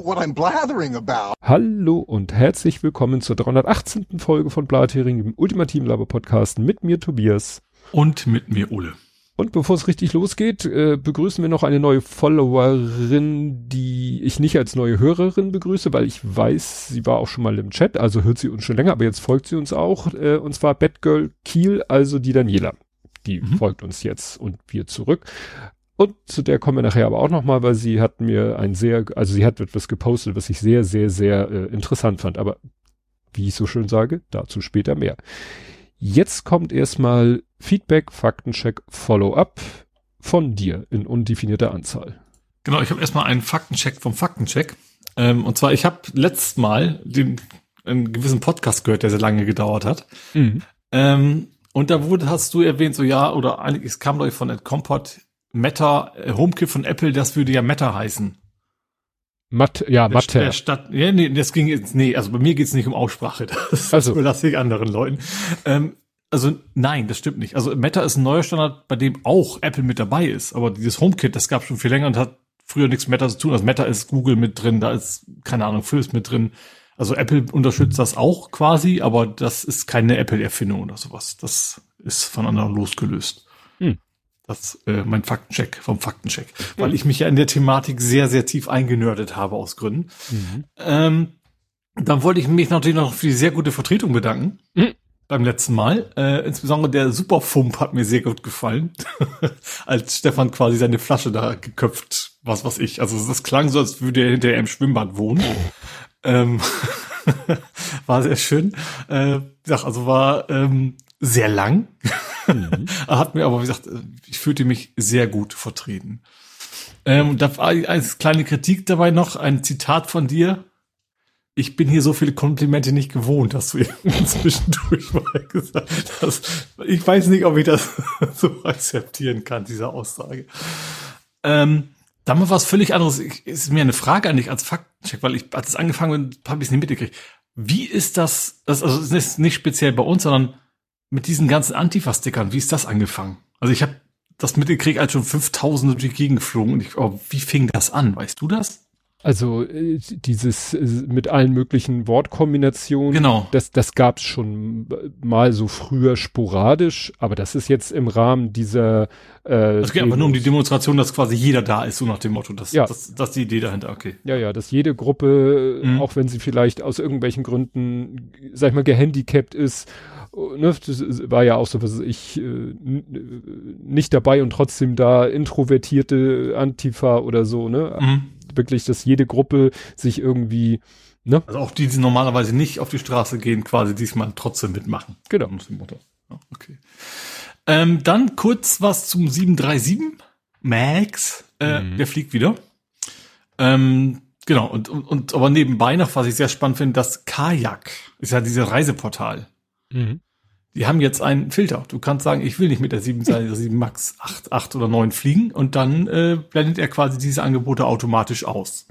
what I'm blathering about. Hallo und herzlich willkommen zur 318. Folge von Blathering, dem ultimativen Laber-Podcast mit mir Tobias. Und mit mir Ole. Und bevor es richtig losgeht, begrüßen wir noch eine neue Followerin, die ich nicht als neue Hörerin begrüße, weil ich weiß, sie war auch schon mal im Chat, also hört sie uns schon länger, aber jetzt folgt sie uns auch, und zwar Batgirl Kiel, also die Daniela. Die folgt uns jetzt und wir zurück. Und zu der kommen wir nachher aber auch nochmal, weil sie hat mir sie hat etwas gepostet, was ich sehr, sehr, sehr interessant fand. Aber wie ich so schön sage, dazu später mehr. Jetzt kommt erstmal Feedback, Faktencheck, Follow-up von dir in undefinierter Anzahl. Genau, ich habe erstmal einen Faktencheck vom Faktencheck. Und zwar, ich habe letztes Mal einen gewissen Podcast gehört, der sehr lange gedauert hat. Und da hast du erwähnt, so ja, oder eigentlich, es kam, glaube ich, von Ed Compot, Meta, HomeKit von Apple, das würde ja Meta heißen. Matter. Also bei mir geht's nicht um Aussprache, das überlasse ich anderen Leuten. Also nein, das stimmt nicht. Also Meta ist ein neuer Standard, bei dem auch Apple mit dabei ist, aber dieses HomeKit, das gab schon viel länger und hat früher nichts mit Meta zu tun. Also Meta ist Google mit drin, da ist, keine Ahnung, Philips mit drin. Also Apple unterstützt das auch quasi, aber das ist keine Apple-Erfindung oder sowas. Das ist von anderen losgelöst. Das mein Faktencheck vom Faktencheck, weil ich mich ja in der Thematik sehr, sehr tief eingenördet habe aus Gründen. Dann wollte ich mich natürlich noch für die sehr gute Vertretung bedanken beim letzten Mal. Insbesondere der Superfump hat mir sehr gut gefallen, als Stefan quasi seine Flasche da geköpft, was weiß ich. Also das klang so, als würde er hinterher im Schwimmbad wohnen. War sehr schön. War sehr lang. Hat mir aber, wie gesagt, ich fühlte mich sehr gut vertreten. Da war eine kleine Kritik dabei noch, ein Zitat von dir. Ich bin hier so viele Komplimente nicht gewohnt, hast du zwischendurch mal gesagt. Ich weiß nicht, ob ich das so akzeptieren kann, diese Aussage. Dann mal was völlig anderes. Ist mir eine Frage an dich als Faktencheck, weil als es angefangen hat, habe ich es nicht mitgekriegt. Wie ist das ist nicht speziell bei uns, sondern mit diesen ganzen Antifa-Stickern, wie ist das angefangen? Also ich habe das mitgekriegt, als schon 5000 durch die Gegend geflogen und wie fing das an? Weißt du das? Also dieses mit allen möglichen Wortkombinationen, genau. Das gab's schon mal so früher sporadisch, aber das ist jetzt im Rahmen dieser es geht einfach nur um die Demonstration, dass quasi jeder da ist, so nach dem Motto, das ist die Idee dahinter, okay. Ja, dass jede Gruppe, auch wenn sie vielleicht aus irgendwelchen Gründen, sag ich mal, gehandicapt ist, ne, das war ja auch so, was ich nicht dabei und trotzdem da introvertierte Antifa oder so, ne? Wirklich, dass jede Gruppe sich irgendwie, ne? Also auch die normalerweise nicht auf die Straße gehen, quasi diesmal trotzdem mitmachen. Genau. Ja, okay. Dann kurz was zum 737 Max. Der fliegt wieder. Genau. Und aber nebenbei noch, was ich sehr spannend finde, das Kajak ist ja dieses Reiseportal. Die haben jetzt einen Filter. Du kannst sagen, ich will nicht mit der 737 Max 8 oder 9 fliegen und dann blendet er quasi diese Angebote automatisch aus.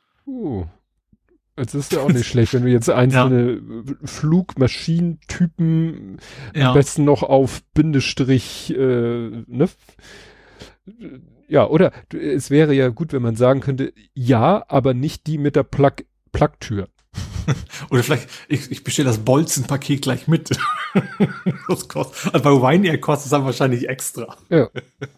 Das ist ja auch nicht schlecht, wenn du jetzt einzelne Flugmaschinentypen am besten noch auf Bindestrich, ne? Ja, oder es wäre ja gut, wenn man sagen könnte, ja, aber nicht die mit der Plug-Tür. Oder vielleicht, ich bestelle das Bolzenpaket gleich mit. Das kostet, also bei Ryanair kostet es dann wahrscheinlich extra. Ja.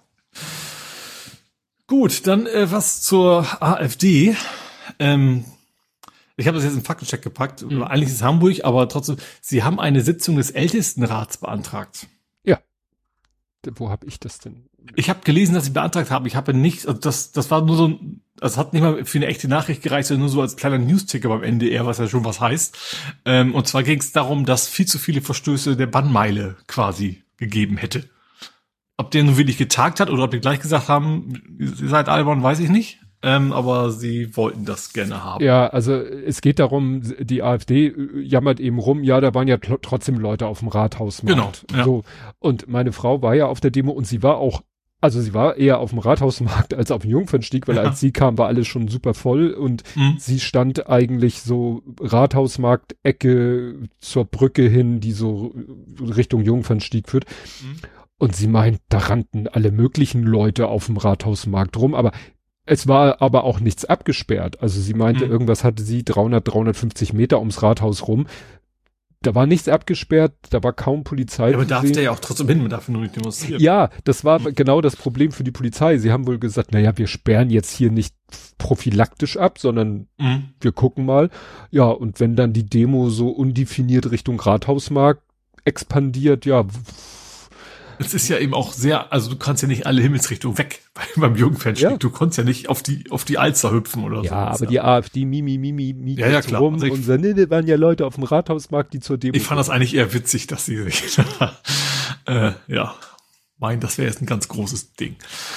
Gut, dann was zur AfD. Ich habe das jetzt im Faktencheck gepackt. Eigentlich ist es Hamburg, aber trotzdem, sie haben eine Sitzung des Ältestenrats beantragt. Ja. Wo habe ich das denn? Ich habe gelesen, dass sie beantragt haben. Ich habe nicht, also das war nur so ein, das hat nicht mal für eine echte Nachricht gereicht, sondern nur so als kleiner News-Ticker beim NDR, was ja schon was heißt. Und zwar ging es darum, dass viel zu viele Verstöße der Bannmeile quasi gegeben hätte. Ob der nun wirklich getagt hat oder ob die gleich gesagt haben, ihr seid albern, weiß ich nicht. Aber sie wollten das gerne haben. Ja, also es geht darum, die AfD jammert eben rum, ja, da waren ja trotzdem Leute auf dem Rathausmarkt. Genau, ja. So. Und meine Frau war ja auf der Demo und sie war eher auf dem Rathausmarkt als auf dem Jungfernstieg, weil als sie kam, war alles schon super voll und sie stand eigentlich so Rathausmarkt-Ecke zur Brücke hin, die so Richtung Jungfernstieg führt. Und sie meint, da rannten alle möglichen Leute auf dem Rathausmarkt rum, aber Es war aber auch nichts abgesperrt. Also sie meinte, irgendwas hatte sie 350 Meter ums Rathaus rum. Da war nichts abgesperrt, da war kaum Polizei. Ja, aber darf der ja auch trotzdem hin, man darf nur nicht demonstrieren. Ja, das war genau das Problem für die Polizei. Sie haben wohl gesagt, naja, wir sperren jetzt hier nicht prophylaktisch ab, sondern wir gucken mal. Ja, und wenn dann die Demo so undefiniert Richtung Rathausmarkt expandiert, ja. Es ist ja eben auch sehr, also du kannst ja nicht alle Himmelsrichtungen weg beim Jugendfanstreak. Ja. Du konntest ja nicht auf die Alster hüpfen oder so. Ja, aber die AfD ja, klar. rum also und so, nee, da waren ja Leute auf dem Rathausmarkt, die zur Demo. Ich fand das eigentlich eher witzig, dass sie sich meinen, das wäre jetzt ein ganz großes Ding.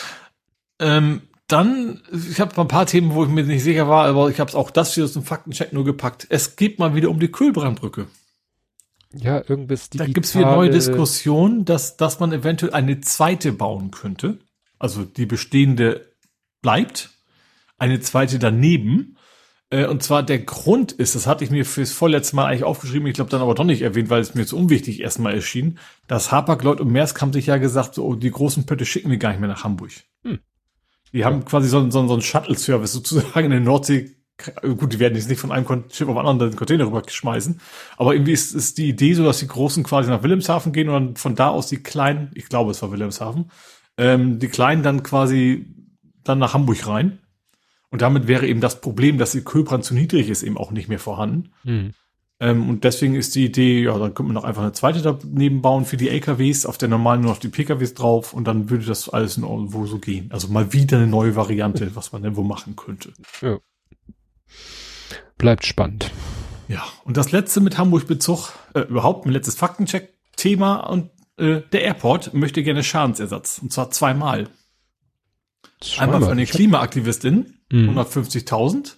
Dann, ich habe ein paar Themen, wo ich mir nicht sicher war, aber ich habe es auch das hier aus dem Faktencheck nur gepackt. Es geht mal wieder um die Kühlbrandbrücke. Ja, irgendwas digitale. Da gibt's wieder neue Diskussionen, dass man eventuell eine zweite bauen könnte. Also die bestehende bleibt, eine zweite daneben. Und zwar der Grund ist, das hatte ich mir fürs vorletzte Mal eigentlich aufgeschrieben, ich glaube dann aber doch nicht erwähnt, weil es mir zu unwichtig erstmal erschien, dass Hapag-Lloyd und Maersk haben sich ja gesagt, so, die großen Pötte schicken wir gar nicht mehr nach Hamburg. Die haben quasi so einen Shuttle-Service sozusagen in der Nordsee. Gut, die werden jetzt nicht von einem Schiff auf anderen den Container rüberschmeißen, aber irgendwie ist die Idee so, dass die Großen quasi nach Wilhelmshaven gehen und dann von da aus die Kleinen, ich glaube es war Wilhelmshaven, die Kleinen dann quasi dann nach Hamburg rein. Und damit wäre eben das Problem, dass die Kühlbrand zu niedrig ist, eben auch nicht mehr vorhanden. Und deswegen ist die Idee, ja, dann könnte man noch einfach eine zweite daneben bauen für die LKWs, auf der normalen nur noch die PKWs drauf und dann würde das alles in irgendwo so gehen. Also mal wieder eine neue Variante, was man denn wo machen könnte. Ja. Bleibt spannend. Ja, und das letzte mit Hamburg-Bezug, überhaupt ein letztes Faktencheck-Thema und der Airport möchte gerne Schadensersatz. Und zwar zweimal. Einmal von den Klimaaktivistinnen, 150.000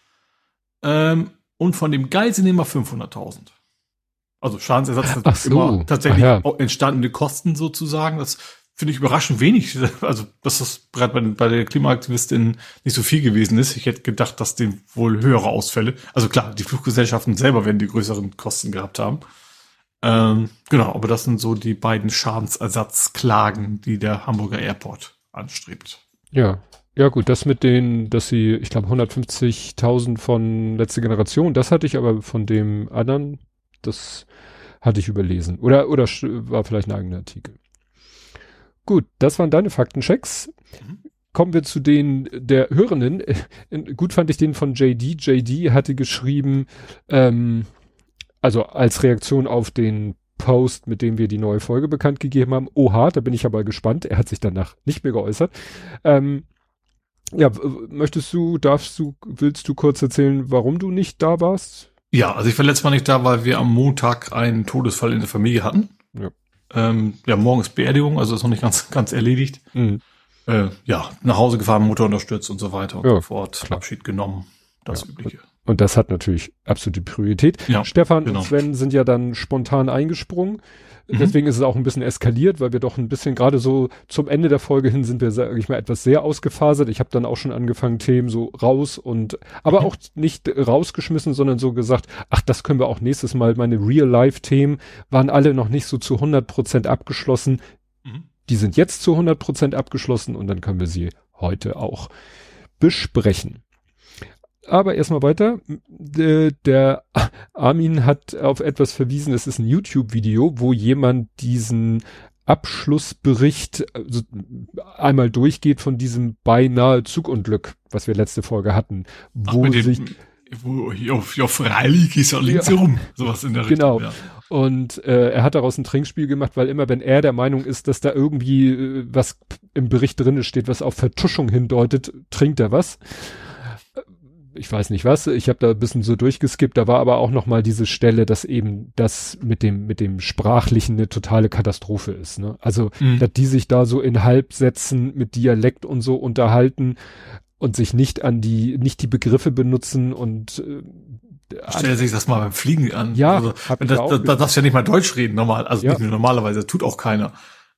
und von dem Geiselnehmer 500.000. Also Schadensersatz immer tatsächlich entstandene Kosten sozusagen. Das finde ich überraschend wenig. Also, dass das gerade bei der Klimaaktivistin nicht so viel gewesen ist. Ich hätte gedacht, dass denen wohl höhere Ausfälle. Also klar, die Fluggesellschaften selber werden die größeren Kosten gehabt haben. Genau, aber das sind so die beiden Schadensersatzklagen, die der Hamburger Airport anstrebt. Ja. Ja gut, das mit denen, dass sie, ich glaube 150.000 von letzte Generation, das hatte ich aber von dem anderen, das hatte ich überlesen. Oder war vielleicht ein eigener Artikel. Gut, das waren deine Faktenchecks. Kommen wir zu den der Hörenden. Gut fand ich den von JD. JD hatte geschrieben, also als Reaktion auf den Post, mit dem wir die neue Folge bekannt gegeben haben. Oha, da bin ich aber gespannt. Er hat sich danach nicht mehr geäußert. Ja, willst du kurz erzählen, warum du nicht da warst? Ja, also ich war letztes Mal nicht da, weil wir am Montag einen Todesfall in der Familie hatten. Ja. Morgen ist Beerdigung, also ist noch nicht ganz erledigt. Nach Hause gefahren, Mutter unterstützt und so weiter und so fort. Klar. Abschied genommen, das Übliche. Und das hat natürlich absolute Priorität. Ja, Stefan und Sven sind ja dann spontan eingesprungen. Deswegen ist es auch ein bisschen eskaliert, weil wir doch ein bisschen, gerade so zum Ende der Folge hin sind wir, sag ich mal, etwas sehr ausgefasert. Ich habe dann auch schon angefangen, Themen so raus aber auch nicht rausgeschmissen, sondern so gesagt, ach, das können wir auch nächstes Mal. Meine Real-Life-Themen waren alle noch nicht so zu 100% abgeschlossen. Die sind jetzt zu 100% abgeschlossen und dann können wir sie heute auch besprechen. Aber erstmal weiter. Der Armin hat auf etwas verwiesen, es ist ein YouTube-Video, wo jemand diesen Abschlussbericht einmal durchgeht von diesem beinahe Zugunglück, was wir letzte Folge hatten. Freilich ist ja links herum. Sowas in der Richtung. Genau. Ja. Und er hat daraus ein Trinkspiel gemacht, weil immer, wenn er der Meinung ist, dass da irgendwie was im Bericht drinne steht, was auf Vertuschung hindeutet, trinkt er was. Ich weiß nicht was, ich habe da ein bisschen so durchgeskippt, da war aber auch noch mal diese Stelle, dass eben das mit dem Sprachlichen eine totale Katastrophe ist, ne? Also, dass die sich da so in Halbsätzen mit Dialekt und so unterhalten und sich nicht die Begriffe benutzen und stell sich das mal beim Fliegen an. Ja, also, da darfst du ja nicht mal Deutsch reden, normal, also nicht nur normalerweise, tut auch keiner.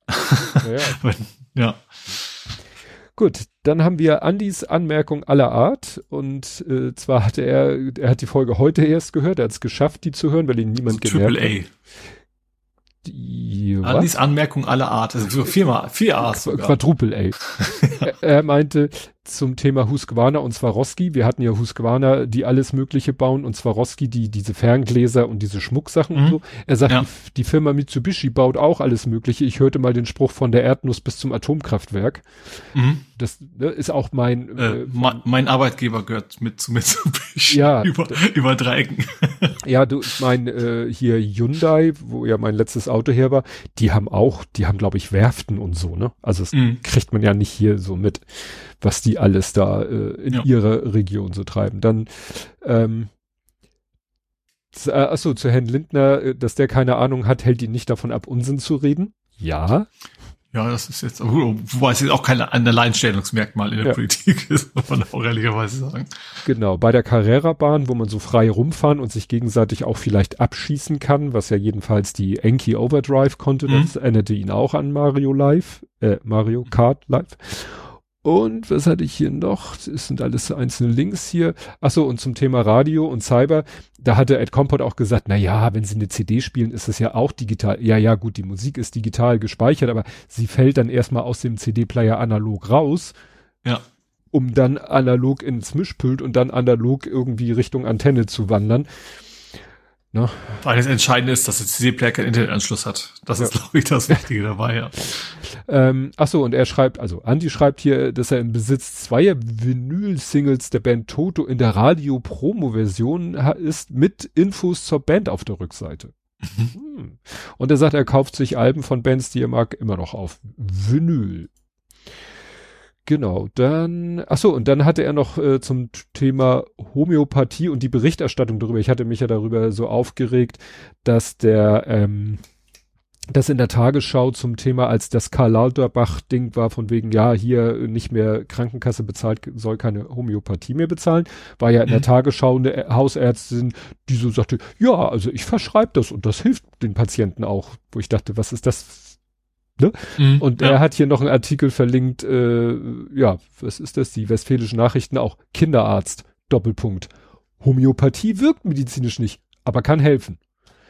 Ja. Gut, dann haben wir Andys Anmerkung aller Art und zwar hat er hat die Folge heute erst gehört, er hat es geschafft, die zu hören, weil ihn niemand genervt hat. Andys Anmerkung aller Art, also so 4 A's sogar. Quadruple A. Er meinte, zum Thema Husqvarna und Swarovski. Wir hatten ja Husqvarna, die alles Mögliche bauen, und Swarovski, die diese Ferngläser und diese Schmucksachen und so. Er sagt, die Firma Mitsubishi baut auch alles Mögliche. Ich hörte mal den Spruch von der Erdnuss bis zum Atomkraftwerk. Das ist auch mein Arbeitgeber gehört mit zu Mitsubishi. Ja, über 3 Ecken. Ja, hier Hyundai, wo ja mein letztes Auto her war, die haben glaube ich Werften und so, ne? Also das kriegt man ja nicht hier so mit, was die alles da in ihrer Region so treiben. Dann zu Herrn Lindner, dass der keine Ahnung hat, hält ihn nicht davon ab, Unsinn zu reden. Ja. Ja, das ist jetzt, wobei es jetzt auch kein Alleinstellungsmerkmal in der Politik ist, muss man auch ehrlicherweise sagen. Genau, bei der Carrera-Bahn, wo man so frei rumfahren und sich gegenseitig auch vielleicht abschießen kann, was ja jedenfalls die Enki Overdrive konnte, das erinnerte ihn auch an Mario Kart Live. Und was hatte ich hier noch? Das sind alles einzelne Links hier. Achso, und zum Thema Radio und Cyber, da hatte Ed Compot auch gesagt, na ja, wenn sie eine CD spielen, ist es ja auch digital. Ja, gut, die Musik ist digital gespeichert, aber sie fällt dann erstmal aus dem CD-Player analog raus. Ja. Um dann analog ins Mischpult und dann analog irgendwie Richtung Antenne zu wandern. Ne? Weil das Entscheidende ist, dass der CD-Player keinen Internetanschluss hat. Das ist, glaube ich, das Wichtige dabei, ja. Achso, und er schreibt, also Andi schreibt hier, dass er im Besitz 2 Vinyl-Singles der Band Toto in der Radio-Promo-Version ist, mit Infos zur Band auf der Rückseite. Und er sagt, er kauft sich Alben von Bands, die er mag, immer noch auf Vinyl. Genau, dann, und dann hatte er noch zum Thema Homöopathie und die Berichterstattung darüber. Ich hatte mich ja darüber so aufgeregt, dass das in der Tagesschau zum Thema, als das Karl Lauterbach-Ding war, von wegen, ja, hier nicht mehr Krankenkasse bezahlt, soll keine Homöopathie mehr bezahlen, war ja in der Tagesschau eine Hausärztin, die so sagte, ja, also ich verschreibe das und das hilft den Patienten auch, wo ich dachte, was ist das? Ne? Und er hat hier noch einen Artikel verlinkt, was ist das? Die Westfälischen Nachrichten auch, Kinderarzt, Doppelpunkt. Homöopathie wirkt medizinisch nicht, aber kann helfen.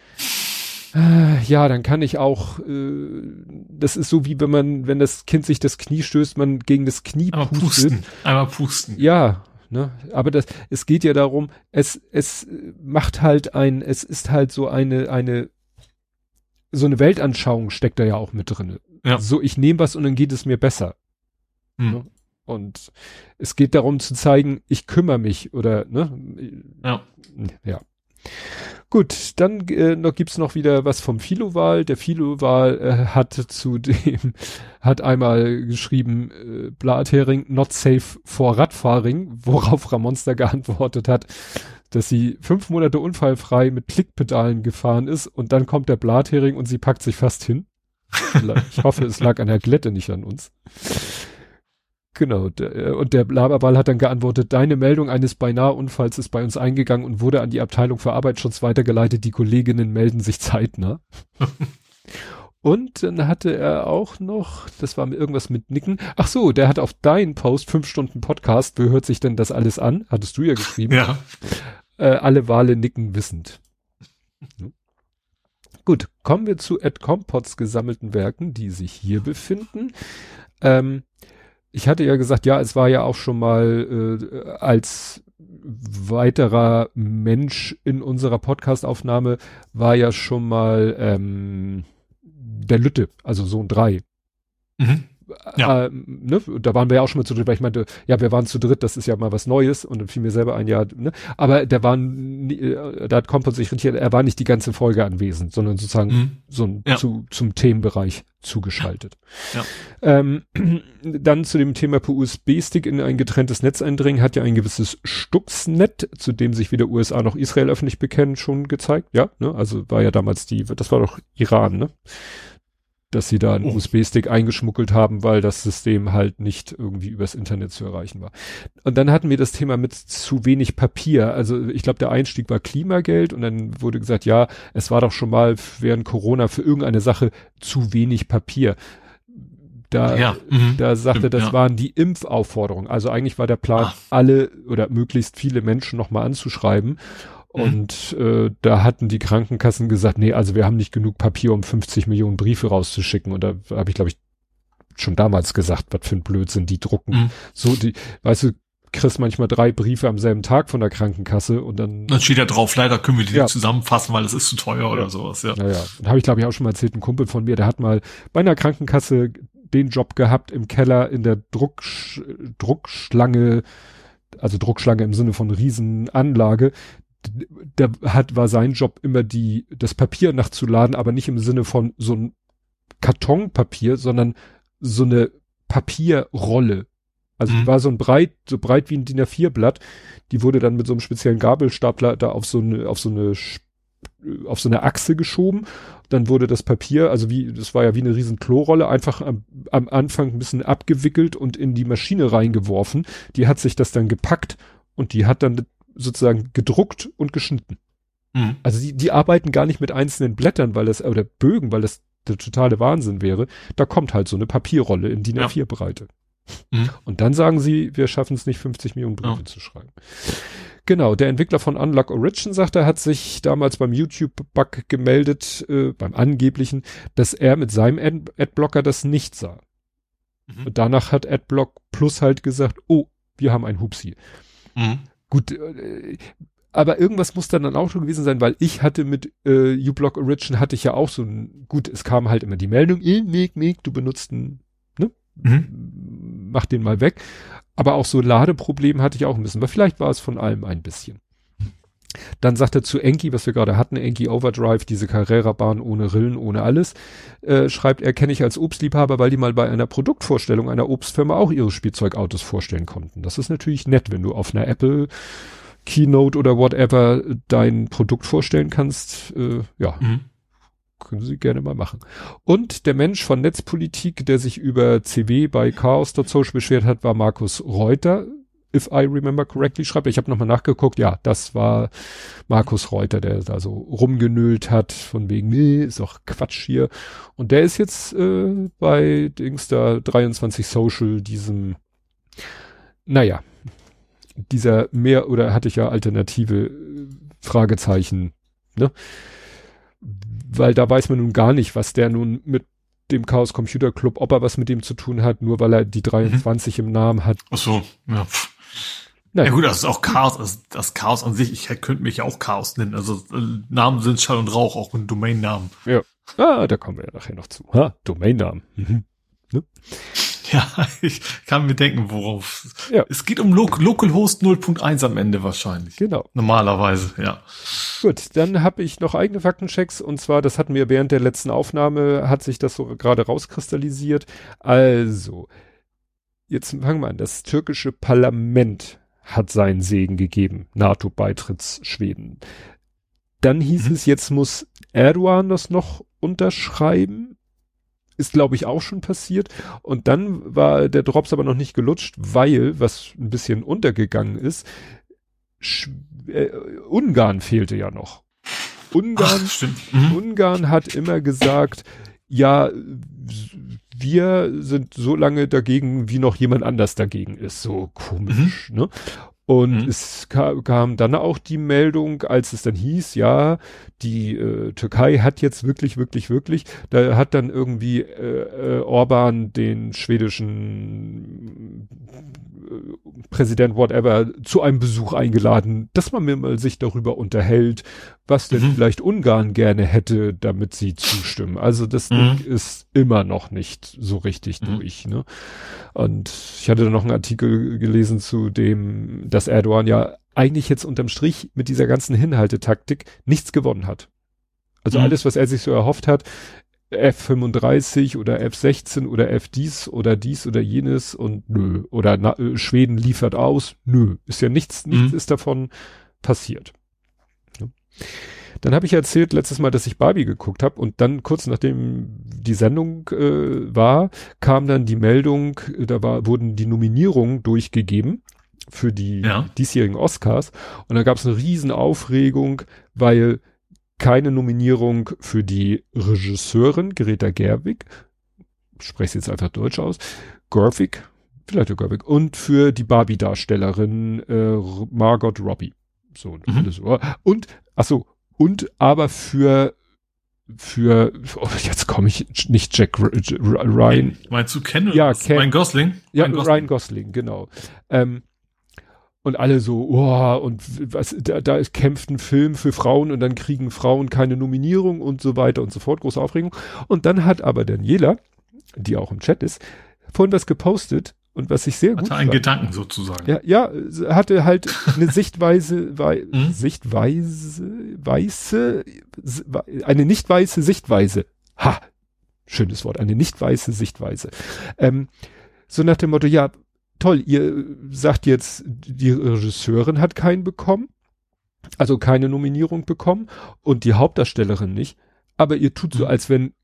Ja, dann kann ich auch, das ist so wie wenn das Kind sich das Knie stößt, man gegen das Knie pustet. Einmal pusten. Ja, ne, aber es geht ja darum, es macht halt es ist halt so eine Weltanschauung steckt da ja auch mit drin. Ja. So, ich nehme was und dann geht es mir besser. Ne? Und es geht darum zu zeigen, ich kümmere mich oder, ne? Ja. Gut, dann gibt's noch wieder was vom Philowahl. Der Philowahl hat einmal geschrieben, Blathering not safe for Radfahring, worauf Ramonster geantwortet hat, dass sie 5 Monate unfallfrei mit Klickpedalen gefahren ist und dann kommt der Blathering und sie packt sich fast hin. Ich hoffe, es lag an der Glätte, nicht an uns. Genau, und der Laberball hat dann geantwortet, deine Meldung eines Beinahe-Unfalls ist bei uns eingegangen und wurde an die Abteilung für Arbeitsschutz weitergeleitet. Die Kolleginnen melden sich zeitnah. Und dann hatte er auch noch, das war irgendwas mit Nicken. Ach so, der hat auf deinen Post 5 Stunden Podcast, wie hört sich denn das alles an? Hattest du ja geschrieben. Ja. Alle Wale nicken wissend. Gut, kommen wir zu Ed Compots gesammelten Werken, die sich hier befinden. Ich hatte ja gesagt, ja, es war ja auch schon mal als weiterer Mensch in unserer Podcast-Aufnahme war ja schon mal der Lütte, also Sohn 3. Ja. Ne? Da waren wir ja auch schon mal zu dritt, weil ich meinte, ja, wir waren zu dritt, das ist ja mal was Neues und dann fiel mir selber ein, ja, ne? Aber da hat Kompott sich richtig, er war nicht die ganze Folge anwesend, sondern sozusagen zum Themenbereich zugeschaltet. Ja. Dann zu dem Thema per USB-Stick in ein getrenntes Netz eindringen, hat ja ein gewisses Stuxnet, zu dem sich weder USA noch Israel öffentlich bekennen, schon gezeigt, ja, ne? Also war ja damals das war doch Iran, ne? Dass sie da einen USB-Stick eingeschmuggelt haben, weil das System halt nicht irgendwie übers Internet zu erreichen war. Und dann hatten wir das Thema mit zu wenig Papier. Also ich glaube, der Einstieg war Klimageld und dann wurde gesagt, ja, es war doch schon mal während Corona für irgendeine Sache zu wenig Papier. Da sagte, das waren die Impfaufforderungen. Also eigentlich war der Plan, alle oder möglichst viele Menschen nochmal anzuschreiben. Und da hatten die Krankenkassen gesagt, nee, also wir haben nicht genug Papier, um 50 Millionen Briefe rauszuschicken. Und da habe ich, glaube ich, schon damals gesagt, was für ein Blödsinn die drucken. So, weißt du, kriegst manchmal 3 Briefe am selben Tag von der Krankenkasse und dann steht ja drauf, leider können wir die nicht zusammenfassen, weil es ist zu teuer oder sowas, ja. Naja, und habe ich glaube ich auch schon mal erzählt, ein Kumpel von mir, der hat mal bei einer Krankenkasse den Job gehabt im Keller in der Druckschlange, also Druckschlange im Sinne von Riesenanlage. War sein Job immer das Papier nachzuladen, aber nicht im Sinne von so ein Kartonpapier, sondern so eine Papierrolle. Also die war so breit wie ein DIN A4 Blatt. Die wurde dann mit so einem speziellen Gabelstapler da auf so eine Achse geschoben. Dann wurde das Papier, also das war ja wie eine riesen Klorolle, einfach am Anfang ein bisschen abgewickelt und in die Maschine reingeworfen. Die hat sich das dann gepackt und die hat dann sozusagen gedruckt und geschnitten. Also die arbeiten gar nicht mit einzelnen Blättern, oder Bögen, weil das der totale Wahnsinn wäre. Da kommt halt so eine Papierrolle in DIN A4 Breite. Und dann sagen sie, wir schaffen es nicht, 50 Millionen Briefe zu schreiben. Genau, der Entwickler von Unlock Origin sagt, er hat sich damals beim YouTube-Bug gemeldet, beim angeblichen, dass er mit seinem Adblocker das nicht sah. Und danach hat Adblock Plus halt gesagt, oh, wir haben ein Hupsi. Gut, aber irgendwas muss dann auch schon gewesen sein, weil ich hatte mit uBlock Origin hatte ich ja auch so es kam halt immer die Meldung, du benutzt einen, ne? Mach den mal weg. Aber auch so Ladeproblem hatte ich auch ein bisschen, weil vielleicht war es von allem ein bisschen. Dann sagt er zu Enki, was wir gerade hatten, Enki Overdrive, diese Carrera-Bahn ohne Rillen, ohne alles, schreibt er, kenne ich als Obstliebhaber, weil die mal bei einer Produktvorstellung einer Obstfirma auch ihre Spielzeugautos vorstellen konnten. Das ist natürlich nett, wenn du auf einer Apple Keynote oder whatever dein Produkt vorstellen kannst, können Sie gerne mal machen. Und der Mensch von Netzpolitik, der sich über CW bei Chaos.social beschwert hat, war Markus Reuter, if I remember correctly, schreibt er. Ich habe nochmal nachgeguckt, ja, das war Markus Reuter, der da so rumgenölt hat, von wegen, nee, ist doch Quatsch hier. Und der ist jetzt bei Dingster 23 Social, dieser mehr, oder hatte ich ja alternative Fragezeichen, ne? Weil da weiß man nun gar nicht, was der nun mit dem Chaos Computer Club, ob er was mit dem zu tun hat, nur weil er die 23 im Namen hat. Ach so, ja. Ja gut, das ist auch Chaos, das Chaos an sich, ich könnte mich ja auch Chaos nennen, also Namen sind Schall und Rauch, auch mit Domainnamen. Ja, da kommen wir ja nachher noch zu. Domainnamen. Ne? Ja, ich kann mir denken, worauf. Ja. Es geht um Localhost 0.1 am Ende wahrscheinlich. Genau. Normalerweise, ja. Gut, dann habe ich noch eigene Faktenchecks und zwar, das hatten wir während der letzten Aufnahme, hat sich das so gerade rauskristallisiert. Also, jetzt fangen wir an. Das türkische Parlament hat seinen Segen gegeben, NATO-Beitrittsschweden. Dann hieß es, jetzt muss Erdogan das noch unterschreiben. Ist, glaube ich, auch schon passiert. Und dann war der Drops aber noch nicht gelutscht, weil, was ein bisschen untergegangen ist, Ungarn fehlte ja noch. Ungarn hat immer gesagt, ja, wir sind so lange dagegen, wie noch jemand anders dagegen ist. So komisch, ne? Und es kam dann auch die Meldung, als es dann hieß, ja, die Türkei hat jetzt wirklich, da hat dann irgendwie Orban den schwedischen Präsident whatever zu einem Besuch eingeladen, dass man mir mal sich darüber unterhält, was denn vielleicht Ungarn gerne hätte, damit sie zustimmen. Also das Ding ist immer noch nicht so richtig durch, ne? Und ich hatte da noch einen Artikel gelesen zu dem, dass Erdogan ja eigentlich jetzt unterm Strich mit dieser ganzen Hinhaltetaktik nichts gewonnen hat. Also alles, was er sich so erhofft hat, F-35 oder F-16 oder F-dies oder jenes und nö. Oder Schweden liefert aus, nö. Ist ja nichts ist davon passiert. Ja. Dann habe ich erzählt letztes Mal, dass ich Barbie geguckt habe und dann kurz nachdem die Sendung war, kam dann die Meldung, wurden die Nominierungen durchgegeben für die diesjährigen Oscars und da gab es eine riesen Aufregung, weil keine Nominierung für die Regisseurin Greta Gerwig, ich spreche es jetzt einfach deutsch aus, Gerwig und für die Barbie-Darstellerin Margot Robbie. So, alles so. Und aber für jetzt komme ich nicht Ryan. Meinst du Ken? Ja, Ryan Gosling? Ja, Ryan Gosling, genau. Und alle so, und da kämpft ein Film für Frauen und dann kriegen Frauen keine Nominierung und so weiter und so fort, große Aufregung. Und dann hat aber Daniela, die auch im Chat ist, vorhin was gepostet und was ich sehr gut fand. Hatte einen Gedanken sozusagen. Ja, hatte halt eine eine nicht weiße Sichtweise. Ha, schönes Wort, eine nicht weiße Sichtweise. So nach dem Motto, ja, toll, ihr sagt jetzt, die Regisseurin hat keinen bekommen, also keine Nominierung bekommen und die Hauptdarstellerin nicht, aber ihr tut so, als wenn,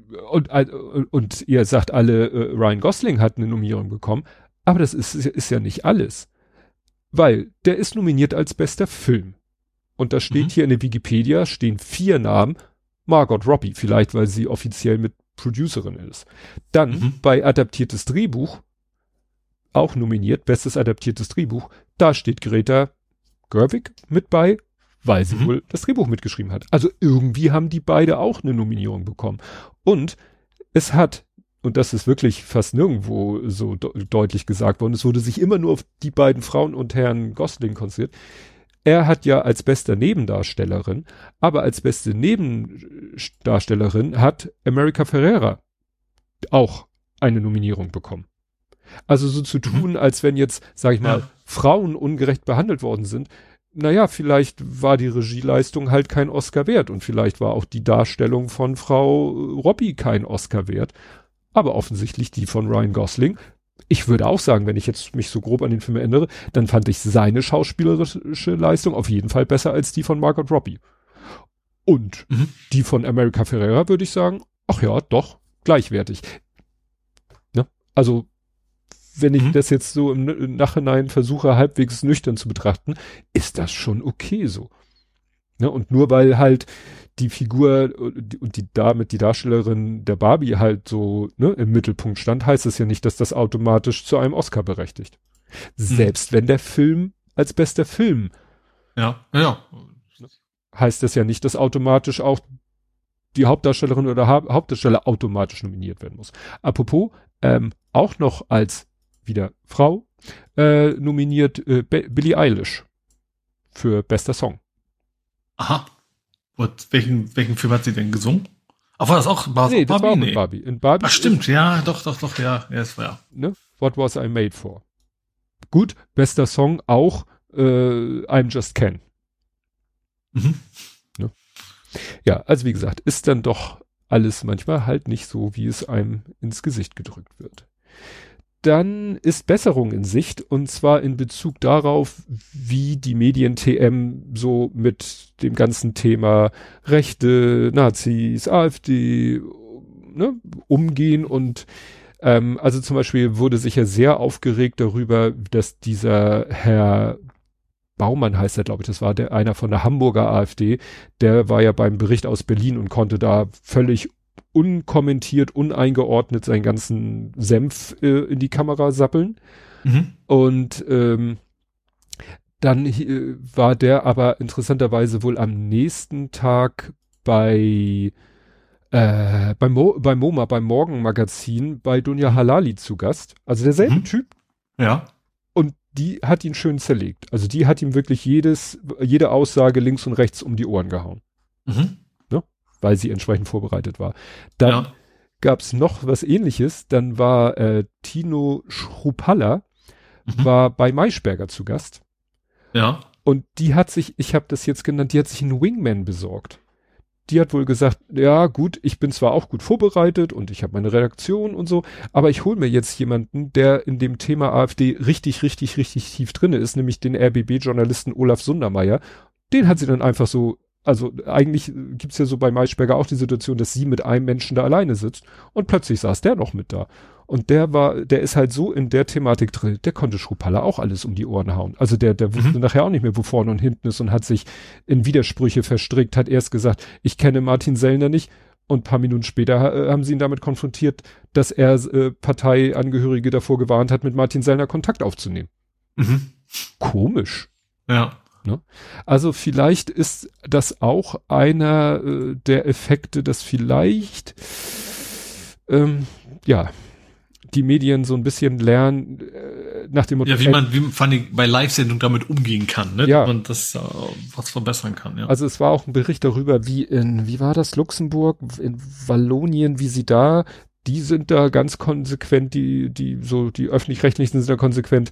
und ihr sagt alle, Ryan Gosling hat eine Nominierung bekommen, aber das ist ja nicht alles, weil der ist nominiert als bester Film und da steht hier in der Wikipedia, stehen 4 Namen, Margot Robbie, vielleicht weil sie offiziell mit Producerin ist. Dann bei adaptiertes Drehbuch auch nominiert, bestes adaptiertes Drehbuch, da steht Greta Gerwig mit bei, weil sie wohl das Drehbuch mitgeschrieben hat. Also irgendwie haben die beide auch eine Nominierung bekommen. Und es hat, und das ist wirklich fast nirgendwo so deutlich gesagt worden, es wurde sich immer nur auf die beiden Frauen und Herrn Gosling konzentriert. Er hat ja als beste Nebendarstellerin, aber als beste Nebendarstellerin hat America Ferrera auch eine Nominierung bekommen. Also so zu tun, als wenn jetzt, sag ich mal, Frauen ungerecht behandelt worden sind. Naja, vielleicht war die Regieleistung halt kein Oscar wert und vielleicht war auch die Darstellung von Frau Robbie kein Oscar wert. Aber offensichtlich die von Ryan Gosling. Ich würde auch sagen, wenn ich jetzt mich so grob an den Film erinnere, dann fand ich seine schauspielerische Leistung auf jeden Fall besser als die von Margot Robbie. Und die von America Ferrera würde ich sagen, ach ja, doch, gleichwertig. Ne? Also wenn ich das jetzt so im Nachhinein versuche, halbwegs nüchtern zu betrachten, ist das schon okay so. Ne? Und nur weil halt die Figur und die Darstellerin der Barbie halt so im Mittelpunkt stand, heißt es ja nicht, dass das automatisch zu einem Oscar berechtigt. Selbst wenn der Film als bester Film. Ja. Heißt das ja nicht, dass automatisch auch die Hauptdarstellerin oder Hauptdarsteller automatisch nominiert werden muss. Apropos, auch noch als wieder Frau, nominiert Billie Eilish für bester Song. Aha. Und welchen Film hat sie denn gesungen? Ach, war das auch Barbie? Das war auch in Barbie. In Barbie. Ach, stimmt, ja, doch, ja, es war ja. Ne? What Was I Made For? Gut, bester Song auch I'm Just Ken. Ne? Ja, also wie gesagt, ist dann doch alles manchmal halt nicht so, wie es einem ins Gesicht gedrückt wird. Dann ist Besserung in Sicht und zwar in Bezug darauf, wie die Medien-TM so mit dem ganzen Thema Rechte, Nazis, AfD umgehen und also zum Beispiel wurde sich ja sehr aufgeregt darüber, dass dieser Herr Baumann heißt er, glaube ich, das war einer von der Hamburger AfD, der war ja beim Bericht aus Berlin und konnte da völlig unkommentiert, uneingeordnet seinen ganzen Senf in die Kamera sappeln. Und dann war der aber interessanterweise wohl am nächsten Tag beim MoMA, beim Morgenmagazin, bei Dunja Halali zu Gast. Also derselbe Typ. Ja. Und die hat ihn schön zerlegt. Also die hat ihm wirklich jede Aussage links und rechts um die Ohren gehauen. Weil sie entsprechend vorbereitet war. Dann gab's noch was Ähnliches. Dann war Tino Schruppalla war bei Maischberger zu Gast. Ja. Und die hat sich, ich habe das jetzt genannt, die hat sich einen Wingman besorgt. Die hat wohl gesagt, ja gut, ich bin zwar auch gut vorbereitet und ich habe meine Redaktion und so, aber ich hole mir jetzt jemanden, der in dem Thema AfD richtig tief drinne ist, nämlich den RBB-Journalisten Olaf Sundermeier. Den hat sie dann einfach so, also eigentlich gibt's ja so bei Maischberger auch die Situation, dass sie mit einem Menschen da alleine sitzt und plötzlich saß der noch mit da. Und der ist halt so in der Thematik drin, der konnte Schruppalla auch alles um die Ohren hauen. Also der wusste nachher auch nicht mehr, wo vorne und hinten ist und hat sich in Widersprüche verstrickt, hat erst gesagt, ich kenne Martin Sellner nicht und ein paar Minuten später haben sie ihn damit konfrontiert, dass er Parteiangehörige davor gewarnt hat, mit Martin Sellner Kontakt aufzunehmen. Komisch. Ja. Ne? Also vielleicht ist das auch einer der Effekte, dass vielleicht die Medien so ein bisschen lernen nach dem Motto. Ja, wie man bei Live-Sendungen damit umgehen kann, ne? Ja. Dass man das was verbessern kann, ja. Also es war auch ein Bericht darüber, wie war das, Luxemburg, in Wallonien, die sind da ganz konsequent, die öffentlich-rechtlichen sind da konsequent,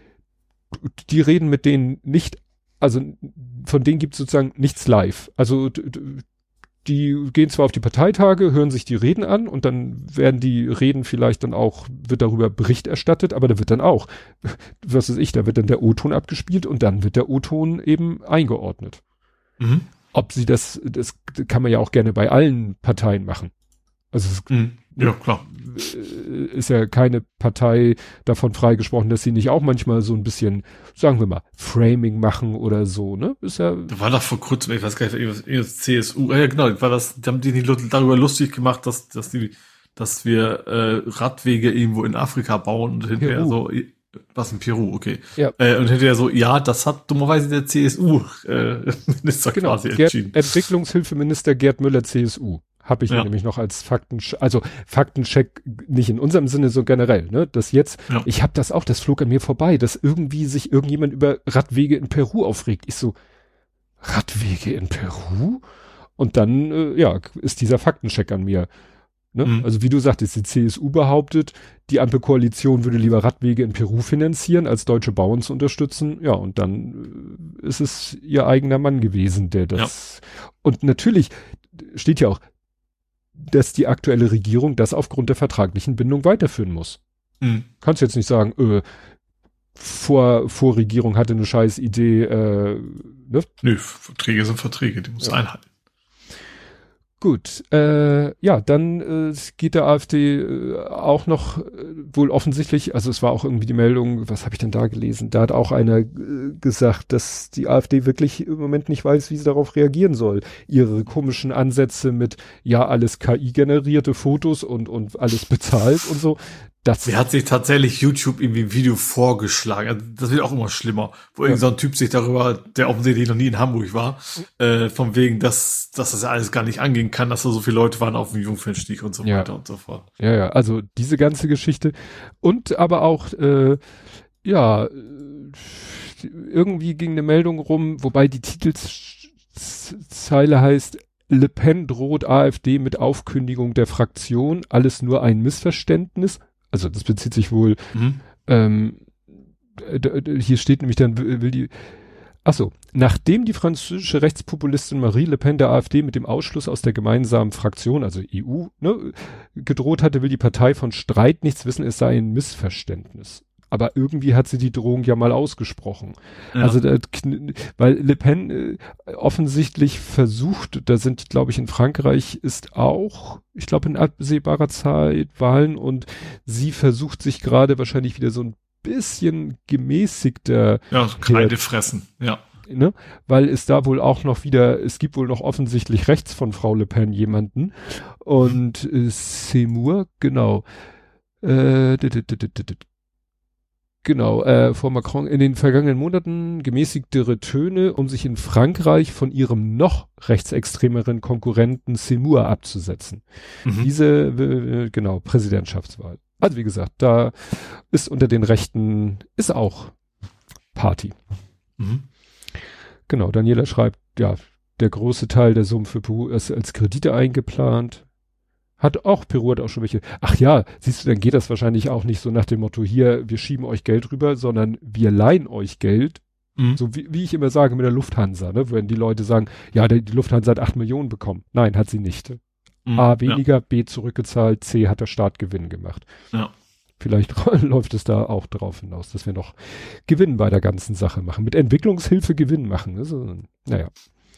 die reden mit denen nicht, also von denen gibt es sozusagen nichts live. Also die gehen zwar auf die Parteitage, hören sich die Reden an und dann werden die Reden vielleicht dann auch, wird darüber Bericht erstattet, aber da wird dann auch, was weiß ich, da wird dann der O-Ton abgespielt und dann wird der O-Ton eben eingeordnet. Mhm. Ob sie das kann man ja auch gerne bei allen Parteien machen. Also ja, klar. Ist ja keine Partei davon freigesprochen, dass sie nicht auch manchmal so ein bisschen, sagen wir mal, Framing machen oder so, ne? Ist ja. Da war doch vor kurzem, ich weiß gar nicht, CSU, ja genau, da haben die darüber lustig gemacht, dass wir Radwege irgendwo in Afrika bauen und hinterher so, was in Peru, okay. Ja. Und hinterher so, ja, das hat dummerweise der CSU-Minister quasi entschieden. Entwicklungshilfeminister Gerd Müller, CSU. Habe ich nämlich noch als Faktencheck nicht in unserem Sinne so generell, ne, dass jetzt, ich habe das auch, das flog an mir vorbei, dass irgendwie sich irgendjemand über Radwege in Peru aufregt. Ich so, Radwege in Peru? Und dann, ist dieser Faktencheck an mir. Ne? Mhm. Also wie du sagtest, die CSU behauptet, die Ampelkoalition würde lieber Radwege in Peru finanzieren, als deutsche Bauern zu unterstützen. Ja, und dann ist es ihr eigener Mann gewesen, der das. Ja. Und natürlich steht ja auch, dass die aktuelle Regierung das aufgrund der vertraglichen Bindung weiterführen muss. Mhm. Kannst jetzt nicht sagen, Vorregierung hatte eine scheiß Idee, ne? Nö, Verträge sind Verträge, die muss einhalten. Gut, dann geht der AfD auch noch wohl offensichtlich, also es war auch irgendwie die Meldung, was habe ich denn da gelesen? Da hat auch einer gesagt, dass die AfD wirklich im Moment nicht weiß, wie sie darauf reagieren soll. Ihre komischen Ansätze mit, alles KI-generierte Fotos und alles bezahlt und so. Sie hat sich tatsächlich YouTube irgendwie ein Video vorgeschlagen. Also das wird auch immer schlimmer, wo irgend so ein Typ sich darüber, der offensichtlich noch nie in Hamburg war, von wegen, dass das ja alles gar nicht angehen kann, dass da so viele Leute waren auf dem Jungfernstieg und so weiter und so fort. Ja, also diese ganze Geschichte. Und aber auch, irgendwie ging eine Meldung rum, wobei die Titelzeile heißt, Le Pen droht AfD mit Aufkündigung der Fraktion, alles nur ein Missverständnis. Also das bezieht sich wohl, hier steht nämlich dann, nachdem die französische Rechtspopulistin Marie Le Pen der AfD mit dem Ausschluss aus der gemeinsamen Fraktion, also EU, gedroht hatte, will die Partei von Streit nichts wissen, es sei ein Missverständnis. Aber irgendwie hat sie die Drohung ja mal ausgesprochen. Ja. Also, weil Le Pen offensichtlich versucht, da sind, glaube ich, in Frankreich ist auch, ich glaube, in absehbarer Zeit Wahlen und sie versucht sich gerade wahrscheinlich wieder so ein bisschen gemäßigter. Ja, Kreide fressen, ja. Ne? Weil es da wohl auch noch wieder, es gibt wohl noch offensichtlich rechts von Frau Le Pen jemanden und Seymour, genau. Vor Macron in den vergangenen Monaten gemäßigtere Töne, um sich in Frankreich von ihrem noch rechtsextremeren Konkurrenten Seymour abzusetzen. Diese, Präsidentschaftswahl. Also wie gesagt, da ist unter den Rechten, ist auch Party. Genau, Daniela schreibt, der große Teil der Summen für Peru ist als Kredite eingeplant. Peru hat auch schon welche. Ach ja, siehst du, dann geht das wahrscheinlich auch nicht so nach dem Motto, hier, wir schieben euch Geld rüber, sondern wir leihen euch Geld. So wie ich immer sage mit der Lufthansa, ne? Wenn die Leute sagen, die Lufthansa hat 8 Millionen bekommen. Nein, hat sie nicht. A, weniger, B, zurückgezahlt, C, hat der Staat Gewinn gemacht. Ja. Vielleicht läuft es da auch drauf hinaus, dass wir noch Gewinn bei der ganzen Sache machen. Mit Entwicklungshilfe Gewinn machen. Also, naja.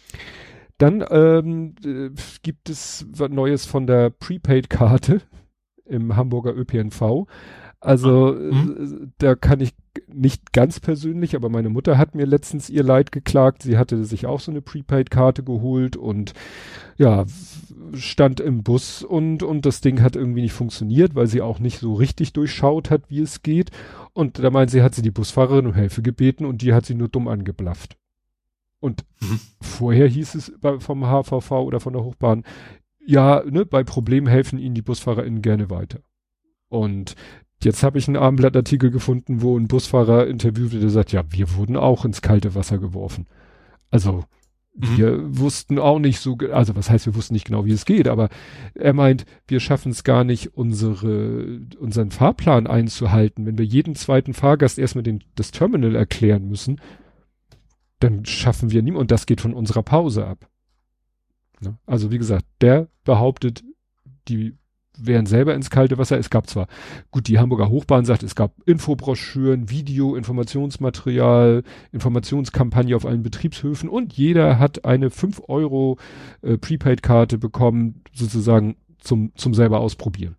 Dann gibt es was Neues von der Prepaid-Karte im Hamburger ÖPNV. Also da kann ich nicht ganz persönlich, aber meine Mutter hat mir letztens ihr Leid geklagt. Sie hatte sich auch so eine Prepaid-Karte geholt und stand im Bus und das Ding hat irgendwie nicht funktioniert, weil sie auch nicht so richtig durchschaut hat, wie es geht. Und da meint sie, hat sie die Busfahrerin um Hilfe gebeten und die hat sie nur dumm angeblafft. Und vorher hieß es vom HVV oder von der Hochbahn, ja, ne, bei Problemen helfen ihnen die BusfahrerInnen gerne weiter. Und jetzt habe ich einen Abendblattartikel gefunden, wo ein Busfahrer interviewt wird, der sagt, ja, wir wurden auch ins kalte Wasser geworfen. Also, wir wussten auch nicht so, also was heißt, wir wussten nicht genau, wie es geht, aber er meint, wir schaffen es gar nicht, unseren Fahrplan einzuhalten. Wenn wir jeden zweiten Fahrgast erstmal das Terminal erklären müssen, dann schaffen wir niemanden, und das geht von unserer Pause ab. Ne? Also wie gesagt, der behauptet, die wären selber ins kalte Wasser. Es gab zwar, gut, die Hamburger Hochbahn sagt, es gab Infobroschüren, Video, Informationsmaterial, Informationskampagne auf allen Betriebshöfen und jeder hat eine 5 Euro Prepaid-Karte bekommen, sozusagen zum selber ausprobieren.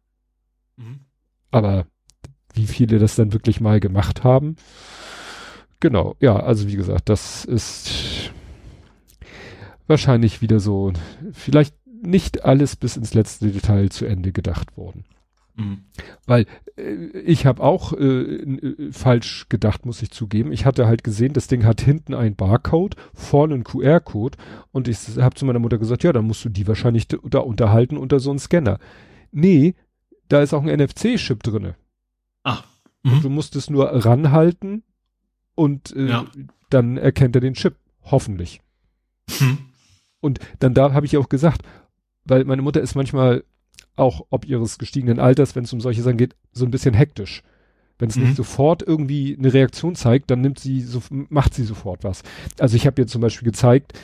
Aber wie viele das dann wirklich mal gemacht haben, genau, ja, also wie gesagt, das ist wahrscheinlich wieder so, vielleicht nicht alles bis ins letzte Detail zu Ende gedacht worden. Weil ich habe auch falsch gedacht, muss ich zugeben. Ich hatte halt gesehen, das Ding hat hinten einen Barcode, vorne einen QR-Code und ich habe zu meiner Mutter gesagt, ja, dann musst du die wahrscheinlich da unterhalten unter so einen Scanner. Nee, da ist auch ein NFC-Chip drinne. Und du musst es nur ranhalten und dann erkennt er den Chip, hoffentlich. Und dann da habe ich auch gesagt, weil meine Mutter ist manchmal auch ob ihres gestiegenen Alters, wenn es um solche Sachen geht, so ein bisschen hektisch. Wenn es nicht sofort irgendwie eine Reaktion zeigt, dann macht sie sofort was. Also ich habe ihr zum Beispiel gezeigt,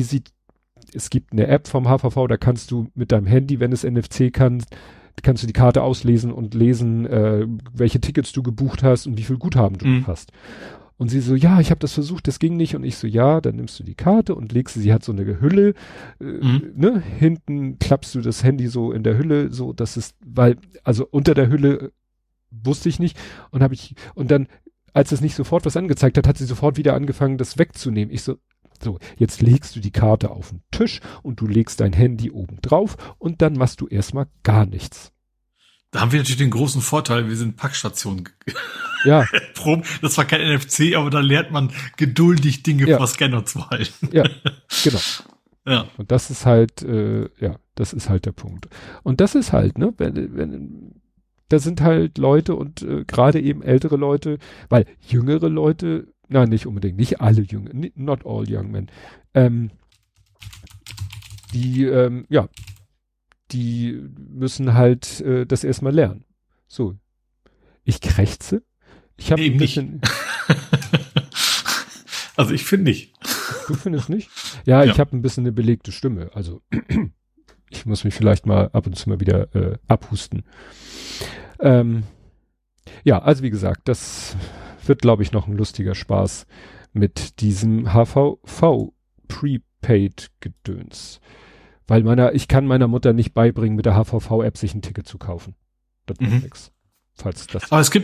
es gibt eine App vom HVV, da kannst du mit deinem Handy, wenn es NFC kannst du die Karte auslesen und lesen, welche Tickets du gebucht hast und wie viel Guthaben du hast. Und sie so, ja, ich habe das versucht, das ging nicht. Und ich so, ja, dann nimmst du die Karte und legst sie hat so eine Hülle, ne, hinten klappst du das Handy so in der Hülle, so, dass es, also unter der Hülle wusste ich nicht und dann, als es nicht sofort was angezeigt hat, hat sie sofort wieder angefangen, das wegzunehmen. Ich so, jetzt legst du die Karte auf den Tisch und du legst dein Handy oben drauf und dann machst du erstmal gar nichts. Da haben wir natürlich den großen Vorteil, wir sind Packstation. Ja. Das war kein NFC, aber da lernt man geduldig Dinge vor Scanner zu halten. Ja, genau. Ja. Und das ist halt, das ist halt der Punkt. Und das ist halt, ne, da sind halt Leute und gerade eben ältere Leute, weil jüngere Leute, nein, nicht unbedingt, nicht alle not all young men, die müssen halt das erstmal lernen. So. Ich krächze. Ich habe ein bisschen. Also ich finde nicht. Du findest nicht? Ja, ich habe ein bisschen eine belegte Stimme. Also ich muss mich vielleicht mal ab und zu mal wieder abhusten. Ja, also wie gesagt, das wird, glaube ich, noch ein lustiger Spaß mit diesem HVV Prepaid-Gedöns. Weil ich kann meiner Mutter nicht beibringen, mit der HVV-App sich ein Ticket zu kaufen. Das wird nix. Falls das. Aber das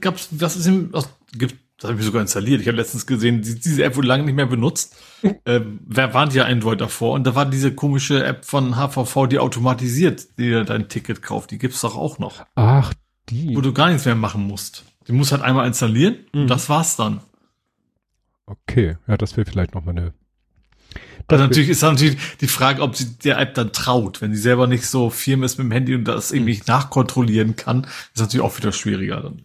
habe ich sogar installiert. Ich habe letztens gesehen, diese App wurde lange nicht mehr benutzt. Waren die ja Android davor und da war diese komische App von HVV, die automatisiert dir dein Ticket kauft. Die gibt's doch auch noch. Ach, die. Wo du gar nichts mehr machen musst. Die musst halt einmal installieren und das war's dann. Okay, ja, das wäre vielleicht noch mal eine. Also natürlich ist natürlich die Frage, ob sie der App dann traut. Wenn sie selber nicht so firm ist mit dem Handy und das irgendwie nicht nachkontrollieren kann, ist natürlich auch wieder schwieriger dann.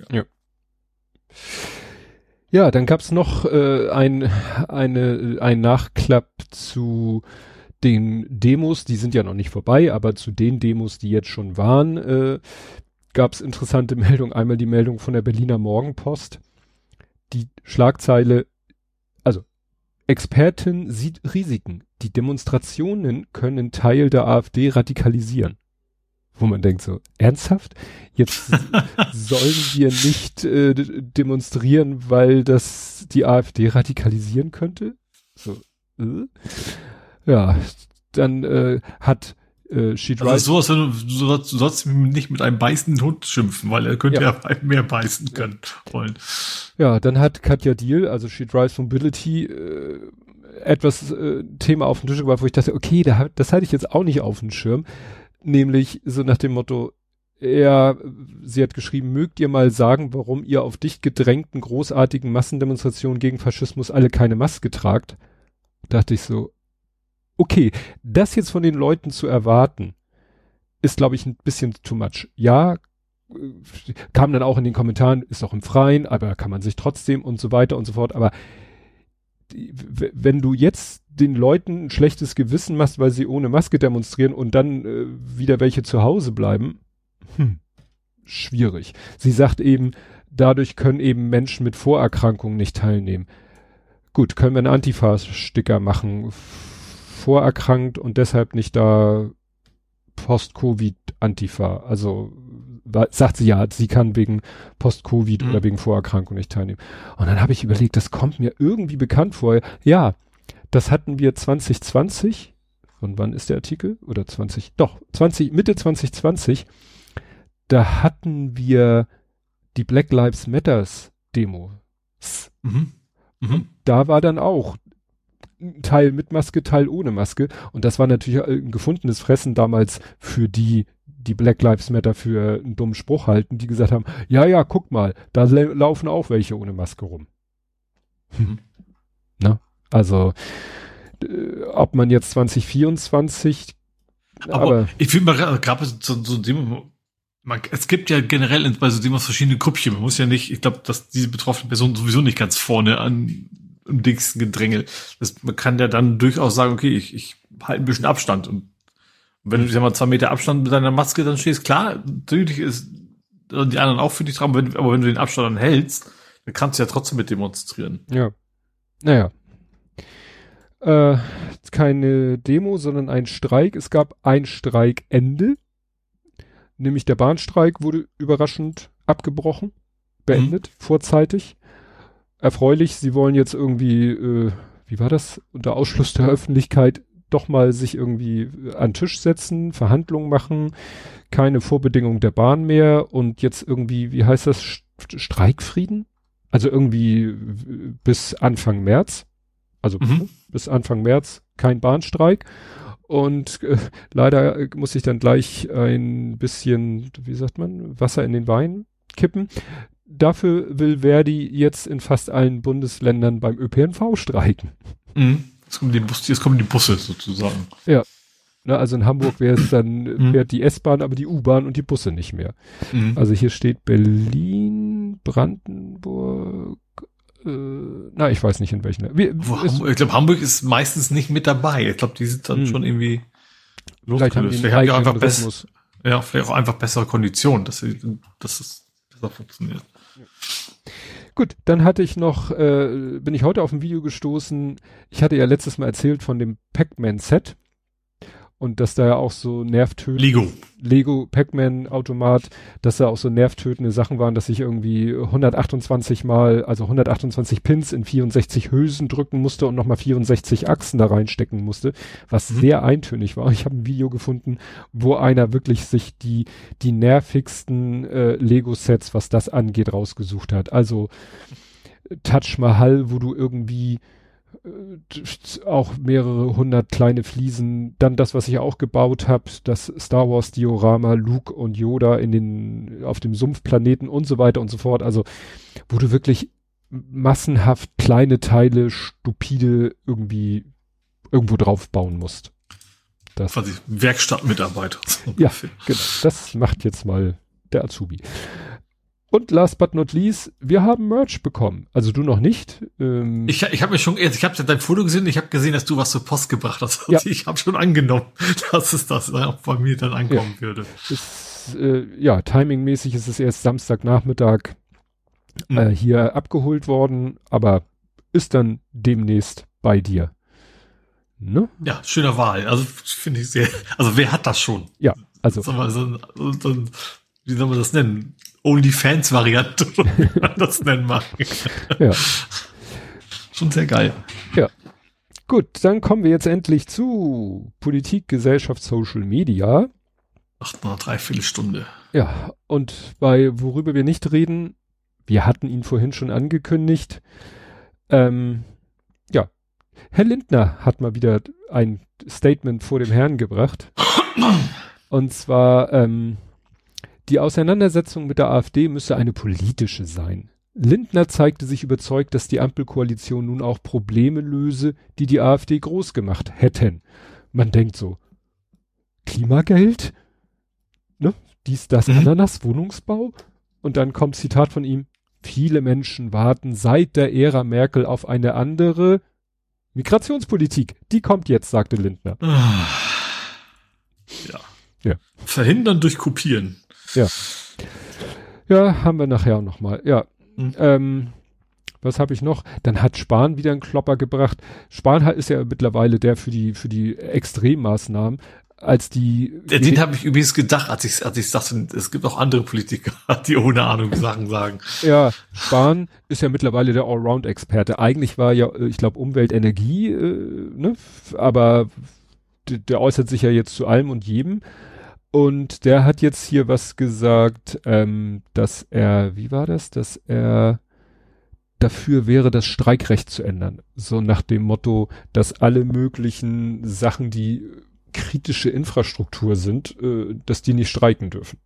Ja, dann gab's noch ein Nachklapp zu den Demos, die sind ja noch nicht vorbei, aber zu den Demos, die jetzt schon waren, gab's interessante Meldungen. Einmal die Meldung von der Berliner Morgenpost. Die Schlagzeile, also Expertin sieht Risiken. Die Demonstrationen können Teil der AfD radikalisieren. Wo man denkt so, ernsthaft? Jetzt sollen wir nicht demonstrieren, weil das die AfD radikalisieren könnte? So, ja, dann hat She Drives. Also du sollst nicht mit einem beißenden Hund schimpfen, weil er könnte ja mehr beißen können wollen. Ja, dann hat Katja Diehl, also She Drives Mobility, etwas Thema auf den Tisch gebracht, wo ich dachte, okay, das hatte ich jetzt auch nicht auf dem Schirm. Nämlich so nach dem Motto, sie hat geschrieben, mögt ihr mal sagen, warum ihr auf dicht gedrängten, großartigen Massendemonstrationen gegen Faschismus alle keine Maske tragt? dachte ich so, okay, das jetzt von den Leuten zu erwarten, ist, glaube ich, ein bisschen too much. Ja, kam dann auch in den Kommentaren, ist auch im Freien, aber kann man sich trotzdem und so weiter und so fort. Aber wenn du jetzt den Leuten ein schlechtes Gewissen machst, weil sie ohne Maske demonstrieren und dann wieder welche zu Hause bleiben, schwierig. Sie sagt eben, dadurch können eben Menschen mit Vorerkrankungen nicht teilnehmen. Gut, können wir einen Antifa-Sticker machen, vorerkrankt und deshalb nicht da Post-Covid-Antifa. Also sagt sie ja, sie kann wegen Post-Covid oder wegen Vorerkrankung nicht teilnehmen. Und dann habe ich überlegt, das kommt mir irgendwie bekannt vor. Ja, das hatten wir 2020. Von wann ist der Artikel? Oder 20, Mitte 2020. Da hatten wir die Black Lives Matters Demo. Da war dann auch ein Teil mit Maske, Teil ohne Maske. Und das war natürlich ein gefundenes Fressen damals für die Black Lives Matter für einen dummen Spruch halten, die gesagt haben, ja, guck mal, da laufen auch welche ohne Maske rum. Na? Also, ob man jetzt 2024, aber ich finde mal, gerade so Demo, es gibt ja generell bei so Demos verschiedene Grüppchen. Man muss ja nicht, ich glaube, dass diese betroffene Person sowieso nicht ganz vorne im dicksten Gedrängel. Man kann ja dann durchaus sagen, okay, ich halte ein bisschen Abstand. Und wenn du, 2 Meter Abstand mit deiner Maske dann stehst, klar, natürlich ist die anderen auch für dich dran, aber wenn du den Abstand dann hältst, dann kannst du ja trotzdem mit demonstrieren. Ja. Naja. Keine Demo, sondern ein Streik. Es gab ein Streikende. Nämlich der Bahnstreik wurde überraschend abgebrochen, beendet, vorzeitig. Erfreulich, sie wollen jetzt irgendwie, wie war das, unter Ausschluss der Öffentlichkeit doch mal sich irgendwie an den Tisch setzen, Verhandlungen machen, keine Vorbedingung der Bahn mehr und jetzt irgendwie, wie heißt das, Streikfrieden? Also irgendwie bis Anfang März, also bis Anfang März kein Bahnstreik. Und leider muss ich dann gleich ein bisschen, wie sagt man, Wasser in den Wein kippen. Dafür will Verdi jetzt in fast allen Bundesländern beim ÖPNV streiken. Jetzt kommen die Busse sozusagen. Ja. Na, also in Hamburg wäre es dann, fährt die S-Bahn, aber die U-Bahn und die Busse nicht mehr. Also hier steht Berlin, Brandenburg, ich weiß nicht in welchen. Ich glaube, Hamburg ist meistens nicht mit dabei. Ich glaube, die sind dann schon irgendwie losgelöst. Vielleicht haben die auch einfach vielleicht auch einfach bessere Konditionen, dass es besser funktioniert. Gut, dann hatte ich noch, bin ich heute auf ein Video gestoßen. Ich hatte ja letztes Mal erzählt von dem Pac-Man-Set. Und dass da ja auch so nervtötende Lego Pac-Man-Automat, dass da auch so nervtötende Sachen waren, dass ich irgendwie 128 Pins in 64 Hülsen drücken musste und nochmal 64 Achsen da reinstecken musste, was sehr eintönig war. Ich habe ein Video gefunden, wo einer wirklich sich die nervigsten Lego-Sets, was das angeht, rausgesucht hat. Also Taj Mahal, wo du irgendwie auch mehrere 100 kleine Fliesen, dann das, was ich auch gebaut habe, das Star Wars Diorama, Luke und Yoda auf dem Sumpfplaneten und so weiter und so fort, also wo du wirklich massenhaft kleine Teile stupide irgendwo drauf bauen musst. Das quasi Werkstattmitarbeiter. Ja, genau, das macht jetzt mal der Azubi. Und last but not least, wir haben Merch bekommen. Also du noch nicht. Ich habe dein Foto gesehen, ich habe gesehen, dass du was zur Post gebracht hast. Ja. Ich habe schon angenommen, dass es das auch bei mir dann ankommen würde. Timingmäßig ist es erst Samstagnachmittag hier abgeholt worden, aber ist dann demnächst bei dir. Ne? Ja, schöner Wahl. Also finde ich sehr, also wer hat das schon? Ja, also. Wie soll man das nennen? OnlyFans-Variante, wie man das nennen mag. Ja. Schon sehr geil. Ja. Gut, dann kommen wir jetzt endlich zu Politik, Gesellschaft, Social Media. 8,3 Stunde. Ja, und worüber wir nicht reden, wir hatten ihn vorhin schon angekündigt. Herr Lindner hat mal wieder ein Statement vor dem Herrn gebracht. Und zwar, die Auseinandersetzung mit der AfD müsse eine politische sein. Lindner zeigte sich überzeugt, dass die Ampelkoalition nun auch Probleme löse, die die AfD groß gemacht hätten. Man denkt so, Klimageld? Ne? Dies, das, Ananas, Wohnungsbau? Und dann kommt Zitat von ihm, viele Menschen warten seit der Ära Merkel auf eine andere Migrationspolitik. Die kommt jetzt, sagte Lindner. Ja. Verhindern durch Kopieren. Ja. Ja, haben wir nachher auch noch mal. Ja. Was habe ich noch? Dann hat Spahn wieder einen Klopper gebracht. Spahn ist ja mittlerweile der für die Extremmaßnahmen, als die... Den habe ich übrigens gedacht, als ich dachte, es gibt auch andere Politiker, die ohne Ahnung Sachen sagen. Ja, Spahn ist ja mittlerweile der Allround-Experte. Eigentlich war ja, ich glaube, Umwelt, Energie, ne? Aber der äußert sich ja jetzt zu allem und jedem. Und der hat jetzt hier was gesagt, dass er, wie war das, dass er dafür wäre, das Streikrecht zu ändern. So nach dem Motto, dass alle möglichen Sachen, die kritische Infrastruktur sind, dass die nicht streiken dürfen.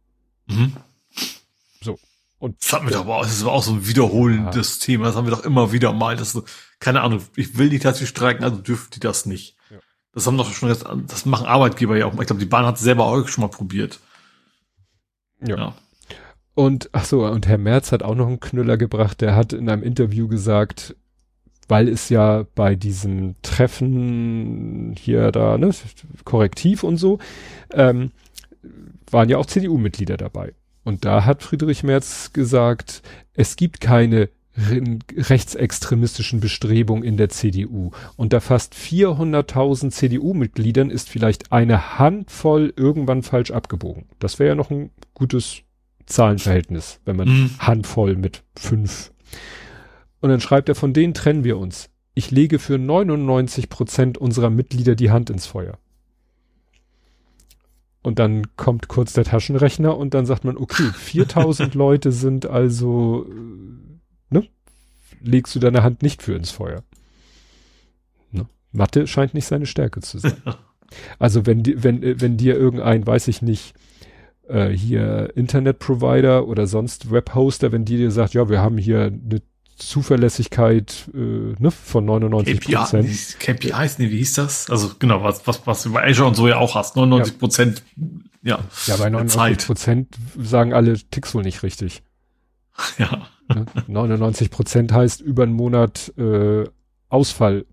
So. Und das hatten wir doch aber, das war auch so ein wiederholendes Thema, das haben wir doch immer wieder mal, keine Ahnung, ich will nicht, dass sie streiken, also dürfen die das nicht. Ja. Das haben doch schon das machen Arbeitgeber ja auch. Ich glaube, die Bahn hat es selber auch schon mal probiert. Ja. Und, und Herr Merz hat auch noch einen Knüller gebracht, der hat in einem Interview gesagt, weil es ja bei diesem Treffen hier da, ne, Korrektiv und so, waren ja auch CDU-Mitglieder dabei. Und da hat Friedrich Merz gesagt, es gibt keine rechtsextremistischen Bestrebungen in der CDU. Unter fast 400.000 CDU-Mitgliedern ist vielleicht eine Handvoll irgendwann falsch abgebogen. Das wäre ja noch ein gutes Zahlenverhältnis, wenn man Handvoll mit 5. Und dann schreibt er, von denen trennen wir uns. Ich lege für 99% unserer Mitglieder die Hand ins Feuer. Und dann kommt kurz der Taschenrechner und dann sagt man, okay, 4.000 Leute sind also, ne, legst du deine Hand nicht für ins Feuer. Ne? Mathe scheint nicht seine Stärke zu sein. Also wenn dir irgendein, weiß ich nicht, hier Internetprovider oder sonst Webhoster, wenn die dir sagt, ja, wir haben hier eine Zuverlässigkeit ne, von 99%. KPIs, nee, wie hieß das? Also genau, was du bei Azure und so ja auch hast, 99%, ja. Ja, bei 99% sagen alle Ticks wohl nicht richtig. Ja. Ne? 99% heißt über einen Monat Ausfall,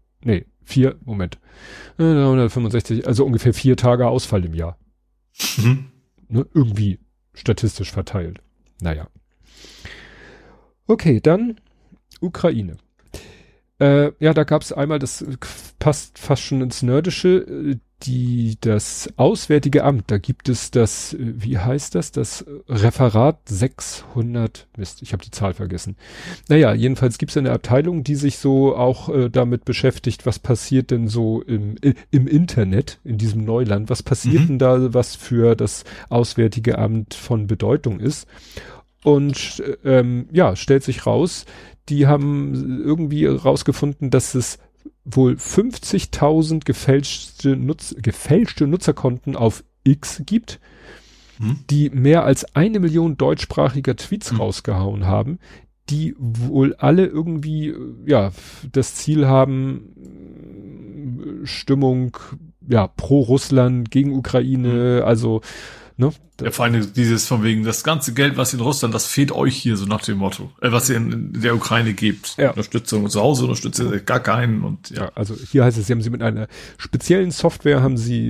165, also ungefähr 4 Tage Ausfall im Jahr. Ne? Irgendwie statistisch verteilt. Naja. Okay, dann Ukraine. Da gab es einmal, das passt fast schon ins Nerdische, das Auswärtige Amt, da gibt es das, wie heißt das? Das Referat 600, Mist, ich habe die Zahl vergessen. Naja, jedenfalls gibt es eine Abteilung, die sich so auch damit beschäftigt, was passiert denn so im Internet, in diesem Neuland, was passiert denn da, was für das Auswärtige Amt von Bedeutung ist. Und stellt sich raus, die haben irgendwie rausgefunden, dass es wohl 50.000 gefälschte Nutzerkonten auf X gibt, die mehr als 1 Million deutschsprachiger Tweets rausgehauen haben, die wohl alle irgendwie, das Ziel haben, Stimmung, pro Russland, gegen Ukraine, also, ne? Ja, vor allem dieses von wegen, das ganze Geld, was in Russland, das fehlt euch hier, so nach dem Motto, was ihr in der Ukraine gebt. Ja. Unterstützung und zu Hause unterstützt ihr gar keinen und ja. Also hier heißt es, sie haben sie mit einer speziellen Software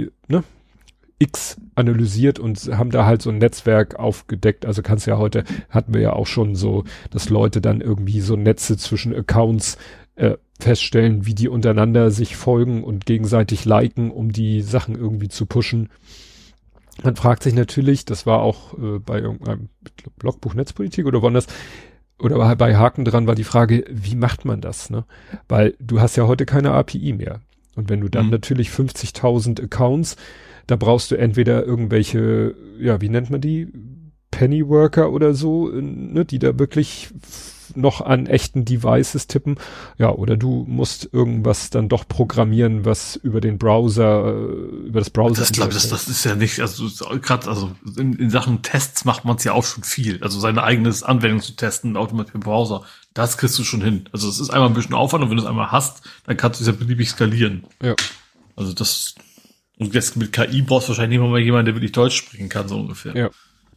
X analysiert und haben da halt so ein Netzwerk aufgedeckt. Also hatten wir ja auch schon so, dass Leute dann irgendwie so Netze zwischen Accounts feststellen, wie die untereinander sich folgen und gegenseitig liken, um die Sachen irgendwie zu pushen. Man fragt sich natürlich, das war auch bei irgendeinem Blogbuch Netzpolitik oder woanders, oder bei Haken dran war die Frage, wie macht man das, ne? Weil du hast ja heute keine API mehr. Und wenn du dann natürlich 50.000 Accounts, da brauchst du entweder irgendwelche, wie nennt man die? Pennyworker oder so, ne, die da wirklich noch an echten Devices tippen. Ja, oder du musst irgendwas dann doch programmieren, was über den Browser, über das Browser. Das ist ja nicht, also gerade, also in Sachen Tests macht man es ja auch schon viel. Also seine eigenes Anwendung zu testen, automatisch im Browser, das kriegst du schon hin. Also es ist einmal ein bisschen Aufwand und wenn du es einmal hast, dann kannst du es ja beliebig skalieren. Ja. Also das, und jetzt mit KI brauchst du wahrscheinlich immer mal jemanden, der wirklich Deutsch sprechen kann, so ungefähr. Ja.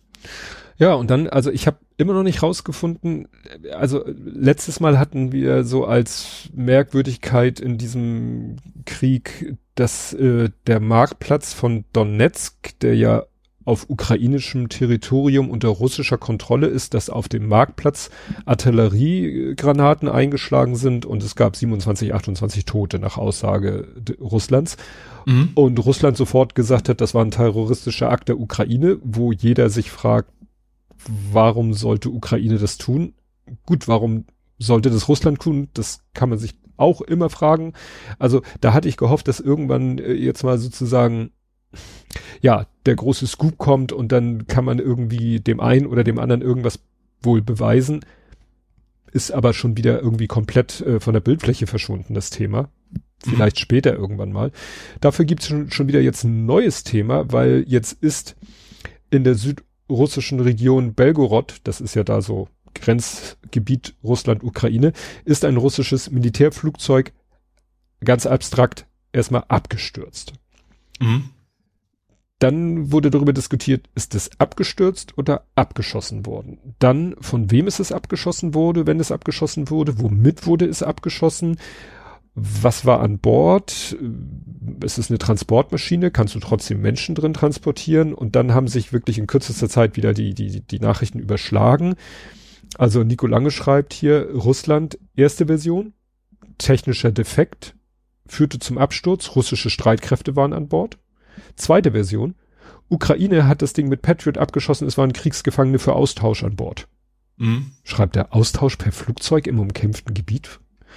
Ja, und dann, also ich habe immer noch nicht rausgefunden, also letztes Mal hatten wir so als Merkwürdigkeit in diesem Krieg, dass der Marktplatz von Donetsk, der ja auf ukrainischem Territorium unter russischer Kontrolle ist, dass auf dem Marktplatz Artilleriegranaten eingeschlagen sind und es gab 27, 28 Tote nach Aussage Russlands. Mhm. Und Russland sofort gesagt hat, das war ein terroristischer Akt der Ukraine, wo jeder sich fragt, warum sollte Ukraine das tun? Gut, warum sollte das Russland tun? Das kann man sich auch immer fragen. Also da hatte ich gehofft, dass irgendwann jetzt mal sozusagen ja, der große Scoop kommt und dann kann man irgendwie dem einen oder dem anderen irgendwas wohl beweisen. Ist aber schon wieder irgendwie komplett von der Bildfläche verschwunden, das Thema. Vielleicht später irgendwann mal. Dafür gibt es schon wieder jetzt ein neues Thema, weil jetzt ist in der südrussischen Region Belgorod, das ist ja da so Grenzgebiet Russland-Ukraine, ist ein russisches Militärflugzeug ganz abstrakt erstmal abgestürzt. Mhm. Dann wurde darüber diskutiert, ist es abgestürzt oder abgeschossen worden? Dann, von wem ist es abgeschossen wurde, wenn es abgeschossen wurde? Womit wurde es abgeschossen? Was war an Bord? Es ist eine Transportmaschine, kannst du trotzdem Menschen drin transportieren? Und dann haben sich wirklich in kürzester Zeit wieder die Nachrichten überschlagen. Also Nico Lange schreibt hier, Russland, erste Version, technischer Defekt, führte zum Absturz, russische Streitkräfte waren an Bord. Zweite Version, Ukraine hat das Ding mit Patriot abgeschossen, es waren Kriegsgefangene für Austausch an Bord. Mhm. Schreibt er, Austausch per Flugzeug im umkämpften Gebiet?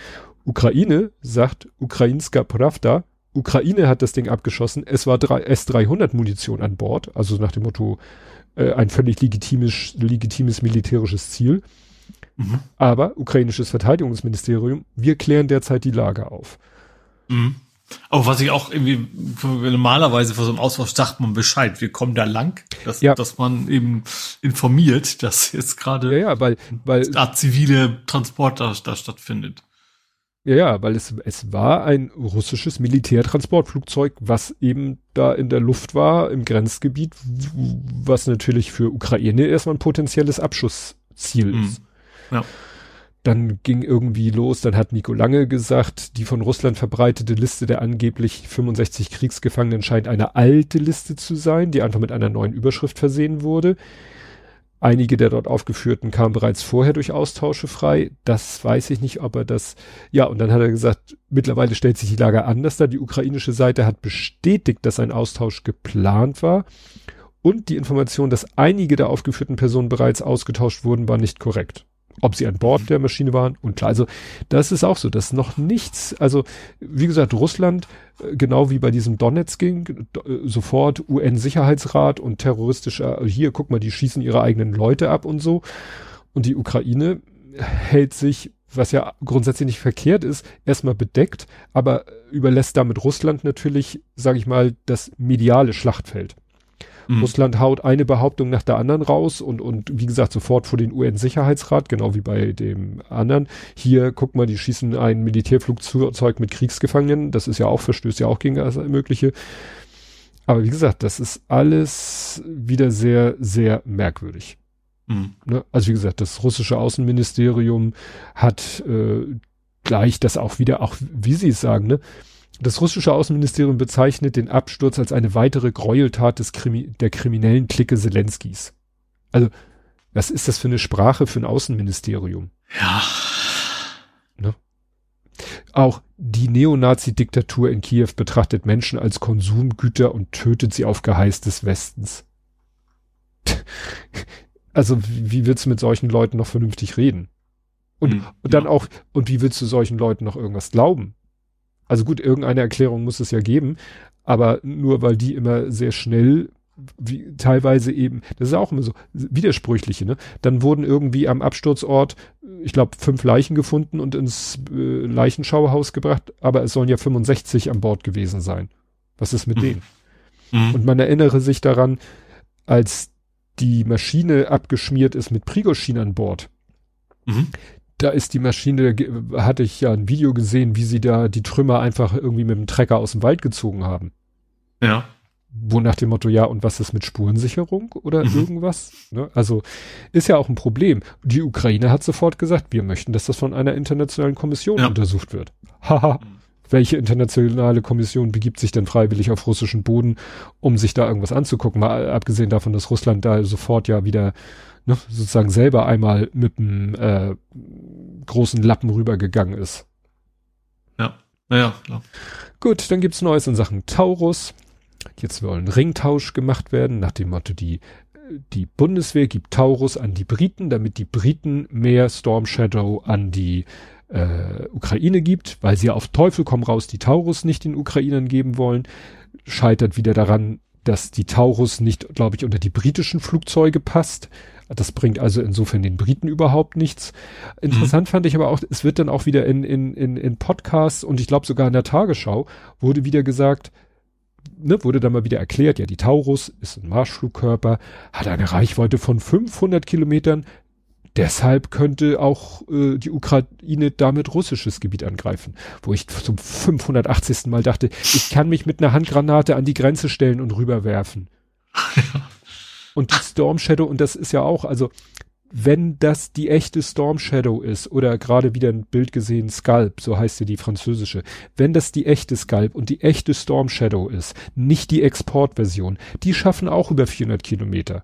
Ukraine sagt, Ukrainska Pravda, Ukraine hat das Ding abgeschossen, es war S-300 Munition an Bord, also nach dem Motto, ein völlig legitimes militärisches Ziel. Mhm. Aber ukrainisches Verteidigungsministerium, wir klären derzeit die Lage auf. Mhm. Aber was ich auch irgendwie, normalerweise vor so einem Austausch sagt man Bescheid, wir kommen da lang, dass man eben informiert, dass jetzt gerade weil eine Art zivile Transport da stattfindet. Ja, weil es war ein russisches Militärtransportflugzeug, was eben da in der Luft war, im Grenzgebiet, was natürlich für Ukraine erstmal ein potenzielles Abschussziel ist. Ja. Dann ging irgendwie los, dann hat Nico Lange gesagt, die von Russland verbreitete Liste der angeblich 65 Kriegsgefangenen scheint eine alte Liste zu sein, die einfach mit einer neuen Überschrift versehen wurde. Einige der dort aufgeführten kamen bereits vorher durch Austausche frei. Das weiß ich nicht, ob er das, ja, und dann hat er gesagt, mittlerweile stellt sich die Lage anders dar. Die ukrainische Seite hat bestätigt, dass ein Austausch geplant war. Und die Information, dass einige der aufgeführten Personen bereits ausgetauscht wurden, war nicht korrekt. Ob sie an Bord der Maschine waren, unklar. Also das ist auch so, dass noch nichts, also wie gesagt, Russland, genau wie bei diesem Donetsk ging, sofort UN-Sicherheitsrat und terroristischer, hier, guck mal, die schießen ihre eigenen Leute ab und so. Und die Ukraine hält sich, was ja grundsätzlich nicht verkehrt ist, erstmal bedeckt, aber überlässt damit Russland natürlich, sage ich mal, das mediale Schlachtfeld. Russland haut eine Behauptung nach der anderen raus und wie gesagt sofort vor den UN-Sicherheitsrat, genau wie bei dem anderen. Hier, guck mal, die schießen ein Militärflugzeug mit Kriegsgefangenen. Das ist ja auch, verstößt ja auch gegen alles Mögliche. Aber wie gesagt, das ist alles wieder sehr, sehr merkwürdig. Ne? Also wie gesagt, das russische Außenministerium hat gleich das auch wieder, auch wie sie es sagen, ne? Das russische Außenministerium bezeichnet den Absturz als eine weitere Gräueltat der kriminellen Clique Zelenskis. Also, was ist das für eine Sprache für ein Außenministerium? Ja. Ne? Auch die Neonazi-Diktatur in Kiew betrachtet Menschen als Konsumgüter und tötet sie auf Geheiß des Westens. Also, wie willst du mit solchen Leuten noch vernünftig reden? Und dann auch, und wie willst du solchen Leuten noch irgendwas glauben? Also gut, irgendeine Erklärung muss es ja geben, aber nur weil die immer sehr schnell wie teilweise eben, das ist auch immer so widersprüchliche, ne? Dann wurden irgendwie am Absturzort, ich glaube, 5 Leichen gefunden und ins Leichenschauhaus gebracht, aber es sollen ja 65 an Bord gewesen sein. Was ist mit denen? Und man erinnere sich daran, als die Maschine abgeschmiert ist mit Prigoschin an Bord. Da ist die Maschine, hatte ich ja ein Video gesehen, wie sie da die Trümmer einfach irgendwie mit dem Trecker aus dem Wald gezogen haben. Ja. Wo nach dem Motto, ja, und was ist mit Spurensicherung oder irgendwas? Ne? Also ist ja auch ein Problem. Die Ukraine hat sofort gesagt, wir möchten, dass das von einer internationalen Kommission untersucht wird. Haha. Welche internationale Kommission begibt sich denn freiwillig auf russischen Boden, um sich da irgendwas anzugucken? Mal abgesehen davon, dass Russland da sofort ja wieder sozusagen selber einmal mit einem großen Lappen rübergegangen ist. Ja, naja, klar. Gut, dann gibt's Neues in Sachen Taurus. Jetzt soll ein Ringtausch gemacht werden, nach dem Motto, die Bundeswehr gibt Taurus an die Briten, damit die Briten mehr Storm Shadow an die Ukraine gibt, weil sie auf Teufel komm raus die Taurus nicht den Ukrainern geben wollen. Scheitert wieder daran, dass die Taurus nicht, glaube ich, unter die britischen Flugzeuge passt. Das bringt also insofern den Briten überhaupt nichts. Interessant fand ich aber auch, es wird dann auch wieder in Podcasts und ich glaube sogar in der Tagesschau wurde wieder gesagt, wurde dann mal wieder erklärt, ja, die Taurus ist ein Marschflugkörper, hat eine Reichweite von 500 Kilometern, deshalb könnte auch die Ukraine damit russisches Gebiet angreifen. Wo ich zum 580. Mal dachte, ich kann mich mit einer Handgranate an die Grenze stellen und rüberwerfen. Und die Storm Shadow, und das ist ja auch, also wenn das die echte Storm Shadow ist, oder gerade wieder ein Bild gesehen, Scalp, so heißt ja die französische, wenn das die echte Scalp und die echte Storm Shadow ist, nicht die Exportversion, die schaffen auch über 400 Kilometer.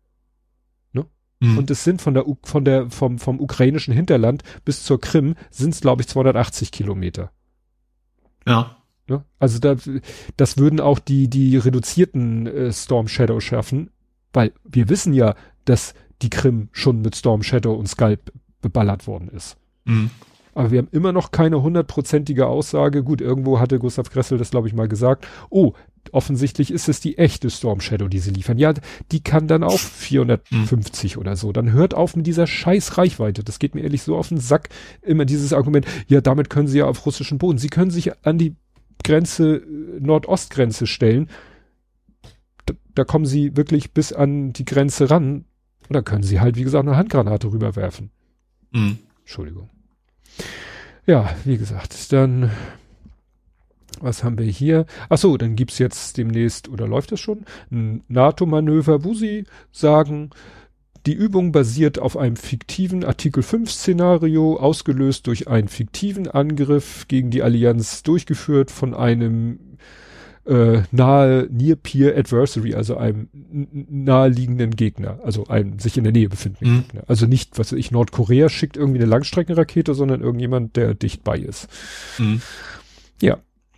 Und es sind vom ukrainischen Hinterland bis zur Krim sind es, glaube ich, 280 Kilometer. Ja. Ne? Also das würden auch die reduzierten Storm Shadow schaffen, weil wir wissen ja, dass die Krim schon mit Storm Shadow und Scalp beballert worden ist. Aber wir haben immer noch keine 100%ige Aussage. Gut, irgendwo hatte Gustav Gressel das, glaube ich, mal gesagt. Oh, offensichtlich ist es die echte Storm Shadow, die sie liefern. Ja, die kann dann auch 450 oder so. Dann hört auf mit dieser scheiß Reichweite. Das geht mir ehrlich so auf den Sack. Immer dieses Argument, ja, damit können sie ja auf russischen Boden. Sie können sich an die Grenze, Nordostgrenze stellen. Da kommen sie wirklich bis an die Grenze ran. Und dann können sie halt, wie gesagt, eine Handgranate rüberwerfen. Entschuldigung. Ja, wie gesagt, dann, was haben wir hier? Ach so, dann gibt's jetzt demnächst, oder läuft das schon, ein NATO-Manöver, wo sie sagen, die Übung basiert auf einem fiktiven Artikel 5-Szenario, ausgelöst durch einen fiktiven Angriff gegen die Allianz, durchgeführt von einem nahe Near Peer Adversary, also einem naheliegenden Gegner, also einem sich in der Nähe befindenden Gegner. Also nicht, was weiß ich, Nordkorea schickt irgendwie eine Langstreckenrakete, sondern irgendjemand, der dicht bei ist. Ja.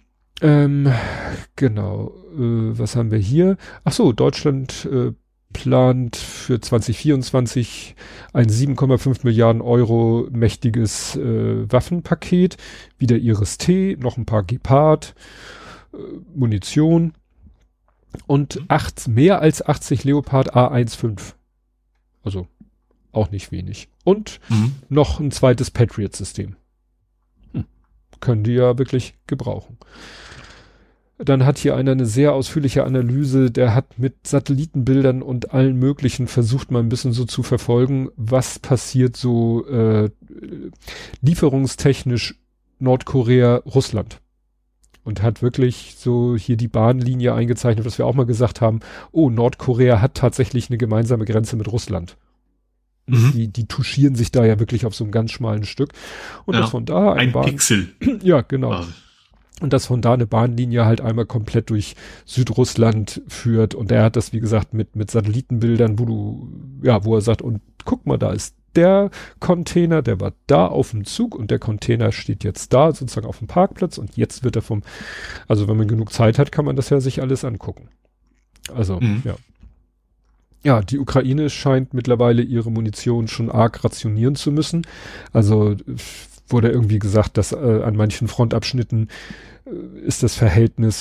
Genau. Was haben wir hier? Ach so, Deutschland plant für 2024 ein 7,5 Milliarden Euro mächtiges Waffenpaket, wieder Iris-T, noch ein paar Gepard, Munition und mehr als 80 Leopard A15. Also auch nicht wenig. Und noch ein zweites Patriot-System. Können die ja wirklich gebrauchen. Dann hat hier einer eine sehr ausführliche Analyse, der hat mit Satellitenbildern und allen möglichen versucht mal ein bisschen so zu verfolgen, was passiert so lieferungstechnisch Nordkorea, Russland. Und hat wirklich so hier die Bahnlinie eingezeichnet, was wir auch mal gesagt haben, oh, Nordkorea hat tatsächlich eine gemeinsame Grenze mit Russland. Die touchieren sich da ja wirklich auf so einem ganz schmalen Stück. Und das von da ein Pixel. Ja, genau. Und dass von da eine Bahnlinie halt einmal komplett durch Südrussland führt. Und er hat das, wie gesagt, mit Satellitenbildern, wo er sagt, und guck mal, da ist der Container, der war da auf dem Zug und der Container steht jetzt da sozusagen auf dem Parkplatz und jetzt wird er also wenn man genug Zeit hat, kann man das ja sich alles angucken. Also, ja. Ja, die Ukraine scheint mittlerweile ihre Munition schon arg rationieren zu müssen. Also wurde irgendwie gesagt, dass an manchen Frontabschnitten ist das Verhältnis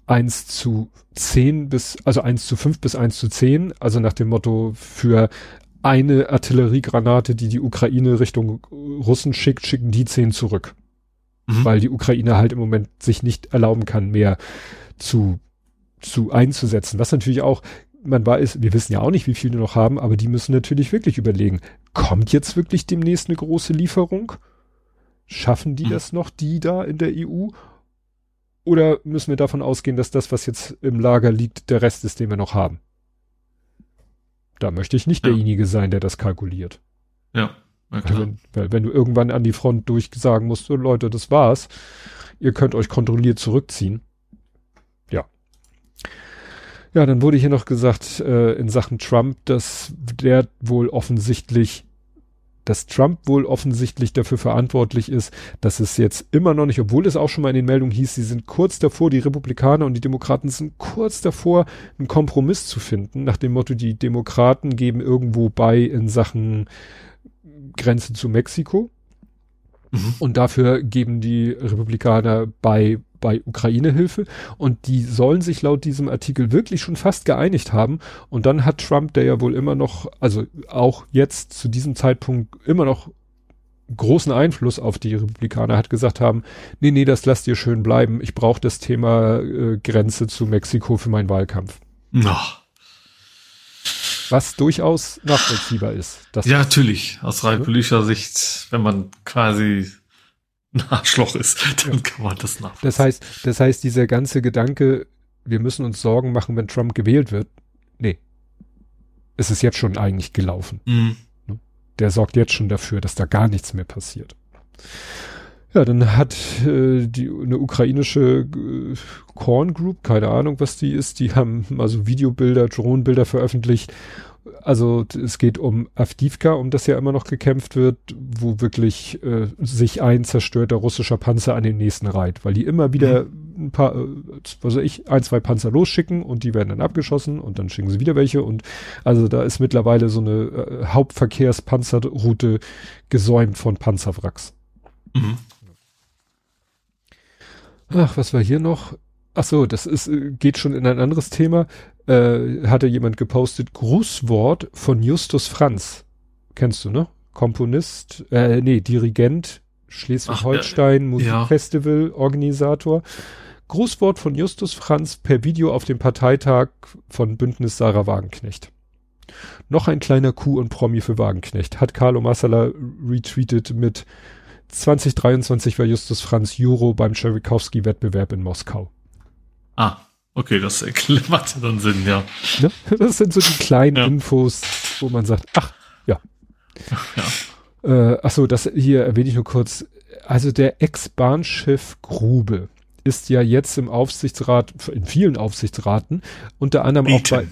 1:10 also 1:5 bis 1:10, also nach dem Motto, für eine Artilleriegranate, die Ukraine Richtung Russen schickt, schicken die 10 zurück. Weil die Ukraine halt im Moment sich nicht erlauben kann, mehr zu einzusetzen. Was natürlich auch, wir wissen ja auch nicht, wie viel die noch haben, aber die müssen natürlich wirklich überlegen, kommt jetzt wirklich demnächst eine große Lieferung? Schaffen die das noch, die da in der EU? Oder müssen wir davon ausgehen, dass das, was jetzt im Lager liegt, der Rest ist, den wir noch haben? Da möchte ich nicht derjenige sein, der das kalkuliert. Ja. Klar. Wenn du irgendwann an die Front durchsagen musst, so Leute, das war's, ihr könnt euch kontrolliert zurückziehen. Ja. Ja, dann wurde hier noch gesagt, in Sachen Trump, dass Trump wohl offensichtlich dafür verantwortlich ist, dass es jetzt immer noch nicht, obwohl es auch schon mal in den Meldungen hieß, sie sind kurz davor, die Republikaner und die Demokraten sind kurz davor, einen Kompromiss zu finden, nach dem Motto, die Demokraten geben irgendwo bei in Sachen Grenze zu Mexiko. Und dafür geben die Republikaner bei Ukraine-Hilfe. Und die sollen sich laut diesem Artikel wirklich schon fast geeinigt haben. Und dann hat Trump, der ja wohl immer noch, also auch jetzt zu diesem Zeitpunkt immer noch großen Einfluss auf die Republikaner, hat gesagt haben, nee, das lasst ihr schön bleiben. Ich brauche das Thema Grenze zu Mexiko für meinen Wahlkampf. Ach. Was durchaus nachvollziehbar ist. Ja, natürlich. Aus rein politischer Sicht, wenn man quasi ein Arschloch ist, dann kann man das nachvollziehen. Das heißt, dieser ganze Gedanke, wir müssen uns Sorgen machen, wenn Trump gewählt wird. Nee. Es ist jetzt schon eigentlich gelaufen. Der sorgt jetzt schon dafür, dass da gar nichts mehr passiert. Ja, dann hat eine ukrainische Korn Group, keine Ahnung, was die ist, die haben also Videobilder, Drohnenbilder veröffentlicht. Also es geht um Avdiivka, um das ja immer noch gekämpft wird, wo wirklich sich ein zerstörter russischer Panzer an den nächsten reiht, weil die immer wieder ein paar, ein, zwei Panzer losschicken und die werden dann abgeschossen und dann schicken sie wieder welche und also da ist mittlerweile so eine Hauptverkehrspanzerroute gesäumt von Panzerwracks. Ach, was war hier noch? Ach so, das geht schon in ein anderes Thema. Hatte jemand gepostet, Grußwort von Justus Franz. Kennst du, ne? Komponist, Dirigent, Schleswig-Holstein, Musikfestival, Organisator. Grußwort von Justus Franz per Video auf dem Parteitag von Bündnis Sarah Wagenknecht. Noch ein kleiner Coup und Promi für Wagenknecht. Hat Carlo Massala retweetet mit 2023 war Justus Franz Juro beim Tscherikowski-Wettbewerb in Moskau. Ah, okay, das macht ja dann Sinn, ja. Ne? Das sind so die kleinen Infos, wo man sagt, ach, ja. Ach so, das hier erwähne ich nur kurz. Also der Ex-Bahnchef Grube ist ja jetzt im Aufsichtsrat, in vielen Aufsichtsraten, unter anderem auch bei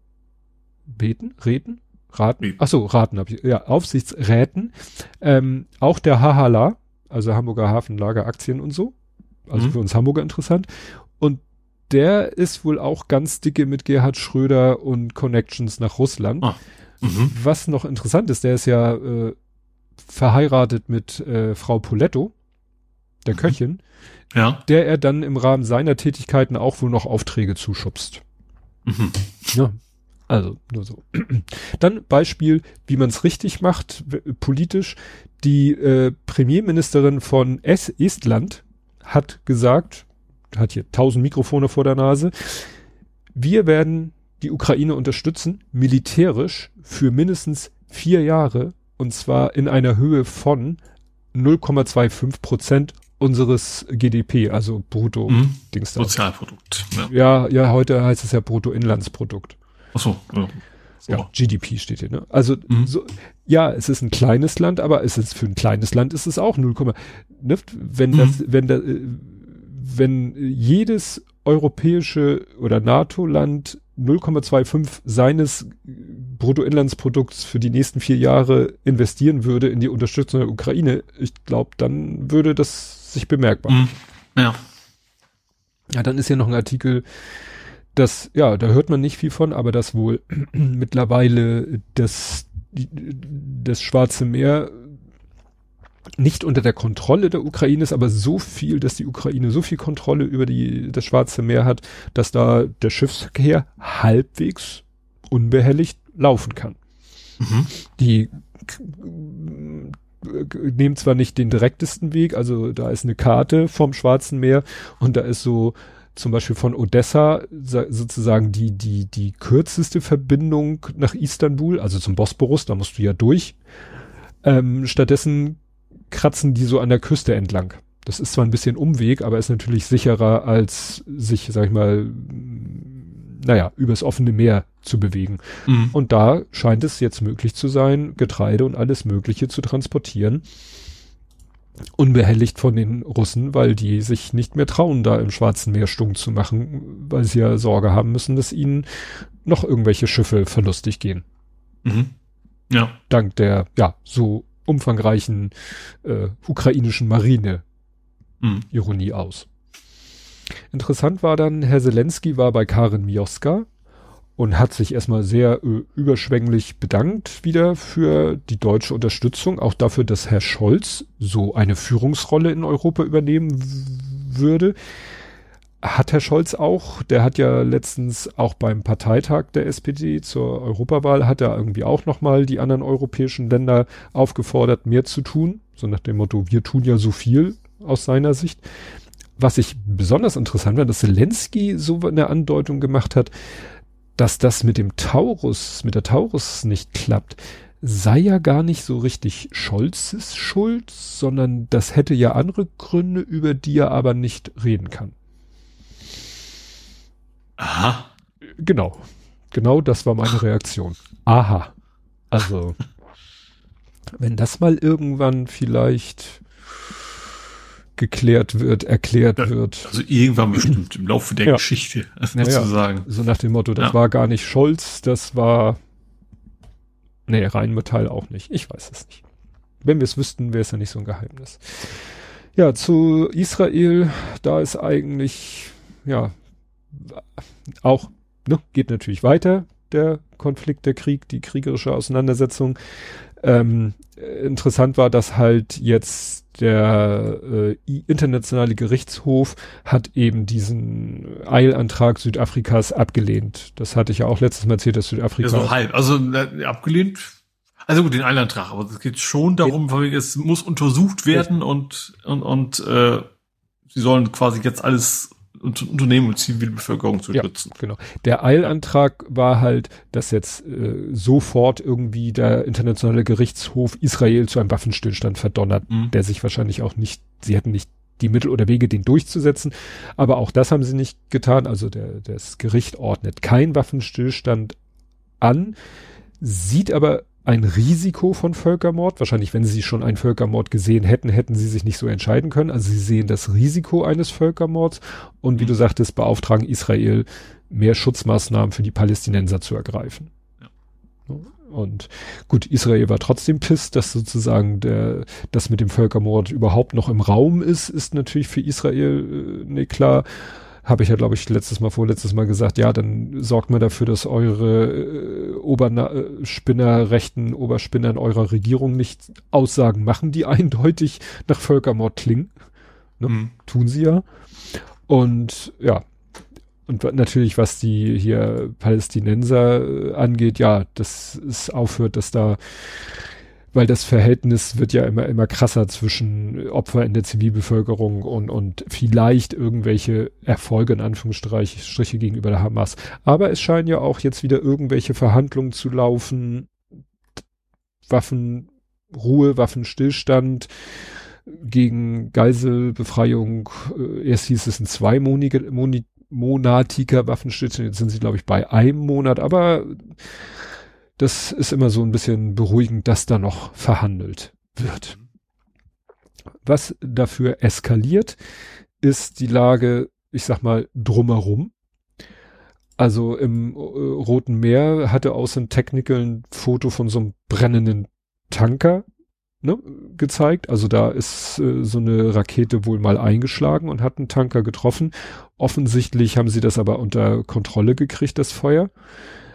Raten? Achso, Raten habe ich. Ja, Aufsichtsräten. Auch der HHLA, also Hamburger Hafenlager Aktien und so. Also für uns Hamburger interessant. Und der ist wohl auch ganz dicke mit Gerhard Schröder und Connections nach Russland. Was noch interessant ist, der ist ja verheiratet mit Frau Poletto, der Köchin, der er dann im Rahmen seiner Tätigkeiten auch wohl noch Aufträge zuschubst. Ja. Also, nur so. Dann Beispiel, wie man es richtig macht, politisch. Die Premierministerin von Estland hat gesagt, hat hier 1000 Mikrofone vor der Nase, wir werden die Ukraine unterstützen, militärisch, für mindestens 4 Jahre, und zwar in einer Höhe von 0,25% unseres GDP, also Brutto. Sozialprodukt. Ja, heute heißt es ja Bruttoinlandsprodukt. Ach so, ja, GDP steht hier, ne? Also, so, ja, es ist ein kleines Land, aber für ein kleines Land ist es auch 0, ne? Wenn jedes europäische oder NATO-Land 0,25 seines Bruttoinlandsprodukts für die nächsten 4 Jahre investieren würde in die Unterstützung der Ukraine, ich glaube, dann würde das sich bemerkbar machen. Ja, dann ist hier noch ein Artikel, da hört man nicht viel von, aber dass wohl mittlerweile das Schwarze Meer nicht unter der Kontrolle der Ukraine ist, aber so viel, dass die Ukraine so viel Kontrolle über das Schwarze Meer hat, dass da der Schiffsverkehr halbwegs unbehelligt laufen kann. Mhm. Die nehmen zwar nicht den direktesten Weg, also da ist eine Karte vom Schwarzen Meer und da ist so zum Beispiel von Odessa sozusagen die kürzeste Verbindung nach Istanbul, also zum Bosporus, da musst du ja durch. Stattdessen kratzen die so an der Küste entlang. Das ist zwar ein bisschen Umweg, aber ist natürlich sicherer, als sich, sag ich mal, übers offene Meer zu bewegen. Mhm. Und da scheint es jetzt möglich zu sein, Getreide und alles Mögliche zu transportieren. Unbehelligt von den Russen, weil die sich nicht mehr trauen, da im Schwarzen Meer stunk zu machen, weil sie ja Sorge haben müssen, dass ihnen noch irgendwelche Schiffe verlustig gehen. Mhm. Ja. Dank der, so umfangreichen ukrainischen Marine. Ironie aus. Interessant war dann, Herr Zelensky war bei Karin Mioska und hat sich erstmal sehr überschwänglich bedankt wieder für die deutsche Unterstützung, auch dafür, dass Herr Scholz so eine Führungsrolle in Europa übernehmen würde. Hat Herr Scholz auch, der hat ja letztens auch beim Parteitag der SPD zur Europawahl, hat er irgendwie auch nochmal die anderen europäischen Länder aufgefordert, mehr zu tun. So nach dem Motto, wir tun ja so viel aus seiner Sicht. Was ich besonders interessant war, dass Zelensky so eine Andeutung gemacht hat, dass das mit der Taurus nicht klappt, sei ja gar nicht so richtig Scholzes Schuld, sondern das hätte ja andere Gründe, über die er aber nicht reden kann. Aha. Genau, das war meine Reaktion. Aha. Also, wenn das mal irgendwann vielleicht erklärt wird. Also irgendwann bestimmt im Laufe der Geschichte, sozusagen. So nach dem Motto, das war gar nicht Scholz, das war, Rheinmetall auch nicht. Ich weiß es nicht. Wenn wir es wüssten, wäre es ja nicht so ein Geheimnis. Ja, zu Israel, da ist eigentlich, auch, geht natürlich weiter, der Konflikt, der Krieg, die kriegerische Auseinandersetzung. Interessant war, dass halt jetzt der internationale Gerichtshof hat eben diesen Eilantrag Südafrikas abgelehnt. Das hatte ich ja auch letztes Mal erzählt, dass Südafrika... Ja, so halb. Also abgelehnt... Also gut, den Eilantrag, aber es geht schon darum, weil es muss untersucht werden und sie sollen quasi jetzt alles Unternehmen und Zivilbevölkerung zu schützen. Genau. Der Eilantrag war halt, dass jetzt sofort irgendwie der internationale Gerichtshof Israel zu einem Waffenstillstand verdonnert, der sich wahrscheinlich auch nicht, sie hätten nicht die Mittel oder Wege, den durchzusetzen, aber auch das haben sie nicht getan. Also das Gericht ordnet keinen Waffenstillstand an, sieht aber ein Risiko von Völkermord. Wahrscheinlich, wenn sie schon einen Völkermord gesehen hätten, hätten sie sich nicht so entscheiden können. Also sie sehen das Risiko eines Völkermords und wie du sagtest, beauftragen Israel, mehr Schutzmaßnahmen für die Palästinenser zu ergreifen. Ja. Und gut, Israel war trotzdem pisst, dass sozusagen das mit dem Völkermord überhaupt noch im Raum ist natürlich für Israel klar. Habe ich ja, glaube ich, vorletztes Mal gesagt, ja, dann sorgt mal dafür, dass eure rechten Oberspinner in eurer Regierung nicht Aussagen machen, die eindeutig nach Völkermord klingen. Ne? Tun sie ja. Und und natürlich, was die hier Palästinenser angeht, dass es aufhört, dass da, weil das Verhältnis wird ja immer krasser zwischen Opfer in der Zivilbevölkerung und vielleicht irgendwelche Erfolge in Anführungsstriche gegenüber der Hamas. Aber es scheinen ja auch jetzt wieder irgendwelche Verhandlungen zu laufen, Waffenruhe, Waffenstillstand gegen Geiselbefreiung. Erst hieß es ein 2-monatiger Waffenstillstand, jetzt sind sie, glaube ich, bei einem Monat, aber das ist immer so ein bisschen beruhigend, dass da noch verhandelt wird. Was dafür eskaliert, ist die Lage, ich sag mal, drumherum. Also im Roten Meer hatte Ocean Technical ein Foto von so einem brennenden Tanker gezeigt. Also da ist so eine Rakete wohl mal eingeschlagen und hat einen Tanker getroffen. Offensichtlich haben sie das aber unter Kontrolle gekriegt, das Feuer.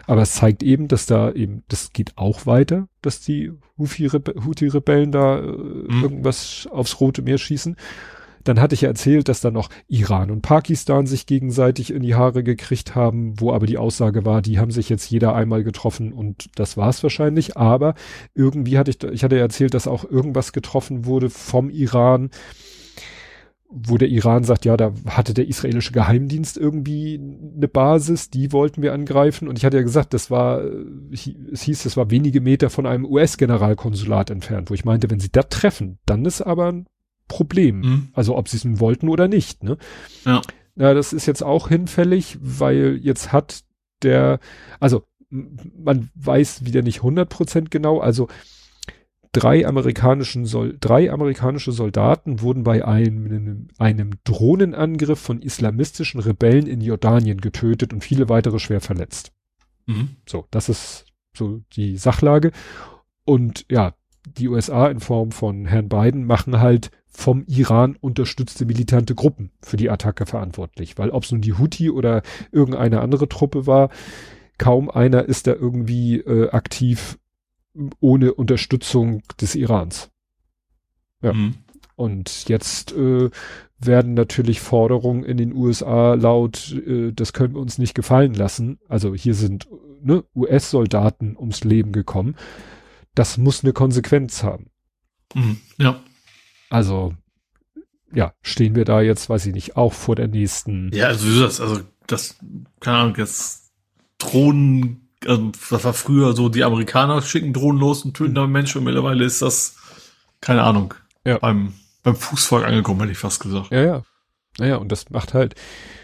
Aber es zeigt eben, dass da eben, das geht auch weiter, dass die Houthi-Rebellen da irgendwas aufs Rote Meer schießen. Dann hatte ich ja erzählt, dass da noch Iran und Pakistan sich gegenseitig in die Haare gekriegt haben, wo aber die Aussage war, die haben sich jetzt jeder einmal getroffen und das war's wahrscheinlich. Aber irgendwie ich hatte ja erzählt, dass auch irgendwas getroffen wurde vom Iran, wo der Iran sagt, ja, da hatte der israelische Geheimdienst irgendwie eine Basis, die wollten wir angreifen. Und ich hatte ja gesagt, es hieß, das war wenige Meter von einem US-Generalkonsulat entfernt, wo ich meinte, wenn sie das treffen, dann ist aber ein Problem. Also ob sie es nun wollten oder nicht, ne? Ja. Na, das ist jetzt auch hinfällig, weil jetzt also man weiß wieder nicht 100% genau, also drei amerikanische Soldaten wurden bei einem Drohnenangriff von islamistischen Rebellen in Jordanien getötet und viele weitere schwer verletzt. So, das ist so die Sachlage. Und ja, die USA in Form von Herrn Biden machen halt vom Iran unterstützte militante Gruppen für die Attacke verantwortlich. Weil ob es nun die Houthi oder irgendeine andere Truppe war, kaum einer ist da irgendwie aktiv ohne Unterstützung des Irans. Ja. Und jetzt werden natürlich Forderungen in den USA laut, das können wir uns nicht gefallen lassen. Also hier sind US-Soldaten ums Leben gekommen. Das muss eine Konsequenz haben. Ja. Also, ja, stehen wir da jetzt, weiß ich nicht, auch vor der nächsten. Ja, das, keine Ahnung, jetzt Drohnen, also das war früher so, die Amerikaner schicken Drohnen los und töten damit Menschen und mittlerweile ist das, keine Ahnung, beim Fußvolk angekommen, hätte ich fast gesagt. Ja. Naja, und das macht halt,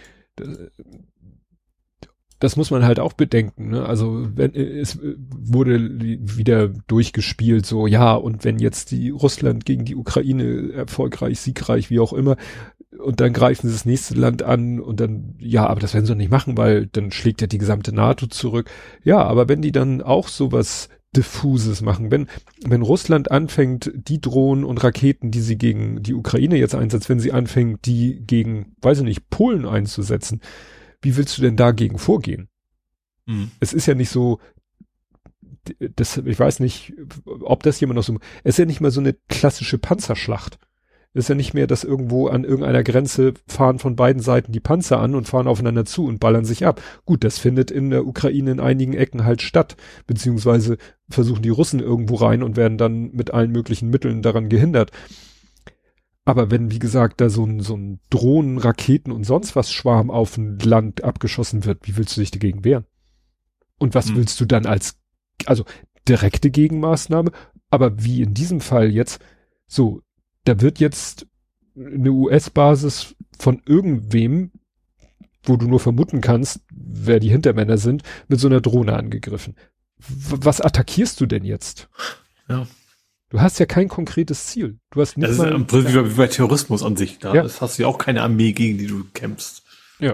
das muss man halt auch bedenken, ne? Also es wurde wieder durchgespielt, so ja, und wenn jetzt die Russland gegen die Ukraine erfolgreich, siegreich, wie auch immer, und dann greifen sie das nächste Land an und dann, ja, aber das werden sie doch nicht machen, weil dann schlägt ja die gesamte NATO zurück. Ja, aber wenn die dann auch sowas Diffuses machen, wenn Russland anfängt, die Drohnen und Raketen, die sie gegen die Ukraine jetzt einsetzt, wenn sie anfängt, die gegen, weiß ich nicht, Polen einzusetzen, wie willst du denn dagegen vorgehen? Es ist ja nicht so, ich weiß nicht, ob das jemand noch so, es ist ja nicht mal so eine klassische Panzerschlacht. Es ist ja nicht mehr, dass irgendwo an irgendeiner Grenze fahren von beiden Seiten die Panzer an und fahren aufeinander zu und ballern sich ab. Gut, das findet in der Ukraine in einigen Ecken halt statt, beziehungsweise versuchen die Russen irgendwo rein und werden dann mit allen möglichen Mitteln daran gehindert. Aber wenn, wie gesagt, da so ein Drohnen, Raketen und sonst was Schwarm auf ein Land abgeschossen wird, wie willst du dich dagegen wehren? Und was willst du dann also direkte Gegenmaßnahme? Aber wie in diesem Fall jetzt, so, da wird jetzt eine US-Basis von irgendwem, wo du nur vermuten kannst, wer die Hintermänner sind, mit so einer Drohne angegriffen. Was attackierst du denn jetzt? Ja. Du hast ja kein konkretes Ziel. Du hast nicht das mal, ist im Prinzip wie bei Terrorismus an sich. Da ja. hast du ja auch keine Armee, gegen die du kämpfst. Ja.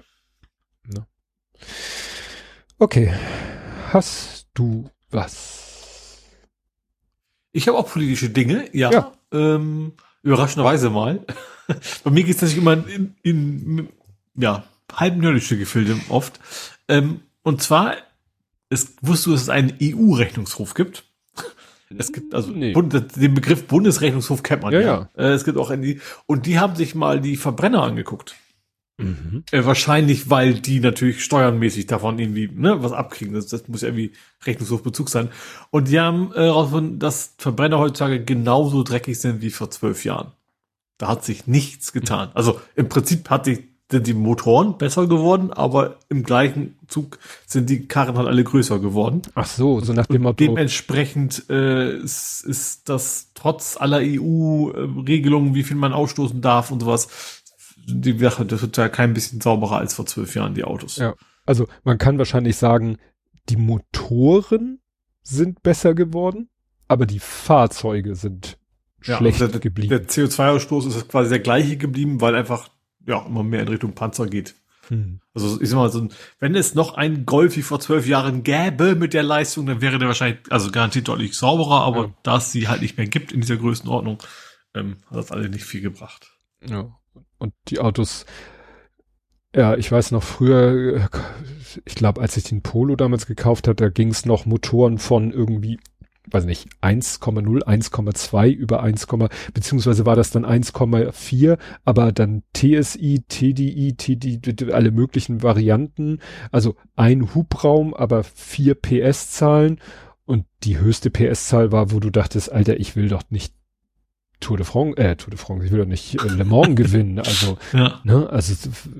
Okay. Hast du was? Ich habe auch politische Dinge, ja. Überraschenderweise mal. Bei mir geht es natürlich immer in halb nördische Gefilde oft. Und zwar, wusstest du, dass es einen EU-Rechnungshof gibt? Es gibt also den Begriff Bundesrechnungshof kennt man ja. Es gibt auch und die haben sich mal die Verbrenner angeguckt. Wahrscheinlich, weil die natürlich steuernmäßig davon irgendwie was abkriegen. Das muss ja irgendwie Rechnungshofbezug sein. Und die haben herausgefunden, dass Verbrenner heutzutage genauso dreckig sind wie vor 12 Jahren. Da hat sich nichts getan. Also im Prinzip sind die Motoren besser geworden, aber im gleichen Zug sind die Karren halt alle größer geworden. Ach so nach dem Motto. Dementsprechend ist das trotz aller EU-Regelungen, wie viel man ausstoßen darf und sowas, die Sache, das wird ja kein bisschen sauberer als vor 12 Jahren, die Autos. Ja, also man kann wahrscheinlich sagen, die Motoren sind besser geworden, aber die Fahrzeuge sind schlecht geblieben. Der CO2-Ausstoß ist quasi der gleiche geblieben, weil einfach immer mehr in Richtung Panzer geht. Also ich sag mal, wenn es noch einen Golf wie vor 12 Jahren gäbe mit der Leistung, dann wäre der wahrscheinlich, also garantiert deutlich sauberer, aber da es sie halt nicht mehr gibt in dieser Größenordnung, hat das alle nicht viel gebracht. Ja. Und die Autos, Ja, ich weiß noch früher, ich glaube, als ich den Polo damals gekauft habe, da ging es noch Motoren von irgendwie, weiß nicht, 1,0, 1,2 über 1, beziehungsweise war das dann 1,4, aber dann TSI, TDI, alle möglichen Varianten, also ein Hubraum, aber 4 PS-Zahlen und die höchste PS-Zahl war, wo du dachtest, Alter, ich will doch nicht Tour de France, ich will doch nicht Le Mans gewinnen, also, ja. ne, also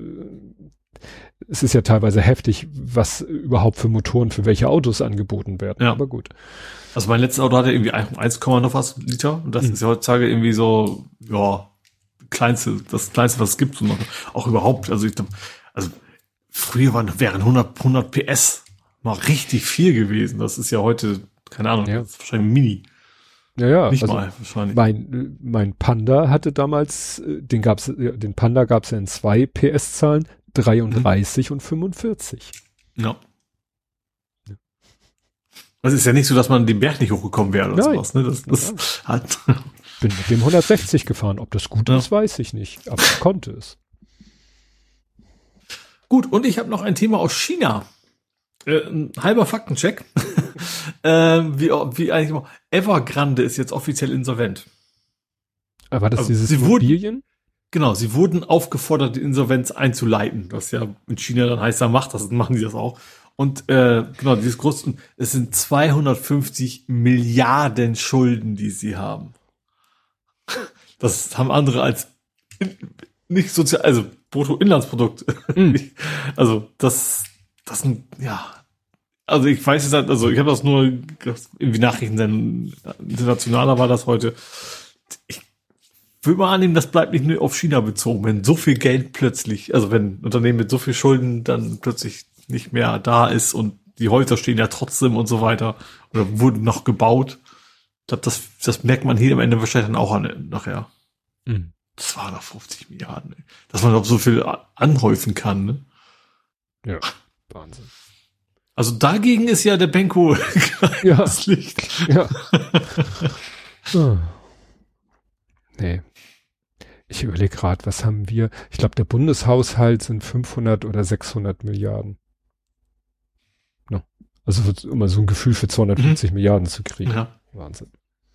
es ist ja teilweise heftig, was überhaupt für Motoren für welche Autos angeboten werden, ja. aber gut. Also mein letztes Auto hatte irgendwie 1, noch was Liter und das ist ja heutzutage irgendwie so, ja, das kleinste, was es gibt und auch überhaupt, also ich glaube, also früher wären 100 PS mal richtig viel gewesen, das ist ja heute, keine Ahnung, das ist wahrscheinlich Mini. Ja, nicht also mal wahrscheinlich. Mein Panda hatte damals, den Panda gab's ja in 2 PS-Zahlen, 33 und 45. Ja. Also ist ja nicht so, dass man den Berg nicht hochgekommen wäre oder sowas, ne? Das halt. Bin mit dem 160 gefahren. Ob das gut ist, weiß ich nicht. Aber ich konnte es. Gut, und ich habe noch ein Thema aus China. Ein halber Faktencheck. wie eigentlich immer. Evergrande ist jetzt offiziell insolvent. War das also dieses Immobilien? Genau, sie wurden aufgefordert, die Insolvenz einzuleiten. Was ja in China dann heißt, machen sie das auch. Und genau, dieses große, es sind 250 Milliarden Schulden, die sie haben. Das haben andere als nicht sozial, also Bruttoinlandsprodukt. Also das sind, ja. Also ich weiß jetzt, also ich habe das nur irgendwie Nachrichten, internationaler war das heute. Ich würde mal annehmen, das bleibt nicht nur auf China bezogen, wenn so viel Geld plötzlich, also wenn ein Unternehmen mit so viel Schulden dann plötzlich nicht mehr da ist und die Häuser stehen ja trotzdem und so weiter oder wurden noch gebaut. Ich glaube, das merkt man hier am Ende wahrscheinlich dann auch nachher. 250 Milliarden, ey. Dass man auch so viel anhäufen kann, ne? Ja, Wahnsinn. Also dagegen ist ja der Benko das Licht. Ja. Nee. Ich überlege gerade, was haben wir? Ich glaube, der Bundeshaushalt sind 500 oder 600 Milliarden. No. Also um so ein Gefühl für 250 Milliarden zu kriegen. Ja. Wahnsinn.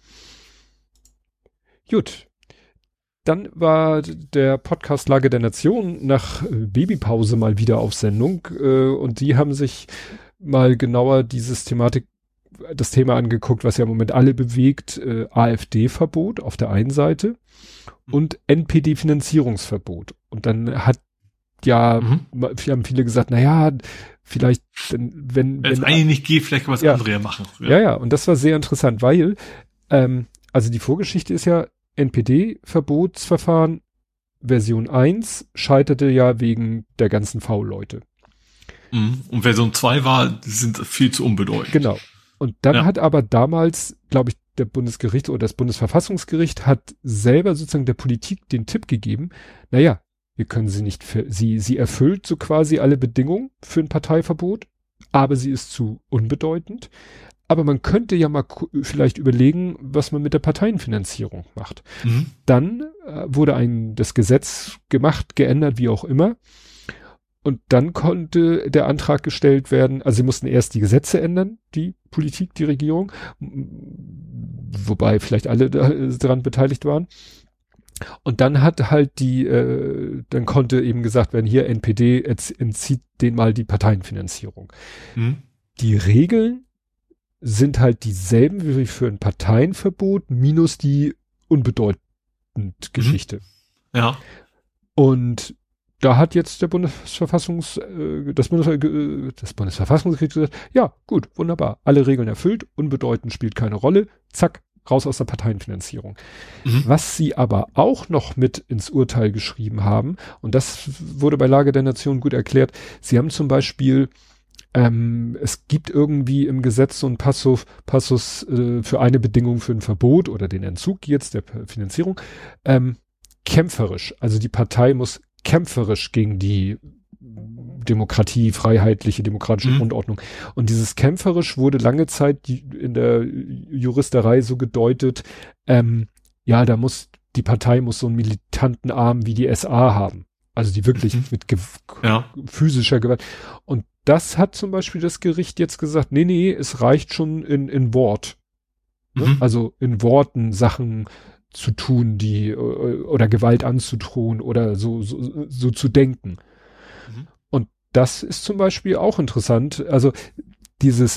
Gut. Dann war der Podcast Lage der Nation nach Babypause mal wieder auf Sendung und die haben sich mal genauer das Thema angeguckt, was ja im Moment alle bewegt, AfD-Verbot auf der einen Seite und NPD-Finanzierungsverbot. Und dann haben viele gesagt, naja, vielleicht, wenn es eigentlich nicht geht, vielleicht kann man es andere machen. Ja, und das war sehr interessant, weil, also die Vorgeschichte ist ja, NPD-Verbotsverfahren Version 1 scheiterte ja wegen der ganzen V-Leute. Und Version 2 sind viel zu unbedeutend. Genau. Und dann hat aber damals, glaube ich, der Bundesgericht oder das Bundesverfassungsgericht hat selber sozusagen der Politik den Tipp gegeben, naja, wir können sie nicht, sie erfüllt so quasi alle Bedingungen für ein Parteiverbot, aber sie ist zu unbedeutend. Aber man könnte ja mal vielleicht überlegen, was man mit der Parteienfinanzierung macht. Dann wurde das Gesetz geändert, wie auch immer. Und dann konnte der Antrag gestellt werden, also sie mussten erst die Gesetze ändern, die Politik, die Regierung, wobei vielleicht alle daran beteiligt waren. Und dann hat halt dann konnte eben gesagt werden, hier NPD entzieht denen mal die Parteienfinanzierung. Die Regeln sind halt dieselben wie für ein Parteienverbot minus die unbedeutend Geschichte. Ja. Und da hat jetzt das Bundesverfassungsgericht gesagt, ja, gut, wunderbar, alle Regeln erfüllt, unbedeutend spielt keine Rolle, zack, raus aus der Parteienfinanzierung. Was sie aber auch noch mit ins Urteil geschrieben haben, und das wurde bei Lage der Nation gut erklärt, sie haben zum Beispiel es gibt irgendwie im Gesetz so einen Passus für eine Bedingung für ein Verbot oder den Entzug jetzt der Finanzierung, kämpferisch. Also die Partei muss kämpferisch gegen die Demokratie, freiheitliche, demokratische Grundordnung. Und dieses kämpferisch wurde lange Zeit in der Juristerei so gedeutet, die Partei muss so einen militanten Arm wie die SA haben. Also die wirklich mit physischer Gewalt. Und das hat zum Beispiel das Gericht jetzt gesagt, nee, es reicht schon in Wort. Ne? Also in Worten Sachen zu tun, die oder Gewalt anzudrohen oder so zu denken. Und das ist zum Beispiel auch interessant. Also dieses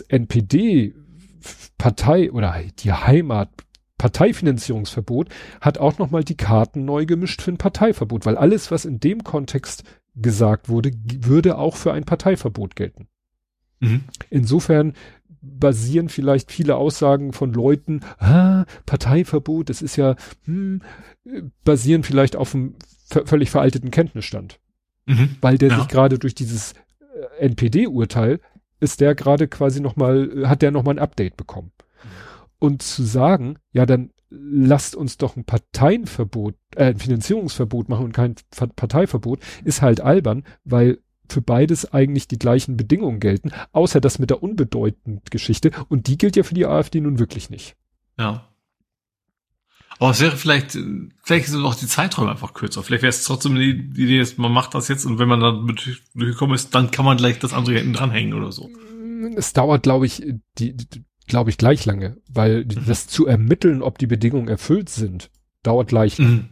NPD-Partei oder die Parteifinanzierungsverbot hat auch nochmal die Karten neu gemischt für ein Parteiverbot, weil alles, was in dem Kontext gesagt wurde, würde auch für ein Parteiverbot gelten. Insofern basieren vielleicht viele Aussagen von Leuten, Parteiverbot, das ist ja, basieren vielleicht auf einem völlig veralteten Kenntnisstand. Weil der sich gerade durch dieses NPD-Urteil ist der gerade quasi hat der nochmal ein Update bekommen. Und zu sagen, ja, dann lasst uns doch ein Parteienverbot, ein Finanzierungsverbot machen und kein Parteiverbot, ist halt albern, weil für beides eigentlich die gleichen Bedingungen gelten, außer das mit der unbedeutenden Geschichte. Und die gilt ja für die AfD nun wirklich nicht. Ja. Aber es wäre vielleicht sind auch die Zeiträume einfach kürzer. Vielleicht wäre es trotzdem die Idee, dass man macht das jetzt und wenn man dann durchgekommen ist, dann kann man gleich das andere hinten dranhängen oder so. Es dauert, glaube ich, gleich lange, weil das zu ermitteln, ob die Bedingungen erfüllt sind, dauert gleich lange.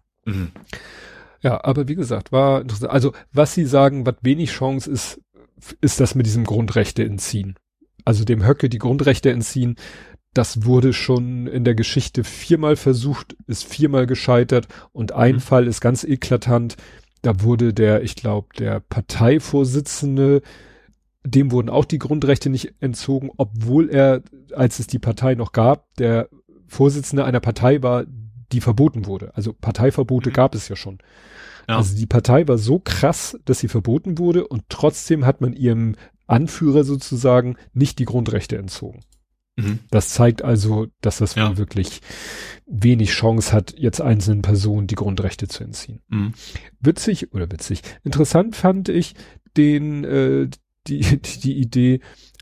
Ja, aber wie gesagt, war interessant. Also, was Sie sagen, was wenig Chance ist das mit diesem Grundrechte entziehen. Also dem Höcke die Grundrechte entziehen, das wurde schon in der Geschichte 4-mal versucht, ist 4-mal gescheitert und ein Fall ist ganz eklatant. Da wurde der Parteivorsitzende, dem wurden auch die Grundrechte nicht entzogen, obwohl er, als es die Partei noch gab, der Vorsitzende einer Partei war, die verboten wurde. Also Parteiverbote gab es ja schon. Ja. Also die Partei war so krass, dass sie verboten wurde und trotzdem hat man ihrem Anführer sozusagen nicht die Grundrechte entzogen. Das zeigt also, dass das wohl wirklich wenig Chance hat, jetzt einzelnen Personen die Grundrechte zu entziehen. Witzig. Interessant fand ich die Idee,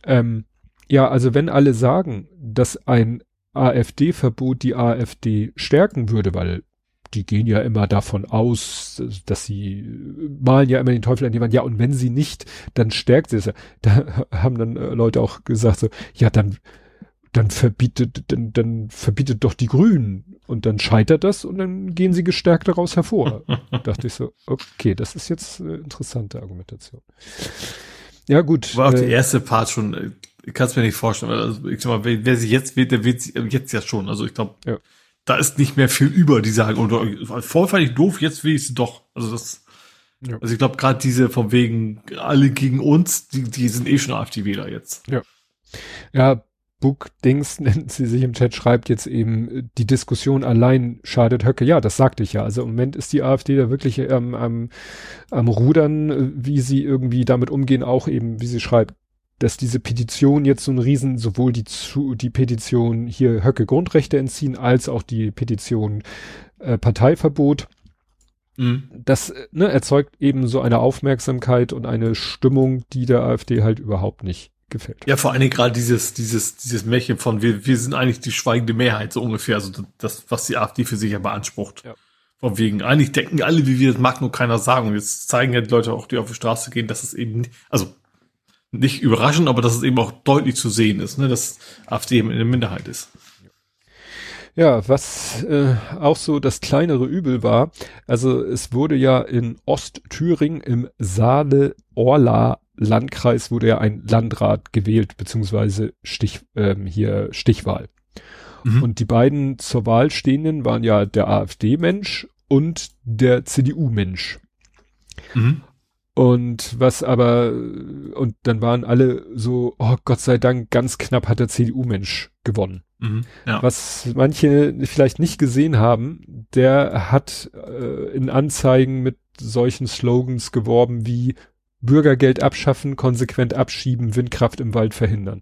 also wenn alle sagen, dass ein AfD-Verbot die AfD stärken würde, weil die gehen ja immer davon aus, dass sie malen ja immer den Teufel an die Wand. Ja, und wenn sie nicht, dann stärkt sie es. Da haben dann Leute auch gesagt so, ja, dann verbietet doch die Grünen. Und dann scheitert das und dann gehen sie gestärkt daraus hervor. Dachte ich so, okay, das ist jetzt eine interessante Argumentation. Ja, gut. War auch der erste Part schon, ich kann es mir nicht vorstellen. Also ich sag mal, wer sie jetzt wählt, der wählt sie jetzt ja schon. Also ich glaube, da ist nicht mehr viel über, die sagen, oder vorher fand ich doof, jetzt will ich sie doch. Also das, also ich glaube, gerade diese von wegen alle gegen uns, die sind eh schon AfD-Wähler jetzt. Ja, Book-Dings nennt sie sich im Chat, schreibt jetzt eben, die Diskussion allein schadet Höcke. Ja, das sagte ich ja. Also im Moment ist die AfD da wirklich am Rudern, wie sie irgendwie damit umgehen, auch eben, wie sie schreibt, dass diese Petition jetzt so ein Riesen, sowohl die Petition hier Höcke Grundrechte entziehen, als auch die Petition Parteiverbot. Das erzeugt eben so eine Aufmerksamkeit und eine Stimmung, die der AfD halt überhaupt nicht gefällt. Ja, vor allen Dingen gerade dieses Märchen von wir sind eigentlich die schweigende Mehrheit, so ungefähr, also das, was die AfD für sich ja beansprucht. Ja. Von wegen, eigentlich denken alle, wie wir, das mag nur keiner sagen. Und jetzt zeigen ja die Leute auch, die auf die Straße gehen, dass es eben, also nicht überraschend, aber dass es eben auch deutlich zu sehen ist, ne, dass AfD eben in der Minderheit ist. Ja, was auch so das kleinere Übel war, also es wurde ja in Ostthüringen im Saale-Orla-Landkreis wurde ja ein Landrat gewählt, beziehungsweise Stichwahl. Und die beiden zur Wahl stehenden waren ja der AfD-Mensch und der CDU-Mensch. Und und dann waren alle so, oh Gott sei Dank, ganz knapp hat der CDU-Mensch gewonnen. Ja. Was manche vielleicht nicht gesehen haben, der hat in Anzeigen mit solchen Slogans geworben wie Bürgergeld abschaffen, konsequent abschieben, Windkraft im Wald verhindern.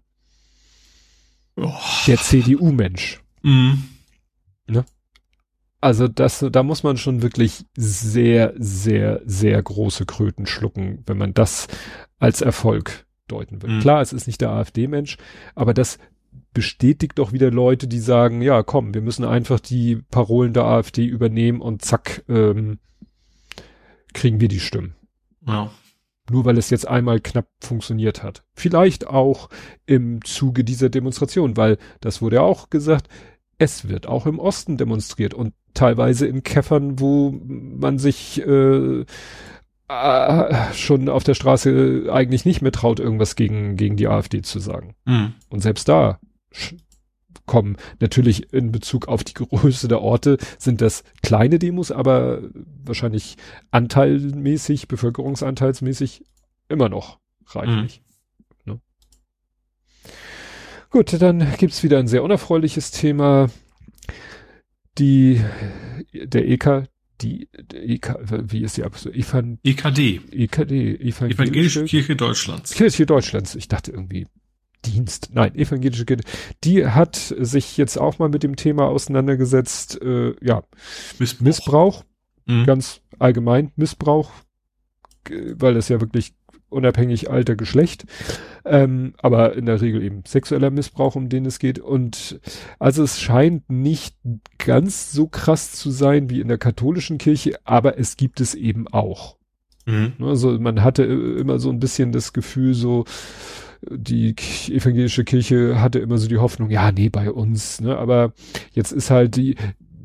Der CDU-Mensch. Ne? Also da muss man schon wirklich sehr, sehr, sehr große Kröten schlucken, wenn man das als Erfolg deuten will. Klar, es ist nicht der AfD-Mensch, aber das bestätigt doch wieder Leute, die sagen, ja komm, wir müssen einfach die Parolen der AfD übernehmen und zack, kriegen wir die Stimmen. Ja. Nur weil es jetzt einmal knapp funktioniert hat. Vielleicht auch im Zuge dieser Demonstration, weil das wurde ja auch gesagt, es wird auch im Osten demonstriert und teilweise in Käffern, wo man sich schon auf der Straße eigentlich nicht mehr traut, irgendwas gegen die AfD zu sagen. Mhm. Und selbst da kommen natürlich in Bezug auf die Größe der Orte sind das kleine Demos, aber wahrscheinlich anteilmäßig, bevölkerungsanteilsmäßig immer noch reichlich. Ne? Gut, dann gibt's wieder ein sehr unerfreuliches Thema. Wie ist die Abkürzung? EKD. Evangelische Kirche Deutschlands. Kirche Deutschlands. Ich dachte irgendwie Evangelische Kirche. Die hat sich jetzt auch mal mit dem Thema auseinandergesetzt, Missbrauch. Ganz allgemein Missbrauch, weil es ja wirklich unabhängig Alter, Geschlecht, aber in der Regel eben sexueller Missbrauch, um den es geht. Und also es scheint nicht ganz so krass zu sein wie in der katholischen Kirche, aber es gibt es eben auch. Also man hatte immer so ein bisschen das Gefühl, so die evangelische Kirche hatte immer so die Hoffnung, ja, nee, bei uns, ne, aber jetzt ist halt die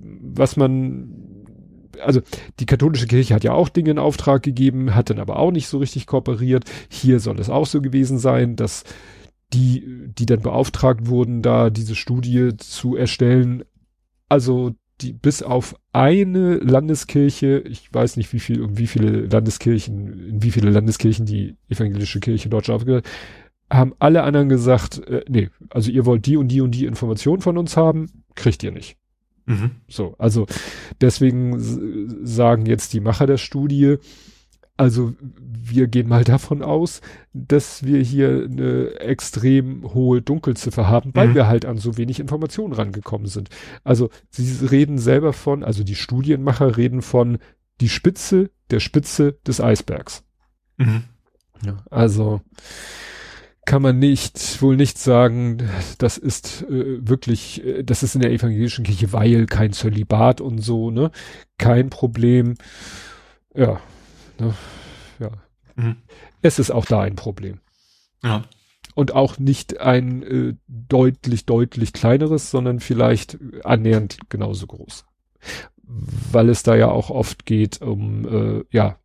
katholische Kirche hat ja auch Dinge in Auftrag gegeben, hat dann aber auch nicht so richtig kooperiert. Hier soll es auch so gewesen sein, dass die dann beauftragt wurden, da diese Studie zu erstellen, also die bis auf eine Landeskirche, ich weiß nicht in wie viele Landeskirchen die evangelische Kirche in Deutschland aufgehört, haben alle anderen gesagt, nee, also ihr wollt die und die und die Informationen von uns haben, kriegt ihr nicht. So, also deswegen sagen jetzt die Macher der Studie, also wir gehen mal davon aus, dass wir hier eine extrem hohe Dunkelziffer haben, weil wir halt an so wenig Informationen rangekommen sind. Also sie reden selber also die Studienmacher reden von der Spitze des Eisbergs. Ja, also kann man wohl nicht sagen, das ist wirklich, das ist in der evangelischen Kirche, weil kein Zölibat und so, ne, kein Problem. Ja, ne, ja. Es ist auch da ein Problem. Ja. Und auch nicht ein deutlich kleineres, sondern vielleicht annähernd genauso groß. Weil es da ja auch oft geht um,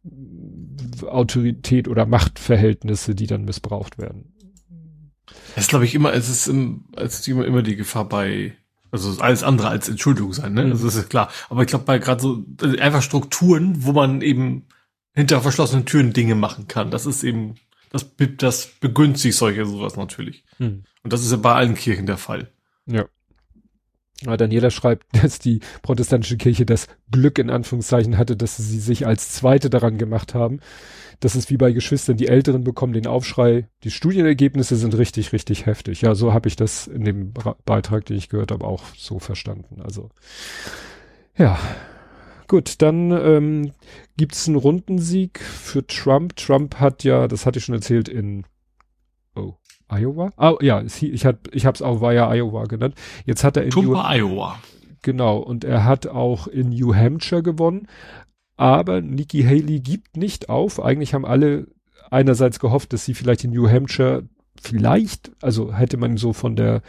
Autorität oder Machtverhältnisse, die dann missbraucht werden. Es ist, glaube ich, immer die Gefahr also alles andere als Entschuldigung sein, ne? Also das ist klar. Aber ich glaube, bei gerade so einfach Strukturen, wo man eben hinter verschlossenen Türen Dinge machen kann, das ist eben, das begünstigt sowas natürlich. Und das ist ja bei allen Kirchen der Fall. Ja. Daniela schreibt, dass die protestantische Kirche das Glück in Anführungszeichen hatte, dass sie sich als Zweite daran gemacht haben. Das ist wie bei Geschwistern, die Älteren bekommen den Aufschrei. Die Studienergebnisse sind richtig heftig. Ja, so habe ich das in dem Beitrag, den ich gehört habe, auch so verstanden. Also, ja. Gut, dann gibt's einen Rundensieg für Trump. Trump hat ja, das hatte ich schon erzählt, in Iowa? Ja, ich hab's auch Iowa genannt. Jetzt hat er in Iowa. Genau, und er hat auch in New Hampshire gewonnen. Aber Nikki Haley gibt nicht auf. Eigentlich haben alle einerseits gehofft, dass sie vielleicht in New Hampshire also hätte man so von der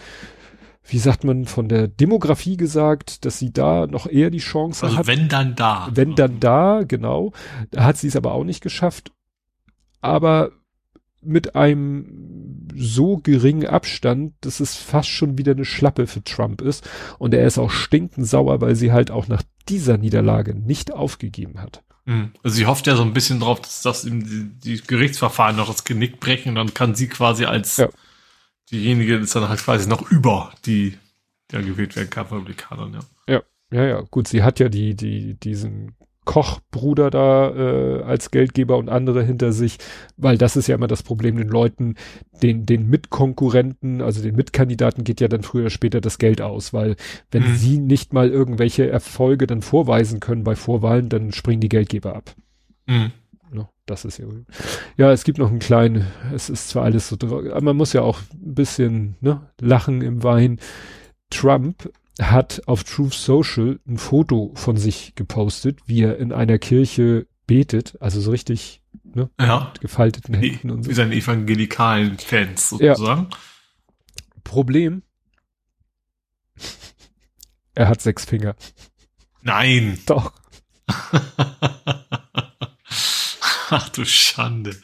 Demografie gesagt, dass sie da noch eher die Chance hat. Also wenn dann da. Wenn dann da, genau. Da hat sie es aber auch nicht geschafft. Aber mit einem so geringen Abstand, dass es fast schon wieder eine Schlappe für Trump ist. Und er ist auch stinkend sauer, weil sie halt auch nach dieser Niederlage nicht aufgegeben hat. Also sie hofft ja so ein bisschen drauf, dass ihm die Gerichtsverfahren noch das Genick brechen und dann kann sie quasi als diejenige ist dann halt quasi noch über die gewählt werden kann, Republikanern, Ja. Gut, sie hat ja diesen Koch-Bruder da als Geldgeber und andere hinter sich, weil das ist ja immer das Problem, den Leuten, den Mitkonkurrenten, also den Mitkandidaten geht ja dann früher oder später das Geld aus, weil wenn sie nicht mal irgendwelche Erfolge dann vorweisen können bei Vorwahlen, dann springen die Geldgeber ab. No, das ist ja, es gibt noch einen kleinen, es ist zwar alles so, aber man muss ja auch ein bisschen lachen im Wein. Trump hat auf Truth Social ein Foto von sich gepostet, wie er in einer Kirche betet, also so richtig, ne, mit gefalteten Händen und so. Wie seine evangelikalen Fans sozusagen. Ja. Problem, er hat 6 Finger. Nein. Doch. Ach du Schande.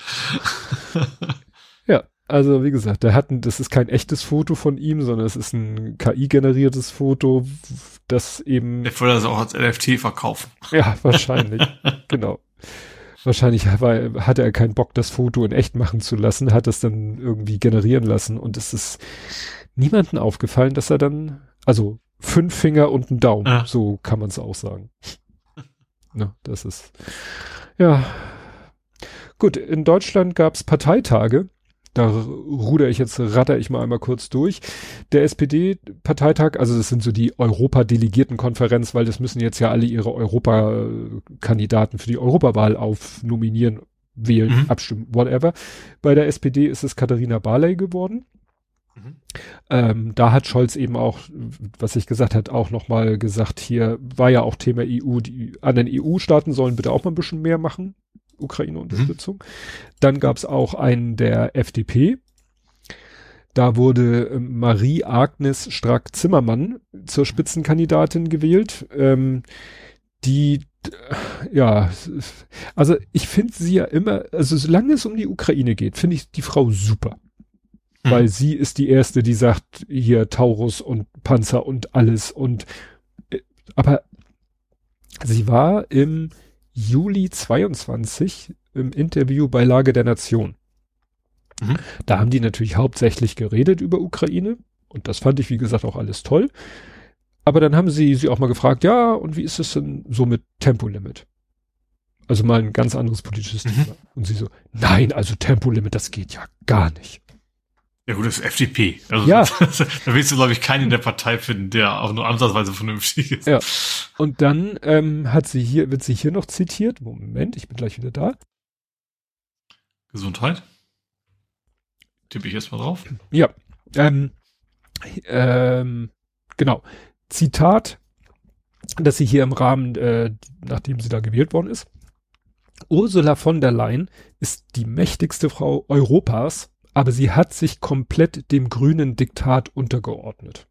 Ja, also wie gesagt, das ist kein echtes Foto von ihm, sondern es ist ein KI-generiertes Foto, das eben... Der wollte das auch als NFT verkaufen. Ja, wahrscheinlich. Genau. Wahrscheinlich hatte er keinen Bock, das Foto in echt machen zu lassen, hat es dann irgendwie generieren lassen und es ist niemandem aufgefallen, dass er dann, also 5 Finger und ein Daumen, so kann man es auch sagen. Ne, das ist, ja. Gut, in Deutschland gab es Parteitage. Da ratter ich mal einmal kurz durch. Der SPD-Parteitag, also das sind so die Europa-Delegierten-Konferenz, weil das müssen jetzt ja alle ihre Europakandidaten für die Europawahl aufnominieren, wählen, abstimmen, whatever. Bei der SPD ist es Katharina Barley geworden. Da hat Scholz eben auch, was ich gesagt hat, auch nochmal gesagt, hier war ja auch Thema EU, die anderen EU-Staaten sollen bitte auch mal ein bisschen mehr machen. Ukraine-Unterstützung. Dann gab es auch einen der FDP. Da wurde Marie-Agnes Strack-Zimmermann zur Spitzenkandidatin gewählt. Also ich finde sie ja immer, also solange es um die Ukraine geht, finde ich die Frau super. Weil sie ist die Erste, die sagt, hier Taurus und Panzer und alles und aber sie war im Juli 22 im Interview bei Lage der Nation. Da haben die natürlich hauptsächlich geredet über Ukraine und das fand ich, wie gesagt, auch alles toll. Aber dann haben sie auch mal gefragt, ja, und wie ist es denn so mit Tempolimit? Also mal ein ganz anderes politisches Thema. Und sie so, nein, also Tempolimit, das geht ja gar nicht. Ja gut, das ist FDP. Also ja. Da willst du, glaube ich, keinen in der Partei finden, der auch nur ansatzweise vernünftig ist. Ja. Und dann wird sie hier noch zitiert. Moment, ich bin gleich wieder da. Gesundheit. Tippe ich erstmal drauf. Ja. Genau. Zitat, dass sie hier im Rahmen, nachdem sie da gewählt worden ist. Ursula von der Leyen ist die mächtigste Frau Europas, aber sie hat sich komplett dem grünen Diktat untergeordnet.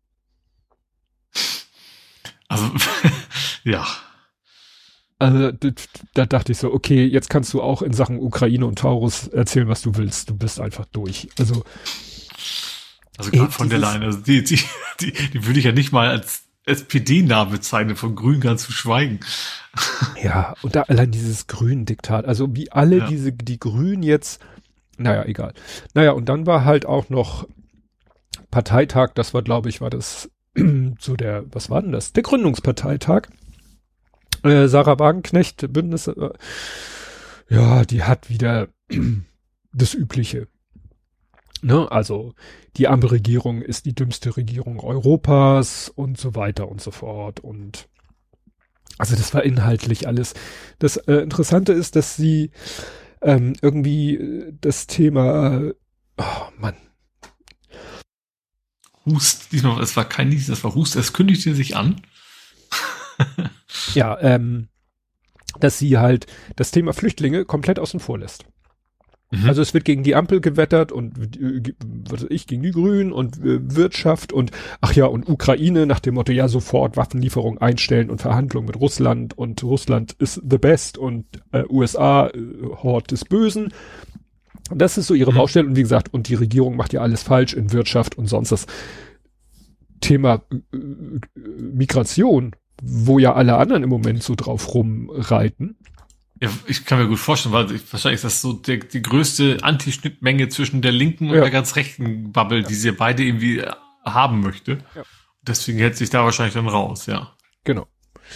Also, ja. Also, da dachte ich so, okay, jetzt kannst du auch in Sachen Ukraine und Taurus erzählen, was du willst. Du bist einfach durch. Also gerade von der Leyen, also die würde ich ja nicht mal als SPD-nah bezeichnen, von Grün ganz zu schweigen. Ja, und da allein dieses grünen Diktat, also wie alle die Grünen jetzt, naja, egal. Naja, und dann war halt auch noch Parteitag, das war, glaube ich, war das so was war denn das? Der Gründungsparteitag. Sarah Wagenknecht, Bündnis, die hat wieder das Übliche. Ne? Also die Ampelregierung ist die dümmste Regierung Europas und so weiter und so fort. Und also das war inhaltlich alles. Das Interessante ist, dass sie irgendwie das Thema, Hust, diesmal, es war kein Nies, das war Hust, es kündigte sich an. Ja, dass sie halt das Thema Flüchtlinge komplett außen vor lässt. Also es wird gegen die Ampel gewettert und gegen die Grünen und Wirtschaft und und Ukraine nach dem Motto, ja, sofort Waffenlieferung einstellen und Verhandlungen mit Russland und Russland ist the best und USA Hort des Bösen. Das ist so ihre Baustelle und wie gesagt, und die Regierung macht ja alles falsch in Wirtschaft und sonst das Thema Migration, wo ja alle anderen im Moment so drauf rumreiten. Ja, ich kann mir gut vorstellen, weil wahrscheinlich ist das so die größte Anti-Schnittmenge zwischen der linken und der ganz rechten Bubble, die sie beide irgendwie haben möchte. Ja. Deswegen hält sich da wahrscheinlich dann raus, ja. Genau.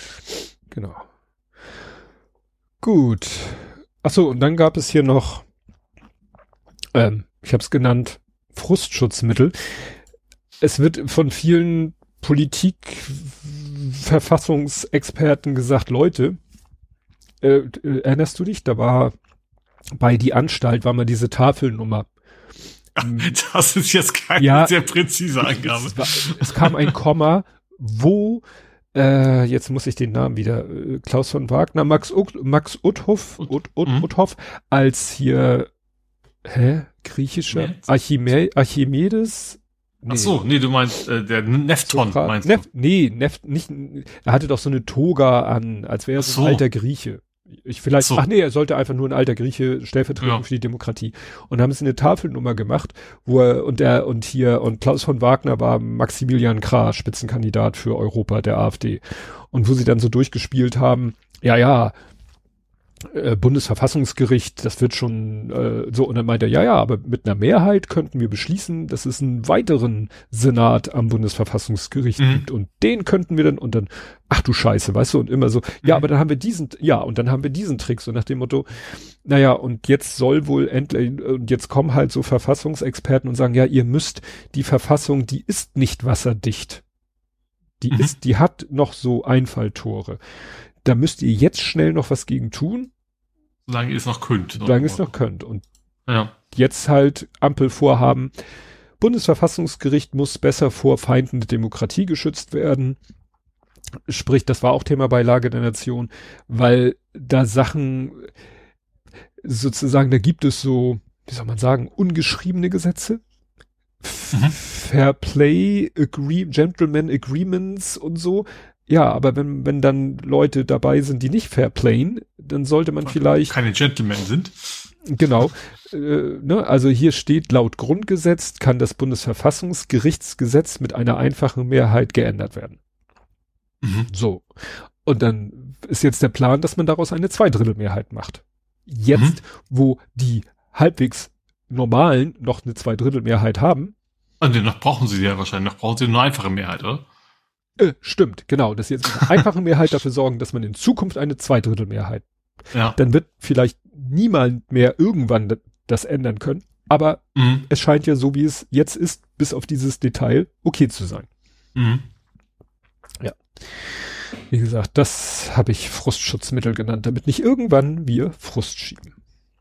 Gut. Achso, und dann gab es hier noch, ich habe es genannt, Frustschutzmittel. Es wird von vielen Verfassungsexperten gesagt, Leute, erinnerst du dich? Da war bei die Anstalt, war mal diese Tafelnummer. Das ist jetzt keine sehr präzise Angabe. Es kam ein Komma, wo Jetzt muss ich den Namen wieder, Klaus von Wagner, Max Uthoff als hier, griechischer Archimedes. Nee. Ach so, nee, du meinst, der Nefton, meinst du? Nicht, er hatte doch so eine Toga an, als wäre er so ein alter Grieche. Er sollte einfach nur ein alter Grieche stellvertretend für die Demokratie. Und da haben sie eine Tafelnummer gemacht, und Klaus von Wagner war Maximilian Krah, Spitzenkandidat für Europa der AfD. Und wo sie dann so durchgespielt haben, Bundesverfassungsgericht, das wird schon so, und dann meinte er, aber mit einer Mehrheit könnten wir beschließen, dass es einen weiteren Senat am Bundesverfassungsgericht gibt und den könnten wir dann, und dann, ach du Scheiße, weißt du, und immer so, aber dann haben wir diesen Trick, so nach dem Motto, und jetzt soll wohl endlich, und jetzt kommen halt so Verfassungsexperten und sagen, ihr müsst, die Verfassung, die ist nicht wasserdicht. Die hat noch so Einfalltore. Da müsst ihr jetzt schnell noch was gegen tun. Solange ihr es noch könnt. Und jetzt halt Ampelvorhaben. Bundesverfassungsgericht muss besser vor Feinden der Demokratie geschützt werden. Sprich, das war auch Thema bei Lage der Nation, weil da Sachen sozusagen, da gibt es so, wie soll man sagen, ungeschriebene Gesetze. Fair Play, Gentleman Agreements und so. Ja, aber wenn dann Leute dabei sind, die nicht fair playen, dann sollte man vielleicht... Keine Gentlemen sind. Genau. Also hier steht, laut Grundgesetz kann das Bundesverfassungsgerichtsgesetz mit einer einfachen Mehrheit geändert werden. So. Und dann ist jetzt der Plan, dass man daraus eine Zweidrittelmehrheit macht. Jetzt, wo die halbwegs normalen noch eine Zweidrittelmehrheit haben. Und dennoch brauchen sie ja wahrscheinlich, noch brauchen sie eine einfache Mehrheit, oder? Stimmt, genau. Dass jetzt eine einfache Mehrheit dafür sorgen, dass man in Zukunft eine Zweidrittelmehrheit. Ja. Dann wird vielleicht niemand mehr irgendwann das ändern können. Aber es scheint ja so, wie es jetzt ist, bis auf dieses Detail, okay zu sein. Ja. Wie gesagt, das habe ich Frustschutzmittel genannt, damit nicht irgendwann wir Frust schieben.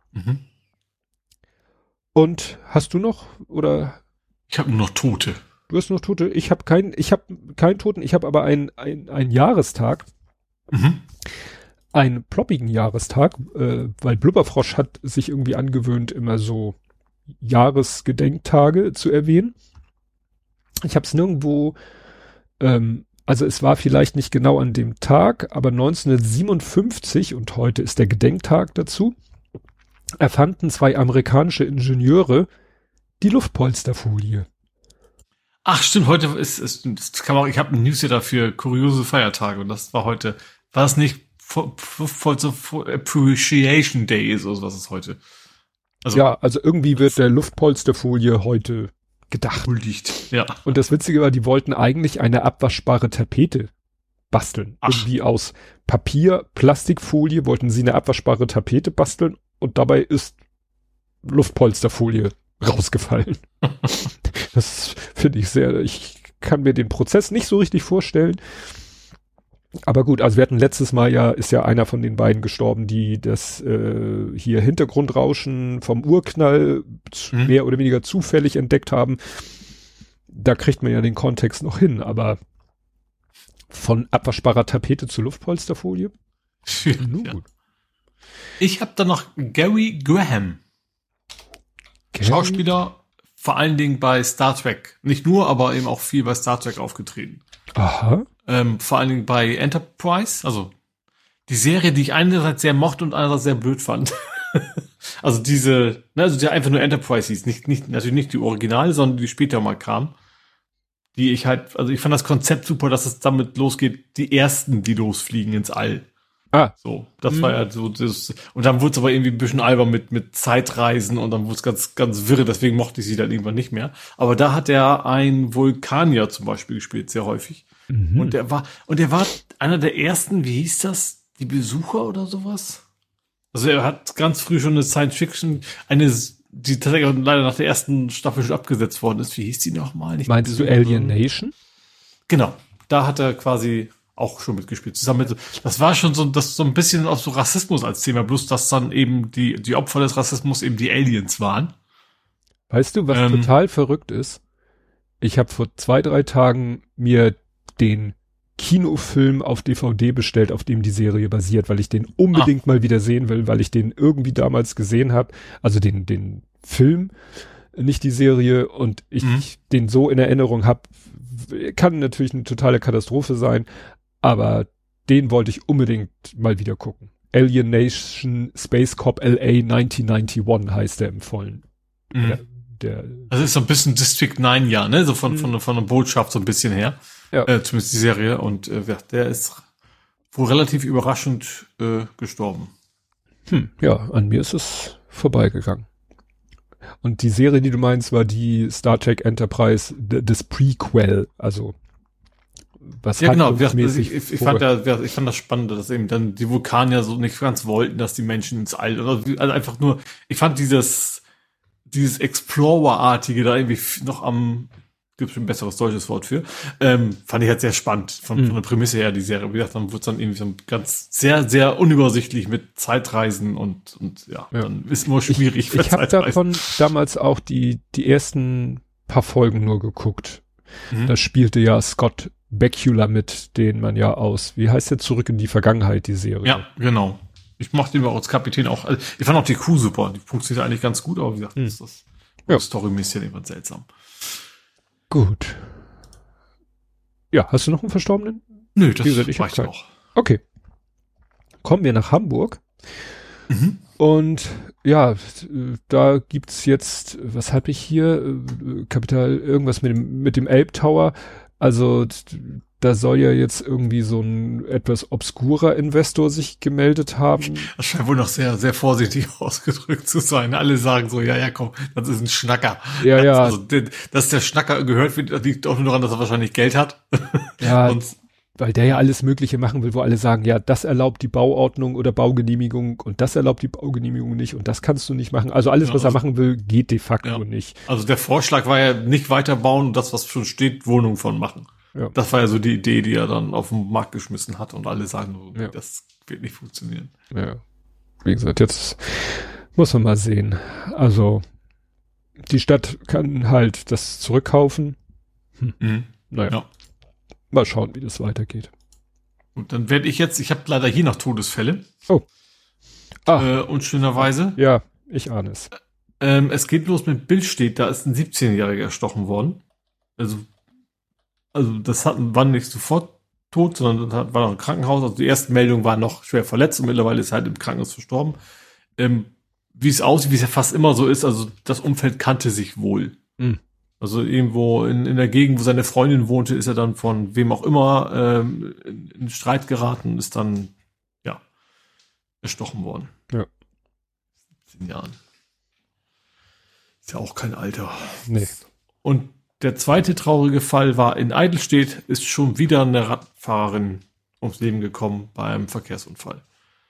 Und hast du noch, oder? Ich habe nur noch Tote. Du hast noch Tote? Ich habe keinen Toten, ich habe aber einen Jahrestag. Einen ploppigen Jahrestag, weil Blubberfrosch hat sich irgendwie angewöhnt, immer so Jahresgedenktage zu erwähnen. Ich habe es nirgendwo, also es war vielleicht nicht genau an dem Tag, aber 1957, und heute ist der Gedenktag dazu, erfanden 2 amerikanische Ingenieure die Luftpolsterfolie. Ach stimmt, heute das kann man auch, ich habe ein Newsletter für kuriose Feiertage und das war heute, war es nicht Appreciation Day ist oder was ist heute? Also irgendwie wird der Luftpolsterfolie heute gedacht. Huldigt, ja. Und das Witzige war, die wollten eigentlich eine abwaschbare Tapete basteln. Irgendwie aus Papier, Plastikfolie wollten sie eine abwaschbare Tapete basteln und dabei ist Luftpolsterfolie rausgefallen. Das finde ich kann mir den Prozess nicht so richtig vorstellen. Aber gut, also wir hatten letztes Mal ist ja einer von den beiden gestorben, die das hier Hintergrundrauschen vom Urknall mehr oder weniger zufällig entdeckt haben. Da kriegt man ja den Kontext noch hin, aber von abwaschbarer Tapete zu Luftpolsterfolie? Ja. Ich habe da noch Gary Graham. Schauspieler, vor allen Dingen bei Star Trek. Nicht nur, aber eben auch viel bei Star Trek aufgetreten. Aha. Vor allen Dingen bei Enterprise, also die Serie, die ich einerseits sehr mochte und andererseits sehr blöd fand. Also die einfach nur Enterprise hieß, natürlich nicht die Originale, sondern die später mal kam. Die ich fand das Konzept super, dass es damit losgeht, die ersten, die losfliegen ins All. So, das war ja so, und dann wurde es aber irgendwie ein bisschen albern mit Zeitreisen und dann wurde es ganz, ganz wirre, deswegen mochte ich sie dann irgendwann nicht mehr. Aber da hat er einen Vulkanier zum Beispiel gespielt, sehr häufig. Und der war einer der ersten, wie hieß das? Die Besucher oder sowas? Also er hat ganz früh schon eine Science-Fiction, die tatsächlich leider nach der ersten Staffel schon abgesetzt worden ist. Wie hieß die nochmal? Meinst du Alienation? Genau. Da hat er quasi auch schon mitgespielt. Zusammen mit, das war schon so ein bisschen auch so Rassismus als Thema, bloß dass dann eben die Opfer des Rassismus eben die Aliens waren. Weißt du, was total verrückt ist? Ich habe vor 2-3 Tagen mir den Kinofilm auf DVD bestellt, auf dem die Serie basiert, weil ich den unbedingt mal wieder sehen will, weil ich den irgendwie damals gesehen habe, also den Film, nicht die Serie, und ich den so in Erinnerung habe. Kann natürlich eine totale Katastrophe sein, aber den wollte ich unbedingt mal wieder gucken. Alien Nation Space Cop LA 1991 heißt der im Vollen. Also ist so ein bisschen District 9, ja, ne? So von der Botschaft so ein bisschen her. Ja. Zumindest die Serie. Und der ist wohl relativ überraschend gestorben. Ja, an mir ist es vorbeigegangen. Und die Serie, die du meinst, war die Star Trek Enterprise, das Prequel, also was ja, genau. Ich fand das spannend, dass eben dann die Vulkanier so nicht ganz wollten, dass die Menschen ins All, also einfach nur, ich fand dieses Explorer-artige da irgendwie noch gibt's ein besseres deutsches Wort für, fand ich halt sehr spannend von der Prämisse her, die Serie. Wie gesagt, dann wird's dann irgendwie so ganz sehr, sehr unübersichtlich mit Zeitreisen und ja, dann ist immer schwierig. Ich habe davon damals auch die ersten paar Folgen nur geguckt. Da spielte ja Scott Bakula mit, den man ja wie heißt der, Zurück in die Vergangenheit, die Serie. Ja, genau. Ich mochte ihn auch als Kapitän auch, also ich fand auch die Crew super, die funktioniert eigentlich ganz gut, aber wie gesagt, ist das storymäßig irgendwann seltsam. Gut. Ja, hast du noch einen Verstorbenen? Nö, das reicht auch. Okay. Kommen wir nach Hamburg. Und ja, da gibt's jetzt, was habe ich hier? Kapital, irgendwas mit dem Elbtower. Also da soll ja jetzt irgendwie so ein etwas obskurer Investor sich gemeldet haben. Das scheint wohl noch sehr, sehr vorsichtig ausgedrückt zu sein. Alle sagen so, ja, komm, das ist ein Schnacker. Ja. Also, dass der Schnacker gehört wird, das liegt auch nur daran, dass er wahrscheinlich Geld hat. Ja, weil der ja alles Mögliche machen will, wo alle sagen, ja, das erlaubt die Bauordnung oder Baugenehmigung und das erlaubt die Baugenehmigung nicht und das kannst du nicht machen. Also alles, was er machen will, geht de facto nicht. Also der Vorschlag war ja nicht weiterbauen und das, was schon steht, Wohnungen von machen. Ja. Das war ja so die Idee, die er dann auf den Markt geschmissen hat und alle sagen, das wird nicht funktionieren. Ja. Wie gesagt, jetzt muss man mal sehen. Also die Stadt kann halt das zurückkaufen. Naja. Ja. Mal schauen, wie das weitergeht. Und dann werde ich habe leider hier noch Todesfälle. Oh. Unschönerweise. Ja, ich ahne es. Es geht los mit Bild steht, da ist ein 17-Jähriger erstochen worden. Also das war nicht sofort tot, sondern war noch im Krankenhaus. Also die ersten Meldungen waren noch schwer verletzt und mittlerweile ist er halt im Krankenhaus verstorben. Wie es aussieht, wie es ja fast immer so ist, also das Umfeld kannte sich wohl. Also irgendwo in der Gegend, wo seine Freundin wohnte, ist er dann von wem auch immer in Streit geraten und ist dann, erstochen worden. Ja. 17 Jahren. Ist ja auch kein Alter. Nee. Und der zweite traurige Fall war in Eidelstedt, ist schon wieder eine Radfahrerin ums Leben gekommen bei einem Verkehrsunfall.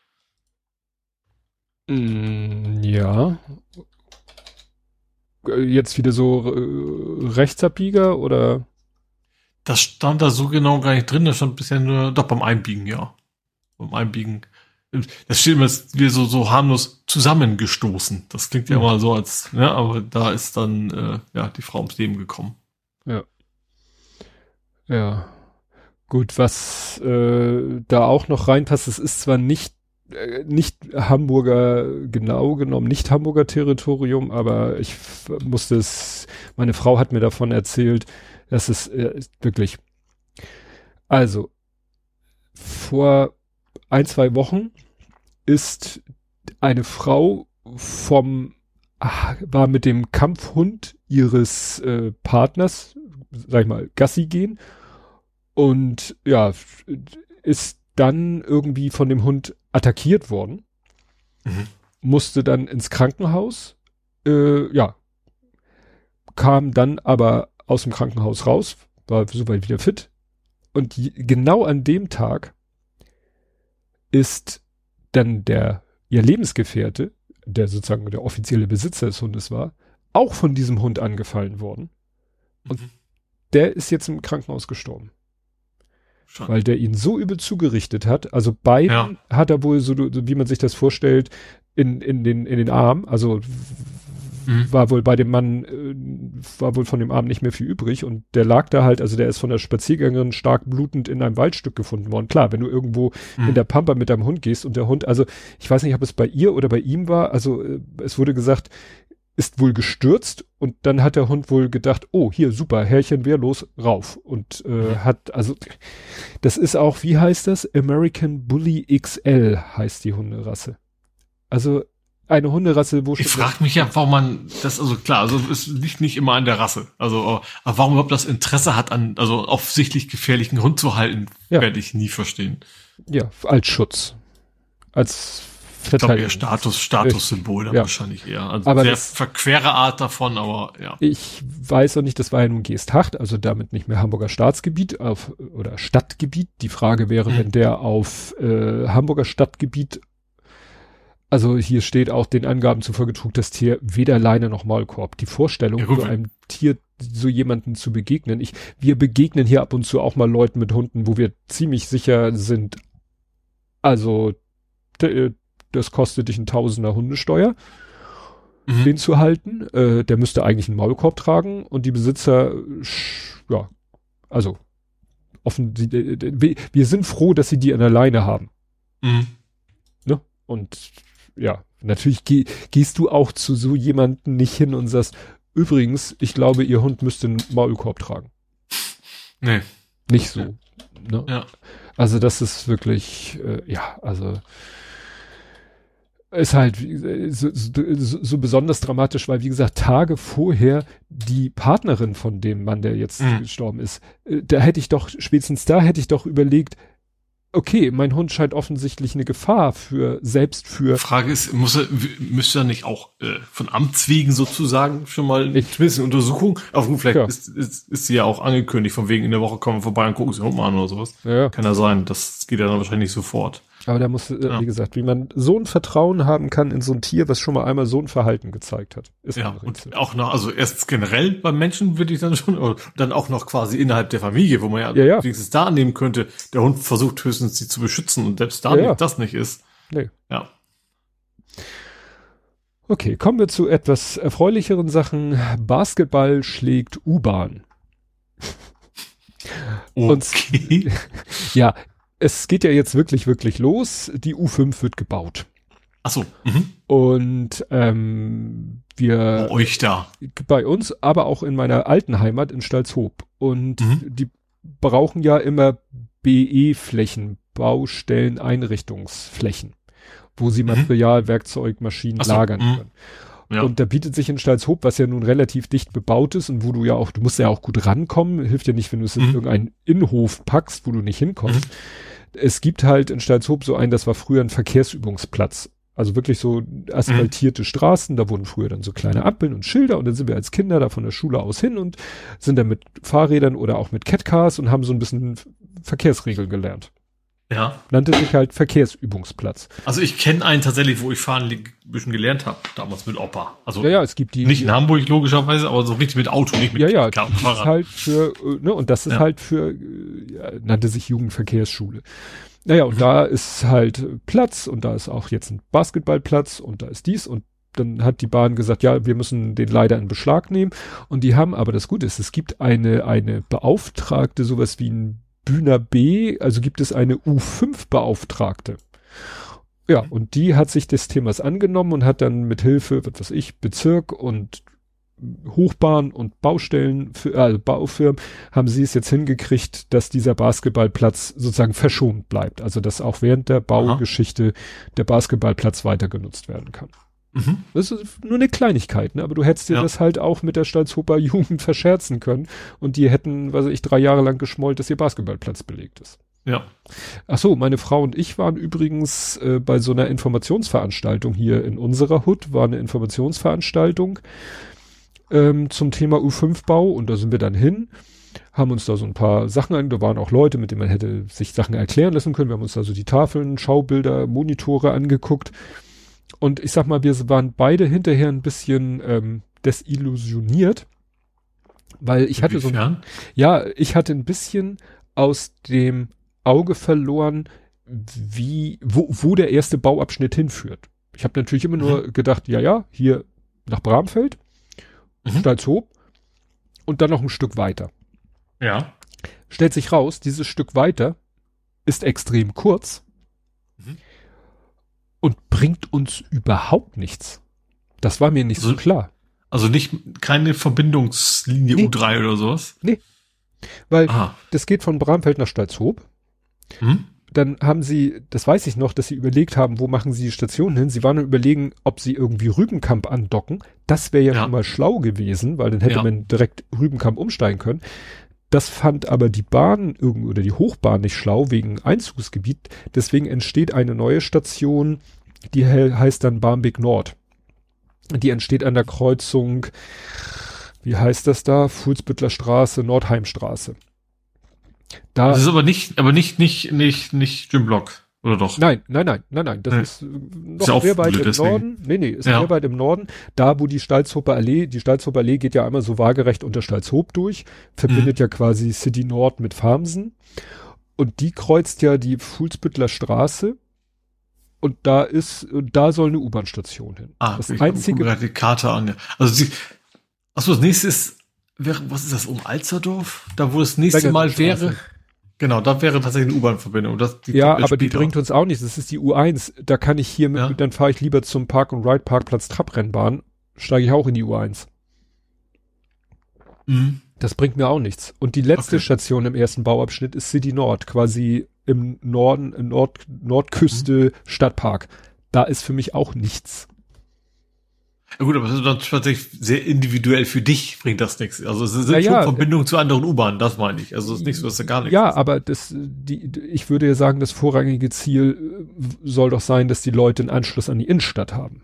Ja. Jetzt wieder so Rechtsabbieger oder? Das stand da so genau gar nicht drin, das stand bisher nur, doch beim Einbiegen, ja. Beim Einbiegen. Das steht immer wie so harmlos zusammengestoßen. Das klingt ja immer so als, aber da ist dann, die Frau ums Leben gekommen. Ja. Ja. Gut, was da auch noch reinpasst, es ist zwar nicht Hamburger, genau genommen, nicht Hamburger Territorium, aber ich musste meine Frau hat mir davon erzählt, dass es wirklich, also, vor 1-2 Wochen ist eine Frau war mit dem Kampfhund ihres Partners, sag ich mal, Gassi gehen und ist dann irgendwie von dem Hund attackiert worden, musste dann ins Krankenhaus, kam dann aber aus dem Krankenhaus raus, war soweit wieder fit und genau an dem Tag ist dann ihr Lebensgefährte, der sozusagen der offizielle Besitzer des Hundes war, auch von diesem Hund angefallen worden und der ist jetzt im Krankenhaus gestorben. Schon. Weil der ihn so übel zugerichtet hat. Also beiden hat er wohl so wie man sich das vorstellt, in den Arm, also war wohl bei dem Mann, war wohl von dem Abend nicht mehr viel übrig und der lag da halt, also der ist von der Spaziergängerin stark blutend in einem Waldstück gefunden worden. Klar, wenn du irgendwo in der Pampa mit deinem Hund gehst und der Hund, also ich weiß nicht, ob es bei ihr oder bei ihm war, also es wurde gesagt, ist wohl gestürzt und dann hat der Hund wohl gedacht, oh, hier, super, Herrchen wehrlos, rauf. Und hat, also, das ist auch, wie heißt das? American Bully XL heißt die Hunderasse. Also, eine Hunderasse, wo ich frage mich ja, warum man das, also klar, also es liegt nicht immer an der Rasse. Also, aber warum überhaupt das Interesse hat, an, also offensichtlich gefährlichen Hund zu halten, werde ich nie verstehen. Ja, als Schutz. Als Verteidigung. Ich glaube eher Statussymbol dann wahrscheinlich eher. Also aber sehr verquere Art davon, aber ja. Ich weiß auch nicht, das war ja nun Geesthacht, also damit nicht mehr Hamburger Staatsgebiet oder Stadtgebiet. Die Frage wäre, wenn der auf Hamburger Stadtgebiet, also hier steht auch den Angaben zufolge, trug das Tier weder Leine noch Maulkorb. Die Vorstellung, so einem Tier so jemanden zu begegnen. Wir begegnen hier ab und zu auch mal Leuten mit Hunden, wo wir ziemlich sicher sind, also das kostet dich ein Tausender Hundesteuer, den zu halten. Der müsste eigentlich einen Maulkorb tragen und die Besitzer, ja, also offen, wir sind froh, dass sie die an der Leine haben. Ne? Und ja, natürlich gehst du auch zu so jemanden nicht hin und sagst, übrigens, ich glaube, ihr Hund müsste einen Maulkorb tragen. Nee. Nicht so. Ne? Ja. Also das ist wirklich, also ist halt so besonders dramatisch, weil wie gesagt, Tage vorher die Partnerin von dem Mann, der jetzt gestorben ist, spätestens da hätte ich doch überlegt, okay, mein Hund scheint offensichtlich eine Gefahr selbst für. Frage ist, müsste er nicht auch von Amts wegen sozusagen schon mal zumindest eine Untersuchung? Auf vielleicht ist sie ja auch angekündigt, von wegen in der Woche kommen wir vorbei und gucken sie Hund mal an oder sowas. Ja. Kann ja sein, das geht ja dann wahrscheinlich nicht sofort. Aber da muss, wie gesagt, wie man so ein Vertrauen haben kann in so ein Tier, was schon mal einmal so ein Verhalten gezeigt hat. Ist und auch noch, also erst generell beim Menschen würde ich dann schon, oder dann auch noch quasi innerhalb der Familie, wo man ja wenigstens da annehmen könnte, der Hund versucht höchstens sie zu beschützen und selbst da das nicht ist. Nee. Ja. Okay, kommen wir zu etwas erfreulicheren Sachen. Basketball schlägt U-Bahn. Okay. Ja, es geht ja jetzt wirklich, wirklich los. Die U5 wird gebaut. Ach so. Und wir... Bei euch da. Bei uns, aber auch in meiner alten Heimat in Stalzhoop. Und die brauchen ja immer BE-Flächen, Baustellen, Einrichtungsflächen, wo sie Material, Werkzeug, Maschinen lagern können. Ja. Und da bietet sich in Stalzhoop, was ja nun relativ dicht bebaut ist und wo du musst ja auch gut rankommen, hilft ja nicht, wenn du es in irgendeinen Innenhof packst, wo du nicht hinkommst. Es gibt halt in Stalzhoop das war früher ein Verkehrsübungsplatz. Also wirklich so asphaltierte Straßen, da wurden früher dann so kleine Ampeln und Schilder und dann sind wir als Kinder da von der Schule aus hin und sind dann mit Fahrrädern oder auch mit Catcars und haben so ein bisschen Verkehrsregeln gelernt. Ja. Nannte sich halt Verkehrsübungsplatz. Also ich kenne einen tatsächlich, wo ich fahren ein bisschen gelernt habe, damals mit Opa. Also es gibt die. Nicht in Hamburg logischerweise, aber so richtig mit Auto, nicht mit Fahrrad. Das ist halt für, und das ist halt für, nannte sich Jugendverkehrsschule. Naja, und da ist halt Platz und da ist auch jetzt ein Basketballplatz und da ist dies und dann hat die Bahn gesagt, ja, wir müssen den leider in Beschlag nehmen und die haben, aber das Gute ist, es gibt eine Beauftragte, sowas wie ein Bühner B, also gibt es eine U5-Beauftragte. Ja, und die hat sich des Themas angenommen und hat dann mit Hilfe, was weiß ich, Bezirk und Hochbahn und Baustellen, Baufirmen, haben sie es jetzt hingekriegt, dass dieser Basketballplatz sozusagen verschont bleibt. Also, dass auch während der Baugeschichte der Basketballplatz weiter genutzt werden kann. Das ist nur eine Kleinigkeit, ne? Aber du hättest dir das halt auch mit der Stalzhofer Jugend verscherzen können und die hätten, 3 Jahre lang geschmollt, dass ihr Basketballplatz belegt ist. Ja. Ach so, meine Frau und ich waren übrigens bei so einer Informationsveranstaltung hier in unserer Hut, war eine Informationsveranstaltung zum Thema U5-Bau und da sind wir dann hin, haben uns da so ein paar Sachen da waren auch Leute, mit denen man hätte sich Sachen erklären lassen können. Wir haben uns da so die Tafeln, Schaubilder, Monitore angeguckt. Und ich sag mal, wir waren beide hinterher ein bisschen desillusioniert, weil ich hatte ich hatte ein bisschen aus dem Auge verloren, wo der erste Bauabschnitt hinführt. Ich habe natürlich immer nur gedacht, hier nach Bramfeld, Stalzhoop und dann noch ein Stück weiter. Ja. Stellt sich raus, dieses Stück weiter ist extrem kurz und bringt uns überhaupt nichts. Das war mir nicht so klar. Also keine Verbindungslinie U3 oder sowas? Nee. Weil das geht von Bramfeld nach Stalzhoop. Dann haben sie, das weiß ich noch, dass sie überlegt haben, wo machen sie die Station hin. Sie waren dann überlegen, ob sie irgendwie Rübenkamp andocken. Das wäre ja schon mal schlau gewesen, weil dann hätte man direkt Rübenkamp umsteigen können. Das fand aber die Bahn oder die Hochbahn nicht schlau wegen Einzugsgebiet. Deswegen entsteht eine neue Station, die heißt dann Barmbek Nord. Die entsteht an der Kreuzung, wie heißt das da? Fuhlsbüttler Straße, Nordheimstraße. Das ist aber nicht Jim Block, oder doch? Nein. Das ist noch sehr weit im Norden. Nee, ist sehr weit im Norden. Da, wo die Stalzhofer Allee geht ja einmal so waagerecht unter Stalzhoop durch, verbindet ja quasi City Nord mit Farmsen. Und die kreuzt ja die Fuhlsbüttler Straße. Und da soll eine U-Bahn-Station hin. Das einzige. Ich die Karte an. Also das nächste ist, was ist das, Alzerdorf? Da, wo das nächste Mal wäre. Genau, da wäre tatsächlich eine U-Bahn-Verbindung. Aber die bringt uns auch nichts. Das ist die U1. Da kann ich hier dann fahre ich lieber zum Park-and-Ride-Parkplatz Trabrennbahn, steige ich auch in die U1. Das bringt mir auch nichts. Und die letzte Station im ersten Bauabschnitt ist City Nord, quasi im Norden, Nordküste Stadtpark. Da ist für mich auch nichts. Ja gut, aber das ist dann tatsächlich sehr individuell für dich, bringt das nichts. Also es sind schon Verbindungen zu anderen U-Bahnen, das meine ich. Also es ist nicht so, dass da gar nichts ist. Aber ich würde ja sagen, das vorrangige Ziel soll doch sein, dass die Leute einen Anschluss an die Innenstadt haben.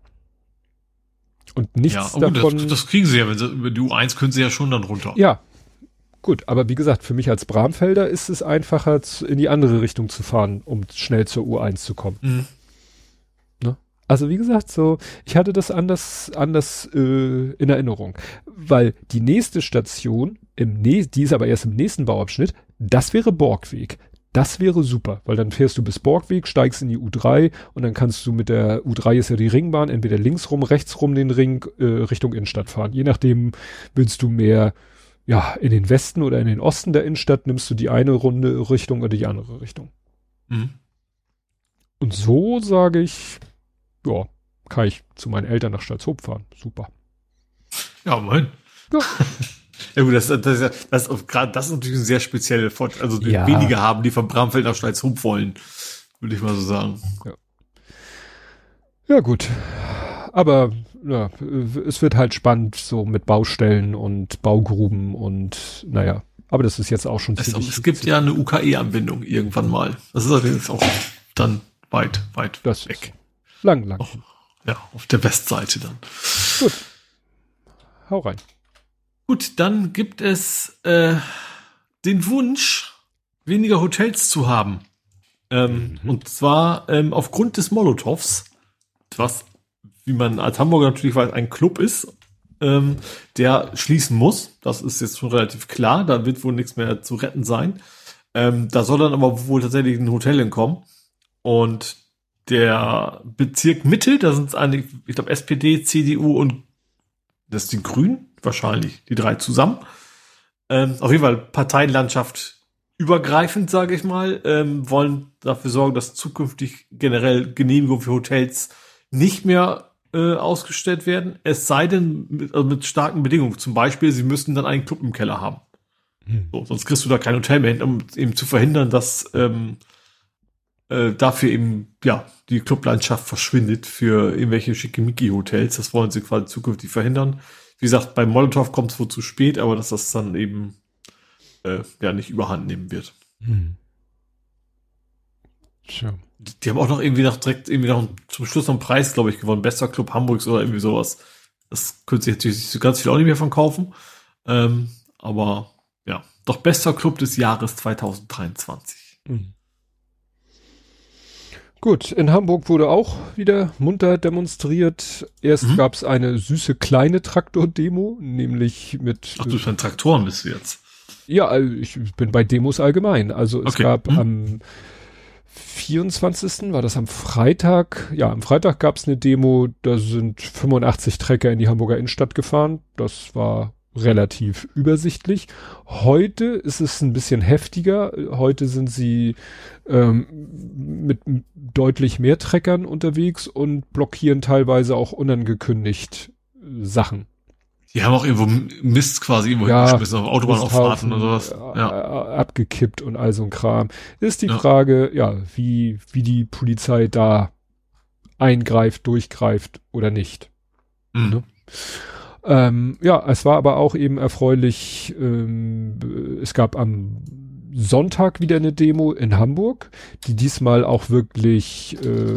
Und nichts davon. Das kriegen sie ja, wenn sie über die U1 können sie ja schon dann runter. Ja. Gut, aber wie gesagt, für mich als Bramfelder ist es einfacher, in die andere Richtung zu fahren, um schnell zur U1 zu kommen. Ne? Also wie gesagt, so, ich hatte das anders in Erinnerung. Weil die nächste Station, die ist aber erst im nächsten Bauabschnitt, das wäre Borgweg. Das wäre super, weil dann fährst du bis Borgweg, steigst in die U3 und dann kannst du mit der U3 ist ja die Ringbahn, entweder links rum, rechts rum den Ring Richtung Innenstadt fahren. Je nachdem willst du mehr in den Westen oder in den Osten der Innenstadt, nimmst du die eine Runde Richtung oder die andere Richtung. Und so sage ich, kann ich zu meinen Eltern nach Stalzhoop fahren. Super. Ja, moin. Ja. Ja gut, das ist natürlich ein sehr spezieller Vorteil. Also wenige haben, die von Bramfeld nach Stalzhoop wollen, würde ich mal so sagen. Ja gut. Aber es wird halt spannend, so mit Baustellen und Baugruben und aber das ist jetzt auch schon es gibt ja eine UKE-Anbindung irgendwann mal. Das ist allerdings auch dann weit das weg. Lang. Auf der Westseite dann. Gut. Hau rein. Gut, dann gibt es den Wunsch, weniger Hotels zu haben. Und zwar aufgrund des Molotows, was, wie man als Hamburger natürlich weiß, ein Club ist, der schließen muss. Das ist jetzt schon relativ klar. Da wird wohl nichts mehr zu retten sein. Da soll dann aber wohl tatsächlich ein Hotel hinkommen. Und der Bezirk Mitte, da sind es eigentlich, ich glaube, SPD, CDU und das sind die Grünen, wahrscheinlich, die drei zusammen. Auf jeden Fall Parteienlandschaft übergreifend, sage ich mal, wollen dafür sorgen, dass zukünftig generell Genehmigungen für Hotels nicht mehr ausgestellt werden, es sei denn mit starken Bedingungen. Zum Beispiel, sie müssten dann einen Club im Keller haben. So, sonst kriegst du da kein Hotel mehr hin, um eben zu verhindern, dass dafür eben die Clublandschaft verschwindet für irgendwelche Schickimicki-Hotels. Das wollen sie quasi zukünftig verhindern. Wie gesagt, bei Molotow kommt es wohl zu spät, aber dass das dann eben nicht überhand nehmen wird. Tja. Die haben auch noch zum Schluss noch einen Preis, glaube ich, gewonnen. Bester Club Hamburgs oder irgendwie sowas. Das könnte sich natürlich so ganz viel auch nicht mehr von kaufen. Aber doch bester Club des Jahres 2023. Gut, in Hamburg wurde auch wieder munter demonstriert. Erst gab es eine süße kleine Traktor-Demo, nämlich mit... Ach, du bist ein Traktoren bist du jetzt. Ja, ich bin bei Demos allgemein. Also es gab am 24. war das am Freitag. Ja, am Freitag gab es eine Demo, da sind 85 Trecker in die Hamburger Innenstadt gefahren. Das war relativ übersichtlich. Heute ist es ein bisschen heftiger. Heute sind sie mit deutlich mehr Treckern unterwegs und blockieren teilweise auch unangekündigt Sachen. Die haben auch irgendwo Mist quasi irgendwo hingeschmissen, auf Autobahnauffahrten und sowas. Abgekippt und all so ein Kram. Ist die Frage, wie die Polizei da eingreift, durchgreift oder nicht. Ne? Es war aber auch eben erfreulich, es gab am Sonntag wieder eine Demo in Hamburg, die diesmal auch wirklich,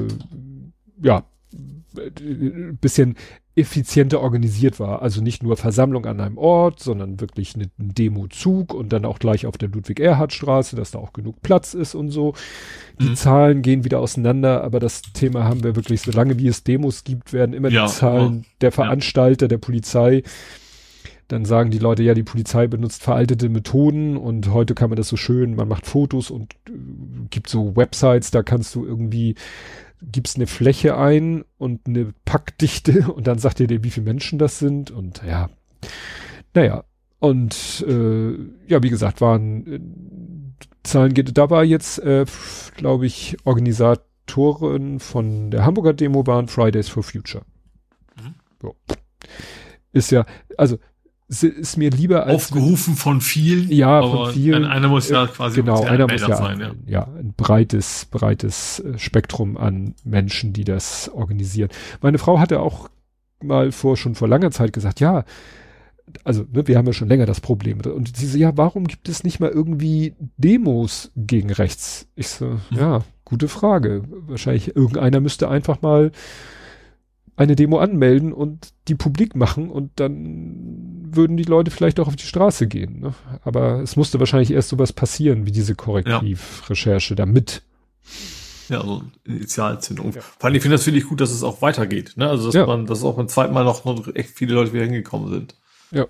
bisschen effizienter organisiert war. Also nicht nur Versammlung an einem Ort, sondern wirklich ein Demozug und dann auch gleich auf der Ludwig-Erhard-Straße, dass da auch genug Platz ist und so. Die Zahlen gehen wieder auseinander, aber das Thema haben wir wirklich, solange wie es Demos gibt, werden immer die Zahlen der Veranstalter, der Polizei. Dann sagen die Leute, ja, die Polizei benutzt veraltete Methoden und heute kann man das so schön, man macht Fotos und gibt so Websites, da kannst du irgendwie gibst eine Fläche ein und eine Packdichte und dann sagt ihr dir, wie viele Menschen das sind und und wie gesagt, waren Zahlen, da war jetzt, glaube ich, Organisatoren von der Hamburger Demo waren Fridays for Future. So. Ist ja, also ist mir lieber als aufgerufen von vielen. Ja, von vielen. Einer muss ja quasi einer muss sein. Ja, ein breites Spektrum an Menschen, die das organisieren. Meine Frau hatte auch mal schon vor langer Zeit gesagt, wir haben ja schon länger das Problem. Und sie so, warum gibt es nicht mal irgendwie Demos gegen rechts? Ich so, gute Frage. Wahrscheinlich irgendeiner müsste einfach mal eine Demo anmelden und die publik machen und dann würden die Leute vielleicht auch auf die Straße gehen. Ne? Aber es musste wahrscheinlich erst sowas passieren, wie diese Korrektivrecherche damit. Ja, also Initialzündung. Vor allem, ich finde das wirklich gut, dass es auch weitergeht. Ne? Also, dass auch beim zweiten Mal noch echt viele Leute wieder hingekommen sind. Ja.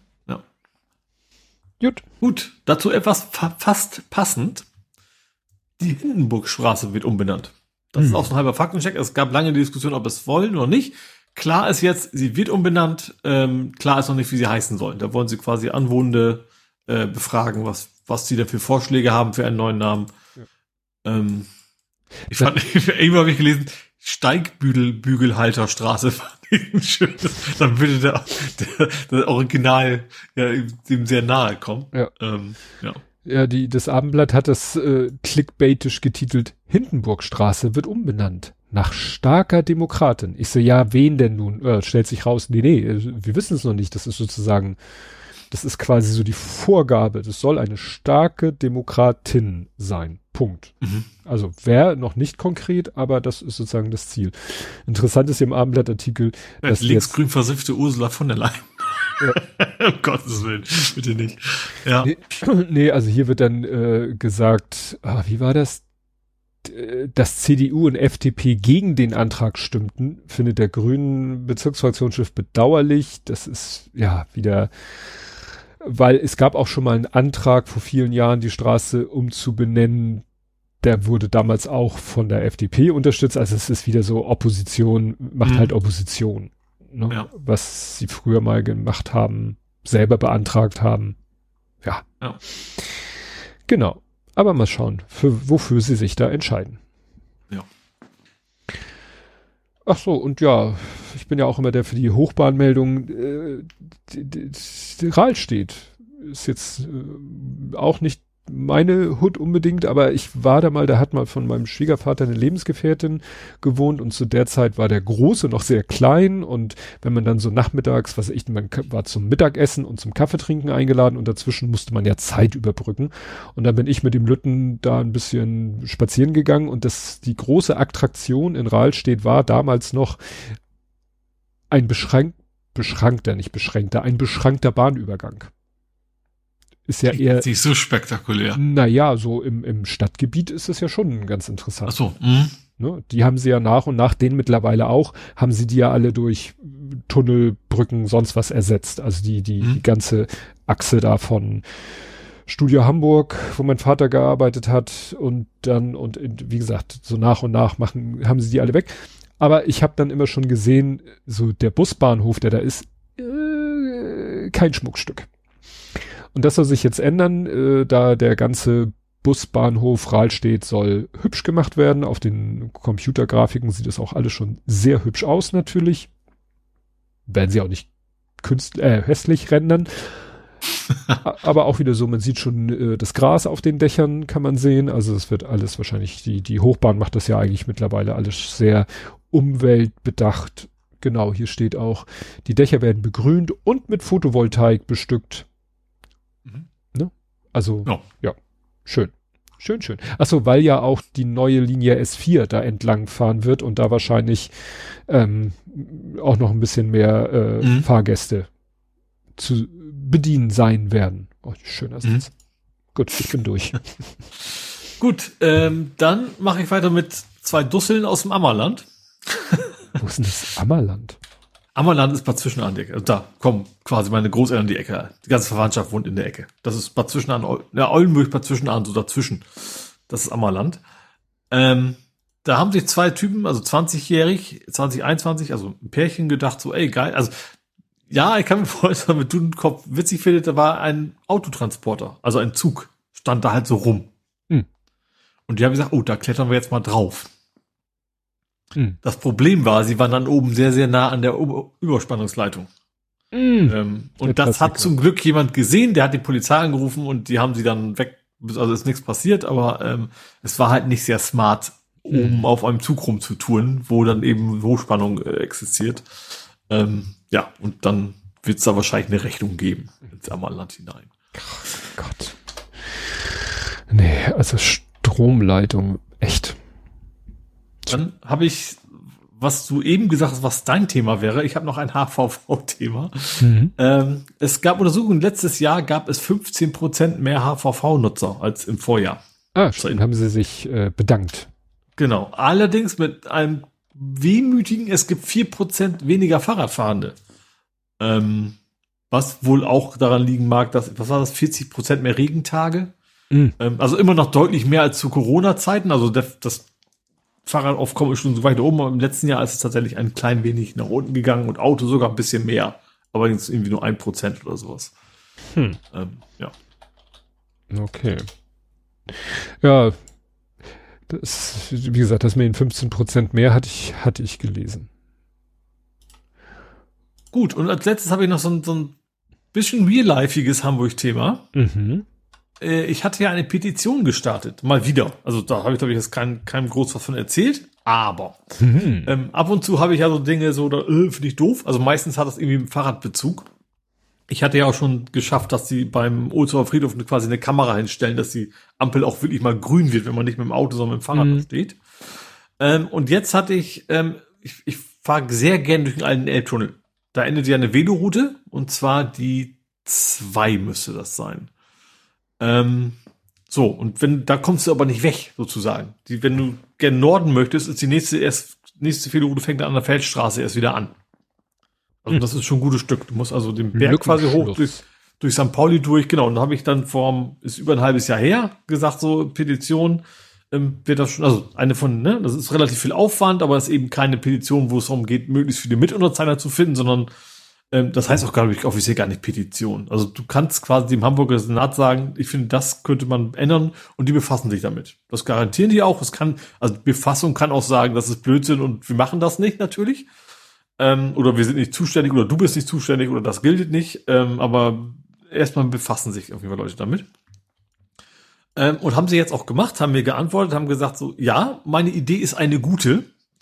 Gut, dazu etwas fast passend. Die Hindenburgstraße wird umbenannt. Das ist auch so ein halber Faktencheck. Es gab lange die Diskussion, ob es wollen oder nicht. Klar ist jetzt, sie wird umbenannt. Klar ist noch nicht, wie sie heißen sollen. Da wollen sie quasi Anwohnende befragen, was sie da für Vorschläge haben für einen neuen Namen. Ja. Irgendwann habe ich gelesen, Steigbügelhalterstraße. Schön. Dann würde der Original dem sehr nahe kommen. Ja. Ja, das Abendblatt hat das clickbaitisch getitelt, Hindenburgstraße wird umbenannt. Nach starker Demokratin. Ich so, wen denn nun? Stellt sich raus, nee, wir wissen es noch nicht. Das ist sozusagen, das ist quasi so die Vorgabe. Das soll eine starke Demokratin sein. Punkt. Also wäre noch nicht konkret, aber das ist sozusagen das Ziel. Interessant ist hier im Abendblattartikel, dass linksgrün versiffte Ursula von der Leyen. Um Gottes Willen, bitte nicht. Ja. Nee, also hier wird dann gesagt, wie war das? Dass CDU und FDP gegen den Antrag stimmten, findet der grünen Bezirksfraktionschef bedauerlich. Das ist wieder, weil es gab auch schon mal einen Antrag vor vielen Jahren, die Straße umzubenennen. Der wurde damals auch von der FDP unterstützt. Also es ist wieder so, Opposition macht halt Opposition. Ne? Ja. Was sie früher mal gemacht haben, selber beantragt haben. Ja. Genau. Aber mal schauen, wofür sie sich da entscheiden. Ja. Ach so, und ich bin ja auch immer der für die Hochbahnmeldung, Rahl steht. Ist jetzt auch nicht meine Hut unbedingt, aber ich war da hat mal von meinem Schwiegervater eine Lebensgefährtin gewohnt und zu der Zeit war der Große noch sehr klein und wenn man dann so nachmittags, man war zum Mittagessen und zum Kaffeetrinken eingeladen und dazwischen musste man ja Zeit überbrücken und dann bin ich mit dem Lütten da ein bisschen spazieren gegangen und die große Attraktion in Rahlstedt war damals noch ein beschrankter Bahnübergang. Ist ja eher nicht so spektakulär. Naja, so im Stadtgebiet ist es ja schon ganz interessant. Ach so. Ne? Die haben sie ja nach und nach, den mittlerweile auch, haben sie die ja alle durch Tunnel, Brücken, sonst was ersetzt. Also die ganze Achse da von Studio Hamburg, wo mein Vater gearbeitet hat und wie gesagt, so nach und nach haben sie die alle weg. Aber ich habe dann immer schon gesehen, so der Busbahnhof, der da ist, kein Schmuckstück. Und das soll sich jetzt ändern, da der ganze Busbahnhof Rahlstedt soll hübsch gemacht werden. Auf den Computergrafiken sieht das auch alles schon sehr hübsch aus natürlich. Werden sie auch nicht hässlich rendern. Aber auch wieder so, man sieht schon das Gras auf den Dächern, kann man sehen. Also es wird alles wahrscheinlich, die Hochbahn macht das ja eigentlich mittlerweile alles sehr umweltbedacht. Genau, hier steht auch, die Dächer werden begrünt und mit Photovoltaik bestückt. Mhm. Ne? Also, ja, schön. Schön. Achso, weil ja auch die neue Linie S4 da entlang fahren wird und da wahrscheinlich auch noch ein bisschen mehr Fahrgäste zu bedienen sein werden. Oh, schöner Satz. Gut, ich bin durch. Gut, dann mache ich weiter mit 2 Dusseln aus dem Ammerland. Wo ist denn das Ammerland? Ammerland ist Bad Zwischenahn an die Ecke. Also da kommen quasi meine Großeltern in die Ecke. Die ganze Verwandtschaft wohnt in der Ecke. Das ist Bad Zwischenahn, Oldenburg, Bad Zwischenahn, so dazwischen. Das ist Ammerland. Da haben sich 2 Typen, also 20-jährig, 2021, also ein Pärchen gedacht, so, ey, geil. Also, ja, ich kann mir vorstellen, wenn du den Kopf witzig findest, da war ein Autotransporter, also ein Zug, stand da halt so rum. Und die haben gesagt, oh, da klettern wir jetzt mal drauf. Das Problem war, sie waren dann oben sehr, sehr nah an der Überspannungsleitung. Und das hat zum Glück jemand gesehen, der hat die Polizei angerufen und die haben sie dann weg, also ist nichts passiert, aber es war halt nicht sehr smart, oben auf einem Zug rumzutouren, wo dann eben Hochspannung existiert. Ja, und dann wird es da wahrscheinlich eine Rechnung geben ins Ammerland hinein. Oh Gott. Nee, also Stromleitung, echt. Dann habe ich, was du eben gesagt hast, was dein Thema wäre. Ich habe noch ein HVV-Thema. Es gab Untersuchungen, letztes Jahr gab es 15% mehr HVV-Nutzer als im Vorjahr. Schön, haben sie sich bedankt. Genau. Allerdings mit einem wehmütigen, es gibt 4% weniger Fahrradfahrende. Was wohl auch daran liegen mag, dass, was war das, 40% mehr Regentage? Also immer noch deutlich mehr als zu Corona-Zeiten. Also das Fahrradaufkommen ist schon so weit oben. Aber im letzten Jahr ist es tatsächlich ein klein wenig nach unten gegangen und Auto sogar ein bisschen mehr. Aber jetzt irgendwie nur 1% oder sowas. Ja. Okay. Ja, das, wie gesagt, das mit den 15% mehr hatte ich gelesen. Gut, und als letztes habe ich noch so ein bisschen real-lifeiges Hamburg-Thema. Ich hatte ja eine Petition gestartet, mal wieder. Also da habe ich, glaube ich, jetzt keinem groß was von erzählt, aber ab und zu habe ich ja so Dinge so, finde ich doof. Also meistens hat das irgendwie einen Fahrradbezug. Ich hatte ja auch schon geschafft, dass sie beim Ohlsdorfer Friedhof quasi eine Kamera hinstellen, dass die Ampel auch wirklich mal grün wird, wenn man nicht mit dem Auto, sondern mit dem Fahrrad steht. Und jetzt hatte ich fahre sehr gern durch den alten Elbtunnel. Da endet ja eine Veloroute, und zwar die 2 müsste das sein. So, und da kommst du aber nicht weg, sozusagen. Wenn du gern Norden möchtest, ist die nächste Veloroute fängt an der Feldstraße erst wieder an. Also das ist schon ein gutes Stück. Du musst also den Berg quasi hoch durch St. Pauli durch. Genau, und da habe ich dann ist über ein halbes Jahr her, gesagt, so Petition, wird das schon, also eine von, ne, das ist relativ viel Aufwand, aber es ist eben keine Petition, wo es darum geht, möglichst viele Mitunterzeichner zu finden, sondern das heißt auch, glaube ich, offiziell gar nicht Petition. Also du kannst quasi dem Hamburger Senat sagen, ich finde, das könnte man ändern, und die befassen sich damit. Das garantieren die auch. Also Befassung kann auch sagen, das ist Blödsinn und wir machen das nicht, natürlich. Oder wir sind nicht zuständig oder du bist nicht zuständig oder das gilt nicht. Aber erstmal befassen sich irgendwie Leute damit. Und haben sie jetzt auch gemacht, haben mir geantwortet, haben gesagt so, ja, meine Idee ist eine gute.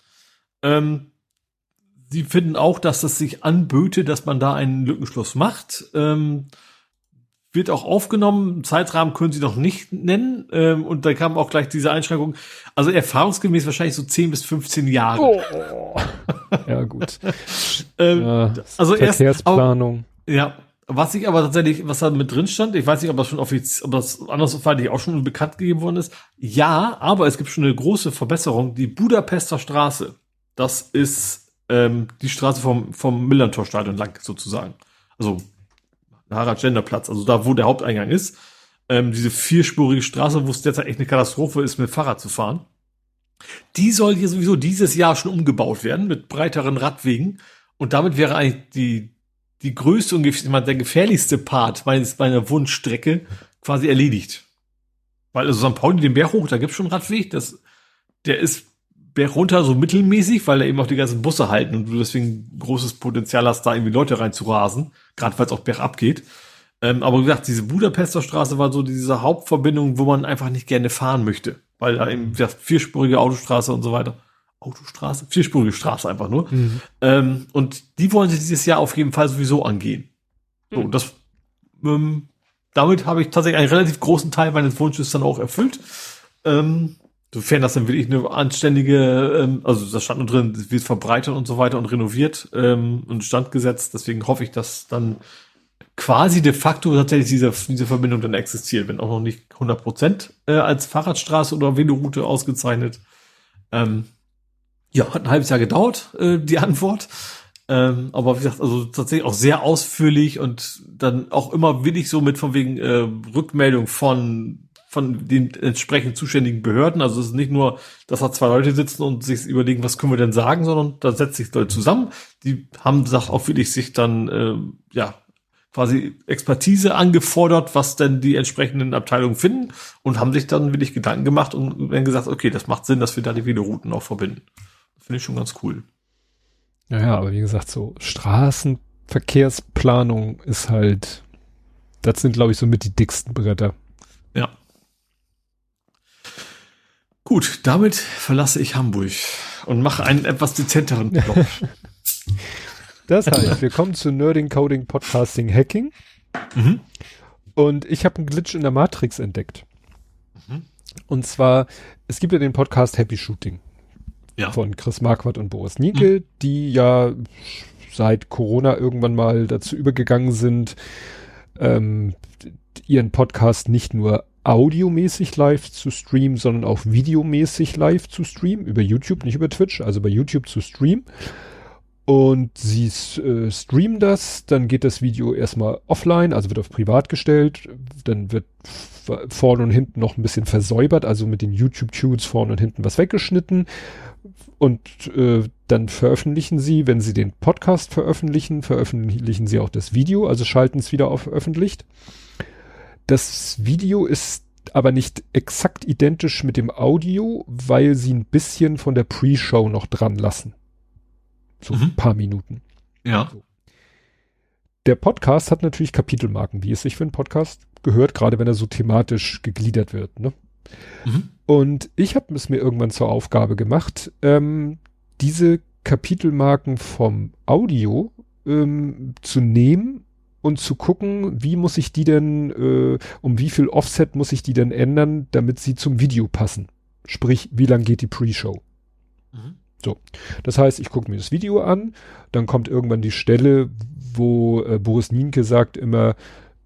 Sie finden auch, dass es sich anböte, dass man da einen Lückenschluss macht. Wird auch aufgenommen. Zeitrahmen können sie noch nicht nennen. Und da kam auch gleich diese Einschränkung. Also erfahrungsgemäß wahrscheinlich so 10 bis 15 Jahre. Oh. Ja, gut. Also Verkehrsplanung. Ja, was da mit drin stand, ich weiß nicht, ob das schon ob das andersweitig auch schon bekannt gegeben worden ist. Ja, aber es gibt schon eine große Verbesserung. Die Budapester Straße, das ist die Straße vom Millantor-Stadion lang, sozusagen. Also Harald-Stender-Platz, also da, wo der Haupteingang ist. diese vierspurige Straße, wo es derzeit echt eine Katastrophe ist, mit Fahrrad zu fahren. Die soll hier sowieso dieses Jahr schon umgebaut werden mit breiteren Radwegen. Und damit wäre eigentlich die größte und der gefährlichste Part meiner Wunschstrecke quasi erledigt. Weil also St. Pauli den Berg hoch, da gibt's schon einen Radweg, der ist Berg runter so mittelmäßig, weil da eben auch die ganzen Busse halten und du deswegen großes Potenzial hast, da irgendwie Leute reinzurasen, gerade weil es auch bergab geht. Aber wie gesagt, diese Budapester Straße war so diese Hauptverbindung, wo man einfach nicht gerne fahren möchte, weil da eben, wie gesagt, vierspurige Autostraße und so weiter. Vierspurige Straße einfach nur. Mhm. Und die wollen sie dieses Jahr auf jeden Fall sowieso angehen. So, das, damit habe ich tatsächlich einen relativ großen Teil meines Wunsches dann auch erfüllt. Sofern das dann wirklich eine anständige, also da stand nur drin, es wird verbreitert und so weiter und renoviert und Stand gesetzt. Deswegen hoffe ich, dass dann quasi de facto tatsächlich diese Verbindung dann existiert, wenn auch noch nicht 100% als Fahrradstraße oder Veloroute ausgezeichnet. Ja, hat ein halbes Jahr gedauert, die Antwort. Aber wie gesagt, also tatsächlich auch sehr ausführlich und dann auch immer wirklich so mit von wegen Rückmeldung von den entsprechend zuständigen Behörden. Also es ist nicht nur, dass da zwei Leute sitzen und sich überlegen, was können wir denn sagen, sondern da setzt sich Leute zusammen. Die haben sagt auch wirklich sich dann quasi Expertise angefordert, was denn die entsprechenden Abteilungen finden und haben sich dann wirklich Gedanken gemacht und dann gesagt, okay, das macht Sinn, dass wir da die Velorouten auch verbinden. Finde ich schon ganz cool. Ja, aber wie gesagt, so Straßenverkehrsplanung ist halt, das sind, glaube ich, so mit die dicksten Bretter. Ja. Gut, damit verlasse ich Hamburg und mache einen etwas dezenteren Blog. Das heißt, wir kommen zu Nerding, Coding, Podcasting, Hacking. Mhm. Und ich habe einen Glitch in der Matrix entdeckt. Mhm. Und zwar, es gibt ja den Podcast Happy Shooting. Ja. Von Chris Marquardt und Boris Nienke, die ja seit Corona irgendwann mal dazu übergegangen sind, ihren Podcast nicht nur audiomäßig live zu streamen, sondern auch videomäßig live zu streamen, über YouTube, nicht über Twitch, also bei YouTube zu streamen. Und sie streamen das, dann geht das Video erstmal offline, also wird auf privat gestellt, dann wird vorne und hinten noch ein bisschen versäubert, also mit den YouTube-Tunes vorne und hinten was weggeschnitten. Und dann veröffentlichen sie, wenn sie den Podcast veröffentlichen sie auch das Video, also schalten es wieder auf veröffentlicht. Das Video ist aber nicht exakt identisch mit dem Audio, weil sie ein bisschen von der Pre-Show noch dran lassen. So ein paar Minuten. Ja. So. Der Podcast hat natürlich Kapitelmarken, wie es sich für einen Podcast gehört, gerade wenn er so thematisch gegliedert wird, ne? Mhm. Und ich habe es mir irgendwann zur Aufgabe gemacht, diese Kapitelmarken vom Audio zu nehmen und zu gucken, wie muss ich die denn, um wie viel Offset muss ich die denn ändern, damit sie zum Video passen. Sprich, wie lang geht die Pre-Show? Mhm. So, das heißt, ich gucke mir das Video an, dann kommt irgendwann die Stelle, wo Boris Nienke sagt immer,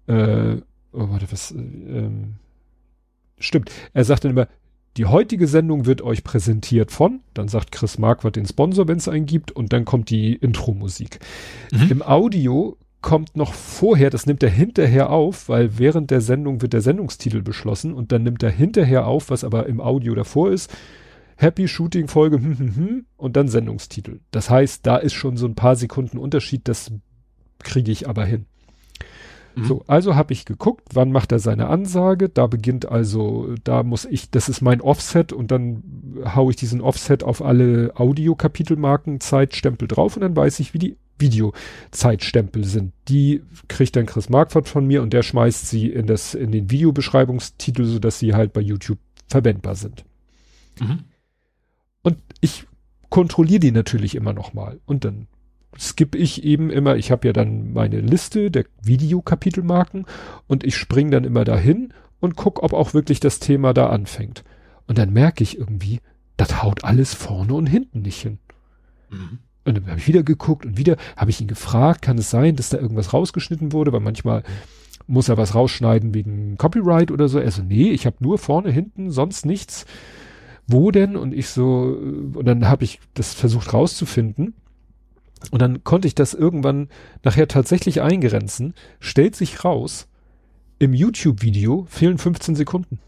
stimmt, er sagt dann immer, die heutige Sendung wird euch präsentiert von, dann sagt Chris Marquardt den Sponsor, wenn es einen gibt, und dann kommt die Intro-Musik. Mhm. Im Audio kommt noch vorher, das nimmt er hinterher auf, weil während der Sendung wird der Sendungstitel beschlossen und dann nimmt er hinterher auf, was aber im Audio davor ist, Happy Shooting Folge, und dann Sendungstitel. Das heißt, da ist schon so ein paar Sekunden Unterschied, das kriege ich aber hin. Mhm. So, also habe ich geguckt, wann macht er seine Ansage, da beginnt also, da muss ich, das ist mein Offset und dann haue ich diesen Offset auf alle Audio-Kapitelmarken, Zeitstempel drauf und dann weiß ich, wie die Video-Zeitstempel sind. Die kriegt dann Chris Marquardt von mir und der schmeißt sie in den Videobeschreibungstitel, sodass sie halt bei YouTube verwendbar sind. Mhm. Und ich kontrolliere die natürlich immer noch mal. Und dann skippe ich eben immer, ich habe ja dann meine Liste der Videokapitelmarken und ich springe dann immer dahin und gucke, ob auch wirklich das Thema da anfängt. Und dann merke ich irgendwie, das haut alles vorne und hinten nicht hin. Mhm. Und dann habe ich wieder geguckt und wieder habe ich ihn gefragt, kann es sein, dass da irgendwas rausgeschnitten wurde, weil manchmal muss er was rausschneiden wegen Copyright oder so. Also nee, ich habe nur vorne, hinten, sonst nichts. Wo denn? Und ich so, und dann habe ich das versucht rauszufinden. Und dann konnte ich das irgendwann nachher tatsächlich eingrenzen. Stellt sich raus, Im YouTube-Video fehlen 15 Sekunden.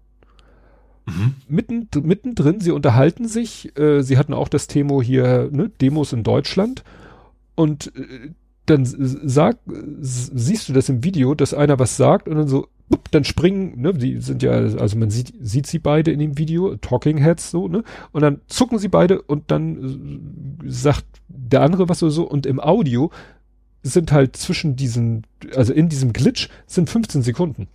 Mittendrin, sie unterhalten sich, sie hatten auch das Thema hier, ne, Demos in Deutschland und dann siehst du das im Video, dass einer was sagt und dann so, dann springen, ne, die sind ja, also man sieht sie beide in dem Video, Talking Heads so, ne, und dann zucken sie beide und dann sagt der andere was so und im Audio sind halt zwischen diesen, also in diesem Glitch sind 15 Sekunden.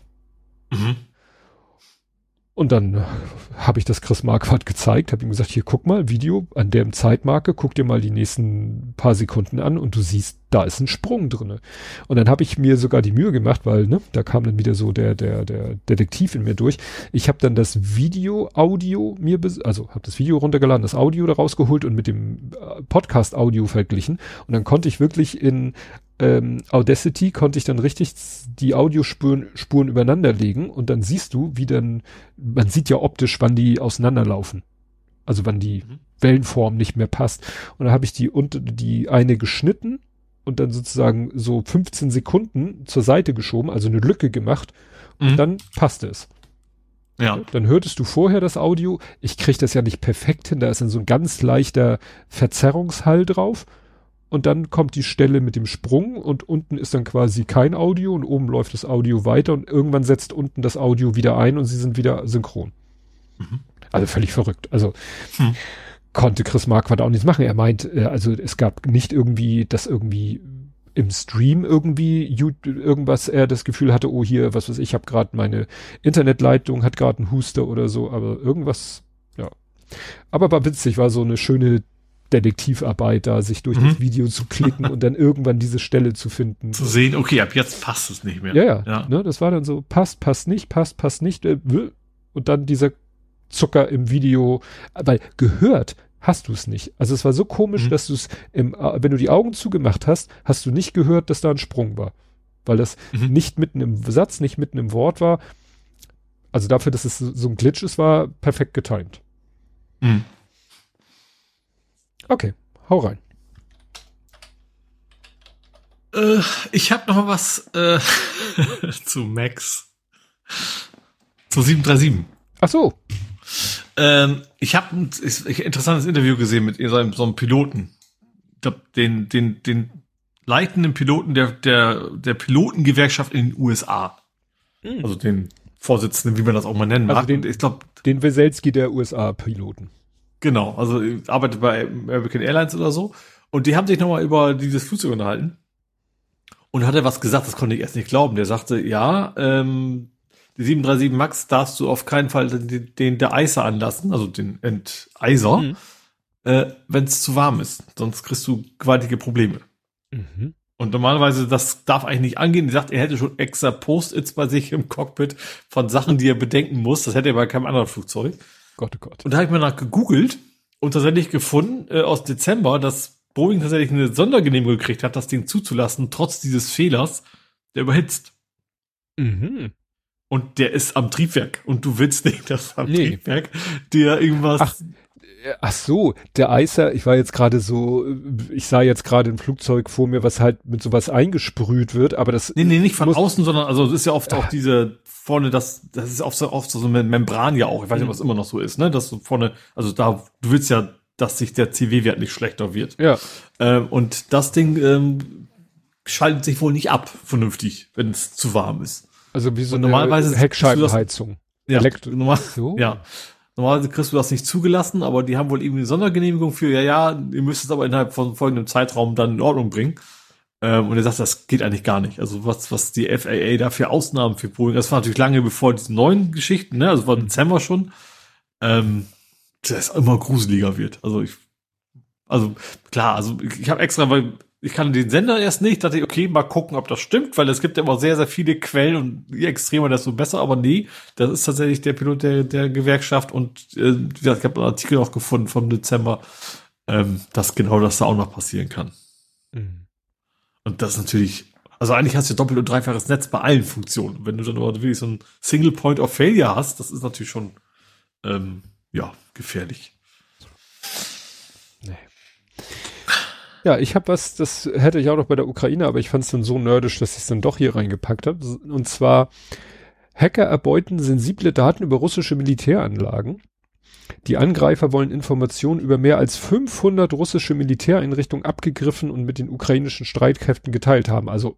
Und dann habe ich das Chris Marquardt gezeigt, habe ihm gesagt, hier guck mal, Video an der Zeitmarke, guck dir mal die nächsten paar Sekunden an und du siehst, da ist ein Sprung drinne. Und dann habe ich mir sogar die Mühe gemacht, weil, ne, da kam dann wieder so der Detektiv in mir durch. Ich habe dann das Video-Audio also habe das Video runtergeladen, das Audio da rausgeholt und mit dem Podcast-Audio verglichen. Und dann konnte ich wirklich in Audacity konnte ich dann richtig die Audiospuren übereinander legen und dann siehst du, wie dann, man sieht ja optisch, wann die auseinanderlaufen. Also wann die Wellenform nicht mehr passt. Und dann habe ich die eine geschnitten und dann sozusagen so 15 Sekunden zur Seite geschoben, also eine Lücke gemacht und dann passte es. Ja. Dann hörtest du vorher das Audio. Ich kriege das ja nicht perfekt hin, da ist dann so ein ganz leichter Verzerrungshall drauf. Und dann kommt die Stelle mit dem Sprung und unten ist dann quasi kein Audio und oben läuft das Audio weiter und irgendwann setzt unten das Audio wieder ein und sie sind wieder synchron. Also völlig verrückt. Also konnte Chris Marquardt auch nichts machen. Er meint, also es gab nicht irgendwie, dass irgendwie im Stream irgendwie irgendwas er das Gefühl hatte, oh hier, was weiß ich, habe gerade meine Internetleitung, hat gerade einen Huster oder so, aber irgendwas, ja. Aber war witzig, war so eine schöne Detektivarbeit da, sich durch das Video zu klicken und dann irgendwann diese Stelle zu finden. Zu sehen, okay, ab jetzt passt es nicht mehr. Ja. Ne, das war dann so, passt nicht, und dann dieser Zucker im Video, weil gehört hast du es nicht. Also es war so komisch, dass du es wenn du die Augen zugemacht hast, hast du nicht gehört, dass da ein Sprung war. Weil das nicht mitten im Satz, nicht mitten im Wort war. Also dafür, dass es so ein Glitch ist, war perfekt getimed. Okay, hau rein. Ich habe noch mal was zu Max. Zu 737. Ach so. Ich habe ein interessantes Interview gesehen mit so einem Piloten. Ich glaube, den leitenden Piloten der Pilotengewerkschaft in den USA. Also den Vorsitzenden, wie man das auch mal nennen mag. Also den Weselski der USA-Piloten. Genau, also arbeitet bei American Airlines oder so. Und die haben sich nochmal über dieses Flugzeug unterhalten. Und hat er was gesagt, das konnte ich erst nicht glauben. Der sagte, ja, die 737 MAX darfst du auf keinen Fall den Deicer anlassen, also den Enteiser, wenn es zu warm ist. Sonst kriegst du gewaltige Probleme. Und normalerweise, das darf eigentlich nicht angehen. Er sagt, er hätte schon extra Post-its bei sich im Cockpit von Sachen, die er bedenken muss. Das hätte er bei keinem anderen Flugzeug. Gott, oh Gott. Und da habe ich mal nach gegoogelt und tatsächlich gefunden, aus Dezember, dass Boeing tatsächlich eine Sondergenehmigung gekriegt hat, das Ding zuzulassen, trotz dieses Fehlers, der überhitzt. Und der ist am Triebwerk. Und du willst nicht, dass am Triebwerk dir irgendwas... Ach so, der Eiser, ich sah jetzt gerade ein Flugzeug vor mir, was halt mit sowas eingesprüht wird, aber das... Nee, nicht von außen, sondern, also das ist ja oft auch diese vorne, das ist oft so eine Membran ja auch, ich weiß nicht, ob das immer noch so ist, ne, dass du vorne, also da, du willst ja, dass sich der CW-Wert nicht schlechter wird. Ja. Und das Ding schaltet sich wohl nicht ab, vernünftig, wenn es zu warm ist. Also wie so eine normalerweise Heckscheibenheizung. Ja, Normalerweise kriegst du das nicht zugelassen, aber die haben wohl irgendwie eine Sondergenehmigung für, ihr müsst es aber innerhalb von folgendem Zeitraum dann in Ordnung bringen. Und er sagt, das geht eigentlich gar nicht. Also was die FAA da für Ausnahmen für Boeing, das war natürlich lange bevor diese neuen Geschichten, ne, also war im Dezember schon, das immer gruseliger wird. Also klar, ich habe extra, weil ich kann den Sender erst nicht, dachte ich, okay, mal gucken, ob das stimmt, weil es gibt ja immer sehr, sehr viele Quellen und je extremer, desto besser, aber nee, das ist tatsächlich der Pilot der Gewerkschaft und wie gesagt, ich habe einen Artikel auch gefunden vom Dezember, dass genau das da auch noch passieren kann. Und das ist natürlich, also eigentlich hast du doppelt- und dreifaches Netz bei allen Funktionen. Wenn du dann aber wirklich so ein Single Point of Failure hast, das ist natürlich schon, gefährlich. Nee. Ja, ich habe was, das hätte ich auch noch bei der Ukraine, aber ich fand es dann so nerdisch, dass ich es dann doch hier reingepackt habe. Und zwar, Hacker erbeuten sensible Daten über russische Militäranlagen. Die Angreifer wollen Informationen über mehr als 500 russische Militäreinrichtungen abgegriffen und mit den ukrainischen Streitkräften geteilt haben. Also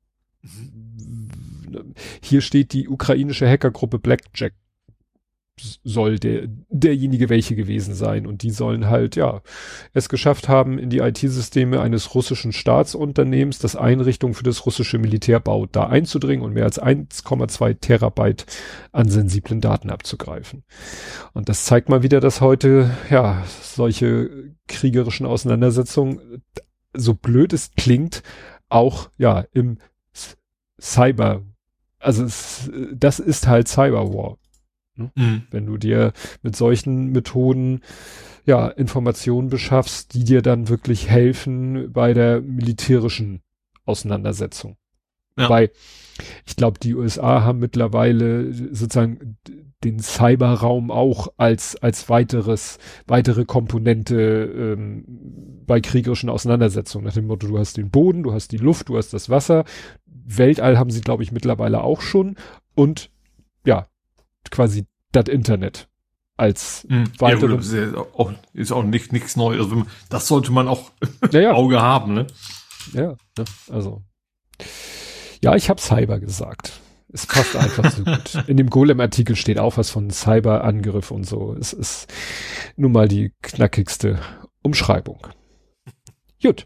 hier steht die ukrainische Hackergruppe Blackjack soll derjenige welche gewesen sein. Und die sollen halt, ja, es geschafft haben, in die IT-Systeme eines russischen Staatsunternehmens, das Einrichtungen für das russische Militär baut, da einzudringen und mehr als 1,2 Terabyte an sensiblen Daten abzugreifen. Und das zeigt mal wieder, dass heute, ja, solche kriegerischen Auseinandersetzungen, so blöd es klingt, auch, ja, im Cyber, also das ist halt Cyberwar. Wenn du dir mit solchen Methoden ja Informationen beschaffst, die dir dann wirklich helfen bei der militärischen Auseinandersetzung. Ja. Weil ich glaube, die USA haben mittlerweile sozusagen den Cyberraum auch als weitere Komponente bei kriegerischen Auseinandersetzungen. Nach dem Motto, du hast den Boden, du hast die Luft, du hast das Wasser. Weltall haben sie, glaube ich, mittlerweile auch schon. Und ja, quasi das Internet als weitere. Ja, ist auch nichts Neues. Also das sollte man auch im Auge haben, ne? Ja, ne? Also. Ja, ich habe Cyber gesagt. Es passt einfach so gut. In dem Golem-Artikel steht auch was von Cyberangriff und so. Es ist nun mal die knackigste Umschreibung. Gut.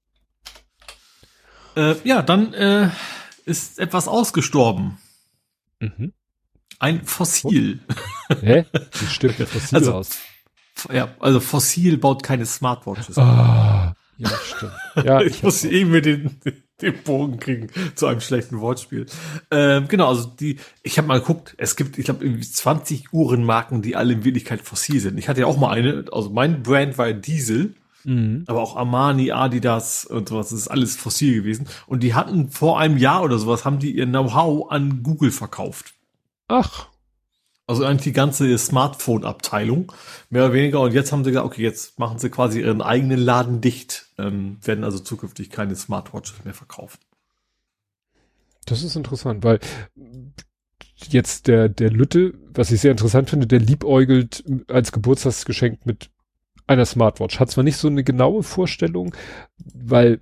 Ja, dann ist etwas ausgestorben. Mhm. Ein Fossil. Hä? Wie stimmt der Fossil aus? Ja, also Fossil baut keine Smartwatches. Ja, stimmt. Ja, ich muss irgendwie den Bogen kriegen zu einem schlechten Wortspiel. Genau, also ich habe mal geguckt, es gibt, ich glaube, irgendwie 20 Uhrenmarken, die alle in Wirklichkeit fossil sind. Ich hatte ja auch mal eine, also mein Brand war Diesel, aber auch Armani, Adidas und sowas, das ist alles fossil gewesen. Und die hatten vor einem Jahr oder sowas, haben die ihr Know-how an Google verkauft. Ach. Also eigentlich die ganze Smartphone-Abteilung, mehr oder weniger. Und jetzt haben sie gesagt, okay, jetzt machen sie quasi ihren eigenen Laden dicht, werden also zukünftig keine Smartwatches mehr verkaufen. Das ist interessant, weil jetzt der Lütte, was ich sehr interessant finde, der liebäugelt als Geburtstagsgeschenk mit einer Smartwatch. Hat zwar nicht so eine genaue Vorstellung, weil,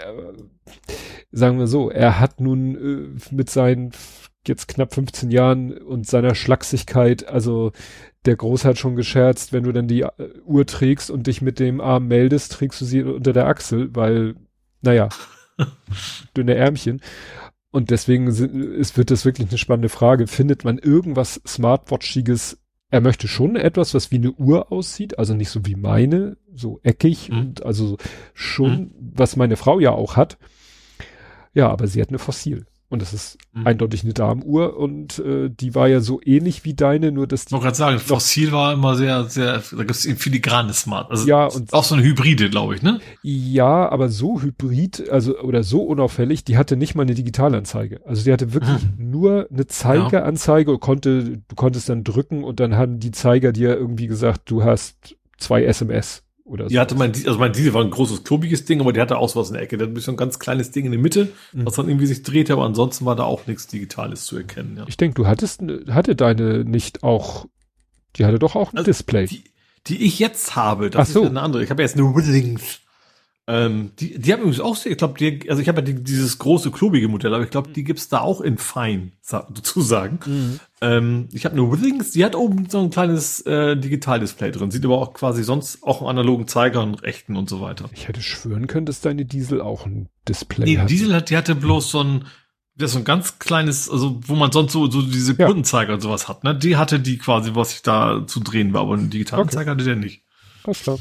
sagen wir so, er hat nun mit seinen jetzt knapp 15 Jahren und seiner Schlachsigkeit, also der Groß hat schon gescherzt, wenn du dann die Uhr trägst und dich mit dem Arm meldest, trägst du sie unter der Achsel, weil, naja, dünne Ärmchen. Und deswegen wird das wirklich eine spannende Frage. Findet man irgendwas Smartwatchiges? Er möchte schon etwas, was wie eine Uhr aussieht, also nicht so wie meine, so eckig und also schon, was meine Frau ja auch hat. Ja, aber sie hat eine Fossil. Und das ist eindeutig eine Damenuhr und die war ja so ähnlich wie deine, nur dass die. Ich wollte gerade sagen, Fossil war immer sehr, sehr, da gibt es eben filigrane Smart. Also ja, und auch so eine Hybride, glaube ich, ne? Ja, aber so hybrid, also oder so unauffällig, die hatte nicht mal eine Digitalanzeige. Also die hatte wirklich nur eine Zeigeranzeige und du konntest dann drücken und dann haben die Zeiger dir irgendwie gesagt, du hast 2 SMS. Oder die so. Hatte mein Diesel war ein großes, klobiges Ding, aber die hatte auch so was in der Ecke. Der hat so ein ganz kleines Ding in der Mitte, was dann irgendwie sich drehte, aber ansonsten war da auch nichts Digitales zu erkennen. Ja. Ich denke, hatte deine nicht auch, die hatte doch auch ein Display. Die ich jetzt habe, das ist ja eine andere. Ich habe jetzt eine Withings. Die haben übrigens auch, ich glaube, ich habe ja dieses große, klobige Modell, aber ich glaube, die gibt's da auch in fein, sozusagen. Ich habe eine Withings, die hat oben so ein kleines Digitaldisplay drin, sieht aber auch quasi sonst auch einen analogen Zeiger und Rechten und so weiter. Ich hätte schwören können, dass deine Diesel auch ein Display hat. Diesel die hatte bloß so ein ganz kleines, also wo man sonst so diese Kundenzeiger und sowas hat, ne? Die hatte die quasi, was ich da zu drehen war, aber einen digitalen Zeiger hatte der nicht. Alles klar.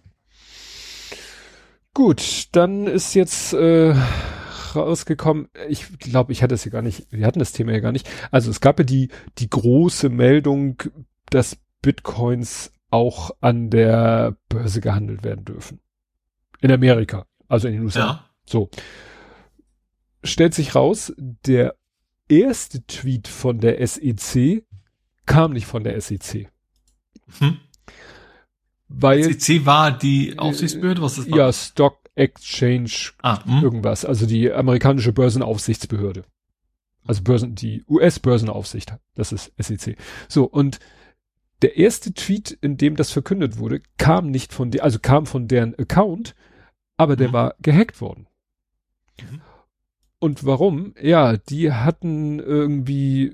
Gut, dann ist jetzt rausgekommen, ich glaube, ich hatte es hier gar nicht, wir hatten das Thema ja gar nicht. Also es gab ja die große Meldung, dass Bitcoins auch an der Börse gehandelt werden dürfen. In Amerika, also in den USA. Ja. So. Stellt sich raus, der erste Tweet von der SEC kam nicht von der SEC. Weil SEC war die Aufsichtsbehörde, was ist das? Ja, Stock Exchange irgendwas, also die amerikanische Börsenaufsichtsbehörde. Also die US-Börsenaufsicht, das ist SEC. So, und der erste Tweet, in dem das verkündet wurde, kam von deren Account, aber der war gehackt worden. Und warum? Ja, die hatten irgendwie,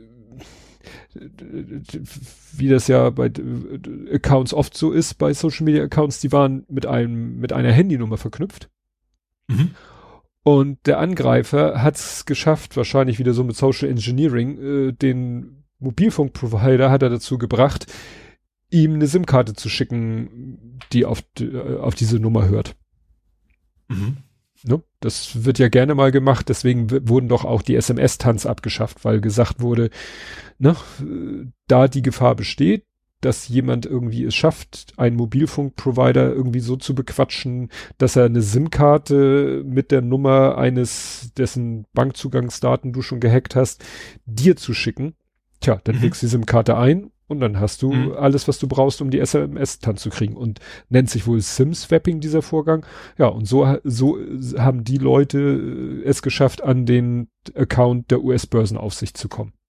wie das ja bei Accounts oft so ist, bei Social Media Accounts, die waren mit einer Handynummer verknüpft. Und der Angreifer hat es geschafft, wahrscheinlich wieder so mit Social Engineering, den Mobilfunkprovider hat er dazu gebracht, ihm eine SIM-Karte zu schicken, die auf diese Nummer hört. Ne? Das wird ja gerne mal gemacht, deswegen wurden doch auch die SMS-Tanz abgeschafft, weil gesagt wurde, ne, da die Gefahr besteht, dass jemand irgendwie es schafft, einen Mobilfunkprovider irgendwie so zu bequatschen, dass er eine SIM-Karte mit der Nummer dessen Bankzugangsdaten du schon gehackt hast, dir zu schicken. Tja, dann legst du die SIM-Karte ein und dann hast du alles, was du brauchst, um die SMS-Tanz zu kriegen. Und nennt sich wohl SIM-Swapping dieser Vorgang. Ja, und so haben die Leute es geschafft, an den Account der US-Börsenaufsicht zu kommen.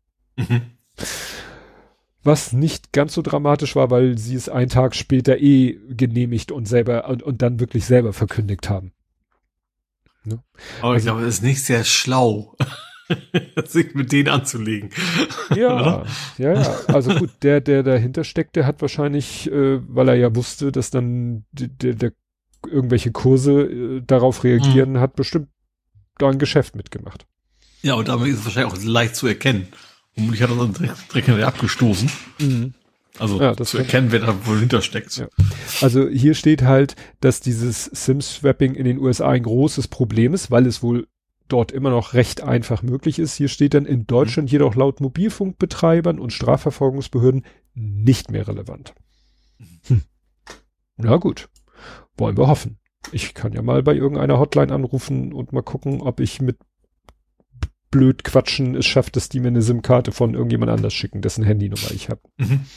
Was nicht ganz so dramatisch war, weil sie es einen Tag später genehmigt und dann wirklich selber verkündigt haben. Ne? Aber ich glaube, es ist nicht sehr schlau, sich mit denen anzulegen. Ja, ja. Also gut, der dahinter steckt, der hat wahrscheinlich, weil er ja wusste, dass dann der irgendwelche Kurse darauf reagieren, hat bestimmt da ein Geschäft mitgemacht. Ja, und damit ist es wahrscheinlich auch leicht zu erkennen. Und ich hatte unseren Dreck abgestoßen. Also ja, zu erkennen, wer da wohl hintersteckt. Ja. Also hier steht halt, dass dieses SIM-Swapping in den USA ein großes Problem ist, weil es wohl dort immer noch recht einfach möglich ist. Hier steht dann in Deutschland jedoch laut Mobilfunkbetreibern und Strafverfolgungsbehörden nicht mehr relevant. Na gut, wollen wir hoffen. Ich kann ja mal bei irgendeiner Hotline anrufen und mal gucken, ob ich mit blöd quatschen es schafft, dass die mir eine SIM-Karte von irgendjemand anders schicken, dessen Handynummer ich habe.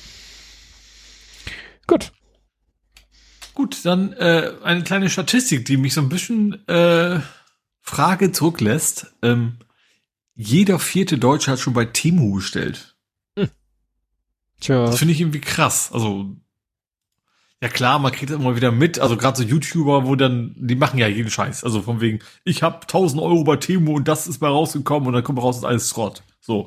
Gut, dann eine kleine Statistik, die mich so ein bisschen Frage zurücklässt. Jeder 4. Deutsche hat schon bei Temu bestellt. Tja. Das finde ich irgendwie krass. Also, ja klar, man kriegt das immer wieder mit. Also gerade so YouTuber, die machen ja jeden Scheiß. Also von wegen, ich habe 1.000 Euro bei Temu und das ist mal rausgekommen und dann kommt raus, ist alles Schrott. So.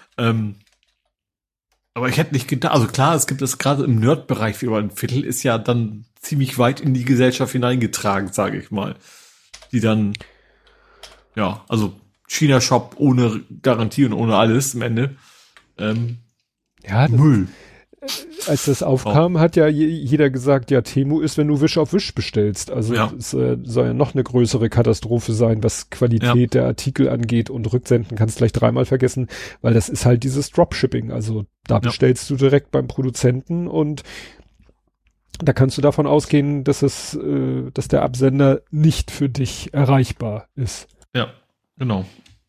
Aber ich hätte nicht gedacht, also klar, es gibt das gerade im Nerd-Bereich, wie über ein Viertel, ist ja dann ziemlich weit in die Gesellschaft hineingetragen, sage ich mal. Die dann, ja, also China-Shop ohne Garantie und ohne alles am Ende. Ja, Müll. Als das aufkam, hat ja jeder gesagt, ja, Temu ist, wenn du Wisch auf Wisch bestellst. Also es soll ja noch eine größere Katastrophe sein, was Qualität der Artikel angeht, und Rücksenden kannst gleich 3-mal vergessen, weil das ist halt dieses Dropshipping. Also da bestellst du direkt beim Produzenten und da kannst du davon ausgehen, dass dass der Absender nicht für dich erreichbar ist. Ja, genau.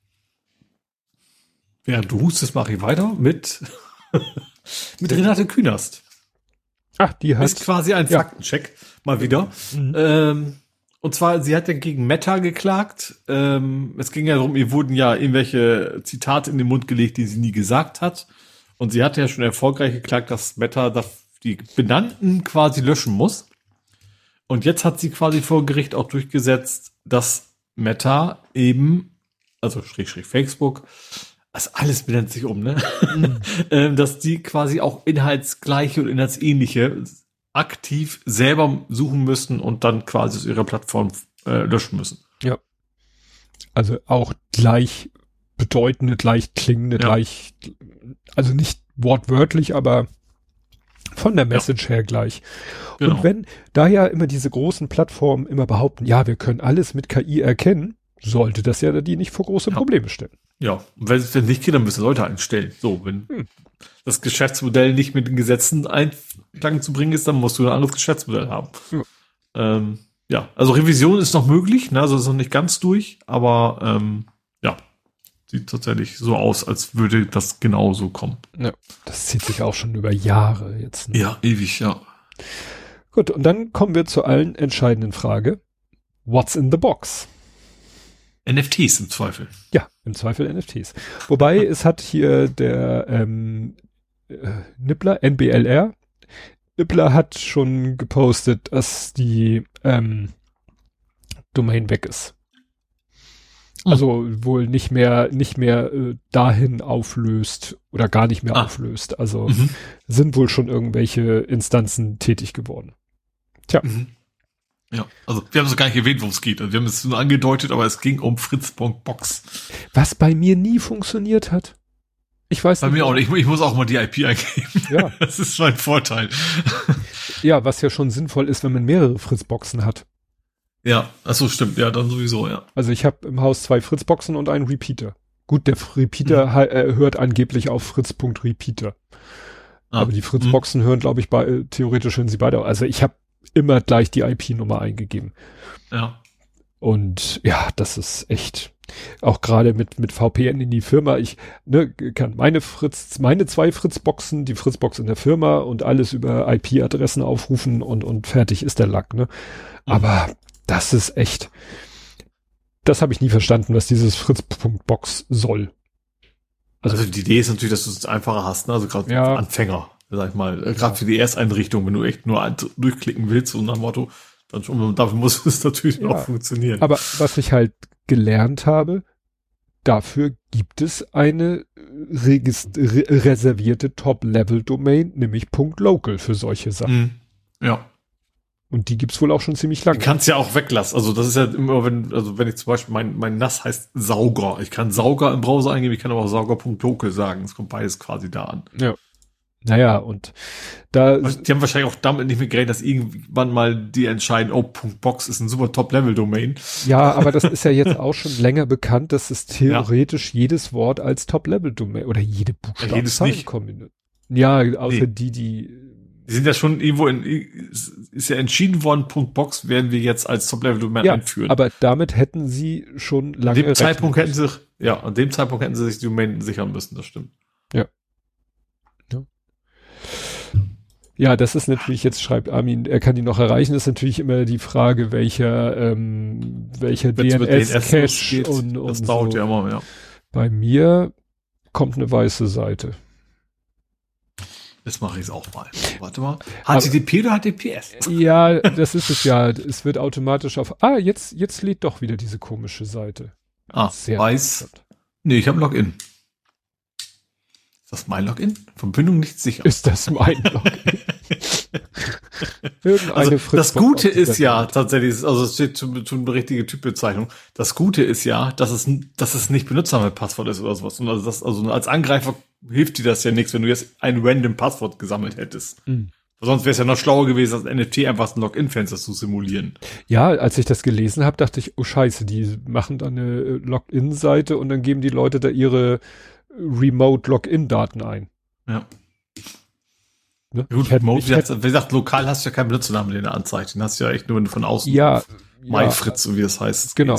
Während du hustest, mache ich weiter mit Renate Künast. Ach, die hat... Ist quasi ein Faktencheck, mal wieder. Und zwar, sie hat ja gegen Meta geklagt. Es ging ja darum, ihr wurden ja irgendwelche Zitate in den Mund gelegt, die sie nie gesagt hat. Und sie hatte ja schon erfolgreich geklagt, dass Meta die Benannten quasi löschen muss. Und jetzt hat sie quasi vor Gericht auch durchgesetzt, dass Meta eben, also Facebook, also alles benennt sich um, ne? Dass die quasi auch inhaltsgleiche und inhaltsähnliche aktiv selber suchen müssen und dann quasi aus ihrer Plattform löschen müssen. Ja. Also auch gleich bedeutende, gleich klingende, also nicht wortwörtlich, aber von der Message her gleich. Genau. Und wenn da ja immer diese großen Plattformen immer behaupten, ja, wir können alles mit KI erkennen, sollte das ja die nicht vor große Probleme stellen. Ja, und wenn es nicht geht, dann müssen Leute einstellen. So, wenn das Geschäftsmodell nicht mit den Gesetzen Einklang zu bringen ist, dann musst du ein anderes Geschäftsmodell haben. Also Revision ist noch möglich, ne? Also ist noch nicht ganz durch, aber sieht tatsächlich so aus, als würde das genauso kommen. Ja, das zieht sich auch schon über Jahre jetzt. Ne? Ja, ewig, ja. Gut, und dann kommen wir zur allen entscheidenden Frage. What's in the box? NFTs im Zweifel. Ja, im Zweifel NFTs. Wobei es hat hier der Nibbler, NBLR, Nibbler hat schon gepostet, dass die Domain weg ist. Also wohl nicht mehr dahin auflöst oder gar nicht mehr auflöst. Also sind wohl schon irgendwelche Instanzen tätig geworden. Tja. Ja, also wir haben es gar nicht erwähnt, worum es geht. Also wir haben es nur angedeutet, aber es ging um Fritz.box. Was bei mir nie funktioniert hat. Ich weiß nicht. Bei mir auch nicht. Ich muss auch mal die IP eingeben. Ja. Das ist mein Vorteil. Ja, was ja schon sinnvoll ist, wenn man mehrere Fritzboxen hat. Ja, achso, stimmt. Ja, dann sowieso, ja. Also ich habe im Haus 2 Fritzboxen und einen Repeater. Gut, der Repeater hört angeblich auf Fritz.Repeater. Aber die Fritzboxen hören, glaube ich, theoretisch hören sie beide. Also ich habe immer gleich die IP-Nummer eingegeben. Ja. Und ja, das ist echt, auch gerade mit VPN in die Firma, ich kann meine 2 Fritzboxen, die Fritzbox in der Firma und alles über IP-Adressen aufrufen und fertig ist der Lack, ne? Aber das ist echt, das habe ich nie verstanden, was dieses Fritz.box soll. Also die Idee ist natürlich, dass du es einfacher hast, ne? Also gerade für Anfänger, sag ich mal, gerade für die Ersteinrichtung, wenn du echt nur durchklicken willst, so nach dem Motto, dann schon, dafür muss es natürlich auch funktionieren. Aber was ich halt gelernt habe, dafür gibt es eine reservierte Top-Level-Domain, nämlich .local für solche Sachen. Ja. Und die gibt's wohl auch schon ziemlich lange. Du kannst ja auch weglassen. Also das ist ja immer, wenn ich zum Beispiel mein NAS heißt Sauger. Ich kann Sauger im Browser eingeben, ich kann aber auch Sauger.local sagen. Es kommt beides quasi da an. Ja. Naja, und da... Die haben wahrscheinlich auch damit nicht mehr gerechnet, dass irgendwann mal die entscheiden, .box ist ein super Top-Level-Domain. Ja, aber das ist ja jetzt auch schon länger bekannt, dass es theoretisch jedes Wort als Top-Level-Domain oder jede Buchstabenzahl kombiniert. Ja, außer die sind ja schon irgendwo ist ja entschieden worden, .box werden wir jetzt als Top-Level-Domain einführen. Aber damit hätten sie schon lange an dem Zeitpunkt hätten sie sich die Domain sichern müssen, das stimmt. Ja. Ja, das ist natürlich, jetzt schreibt Armin, er kann die noch erreichen, ist natürlich immer die Frage, welcher DNS-Cache und das dauert so. Ja immer, ja. Bei mir kommt eine weiße Seite. Jetzt mache ich es auch mal. Warte mal. HTTP oder HTTPS? Ja, das ist es ja. Es wird automatisch auf... jetzt lädt doch wieder diese komische Seite. Sehr weiß. Nee, ich habe Login. Ist das mein Login? Verbindung nicht sicher. Ist das mein Login? Also das Gute ist ja tatsächlich, also es steht schon eine richtige Typbezeichnung. Das Gute ist ja, dass es nicht Benutzername-Passwort ist oder sowas. Und also als Angreifer hilft dir das ja nichts, wenn du jetzt ein random Passwort gesammelt hättest. Sonst wäre es ja noch schlauer gewesen, als NFT einfach ein Login-Fenster zu simulieren. Ja, als ich das gelesen habe, dachte ich, oh Scheiße, die machen da eine Login-Seite und dann geben die Leute da ihre Remote-Login-Daten ein. Ja. Ne? Gut, Remote, wie gesagt, lokal hast du ja keinen Benutzernamen, den er anzeigt. Den hast du ja echt nur, wenn du von außen MyFritz, so wie das heißt. Genau.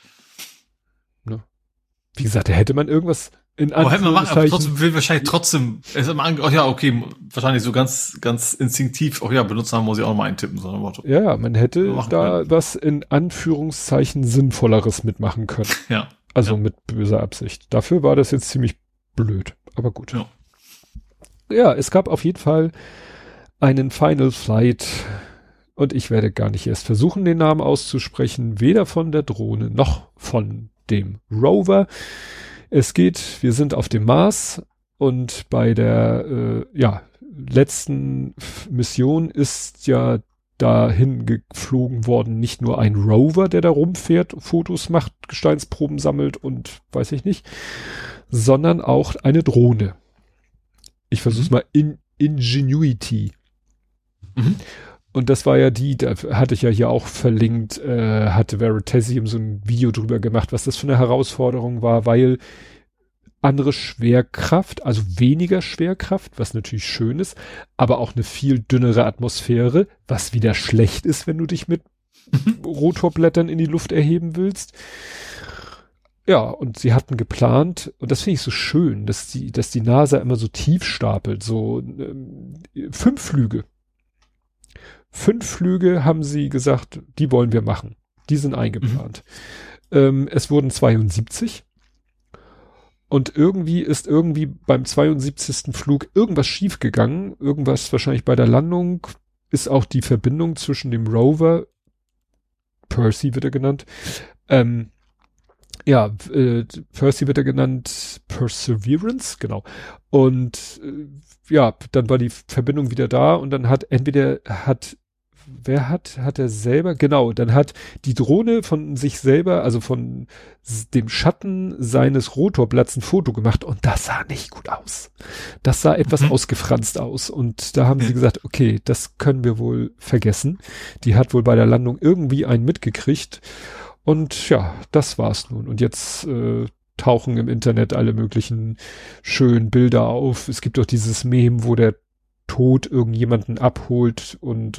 Ne? Wie gesagt, da hätte man irgendwas in Anführungszeichen... Aber will wahrscheinlich trotzdem, wahrscheinlich so ganz, ganz instinktiv, Benutzernamen muss ich auch mal eintippen, so ein Motto. Ja, man hätte da was in Anführungszeichen Sinnvolleres mitmachen können. Ja. Also mit böser Absicht. Dafür war das jetzt ziemlich blöd, aber gut. Ja, es gab auf jeden Fall einen Final Flight und ich werde gar nicht erst versuchen, den Namen auszusprechen, weder von der Drohne noch von dem Rover. Wir sind auf dem Mars und bei der letzten Mission ist ja dahin geflogen worden, nicht nur ein Rover, der da rumfährt, Fotos macht, Gesteinsproben sammelt und weiß ich nicht, sondern auch eine Drohne. Ich versuch's mal, Ingenuity. Und das war ja da hatte ich ja hier auch verlinkt, hatte Veritasium so ein Video drüber gemacht, was das für eine Herausforderung war, weil andere Schwerkraft, also weniger Schwerkraft, was natürlich schön ist, aber auch eine viel dünnere Atmosphäre, was wieder schlecht ist, wenn du dich mit Rotorblättern in die Luft erheben willst. Ja, und sie hatten geplant, und das finde ich so schön, dass die NASA immer so tief stapelt, so 5 Flüge. 5 Flüge haben sie gesagt, die wollen wir machen. Die sind eingeplant. Es wurden 72. Und irgendwie ist beim 72. Flug irgendwas schiefgegangen. Irgendwas wahrscheinlich bei der Landung. Ist auch die Verbindung zwischen dem Rover, Percy wird er genannt, Percy wird er genannt, Perseverance, genau. Und dann war die Verbindung wieder da und dann hat er selber, genau, dann hat die Drohne von sich selber, also von dem Schatten seines Rotorblatts ein Foto gemacht und das sah nicht gut aus. Das sah etwas ausgefranst aus und da haben sie gesagt, okay, das können wir wohl vergessen. Die hat wohl bei der Landung irgendwie einen mitgekriegt und ja, das war's nun. Und jetzt tauchen im Internet alle möglichen schönen Bilder auf. Es gibt doch dieses Meme, wo der Tod irgendjemanden abholt und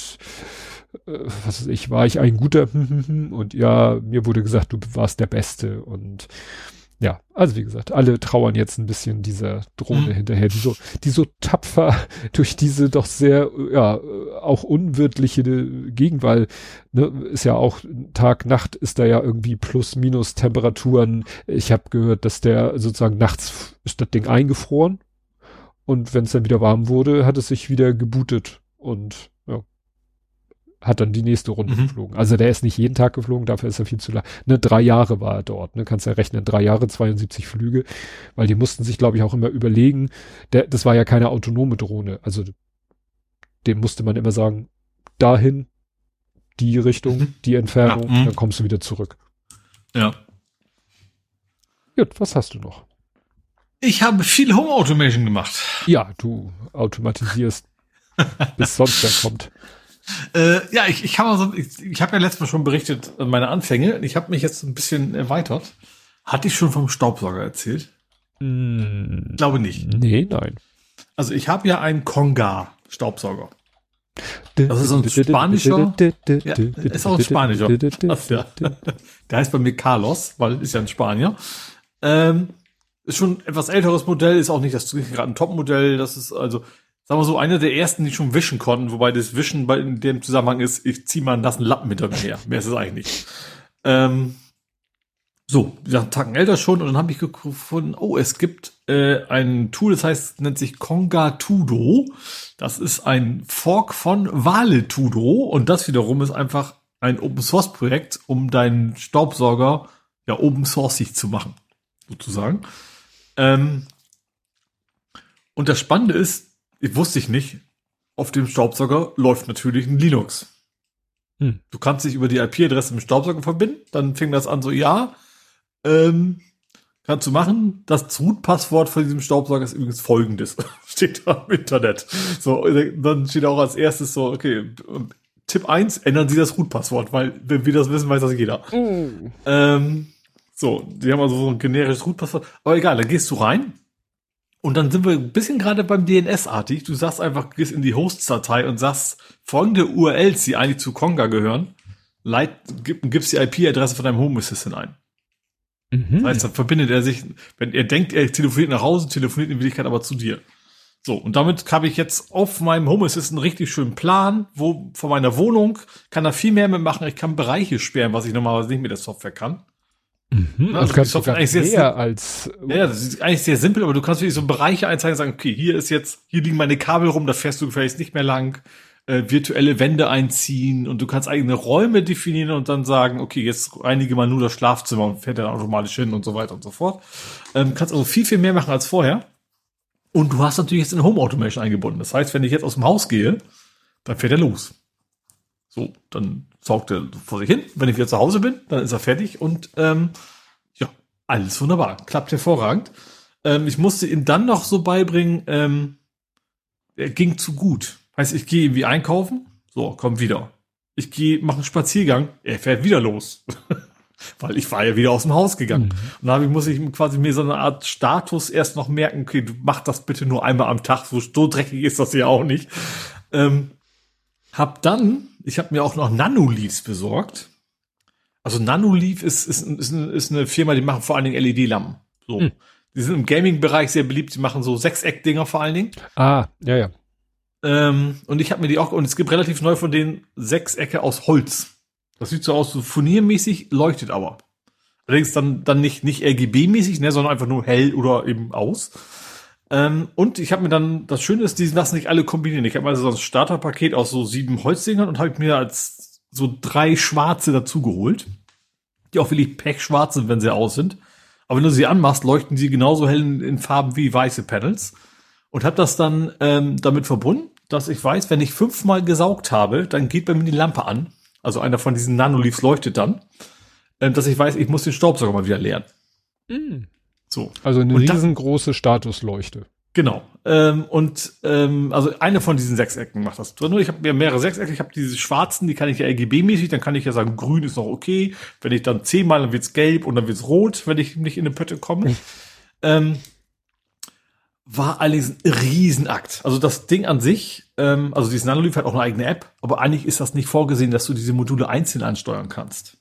was weiß ich, war ich ein guter und ja, mir wurde gesagt, du warst der Beste und ja, also wie gesagt, alle trauern jetzt ein bisschen dieser Drohne hinterher, die so tapfer durch diese doch sehr, auch unwirtliche Gegend, weil, ne, ist ja auch Tag, Nacht ist da ja irgendwie Plus-Minus Temperaturen. Ich habe gehört, dass der sozusagen nachts ist das Ding eingefroren. Und wenn es dann wieder warm wurde, hat es sich wieder gebootet und hat dann die nächste Runde geflogen. Also der ist nicht jeden Tag geflogen, dafür ist er viel zu lang. 3 Jahre war er dort, kannst ja rechnen, 3 Jahre, 72 Flüge, weil die mussten sich, glaube ich, auch immer überlegen, das war ja keine autonome Drohne, also dem musste man immer sagen, dahin, die Richtung, die Entfernung, dann kommst du wieder zurück. Ja. Gut, was hast du noch? Ich habe viel Home Automation gemacht. Ja, du automatisierst, bis sonst wer kommt. Ich habe ja letztes Mal schon berichtet, meine Anfänge. Ich habe mich jetzt ein bisschen erweitert. Hatte ich schon vom Staubsauger erzählt? Ich glaube nicht. Nee, nein. Also ich habe ja einen Conga-Staubsauger. Das ist so ein spanischer. Ja, ist auch ein spanischer. Der heißt bei mir Carlos, weil ist ja ein Spanier. Ist schon ein etwas älteres Modell, ist auch nicht das gerade ein Top-Modell. Das ist also, sagen wir so, einer der ersten, die schon wischen konnten, wobei das Wischen in dem Zusammenhang ist, ich ziehe mal einen nassen Lappen hinter mir her. Mehr ist es eigentlich nicht. So, wie gesagt, Tacken älter schon und dann habe ich gefunden, es gibt ein Tool, das nennt sich Conga Tudo. Das ist ein Fork von Vale Tudo und das wiederum ist einfach ein Open-Source-Projekt, um deinen Staubsauger ja open-sourcig zu machen, sozusagen. Und das Spannende ist, wusste ich nicht, auf dem Staubsauger läuft natürlich ein Linux. Du kannst dich über die IP-Adresse mit dem Staubsauger verbinden, dann fing das an so, kannst du machen. Das Root-Passwort von diesem Staubsauger ist übrigens folgendes. Steht da im Internet. So, dann steht auch als erstes so, okay, Tipp 1, ändern Sie das Root-Passwort, weil, wenn wir das wissen, weiß das jeder. So, die haben also so ein generisches Root-Passwort. Aber egal, dann gehst du rein. Und dann sind wir ein bisschen gerade beim DNS-artig. Du sagst einfach, gehst in die Hosts-Datei und sagst, folgende URLs, die eigentlich zu Conga gehören, gibst die IP-Adresse von deinem Home Assistant ein. Das heißt, dann verbindet er sich, wenn er denkt, er telefoniert nach Hause, telefoniert in Wirklichkeit aber zu dir. So, und damit habe ich jetzt auf meinem Home Assistant einen richtig schönen Plan, wo von meiner Wohnung kann da viel mehr mitmachen. Ich kann Bereiche sperren, was ich normalerweise nicht mit der Software kann. Also kannst du eigentlich mehr als... Ja, das ist eigentlich sehr simpel, aber du kannst wirklich so Bereiche einzeigen und sagen, okay, hier liegen meine Kabel rum, da fährst du vielleicht nicht mehr lang, virtuelle Wände einziehen und du kannst eigene Räume definieren und dann sagen, okay, jetzt reinige mal nur das Schlafzimmer und fährt dann automatisch hin und so weiter und so fort. Kannst also viel, viel mehr machen als vorher. Und du hast natürlich jetzt eine Home Automation eingebunden. Das heißt, wenn ich jetzt aus dem Haus gehe, dann fährt er los. So, dann saugt er vor sich hin. Wenn ich wieder zu Hause bin, dann ist er fertig und alles wunderbar. Klappt hervorragend. Ich musste ihm dann noch so beibringen, er ging zu gut. Heißt, ich gehe irgendwie einkaufen, so, komm wieder. Ich mache einen Spaziergang, er fährt wieder los. Weil ich war ja wieder aus dem Haus gegangen. Und dann muss ich quasi mir so eine Art Status erst noch merken, okay, du mach das bitte nur einmal am Tag, so dreckig ist das ja auch nicht. Ich habe mir auch noch Nanoleafs besorgt. Also Nanoleaf ist eine Firma, die machen vor allen Dingen LED-Lampen. So. Die sind im Gaming-Bereich sehr beliebt, die machen so Sechseck-Dinger vor allen Dingen. Ah, ja. Und ich habe mir die auch, und es gibt relativ neu von denen Sechsecke aus Holz. Das sieht so aus, so furniermäßig, leuchtet aber. Allerdings dann nicht RGB-mäßig, ne, sondern einfach nur hell oder eben aus. Und ich habe mir dann, das Schöne ist, die lassen sich alle kombinieren. Ich habe also so ein Starterpaket aus so 7 Holzdingern und habe mir als so 3 schwarze dazu geholt. Die auch wirklich pechschwarz sind, wenn sie aus sind. Aber wenn du sie anmachst, leuchten sie genauso hell in Farben wie weiße Panels. Und habe das dann damit verbunden, dass ich weiß, wenn ich 5-mal gesaugt habe, dann geht bei mir die Lampe an. Also einer von diesen Nanoleafs leuchtet dann. Dass ich weiß, ich muss den Staubsauger mal wieder leeren. Mm. So. Also eine riesengroße Statusleuchte. Genau. Also eine von diesen 6 Ecken macht das. Nur ich habe mir mehrere 6 Ecken. Ich habe diese schwarzen, die kann ich ja RGB-mäßig. Dann kann ich ja sagen, grün ist noch okay. Wenn ich dann 10-mal, dann wird's gelb und dann wird's rot, wenn ich nicht in eine Pötte komme. War allerdings ein Riesenakt. Also das Ding an sich, also dieses Nanoleaf hat auch eine eigene App, aber eigentlich ist das nicht vorgesehen, dass du diese Module einzeln ansteuern kannst.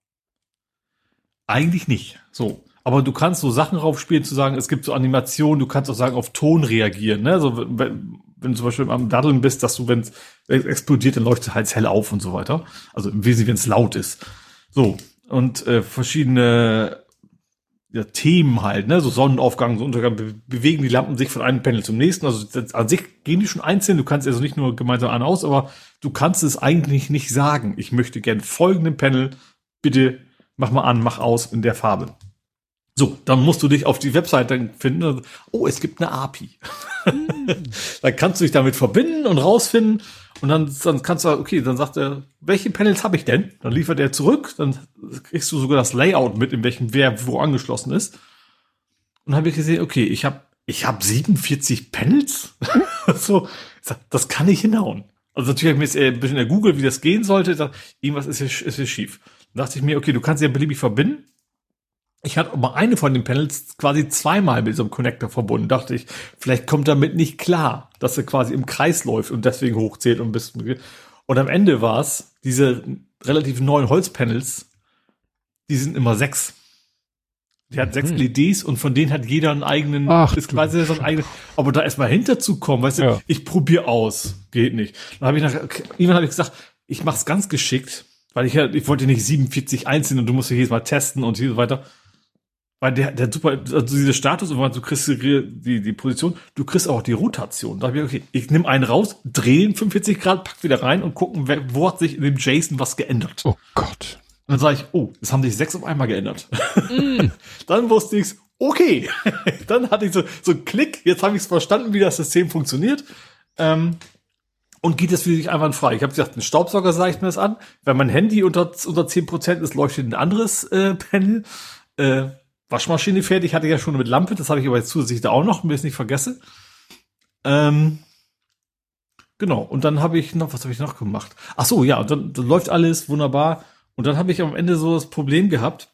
Eigentlich nicht. So. Aber du kannst so Sachen raufspielen, zu sagen, es gibt so Animationen, du kannst auch sagen, auf Ton reagieren, ne? Also wenn du zum Beispiel am Daddeln bist, dass du, wenn es explodiert, dann leuchtet es halt hell auf und so weiter. Also im Wesentlichen, wenn es laut ist. So. Und verschiedene Themen halt, ne? So Sonnenaufgang, so Untergang, bewegen die Lampen sich von einem Panel zum nächsten. Also an sich gehen die schon einzeln, du kannst also nicht nur gemeinsam an aus, aber du kannst es eigentlich nicht sagen. Ich möchte gern folgenden Panel, bitte mach mal an, mach aus in der Farbe. So, dann musst du dich auf die Webseite finden. Oh, es gibt eine API. Dann kannst du dich damit verbinden und rausfinden. Und dann kannst du, okay, dann sagt er, welche Panels habe ich denn? Dann liefert er zurück. Dann kriegst du sogar das Layout mit, in welchem wer wo angeschlossen ist. Und dann habe ich gesehen, okay, ich hab 47 Panels? So, das kann nicht hinhauen. Also natürlich habe ich mir jetzt ein bisschen ergoogelt, wie das gehen sollte. Irgendwas ist hier schief. Dann dachte ich mir, okay, du kannst sie ja beliebig verbinden. Ich hatte aber eine von den Panels quasi 2-mal mit so einem Connector verbunden. Dachte ich, vielleicht kommt damit nicht klar, dass er quasi im Kreis läuft und deswegen hochzählt und und am Ende war es, diese relativ neuen Holzpanels, die sind immer 6. Die hat 6 LEDs und von denen hat jeder einen eigenen, ist quasi so ein eigenes, aber da erstmal hinterzukommen, weißt du, ich probiere aus, geht nicht. Dann habe ich irgendwann habe ich gesagt, ich mach's ganz geschickt, weil ich wollte nicht 47 einzeln und du musst jedes Mal testen und so weiter. Weil der super, also diese Status, und du kriegst die Position, du kriegst auch die Rotation. Da habe ich, okay, ich nehme einen raus, drehe ihn 45 Grad, pack wieder rein und gucken, wo hat sich in dem JSON was geändert. Oh Gott. Und dann sage ich, oh, es haben sich 6 auf einmal geändert. Dann wusste ich's, okay. Dann hatte ich so einen Klick, jetzt habe ich es verstanden, wie das System funktioniert. Und geht es für sich einwandfrei. Ich habe gesagt, ein Staubsauger sage ich mir das an. Wenn mein Handy unter 10% ist, leuchtet ein anderes Panel. Waschmaschine fertig, hatte ich ja schon mit Lampe, das habe ich aber jetzt zusätzlich da auch noch, damit ich es nicht vergesse. Genau, und dann habe ich noch, was habe ich noch gemacht? Ach so, ja, und dann läuft alles wunderbar. Und dann habe ich am Ende so das Problem gehabt,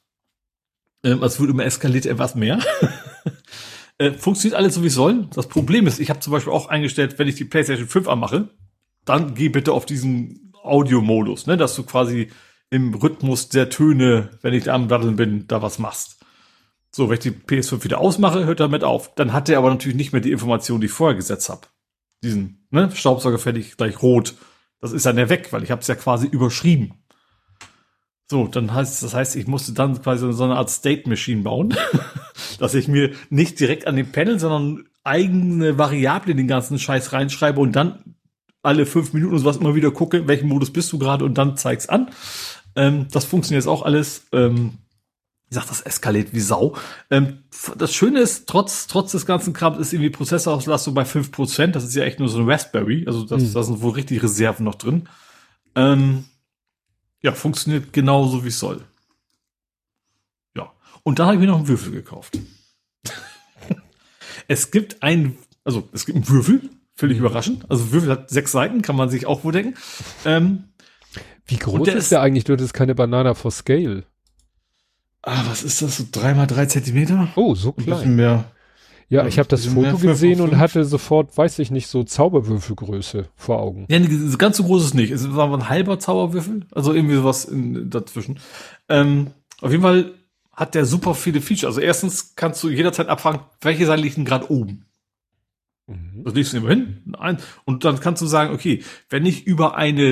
es wird immer eskaliert etwas mehr. Funktioniert alles so, wie es soll. Das Problem ist, ich habe zum Beispiel auch eingestellt, wenn ich die PlayStation 5 anmache, dann geh bitte auf diesen Audio-Modus, ne, dass du quasi im Rhythmus der Töne, wenn ich da am Daddeln bin, da was machst. So, wenn ich die PS5 wieder ausmache, hört damit auf. Dann hat er aber natürlich nicht mehr die Information, die ich vorher gesetzt habe. Diesen, ne, Staubsauger fertig, gleich rot. Das ist dann ja weg, weil ich habe es ja quasi überschrieben. So, das heißt, ich musste dann quasi so eine Art State Machine bauen, dass ich mir nicht direkt an den Panel, sondern eigene Variable in den ganzen Scheiß reinschreibe und dann alle 5 Minuten und sowas immer wieder gucke, in welchem Modus bist du gerade und dann zeig's an. Das funktioniert jetzt auch alles. Ich sag, das eskaliert wie Sau. Das Schöne ist, trotz des ganzen Krams ist irgendwie Prozessorauslastung bei 5%. Das ist ja echt nur so ein Raspberry. Also da sind wohl richtig Reserven noch drin. Ja, funktioniert genauso wie es soll. Ja. Und dann habe ich mir noch einen Würfel gekauft. Es gibt einen Würfel. Völlig überraschend. Also Würfel hat 6 Seiten, kann man sich auch wohl denken. Wie groß ist der eigentlich? Du hattest keine Banana for Scale. Was ist das? So 3x3 Zentimeter? Oh, so klein. Ein bisschen mehr. Ja, ich habe das Foto gesehen und hatte sofort, weiß ich nicht, so Zauberwürfelgröße vor Augen. Ja, ganz so groß ist nicht. Es war ein halber Zauberwürfel, also irgendwie sowas dazwischen. Auf jeden Fall hat der super viele Features. Also erstens kannst du jederzeit abfragen, welche Seite liegt denn gerade oben. Das legst du immer hin und dann kannst du sagen, okay, wenn ich über eine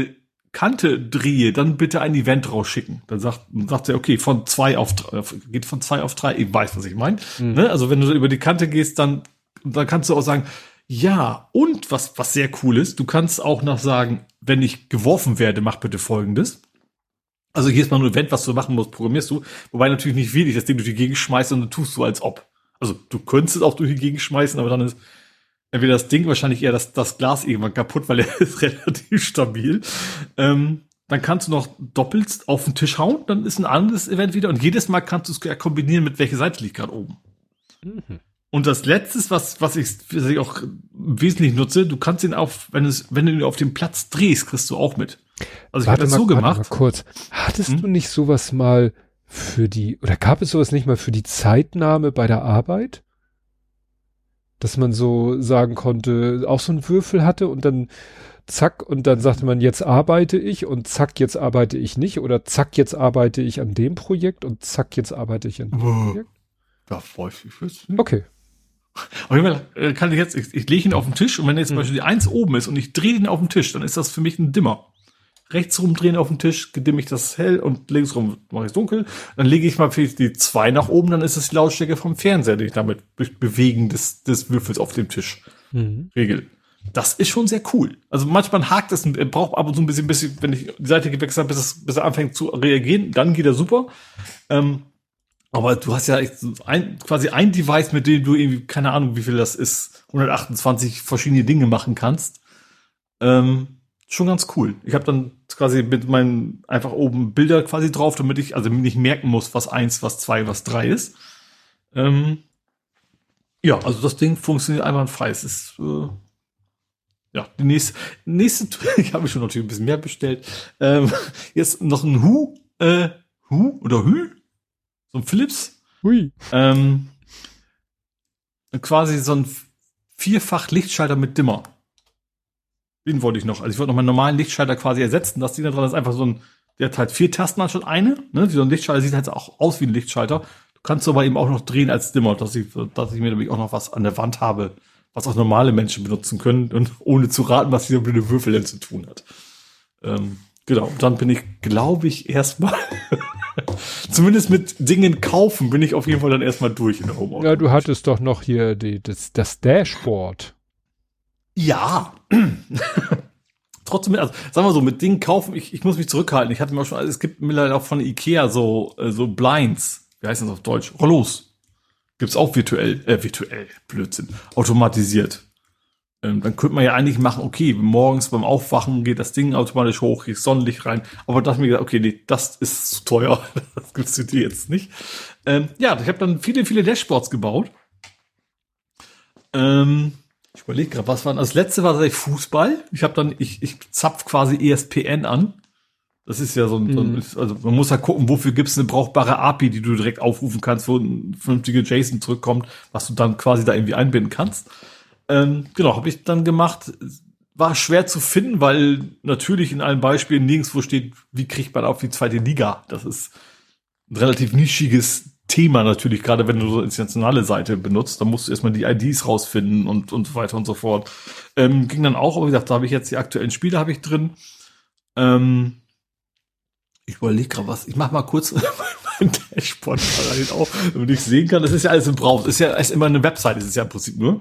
Kante drehe, dann bitte ein Event rausschicken. Dann sagt er, okay, geht von 2 auf 3, ich weiß, was ich meine. Ne? Also wenn du über die Kante gehst, dann kannst du auch sagen, ja, und was sehr cool ist, du kannst auch noch sagen, wenn ich geworfen werde, mach bitte Folgendes. Also hier ist mal ein Event, was du machen musst, programmierst du, wobei natürlich nicht wenig das Ding durch die Gegend schmeißt und dann tust du als ob. Also du könntest es auch durch die Gegend schmeißen, aber dann ist entweder das Ding wahrscheinlich eher das Glas irgendwann kaputt, weil er ist relativ stabil. Dann kannst du noch doppelt auf den Tisch hauen, dann ist ein anderes Event wieder und jedes Mal kannst du es kombinieren, mit welcher Seite liegt gerade oben. Mhm. Und das Letzte, was ich auch wesentlich nutze, du kannst ihn wenn du ihn auf dem Platz drehst, kriegst du auch mit. Also ich habe das so gemacht. Warte mal kurz. Hattest du nicht sowas mal oder gab es sowas nicht mal für die Zeitnahme bei der Arbeit? Dass man so sagen konnte, auch so einen Würfel hatte und dann zack, und dann sagte man, jetzt arbeite ich und zack, jetzt arbeite ich nicht oder zack, jetzt arbeite ich an dem Projekt und zack, jetzt arbeite ich an dem Projekt. Ja, ich weiß nicht. Okay. Auf jeden Fall kann ich lege ihn auf den Tisch und wenn jetzt zum Beispiel die 1 oben ist und ich drehe ihn auf den Tisch, dann ist das für mich ein Dimmer. Rechts rum drehen auf den Tisch, gedimme ich das hell und links rum mache ich es dunkel. Dann lege ich mal die 2 nach oben, dann ist es die Lautstärke vom Fernseher, die ich damit durch Bewegen des Würfels auf dem Tisch regel. Das ist schon sehr cool. Also manchmal hakt es, braucht ab und zu ein bisschen, wenn ich die Seite gewechselt habe, bis er anfängt zu reagieren, dann geht er super. Aber du hast ja quasi ein Device, mit dem du irgendwie, keine Ahnung, wie viel das ist, 128 verschiedene Dinge machen kannst. Schon ganz cool. Ich habe dann quasi mit meinen einfach oben Bilder quasi drauf, damit ich also nicht merken muss, was 1, was 2, was 3 ist. Ja, also das Ding funktioniert einwandfrei. Es ist die nächste ich habe schon natürlich ein bisschen mehr bestellt. Jetzt noch ein Hue oder Hü? So ein Philips. Hui. Quasi so ein 4-fach-Lichtschalter mit Dimmer. Den wollte ich noch. Also ich wollte noch meinen normalen Lichtschalter quasi ersetzen. Das Ding da dran ist einfach der hat halt 4 Tasten anstatt eine. Ne? Wie so ein Lichtschalter sieht halt auch aus wie ein Lichtschalter. Du kannst aber eben auch noch drehen als Dimmer, dass ich mir nämlich auch noch was an der Wand habe, was auch normale Menschen benutzen können und ohne zu raten, was dieser blöde Würfel denn zu tun hat. Genau. Und dann bin ich, glaube ich, erstmal zumindest mit Dingen kaufen bin ich auf jeden Fall dann erstmal durch in der Homeoffice. Ja, du hattest doch noch hier das Dashboard. Ja. Trotzdem, also sagen wir so, mit Dingen kaufen, ich muss mich zurückhalten. Ich hatte mir auch schon, also es gibt mittlerweile auch von Ikea so Blinds. Wie heißt das auf Deutsch? Rollos. Gibt's auch virtuell, Blödsinn, automatisiert. Dann könnte man ja eigentlich machen, okay, morgens beim Aufwachen geht das Ding automatisch hoch, kriegt Sonnenlicht rein. Aber da dachte ich mir gesagt, okay, nee, das ist zu teuer. Das gibt's für die jetzt nicht. Ich habe dann viele, viele Dashboards gebaut. Ich überlege gerade, was war das letzte war tatsächlich Fußball. Ich zapf quasi ESPN an. Das ist ja also man muss ja gucken, wofür gibt's eine brauchbare API, die du direkt aufrufen kannst, wo ein vernünftiger JSON zurückkommt, was du dann quasi da irgendwie einbinden kannst. Genau, habe ich dann gemacht. War schwer zu finden, weil natürlich in allen Beispielen nirgendwo steht, wie kriegt man auf die 2. Liga. Das ist ein relativ nischiges Thema natürlich, gerade wenn du so internationale Seite benutzt, dann musst du erstmal die IDs rausfinden und so weiter und so fort. Ging dann auch, aber wie gesagt, da habe ich jetzt die aktuellen Spiele habe ich drin. Ich überlege gerade was. Ich mache mal kurz mein Dashboard parallel auf, damit ich sehen kann. Das ist ja alles im Browser. Das ist ja immer eine Website, das ist ja im Prinzip nur.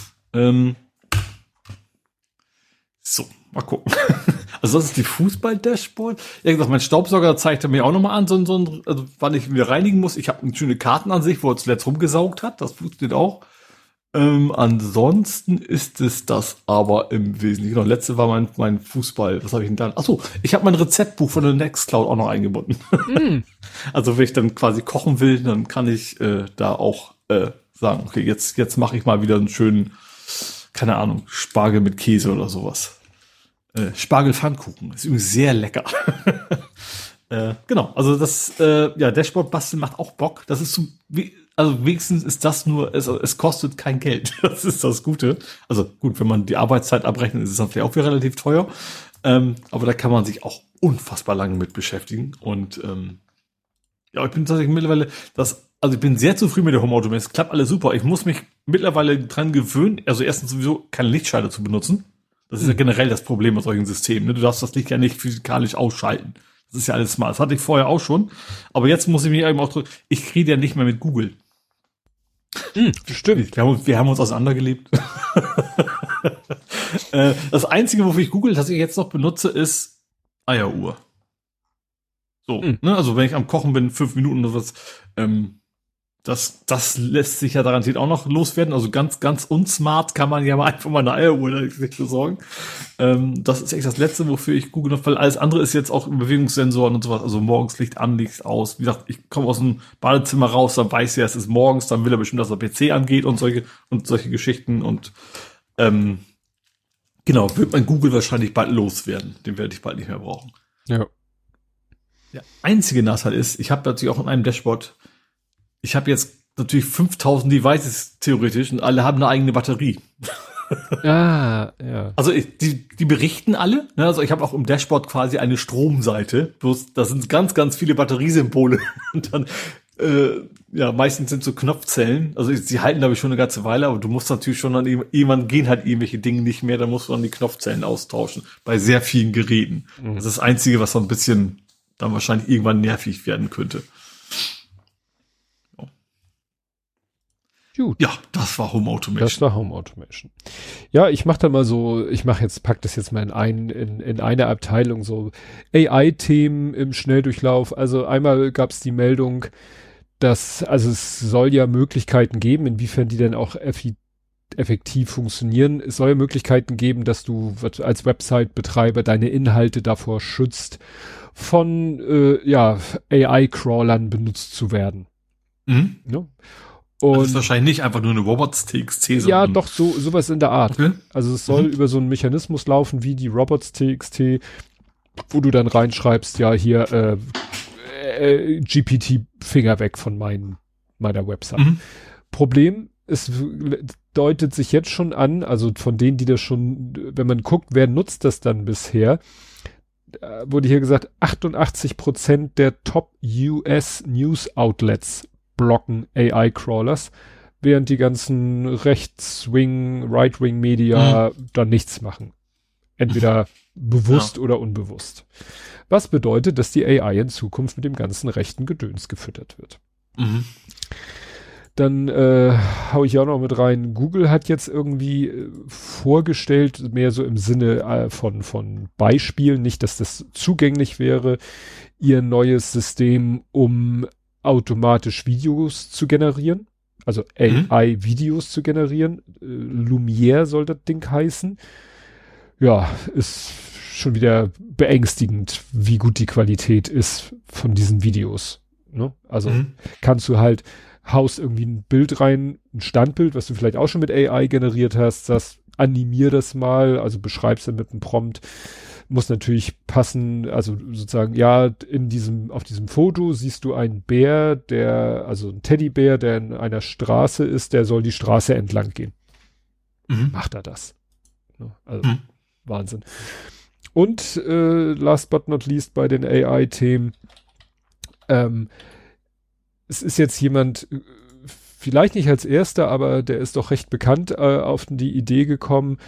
So, mal gucken. Also das ist die Fußball-Dashboard. Ja gesagt, mein Staubsauger zeigt er mir auch nochmal an, also wann ich wieder reinigen muss. Ich habe eine schöne Kartenansicht, wo er zuletzt rumgesaugt hat. Das funktioniert auch. Ansonsten ist es das aber im Wesentlichen. Genau, letzte war mein Fußball. Was habe ich denn dann? Achso, ich habe mein Rezeptbuch von der Nextcloud auch noch eingebunden. Also wenn ich dann quasi kochen will, dann kann ich da auch sagen, okay, jetzt mache ich mal wieder einen schönen, keine Ahnung, Spargel mit Käse oder sowas. Spargelpfannkuchen. Ist übrigens sehr lecker. Genau, also das Dashboard basteln macht auch Bock. Das ist also wenigstens ist das nur, es kostet kein Geld. Das ist das Gute. Also gut, wenn man die Arbeitszeit abrechnet, ist es dann vielleicht auch wieder relativ teuer. Aber da kann man sich auch unfassbar lange mit beschäftigen. Und ich bin tatsächlich mittlerweile, ich bin sehr zufrieden mit der Home Automation. Es klappt alles super. Ich muss mich mittlerweile dran gewöhnen, also erstens sowieso keine Lichtschalter zu benutzen. Das ist ja generell das Problem bei solchen Systemen. Ne? Du darfst das Licht ja nicht physikalisch ausschalten. Das ist ja alles smart. Das hatte ich vorher auch schon. Aber jetzt muss ich mich eben auch drücken. Ich rede ja nicht mehr mit Google. Stimmt. Wir haben uns auseinandergelebt. Das Einzige, wofür ich Google tatsächlich jetzt noch benutze, ist Eieruhr. So, ne? Also wenn ich am Kochen bin, 5 Minuten oder was, das lässt sich ja garantiert auch noch loswerden. Also ganz, ganz unsmart kann man ja mal einfach mal eine Eieruhr sich besorgen. Das ist echt das Letzte, wofür ich Google noch, weil alles andere ist jetzt auch Bewegungssensoren und sowas. Also morgens Licht an, Licht aus. Wie gesagt, ich komme aus dem Badezimmer raus, dann weiß er, es ist morgens, dann will er bestimmt, dass der PC angeht und solche Geschichten. Und genau, wird mein Google wahrscheinlich bald loswerden. Den werde ich bald nicht mehr brauchen. Ja. Der einzige Nachteil ist, ich habe natürlich auch in einem Dashboard, ich habe jetzt natürlich 5000 Devices theoretisch und alle haben eine eigene Batterie. Ja. Also die berichten alle, ne? Also ich habe auch im Dashboard quasi eine Stromseite, bloß da sind ganz, ganz viele Batteriesymbole und dann, meistens sind so Knopfzellen, also sie halten glaube ich schon eine ganze Weile, aber du musst natürlich schon dann irgendwann gehen halt irgendwelche Dinge nicht mehr, dann musst du dann die Knopfzellen austauschen, bei sehr vielen Geräten. Das ist das Einzige, was so ein bisschen dann wahrscheinlich irgendwann nervig werden könnte. Gut. Ja, das war Home Automation. Ja, ich mache da mal so, pack das jetzt mal in eine Abteilung, so AI-Themen im Schnelldurchlauf. Also einmal gab es die Meldung, also es soll ja Möglichkeiten geben, inwiefern die denn auch effektiv funktionieren. Es soll ja Möglichkeiten geben, dass du als Website-Betreiber deine Inhalte davor schützt, von AI-Crawlern benutzt zu werden. Mhm. Ja? Und das ist wahrscheinlich nicht einfach nur eine Robots.txt. Ja, doch, sowas in der Art. Okay. Also es soll über so einen Mechanismus laufen wie die Robots.txt, wo du dann reinschreibst, ja, hier GPT-Finger weg von meiner Website. Problem, es deutet sich jetzt schon an, also von denen, die das schon, wenn man guckt, wer nutzt das dann bisher, wurde hier gesagt, 88% der Top-US-News-Outlets blocken AI-Crawlers, während die ganzen Right-Wing-Media dann nichts machen. Entweder bewusst oder unbewusst. Was bedeutet, dass die AI in Zukunft mit dem ganzen rechten Gedöns gefüttert wird. Dann hau ich auch noch mit rein. Google hat jetzt irgendwie vorgestellt, mehr so im Sinne von Beispielen, nicht, dass das zugänglich wäre, ihr neues System, um automatisch Videos zu generieren, also AI-Videos zu generieren. Lumiere soll das Ding heißen. Ja, ist schon wieder beängstigend, wie gut die Qualität ist von diesen Videos. Ne? Also kannst du halt, haust irgendwie ein Bild rein, ein Standbild, was du vielleicht auch schon mit AI generiert hast, sagst, animier das mal, also beschreibst dann mit einem Prompt, muss natürlich passen, also sozusagen, ja, auf diesem Foto siehst du einen Bär, also ein Teddybär, der in einer Straße ist, der soll die Straße entlang gehen. Macht er das. Also, Wahnsinn. Und last but not least bei den AI-Themen, es ist jetzt jemand, vielleicht nicht als erster, aber der ist doch recht bekannt, auf die Idee gekommen,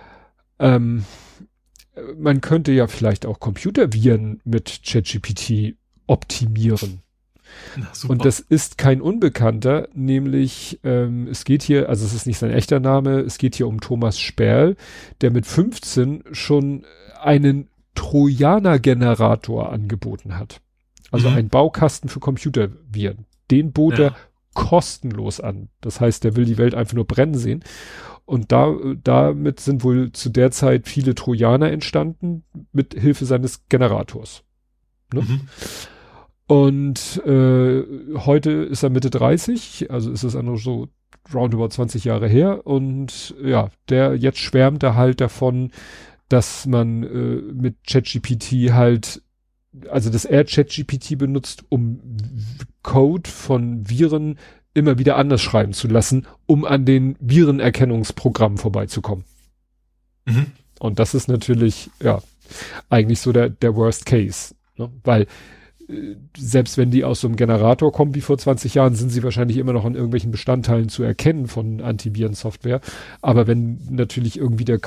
man könnte ja vielleicht auch Computerviren mit ChatGPT optimieren. Und das ist kein Unbekannter, nämlich es geht hier, also es ist nicht sein echter Name, es geht hier um Thomas Sperl, der mit 15 schon einen Trojaner-Generator angeboten hat. Also ein Baukasten für Computerviren. Den bot er kostenlos an. Das heißt, der will die Welt einfach nur brennen sehen. Und damit sind wohl zu der Zeit viele Trojaner entstanden, mit Hilfe seines Generators. Ne? Und heute ist er Mitte 30, also ist es nur so roundabout 20 Jahre her. Und ja, jetzt schwärmt er halt davon, dass man mit ChatGPT halt, also dass er ChatGPT benutzt, um Code von Viren immer wieder anders schreiben zu lassen, um an den Virenerkennungsprogrammen vorbeizukommen. Und das ist natürlich, ja, eigentlich so der Worst Case. Ne? Weil selbst wenn die aus so einem Generator kommen wie vor 20 Jahren, sind sie wahrscheinlich immer noch an irgendwelchen Bestandteilen zu erkennen von Antivirensoftware. Aber wenn natürlich irgendwie der Code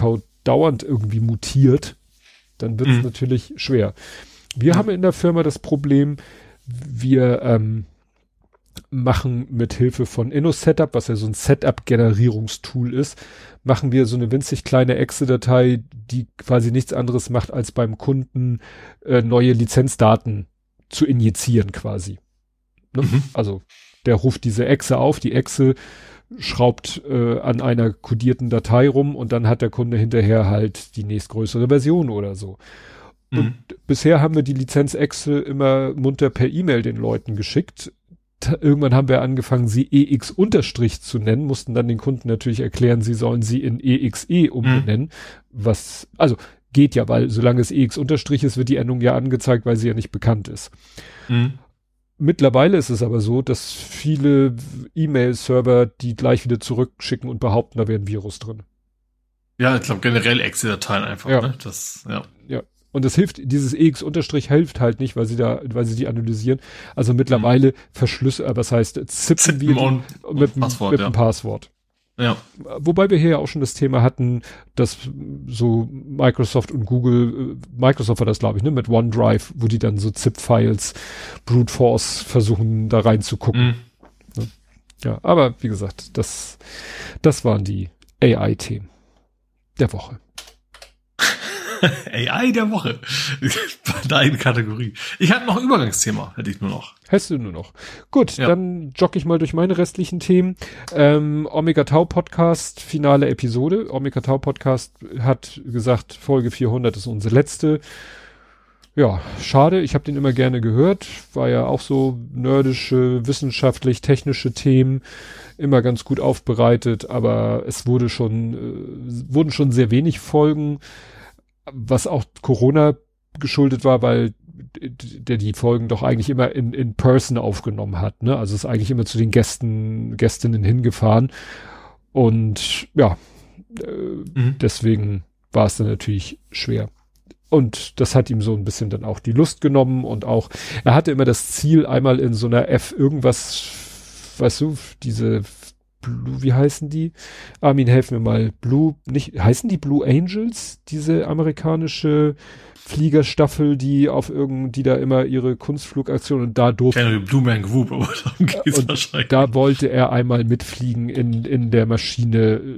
dauernd irgendwie mutiert, dann wird es natürlich schwer. Wir haben in der Firma das Problem, wir machen mit Hilfe von InnoSetup, was ja so ein Setup-Generierungstool ist, machen wir so eine winzig kleine Exe-Datei, die quasi nichts anderes macht, als beim Kunden neue Lizenzdaten zu injizieren quasi. Ne? Also der ruft diese Exe auf, die Exe schraubt an einer kodierten Datei rum und dann hat der Kunde hinterher halt die nächstgrößere Version oder so. Und bisher haben wir die Lizenz-Exe immer munter per E-Mail den Leuten geschickt. Irgendwann haben wir angefangen, sie EX- zu nennen, mussten dann den Kunden natürlich erklären, sie sollen sie in EXE umbenennen, was, also geht ja, weil solange es EX- ist, wird die Endung ja angezeigt, weil sie ja nicht bekannt ist. Mittlerweile ist es aber so, dass viele E-Mail-Server die gleich wieder zurückschicken und behaupten, da wäre ein Virus drin. Ja, ich glaube generell Exe-Dateien einfach, ne? Das, ja. Und das hilft, dieses EX- hilft halt nicht, weil sie die analysieren. Also mittlerweile was heißt, zippen wir mit dem Passwort. Ja. Wobei wir hier ja auch schon das Thema hatten, dass so Microsoft und Google, Microsoft war das glaube ich, ne, mit OneDrive, wo die dann so ZIP-Files, Brute Force versuchen da reinzugucken. Ne? Ja, aber wie gesagt, das waren die AI-Themen der Woche. AI der Woche. Deine Kategorie. Ich hatte noch ein Übergangsthema, hätte ich nur noch. Hast du nur noch. Gut, dann jogge ich mal durch meine restlichen Themen. Omega Tau Podcast, finale Episode. Omega Tau Podcast hat gesagt, Folge 400 ist unsere letzte. Ja, schade, ich habe den immer gerne gehört. War ja auch so nerdische, wissenschaftlich-technische Themen. Immer ganz gut aufbereitet, aber es wurden schon sehr wenig Folgen, was auch Corona geschuldet war, weil der die Folgen doch eigentlich immer in person aufgenommen hat, ne? Also ist eigentlich immer zu den Gästinnen hingefahren und ja, deswegen war es dann natürlich schwer. Und das hat ihm so ein bisschen dann auch die Lust genommen und auch, er hatte immer das Ziel, einmal in so einer weißt du, diese Blue, wie heißen die? Armin, helf mir mal. Heißen die Blue Angels? Diese amerikanische Fliegerstaffel, die da immer ihre Kunstflugaktionen und da durfte. Keine Blue Man Group, aber darum geht's wahrscheinlich. Da wollte er einmal mitfliegen in der Maschine,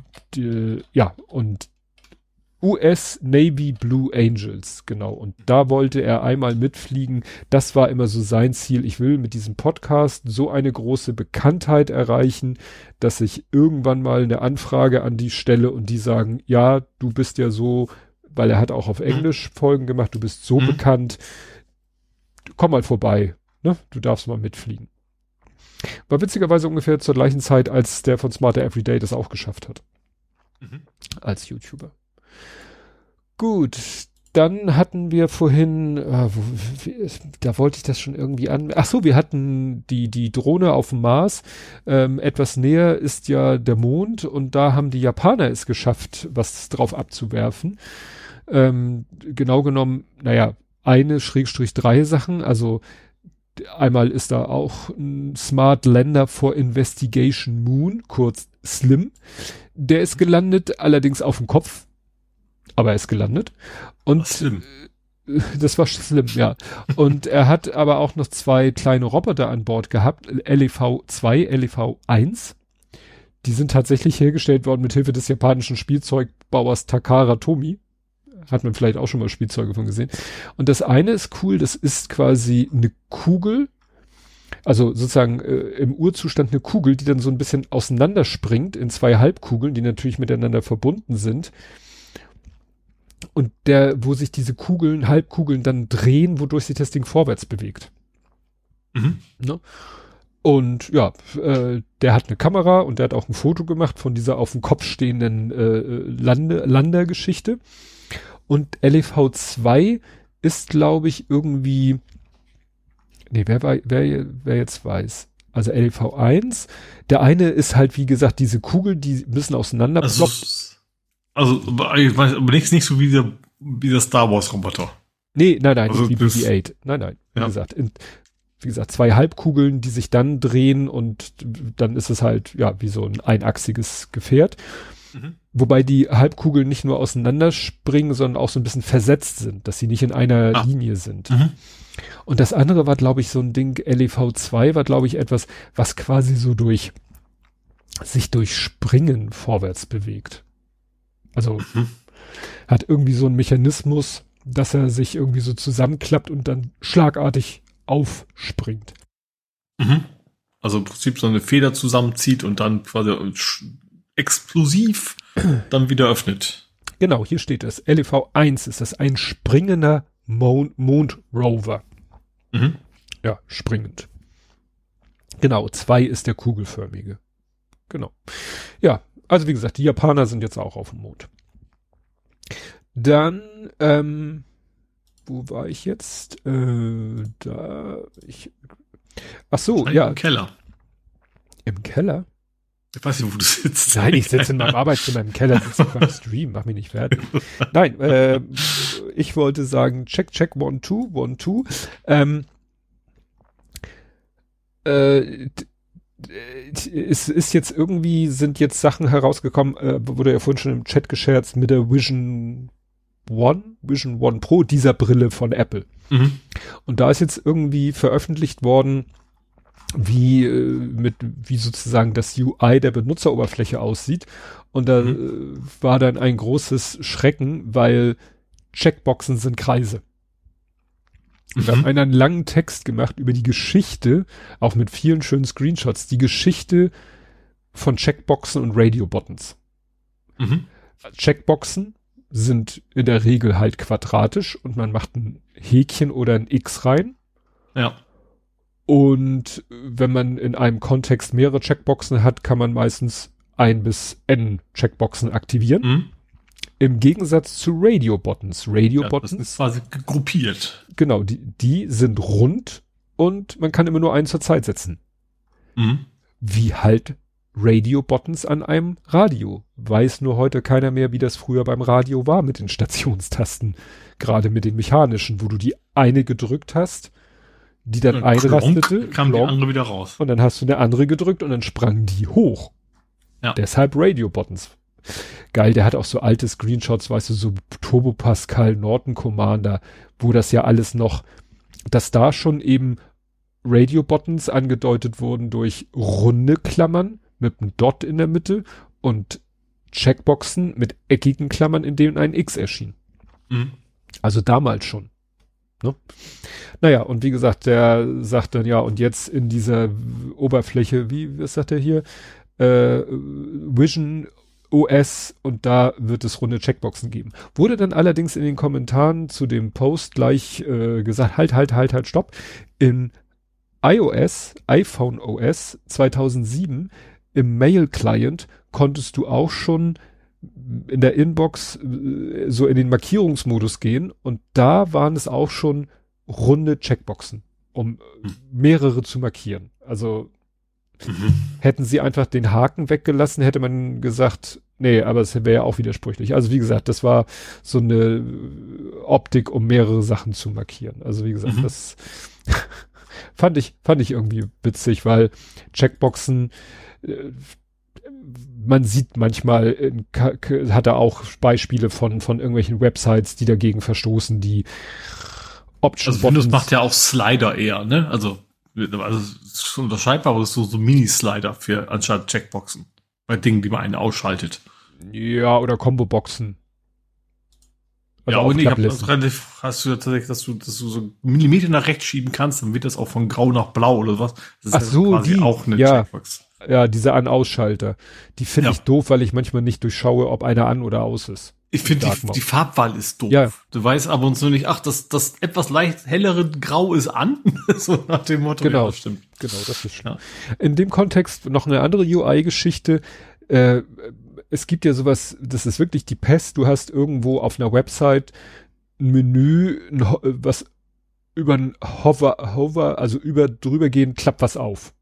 und US Navy Blue Angels, genau. Und da wollte er einmal mitfliegen. Das war immer so sein Ziel. Ich will mit diesem Podcast so eine große Bekanntheit erreichen, dass ich irgendwann mal eine Anfrage an die stelle und die sagen, ja, du bist ja so, weil er hat auch auf Englisch Folgen gemacht, du bist so bekannt, komm mal vorbei, ne? Du darfst mal mitfliegen. War witzigerweise ungefähr zur gleichen Zeit, als der von Smarter Everyday das auch geschafft hat. Als YouTuber. Gut, dann hatten wir vorhin, da wollte ich das schon irgendwie wir hatten die Drohne auf dem Mars. Etwas näher ist ja der Mond und da haben die Japaner es geschafft, was drauf abzuwerfen. Genau genommen, 1/3 Sachen, also einmal ist da auch ein Smart Lander for Investigation Moon, kurz SLIM. Der ist gelandet, allerdings auf dem Kopf. Aber er ist gelandet. Und das war schlimm, ja. Und er hat aber auch noch 2 kleine Roboter an Bord gehabt, LEV-2, LEV-1. Die sind tatsächlich hergestellt worden mit Hilfe des japanischen Spielzeugbauers Takara Tomy. Hat man vielleicht auch schon mal Spielzeuge von gesehen. Und das eine ist cool, das ist quasi eine Kugel, also sozusagen im Urzustand eine Kugel, die dann so ein bisschen auseinanderspringt in 2 Halbkugeln, die natürlich miteinander verbunden sind. Und wo sich diese Halbkugeln dann drehen, wodurch sich das Ding vorwärts bewegt. Ne? Und ja, der hat eine Kamera und der hat auch ein Foto gemacht von dieser auf dem Kopf stehenden Landergeschichte. Und LEV-2 ist, glaube ich, irgendwie, wer jetzt weiß. Also LEV-1, der eine ist halt, wie gesagt, diese Kugel, die müssen auseinander Also, ich weiß, aber nicht so wie der Star Wars Roboter. Nein, also nicht wie BB-8. Nein, wie gesagt, 2 Halbkugeln, die sich dann drehen und dann ist es halt, ja, wie so ein einachsiges Gefährt. Wobei die Halbkugeln nicht nur auseinanderspringen, sondern auch so ein bisschen versetzt sind, dass sie nicht in einer Linie sind. Und das andere war, glaube ich, so ein Ding, LEV2 war, glaube ich, etwas, was quasi so sich durch Springen vorwärts bewegt. Also hat irgendwie so einen Mechanismus, dass er sich irgendwie so zusammenklappt und dann schlagartig aufspringt. Also im Prinzip so eine Feder zusammenzieht und dann quasi explosiv dann wieder öffnet. Genau, hier steht es. LEV1 ist das ein springender Mondrover. Ja, springend. Genau, 2 ist der kugelförmige. Genau. Ja, also wie gesagt, die Japaner sind jetzt auch auf dem Mond. Dann, wo war ich jetzt? Ach so, ja. Im Keller. Im Keller? Ich weiß nicht, wo du sitzt. Nein, ich sitze in meinem Arbeitszimmer im Keller, sitze beim Stream, mach mich nicht fertig. Nein, ich wollte sagen, check, 1, 2, 1, 2. Es ist jetzt irgendwie, sind jetzt Sachen herausgekommen, wurde ja vorhin schon im Chat gescherzt, mit der Vision One Pro, dieser Brille von Apple. Und da ist jetzt irgendwie veröffentlicht worden, wie sozusagen das UI der Benutzeroberfläche aussieht. Und da war dann ein großes Schrecken, weil Checkboxen sind Kreise. Und da hat einer einen langen Text gemacht über die Geschichte, auch mit vielen schönen Screenshots, die Geschichte von Checkboxen und Radio-Buttons. Checkboxen sind in der Regel halt quadratisch und man macht ein Häkchen oder ein X rein. Ja. Und wenn man in einem Kontext mehrere Checkboxen hat, kann man meistens 1 bis N Checkboxen aktivieren. Im Gegensatz zu Radio-Buttons. Radio-Buttons. Ja, das ist quasi gruppiert. Genau, die sind rund und man kann immer nur einen zur Zeit setzen. Wie halt Radio-Buttons an einem Radio. Weiß nur heute keiner mehr, wie das früher beim Radio war mit den Stationstasten. Gerade mit den mechanischen, wo du die eine gedrückt hast, die dann einrastete, kam die andere wieder raus. Und dann hast du eine andere gedrückt und dann sprang die hoch. Ja. Deshalb Radio-Buttons. Geil, der hat auch so alte Screenshots, weißt du, so Turbo Pascal, Norton Commander, wo das ja alles noch, dass da schon eben Radio-Buttons angedeutet wurden durch runde Klammern mit einem Dot in der Mitte und Checkboxen mit eckigen Klammern, in denen ein X erschien. Also damals schon. Ne? Naja, und wie gesagt, der sagt dann ja, und jetzt in dieser Oberfläche, was sagt er hier? Vision OS, und da wird es runde Checkboxen geben. Wurde dann allerdings in den Kommentaren zu dem Post gleich gesagt, halt, stopp. In iPhone OS 2007 im Mail-Client konntest du auch schon in der Inbox so in den Markierungsmodus gehen und da waren es auch schon runde Checkboxen, um mehrere zu markieren. Also hätten sie einfach den Haken weggelassen, hätte man gesagt, nee, aber es wäre ja auch widersprüchlich. Also wie gesagt, das war so eine Optik, um mehrere Sachen zu markieren. Also wie gesagt, das fand ich irgendwie witzig, weil Checkboxen man sieht manchmal, hat er auch Beispiele von irgendwelchen Websites, die dagegen verstoßen, die Option Also Windows macht ja auch Slider eher, ne? Also es ist schon unterscheidbar, aber es ist so Mini-Slider für anstatt Checkboxen. Bei Dingen, die man einen ausschaltet. Ja, oder Combo-Boxen. Also ja, aber nee, hast du tatsächlich, dass du so Millimeter nach rechts schieben kannst, dann wird das auch von grau nach blau oder was. Das ist ach so, quasi auch eine Checkbox. Ja, diese An-Ausschalter. Die finde ich doof, weil ich manchmal nicht durchschaue, ob einer an oder aus ist. Ich finde, die Farbwahl ist doof. Ja. Du weißt aber uns nur nicht, das etwas leicht hellere Grau ist an. So nach dem Motto. Genau, ja, das stimmt. Genau, das ist schön. Ja. In dem Kontext noch eine andere UI-Geschichte. Es gibt ja sowas, das ist wirklich die Pest. Du hast irgendwo auf einer Website ein Menü, was über ein Hover, also drüber gehen, klappt was auf.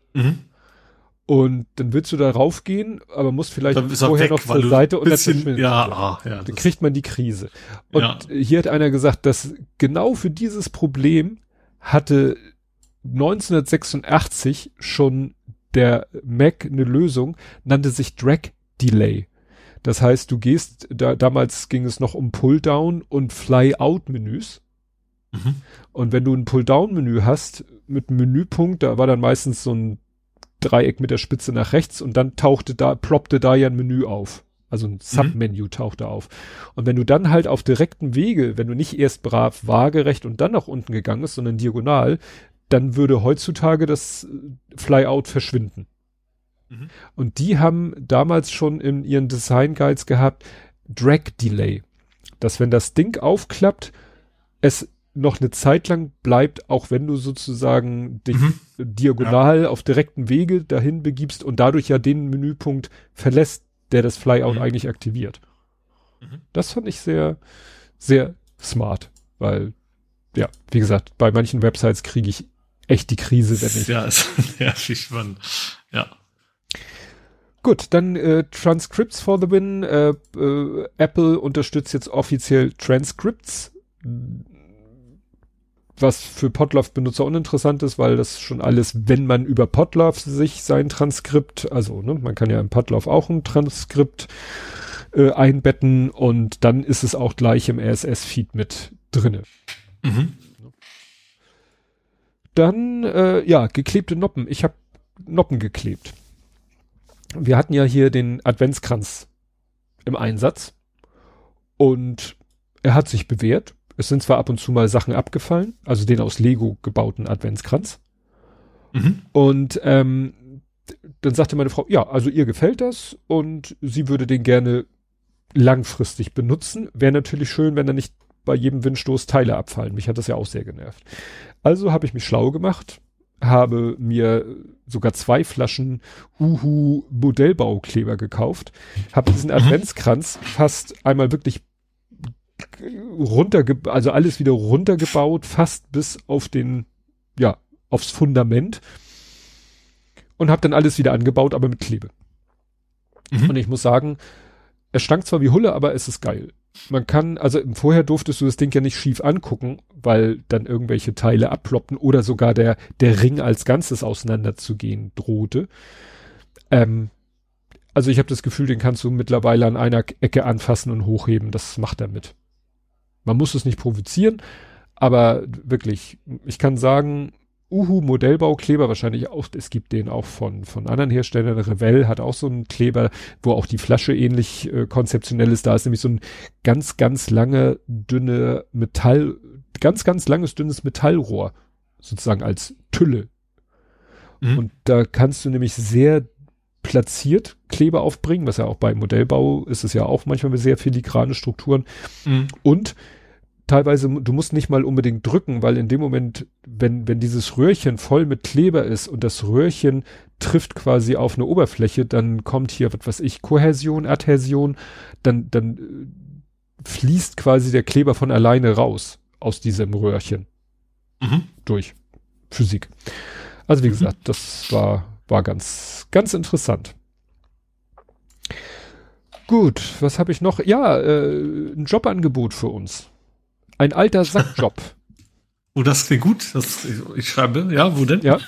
Und dann willst du da raufgehen, aber musst vielleicht vorher noch zur Seite und dann dann kriegt man die Krise. Und hier hat einer gesagt, dass genau für dieses Problem hatte 1986 schon der Mac eine Lösung, nannte sich Drag Delay. Das heißt, du gehst, damals ging es noch um Pull-Down und Fly-Out-Menüs. Und wenn du ein Pull-Down-Menü hast mit einem Menüpunkt, da war dann meistens so ein Dreieck mit der Spitze nach rechts und dann ploppte da ja ein Menü auf. Also ein Submenü tauchte auf. Und wenn du dann halt auf direktem Wege, wenn du nicht erst brav waagerecht und dann nach unten gegangen bist, sondern diagonal, dann würde heutzutage das Flyout verschwinden. Und die haben damals schon in ihren Design Guides gehabt, Drag Delay. Dass wenn das Ding aufklappt, es noch eine Zeit lang bleibt, auch wenn du sozusagen dich diagonal auf direktem Wege dahin begibst und dadurch ja den Menüpunkt verlässt, der das Flyout eigentlich aktiviert. Das fand ich sehr, sehr smart, weil, ja, wie gesagt, bei manchen Websites kriege ich echt die Krise, wenn ich... Ja, ist nervig, man. Ja. Gut, dann Transcripts for the win. Apple unterstützt jetzt offiziell Transcripts, was für Podlove-Benutzer uninteressant ist, weil das schon alles, wenn man über Podlove sich sein Transkript, also ne, man kann ja im Podlove auch ein Transkript einbetten und dann ist es auch gleich im RSS-Feed mit drinne. Dann, geklebte Noppen. Ich habe Noppen geklebt. Wir hatten ja hier den Adventskranz im Einsatz und er hat sich bewährt. Es sind zwar ab und zu mal Sachen abgefallen, also den aus Lego gebauten Adventskranz. Und dann sagte meine Frau, ja, also ihr gefällt das und sie würde den gerne langfristig benutzen. Wäre natürlich schön, wenn da nicht bei jedem Windstoß Teile abfallen. Mich hat das ja auch sehr genervt. Also habe ich mich schlau gemacht, habe mir sogar 2 Flaschen Uhu Modellbaukleber gekauft, habe diesen Adventskranz fast einmal wirklich also alles wieder runtergebaut, fast bis auf aufs Fundament und habe dann alles wieder angebaut, aber mit Klebe. Und ich muss sagen, es stank zwar wie Hulle, aber es ist geil. Man kann, also vorher durftest du das Ding ja nicht schief angucken, weil dann irgendwelche Teile abploppten oder sogar der Ring als Ganzes auseinanderzugehen drohte. Also ich habe das Gefühl, den kannst du mittlerweile an einer Ecke anfassen und hochheben. Das macht er mit. Man muss es nicht provozieren, aber wirklich, ich kann sagen, Uhu Modellbaukleber wahrscheinlich auch, es gibt den auch von anderen Herstellern. Revell hat auch so einen Kleber, wo auch die Flasche ähnlich konzeptionell ist. Da ist nämlich so ein ganz, ganz lange, ganz langes, dünnes Metallrohr sozusagen als Tülle. Und da kannst du nämlich sehr platziert Kleber aufbringen, was ja auch beim Modellbau ist es ja auch manchmal mit sehr filigrane Strukturen. Und teilweise, du musst nicht mal unbedingt drücken, weil in dem Moment, wenn dieses Röhrchen voll mit Kleber ist und das Röhrchen trifft quasi auf eine Oberfläche, dann kommt hier, was weiß ich, Kohäsion, Adhäsion, dann fließt quasi der Kleber von alleine raus aus diesem Röhrchen. Durch Physik. Also wie gesagt, das war ganz, ganz interessant. Gut, was habe ich noch? Ja, ein Jobangebot für uns. Ein alter Sackjob. Oh, das klingt gut. Ich schreibe, ja, wo denn? Ja.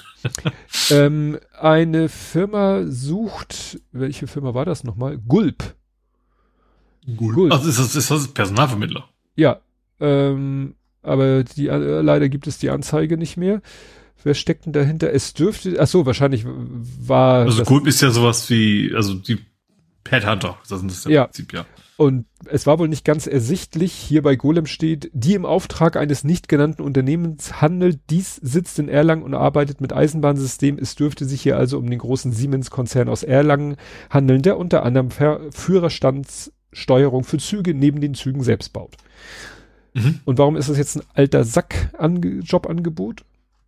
Eine Firma sucht, welche Firma war das nochmal? Gulp. Gulp. Also ist das Personalvermittler? Ja, aber leider gibt es die Anzeige nicht mehr. Wer steckt denn dahinter? Es dürfte, ach so, wahrscheinlich war. Also Gulp ist ja sowas wie, also die Headhunter, das ist im Prinzip, ja. Und es war wohl nicht ganz ersichtlich, hier bei Golem steht, die im Auftrag eines nicht genannten Unternehmens handelt, dies sitzt in Erlangen und arbeitet mit Eisenbahnsystemen. Es dürfte sich hier also um den großen Siemens-Konzern aus Erlangen handeln, der unter anderem Führerstandssteuerung für Züge neben den Zügen selbst baut. Und warum ist das jetzt ein alter Sack-Jobangebot?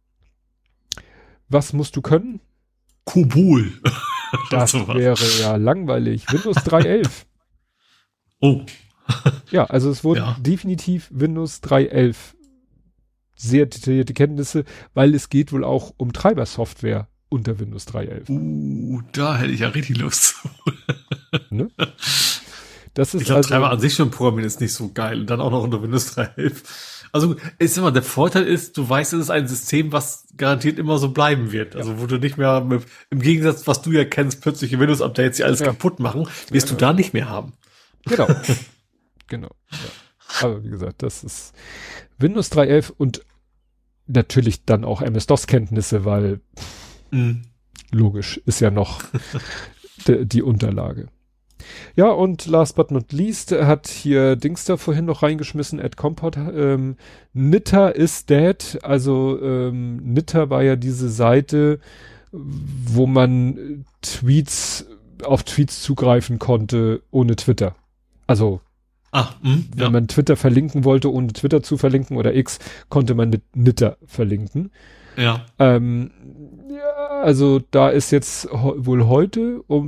Was musst du können? Kobol. Das wäre ja langweilig. Windows 3.11. Oh. Ja, also es wurden definitiv Windows 3.11 sehr detaillierte Kenntnisse, weil es geht wohl auch um Treibersoftware unter Windows 3.11. Da hätte ich ja richtig Lust. Ne? Das ist ich glaube, Treiber an sich schon programmieren ist nicht so geil. Und dann auch noch unter Windows 3.11. Also, ist immer, der Vorteil ist, du weißt, es ist ein System, was garantiert immer so bleiben wird. Also, wo du nicht mehr im Gegensatz, was du ja kennst, plötzliche Windows-Updates, die alles kaputt machen, wirst du da nicht mehr haben. Genau. Genau. Ja. Aber wie gesagt, das ist Windows 3.11 und natürlich dann auch MS-DOS-Kenntnisse, weil logisch ist ja noch die Unterlage. Ja, und last but not least hat hier Dings da vorhin noch reingeschmissen, Ed Compot, Nitter is dead. Also Nitter war ja diese Seite, wo man auf Tweets zugreifen konnte ohne Twitter. Also wenn man Twitter verlinken wollte, ohne Twitter zu verlinken oder X, konnte man Nitter verlinken. Ja. Ja, also da ist jetzt wohl heute um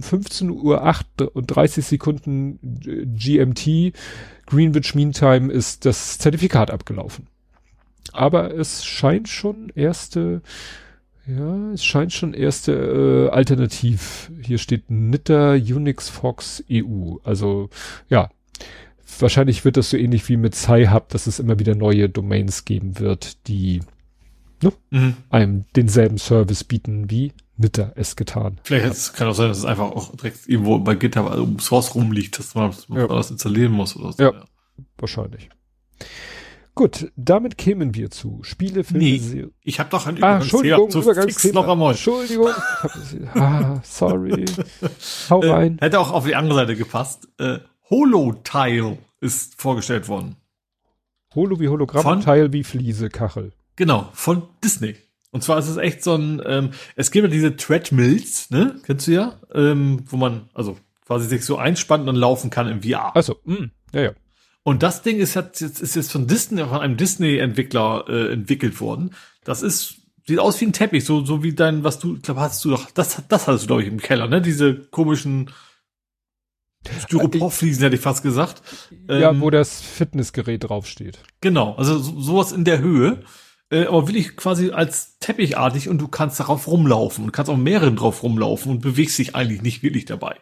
15:38 GMT, Greenwich Mean Time, ist das Zertifikat abgelaufen. Aber es scheint schon erste Alternativ. Hier steht Nitter Unix Fox EU. Also, ja. Wahrscheinlich wird das so ähnlich wie mit Sci-Hub, dass es immer wieder neue Domains geben wird, die einem denselben Service bieten, wie Nitter es getan. Vielleicht kann auch sein, dass es einfach auch direkt irgendwo bei GitHub Source rumliegt, dass man das installieren muss oder so. Ja, wahrscheinlich. Gut, damit kämen wir zu Spiele, Filme, Serien. Ich habe doch ein Übergangsthema. Noch einmal. Entschuldigung. Sorry. Hau rein. Hätte auch auf die andere Seite gepasst. Holotile ist vorgestellt worden. Holo wie Hologramm, Teil wie Fliese, Kachel. Genau, von Disney. Und zwar ist es echt so ein, es gibt ja diese Treadmills, ne? Kennst du ja? Wo man also quasi sich so einspannt und laufen kann im VR. Also, ja. Und das Ding ist jetzt von einem Disney-Entwickler entwickelt worden. Sieht aus wie ein Teppich, so wie dein, was du, ich glaube, das hattest du, glaube ich, im Keller, ne? Diese komischen Styroporfliesen, hätte ich fast gesagt. Ja, wo das Fitnessgerät draufsteht. Genau, also sowas in der Höhe. Aber wirklich quasi als teppichartig und du kannst darauf rumlaufen und kannst auf mehreren drauf rumlaufen und bewegst dich eigentlich nicht wirklich dabei.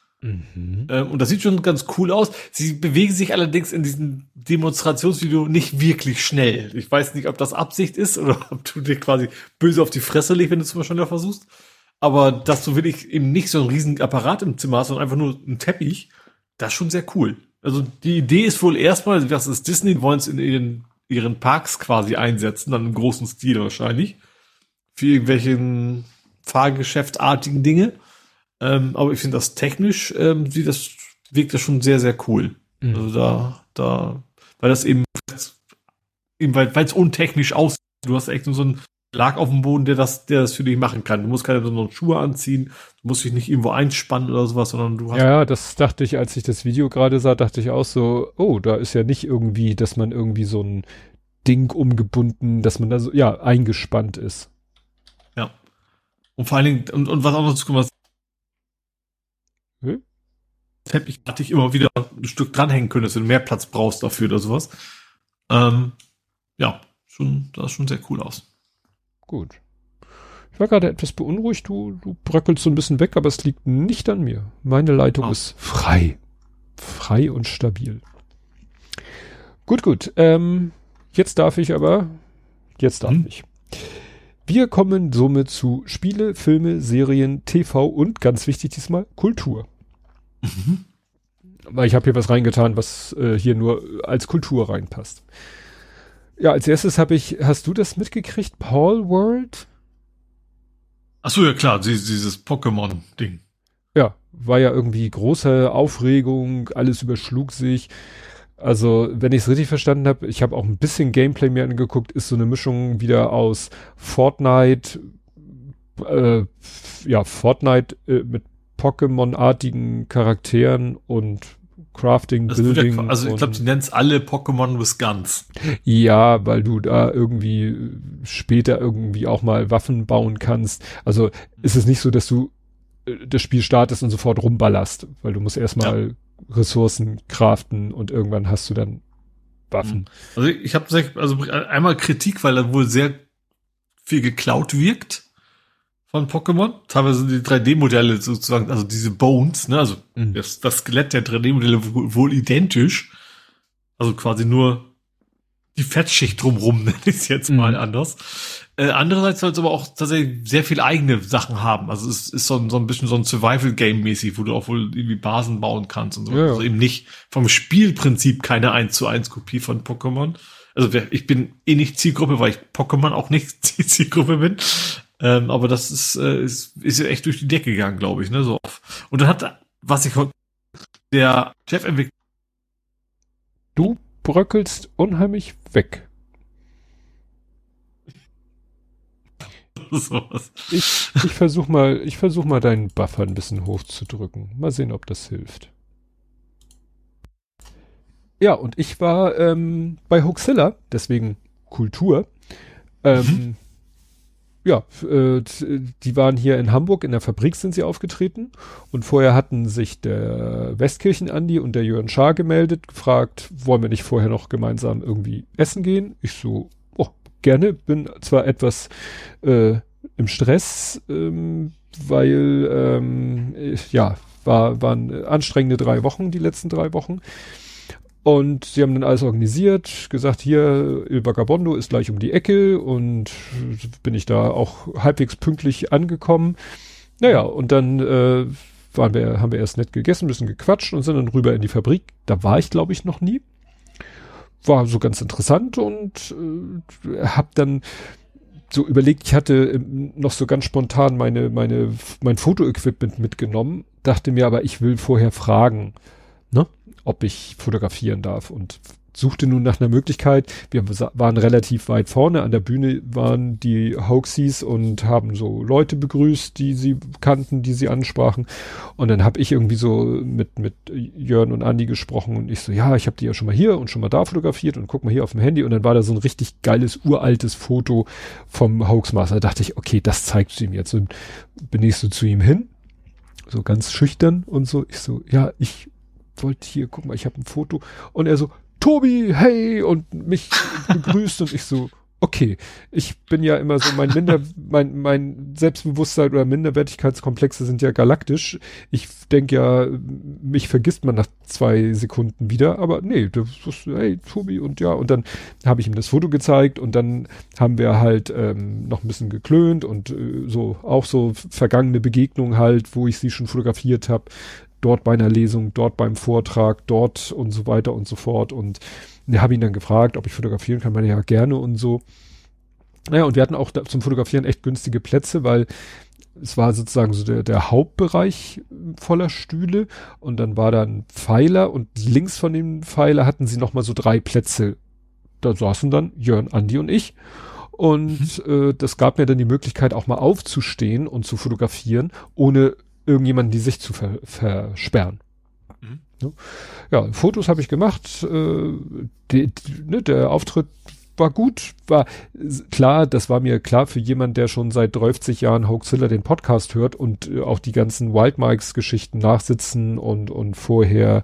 Und das sieht schon ganz cool aus. Sie bewegen sich allerdings in diesem Demonstrationsvideo nicht wirklich schnell. Ich weiß nicht, ob das Absicht ist oder ob du dir quasi böse auf die Fresse legst, wenn du es mal schneller versuchst. Aber dass du wirklich eben nicht so einen riesen Apparat im Zimmer hast, sondern einfach nur einen Teppich, das ist schon sehr cool. Also die Idee ist wohl erstmal, das ist Disney, die wollen es in ihren Parks quasi einsetzen, dann im großen Stil wahrscheinlich, für irgendwelchen fahrgeschäftartigen Dinge. Aber ich finde das technisch, wirkt das schon sehr, sehr cool. Also weil das eben weil es untechnisch aussieht. Du hast echt so einen Lag auf dem Boden, der das für dich machen kann. Du musst keine besonderen Schuhe anziehen, du musst dich nicht irgendwo einspannen oder sowas, sondern du hast... Ja, das dachte ich, als ich das Video gerade sah, dachte ich auch so, oh, da ist ja nicht irgendwie, dass man irgendwie so ein Ding umgebunden, dass man da so, ja, eingespannt ist. Ja. Und vor allen Dingen, und was auch noch zu kommen, Teppich hatte ich immer wieder ein Stück dranhängen können, dass du mehr Platz brauchst dafür oder sowas. Ja, das sah schon sehr cool aus. Gut. Ich war gerade etwas beunruhigt, du bröckelst so ein bisschen weg, aber es liegt nicht an mir. Meine Leitung ist frei. Frei und stabil. Gut. Jetzt darf ich. Wir kommen somit zu Spiele, Filme, Serien, TV und, ganz wichtig diesmal, Kultur. Weil ich habe hier was reingetan, was hier nur als Kultur reinpasst. Ja, als erstes hast du das mitgekriegt? Paul World? Ach so, ja klar, dieses Pokémon-Ding. Ja, war ja irgendwie große Aufregung, alles überschlug sich. Also, wenn ich es richtig verstanden habe, ich habe auch ein bisschen Gameplay mir angeguckt, ist so eine Mischung wieder aus Fortnite, mit Pokémon-artigen Charakteren und Crafting, Building. Ich glaube, die nennen es alle Pokémon with Guns. Ja, weil du da irgendwie später irgendwie auch mal Waffen bauen kannst. Also ist es nicht so, dass du das Spiel startest und sofort rumballerst, weil du musst erstmal Ressourcen craften und irgendwann hast du dann Waffen. Also ich habe einmal Kritik, weil da wohl sehr viel geklaut wirkt von Pokémon. Teilweise die 3D-Modelle sozusagen, also diese Bones, ne, also das Skelett der 3D-Modelle wohl identisch. Also quasi nur die Fettschicht drumrum, nenne ich es jetzt mal anders. Andererseits soll es aber auch tatsächlich sehr viel eigene Sachen haben. Also es ist so ein bisschen so ein Survival-Game-mäßig, wo du auch wohl irgendwie Basen bauen kannst und so. Ja. Also eben nicht vom Spielprinzip keine 1:1 Kopie von Pokémon. Also ich bin eh nicht Zielgruppe, weil ich Pokémon auch nicht Zielgruppe bin. Aber das ist ja echt durch die Decke gegangen, glaube ich, ne, so. Und dann hat, der Chef entwickelt. Du bröckelst unheimlich weg. Sowas. Ich versuch mal deinen Buffer ein bisschen hochzudrücken. Mal sehen, ob das hilft. Ja, und ich war bei Hoaxilla, deswegen Kultur. Ja, die waren hier in Hamburg, in der Fabrik sind sie aufgetreten. Und vorher hatten sich der Westkirchen-Andi und der Jörn Schaar gemeldet, gefragt, wollen wir nicht vorher noch gemeinsam irgendwie essen gehen? Ich so, gerne, bin zwar etwas im Stress, weil waren anstrengende 3 Wochen, die letzten 3 Wochen. Und sie haben dann alles organisiert, gesagt, hier, Il Vagabondo ist gleich um die Ecke und bin ich da auch halbwegs pünktlich angekommen. Naja, und dann haben wir erst nett gegessen, ein bisschen gequatscht und sind dann rüber in die Fabrik. Da war ich, glaube ich, noch nie. War so ganz interessant und hab dann so überlegt, ich hatte noch so ganz spontan mein Fotoequipment mitgenommen, dachte mir aber, ich will vorher fragen, ne, ob ich fotografieren darf und suchte nun nach einer Möglichkeit. Wir waren relativ weit vorne, an der Bühne waren die Hoaxies und haben so Leute begrüßt, die sie kannten, die sie ansprachen. Und dann habe ich irgendwie so mit Jörn und Andi gesprochen und ich so, ja, ich habe die ja schon mal hier und schon mal da fotografiert und guck mal hier auf dem Handy. Und dann war da so ein richtig geiles, uraltes Foto vom Hoaxmaster. Da dachte ich, okay, das zeigst du ihm jetzt. Und bin ich so zu ihm hin, so ganz schüchtern und so. Ich so, ja, ich wollte hier, guck mal, ich habe ein Foto. Und er so, Tobi, hey, und mich begrüßt und ich so, okay, ich bin ja immer so, mein Selbstbewusstsein oder Minderwertigkeitskomplexe sind ja galaktisch. Ich denke ja, mich vergisst man nach 2 Sekunden wieder, aber nee, du wusstest, hey, Tobi und ja, und dann habe ich ihm das Foto gezeigt und dann haben wir halt noch ein bisschen geklönt und so, auch so vergangene Begegnungen halt, wo ich sie schon fotografiert habe. Dort bei einer Lesung, dort beim Vortrag, dort und so weiter und so fort. Und habe ihn dann gefragt, ob ich fotografieren kann. Meine, ja, gerne und so. Naja, und wir hatten auch zum Fotografieren echt günstige Plätze, weil es war sozusagen so der Hauptbereich voller Stühle. Und dann war da ein Pfeiler und links von dem Pfeiler hatten sie nochmal so 3 Plätze. Da saßen dann Jörn, Andi und ich. Und das gab mir dann die Möglichkeit, auch mal aufzustehen und zu fotografieren, ohne irgendjemanden die Sicht zu versperren. Ja, Fotos habe ich gemacht. Der Auftritt war gut. War klar, das war mir klar für jemanden, der schon seit 30 Jahren Hoaxilla den Podcast hört und auch die ganzen Wild Mikes Geschichten nachsitzen und vorher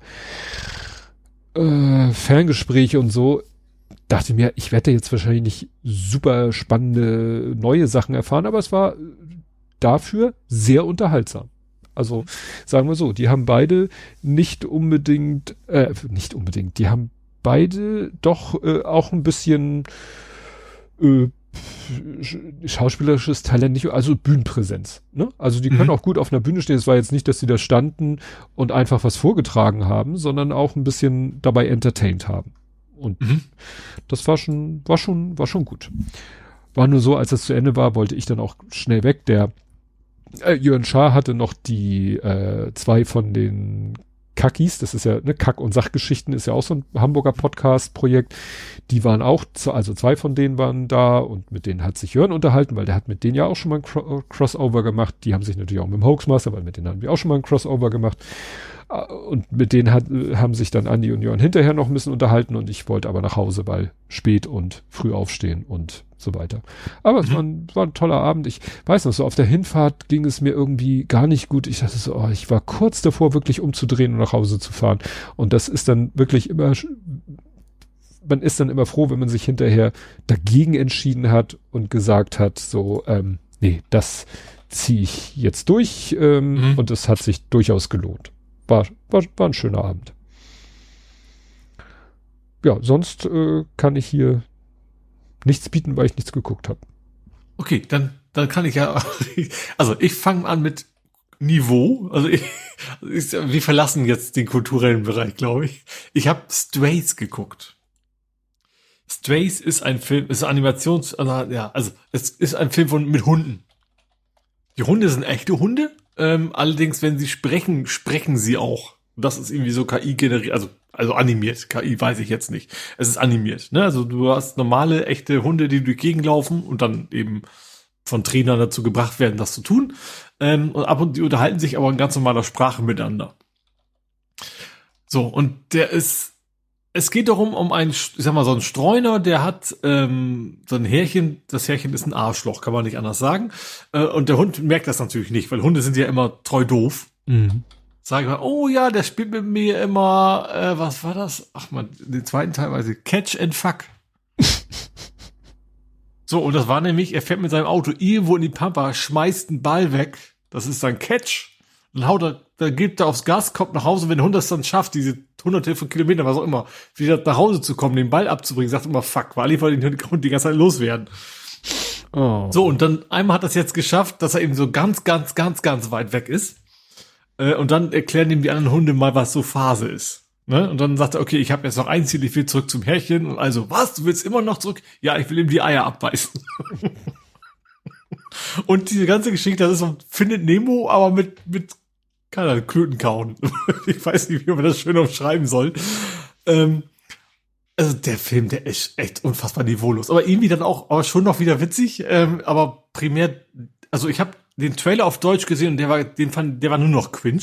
Ferngespräche und so. Dachte mir, ich werde jetzt wahrscheinlich nicht super spannende neue Sachen erfahren, aber es war dafür sehr unterhaltsam. Also sagen wir so, die haben beide die haben beide doch auch ein bisschen schauspielerisches Talent, nicht, also Bühnenpräsenz. Ne? Also die können auch gut auf einer Bühne stehen. Es war jetzt nicht, dass sie da standen und einfach was vorgetragen haben, sondern auch ein bisschen dabei entertained haben. Und das war schon gut. War nur so, als das zu Ende war, wollte ich dann auch schnell weg. Der Jörn Schaar hatte noch die 2 von den Kackis, das ist ja, ne, Kack- und Sachgeschichten ist ja auch so ein Hamburger Podcast-Projekt. Die waren auch, also 2 von denen waren da und mit denen hat sich Jörn unterhalten, weil der hat mit denen ja auch schon mal ein Crossover gemacht. Die haben sich natürlich auch mit dem Hoaxmaster, weil mit denen haben wir auch schon mal ein Crossover gemacht. Und mit denen haben sich dann Andi und Jörn hinterher noch ein bisschen unterhalten und ich wollte aber nach Hause, weil spät und früh aufstehen und so weiter. Aber es war ein toller Abend. Ich weiß noch, so auf der Hinfahrt ging es mir irgendwie gar nicht gut. Ich dachte so, ich war kurz davor, wirklich umzudrehen und nach Hause zu fahren. Und das ist dann wirklich immer, man ist dann immer froh, wenn man sich hinterher dagegen entschieden hat und gesagt hat, so, nee, das ziehe ich jetzt durch und es hat sich durchaus gelohnt. War ein schöner Abend. ja, sonst kann ich hier nichts bieten, weil ich nichts geguckt habe. Okay, dann kann ich ja, also ich fange an mit Niveau, wir verlassen jetzt den kulturellen Bereich, glaube ich. Ich habe Strays geguckt. Strays ist ein Film, ist es ist ein Film mit Hunden. Die Hunde sind echte Hunde, allerdings, wenn sie sprechen, sprechen sie auch. Das ist irgendwie so KI generiert, also animiert. KI weiß ich jetzt nicht. Es ist animiert, ne? Also du hast normale, echte Hunde, die durch die Gegend laufen und dann eben von Trainern dazu gebracht werden, das zu tun. Und ab und die unterhalten sich aber in ganz normaler Sprache miteinander. So, und es geht darum, um einen, ich sag mal, so einen Streuner, der hat so ein Härchen, das Härchen ist ein Arschloch, kann man nicht anders sagen. Und der Hund merkt das natürlich nicht, weil Hunde sind ja immer treu doof. Mhm. Sag ich mal, oh ja, der spielt mit mir immer, was war das? Ach man, den zweiten Teil weiß ich, Catch and Fuck. So, und das war nämlich, er fährt mit seinem Auto irgendwo in die Pampa, schmeißt einen Ball weg, das ist sein Catch, dann gibt er aufs Gas, kommt nach Hause, wenn der Hund das dann schafft, diese hunderte von Kilometern, was auch immer, wieder nach Hause zu kommen, den Ball abzubringen, sagt immer fuck, weil ich wollte den Hund die ganze Zeit loswerden. Oh. So, und dann einmal hat er es jetzt geschafft, dass er eben so ganz, ganz, ganz, ganz weit weg ist. Und dann erklären ihm die anderen Hunde mal, was so Phase ist. Ne? Und dann sagt er, okay, ich habe jetzt noch ein Ziel, ich will zurück zum Härchen. Und also, was, du willst immer noch zurück? Ja, ich will ihm die Eier abbeißen. Und diese ganze Geschichte, das ist so Findet Nemo, aber mit keine Ahnung, Klötenkauen. Ich weiß nicht, wie man das schön umschreiben soll. Also der Film, der ist echt unfassbar niveaulos. Aber irgendwie dann auch aber schon noch wieder witzig. Aber primär, also ich habe den Trailer auf Deutsch gesehen und der war nur noch cringe.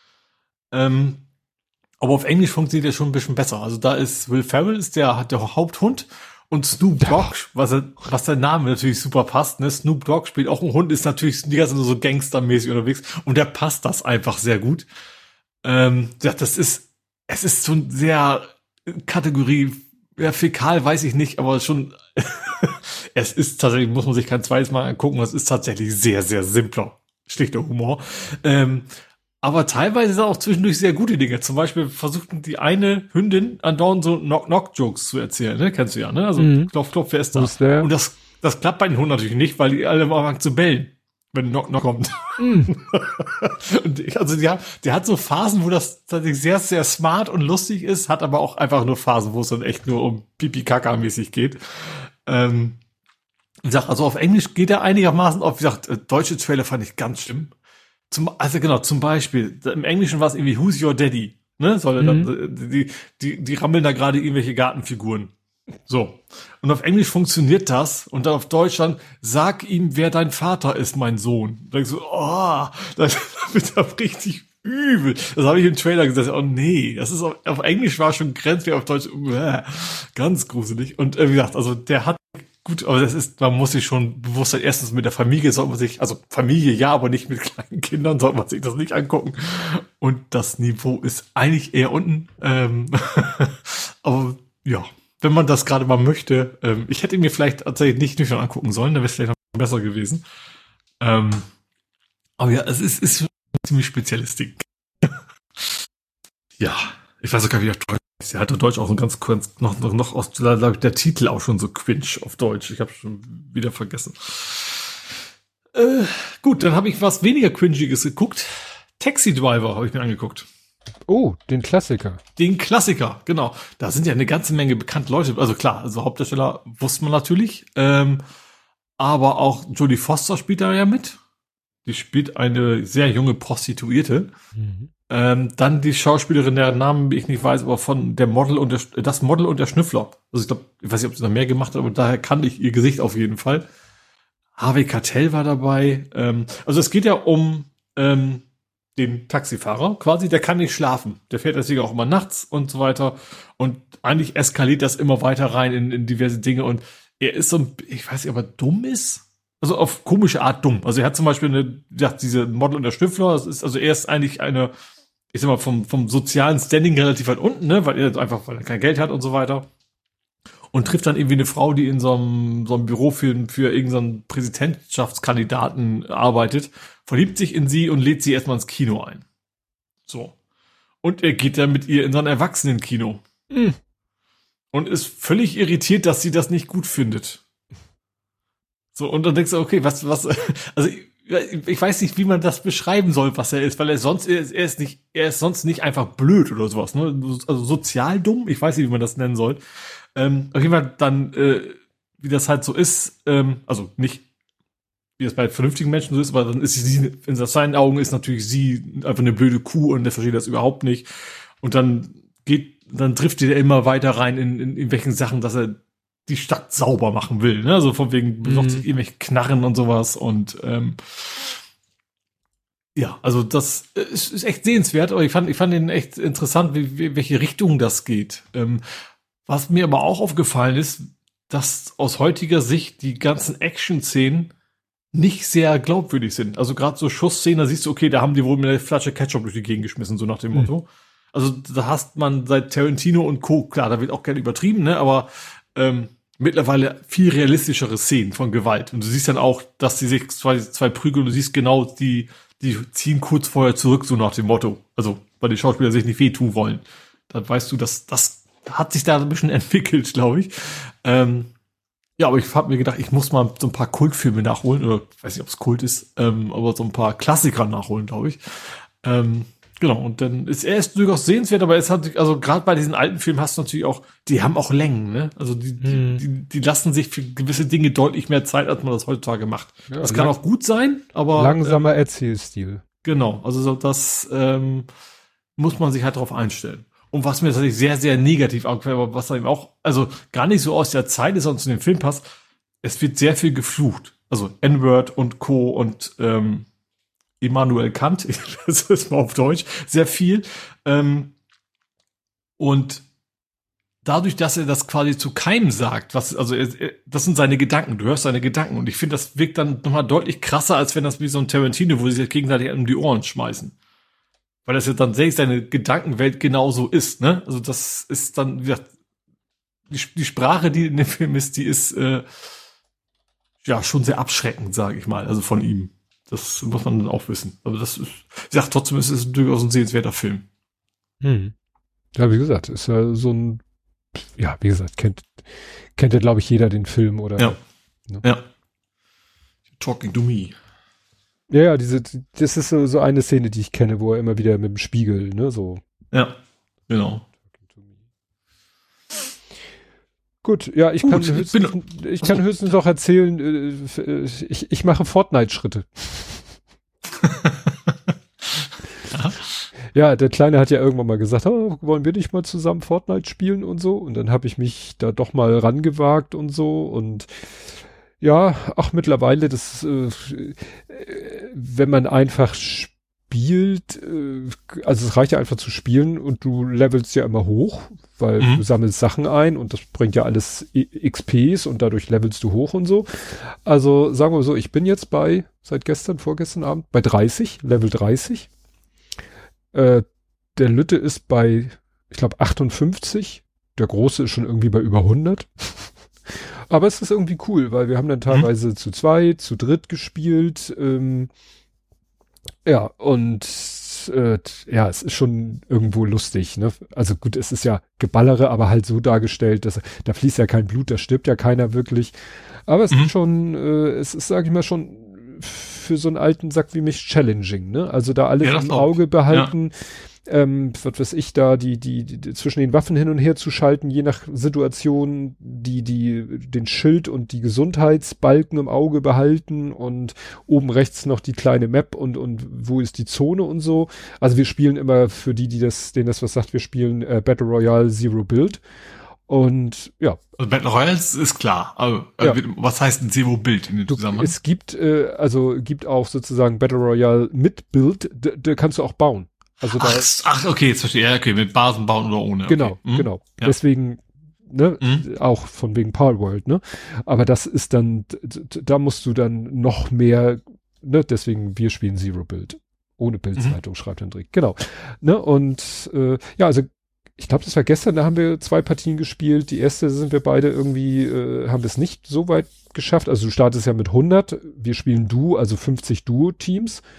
Aber auf Englisch funktioniert der schon ein bisschen besser. Also da ist Will Ferrell, hat der Haupthund, und Snoop Dogg, was der Name natürlich super passt, ne? Snoop Dogg spielt auch einen Hund, ist natürlich die ganze Zeit so gangstermäßig unterwegs und der passt das einfach sehr gut. Es ist so ein sehr Kategorie, ja, fäkal weiß ich nicht, aber schon, es ist tatsächlich, muss man sich kein zweites Mal angucken, es ist tatsächlich sehr, sehr simpler, schlichter Humor. Aber teilweise sind auch zwischendurch sehr gute Dinge. Zum Beispiel versuchten die eine Hündin andauernd so Knock-Knock-Jokes zu erzählen, ne? Kennst du ja, ne? Also Klopf, Klopf, wer ist da? Und das klappt bei den Hunden natürlich nicht, weil die alle anfangen zu bellen, wenn Knock-Knock kommt. Und also der hat so Phasen, wo das tatsächlich sehr, sehr smart und lustig ist, hat aber auch einfach nur Phasen, wo es dann echt nur um Pipi-Kaka-mäßig geht. Ich sag, also auf Englisch geht er einigermaßen auf, wie gesagt, deutsche Trailer fand ich ganz schlimm. Zum Beispiel, im Englischen war es irgendwie Who's Your Daddy, ne? Die rammeln da gerade irgendwelche Gartenfiguren. So. Und auf Englisch funktioniert das und dann auf Deutsch dann, sag ihm, wer dein Vater ist, mein Sohn. Da denkst du, das wird da richtig übel. Das habe ich im Trailer gesagt, oh nee, das ist auf Englisch war schon grenzwertig, auf Deutsch, ganz gruselig. Und wie gesagt, also der hat gut, aber man muss sich schon bewusst sein, erstens mit der Familie sollte man sich, also Familie ja, aber nicht mit kleinen Kindern, sollte man sich das nicht angucken. Und das Niveau ist eigentlich eher unten. Aber ja, wenn man das gerade mal möchte, ich hätte mir vielleicht tatsächlich nicht nüchtern angucken sollen, dann wäre es vielleicht noch besser gewesen. Aber ja, es ist ein ziemlich spezielles Ding. Ja, ich weiß auch gar nicht, wie der Deutsch. Er hat Deutsch auch so ganz kurz noch aus der Titel auch schon so cringe auf Deutsch. Ich habe schon wieder vergessen. Gut, dann habe ich was weniger cringiges geguckt. Taxi Driver habe ich mir angeguckt. Oh, den Klassiker. Den Klassiker, genau. Da sind ja eine ganze Menge bekannte Leute. Also klar, also Hauptdarsteller wusste man natürlich. Aber auch Jodie Foster spielt da ja mit. Die spielt eine sehr junge Prostituierte. Mhm. Dann die Schauspielerin, deren Namen ich nicht weiß, aber von der Model und das Model und der Schnüffler. Also ich glaube, ich weiß nicht, ob sie noch mehr gemacht hat, aber daher kannte ich ihr Gesicht auf jeden Fall. Harvey Keitel war dabei. Also es geht ja um den Taxifahrer quasi, der kann nicht schlafen. Der fährt deswegen auch immer nachts und so weiter. Und eigentlich eskaliert das immer weiter rein in diverse Dinge. Und er ist so ich weiß nicht, ob er dumm ist. Also auf komische Art dumm. Also er hat zum Beispiel diese Model und der Schnüffler, das ist, also er ist eigentlich ich sag mal, vom sozialen Standing relativ weit unten, ne, weil er kein Geld hat und so weiter. Und trifft dann irgendwie eine Frau, die in so einem Büro für irgendeinen Präsidentschaftskandidaten arbeitet, verliebt sich in sie und lädt sie erstmal ins Kino ein. So. Und er geht dann mit ihr in so ein Erwachsenenkino. Mhm. und ist völlig irritiert, dass sie das nicht gut findet. So, und dann denkst du, okay, was, also ich weiß nicht, wie man das beschreiben soll, was er ist, weil er ist sonst nicht einfach blöd oder sowas, ne? Also sozial dumm, ich weiß nicht, wie man das nennen soll. Auf jeden Fall dann, wie das halt so ist, also nicht, wie das bei vernünftigen Menschen so ist, aber dann ist sie, in seinen Augen ist natürlich sie einfach eine blöde Kuh und der versteht das überhaupt nicht. Und dann trifft er immer weiter rein in welchen Sachen, dass er die Stadt sauber machen will, ne? Also von wegen besorgt sich irgendwelche Knarren und sowas und ja, also das ist echt sehenswert, aber ich fand den echt interessant, welche Richtung das geht. Was mir aber auch aufgefallen ist, dass aus heutiger Sicht die ganzen Action-Szenen nicht sehr glaubwürdig sind. Also gerade so Schussszenen, da siehst du, okay, da haben die wohl mit einer Flasche Ketchup durch die Gegend geschmissen, so nach dem Motto. Also da hast man seit Tarantino und Co., klar, da wird auch gerne übertrieben, ne, aber mittlerweile viel realistischere Szenen von Gewalt. Und du siehst dann auch, dass die sich zwei prügeln und du siehst genau, die ziehen kurz vorher zurück, so nach dem Motto. Also, weil die Schauspieler sich nicht wehtun wollen. Dann weißt du, dass das hat sich da ein bisschen entwickelt, glaube ich. Ja, aber ich habe mir gedacht, ich muss mal so ein paar Kultfilme nachholen, oder ich weiß nicht, ob es Kult ist, aber so ein paar Klassiker nachholen, glaube ich. Genau, und dann ist er durchaus sehenswert, aber es hat, also gerade bei diesen alten Filmen hast du natürlich auch, die haben auch Längen, ne? Also die lassen sich für gewisse Dinge deutlich mehr Zeit, als man das heutzutage macht. Ja, das kann auch gut sein, aber langsamer Erzählstil. Genau, also so das muss man sich halt drauf einstellen. Und was mir tatsächlich sehr, sehr negativ aufgefallen war, was dann eben auch, also gar nicht so aus der Zeit ist, sondern zu dem Film passt, es wird sehr viel geflucht. Also N-Word und Co. und Immanuel Kant, das ist mal auf Deutsch, sehr viel. Und dadurch, dass er das quasi zu keinem sagt, das sind seine Gedanken, du hörst seine Gedanken. Und ich finde, das wirkt dann nochmal deutlich krasser, als wenn das wie so ein Tarantino, wo sie sich gegenseitig um die Ohren schmeißen. Weil das ja dann selbst seine Gedankenwelt genauso ist, ne? Also das ist dann, wie gesagt, die Sprache, die in dem Film ist, die ist ja schon sehr abschreckend, sage ich mal, also von ihm. Das muss man dann auch wissen. Aber das ist, ich sag trotzdem, es ist durchaus ein sehenswerter Film. Ja, wie gesagt, ist ja so ein, ja, wie gesagt, kennt ja, glaube ich, jeder den Film, oder? Ja. Ne? Ja. Talking to me. Ja, das ist so eine Szene, die ich kenne, wo er immer wieder mit dem Spiegel, ne, so. Ja, genau. Gut, ja, ich kann höchstens noch erzählen, ich mache Fortnite-Schritte. Ja, der Kleine hat ja irgendwann mal gesagt, oh, wollen wir nicht mal zusammen Fortnite spielen und so? Und dann habe ich mich da doch mal rangewagt und so und ja, ach, mittlerweile, wenn man einfach spielt, also es reicht ja einfach zu spielen und du levelst ja immer hoch, weil du sammelst Sachen ein und das bringt ja alles XPs und dadurch levelst du hoch und so. Also sagen wir so, ich bin jetzt seit vorgestern Abend, bei 30, Level 30. Der Lütte ist bei, ich glaube, 58. Der Große ist schon irgendwie bei über 100. Aber es ist irgendwie cool, weil wir haben dann teilweise zu zweit, zu dritt gespielt. Ja, und ja, es ist schon irgendwo lustig, ne? Also gut, es ist ja Geballere, aber halt so dargestellt, dass da fließt ja kein Blut, da stirbt ja keiner wirklich. Aber es ist schon, es ist, sag ich mal, schon für so einen alten Sack wie mich challenging, ne? Also da alles im Auge behalten. Ja. Was weiß ich da, die zwischen den Waffen hin und her zu schalten, je nach Situation, den Schild und die Gesundheitsbalken im Auge behalten und oben rechts noch die kleine Map und wo ist die Zone und so. Also wir spielen immer, für denen das was sagt, wir spielen Battle Royale Zero Build. Und ja. Also Battle Royale ist klar. Also, ja. Was heißt ein Zero Build in dem Zusammenhang? Es gibt auch sozusagen Battle Royale mit Build, da kannst du auch bauen. Also ach, okay, jetzt verstehe ich. Ja, okay, mit Basen bauen oder ohne. Genau, okay. Genau. Ja. Deswegen, ne, auch von wegen Palworld, ne? Aber das ist dann, da musst du dann noch mehr, ne, deswegen wir spielen Zero Build. Ohne Bildzeitung, schreibt Hendrik. Genau. Ne, und ja, also ich glaube, das war gestern, da haben wir 2 Partien gespielt. Die erste sind wir beide irgendwie, haben es nicht so weit geschafft. Also du startest ja mit 100, wir spielen Duo, also 50 Duo-Teams.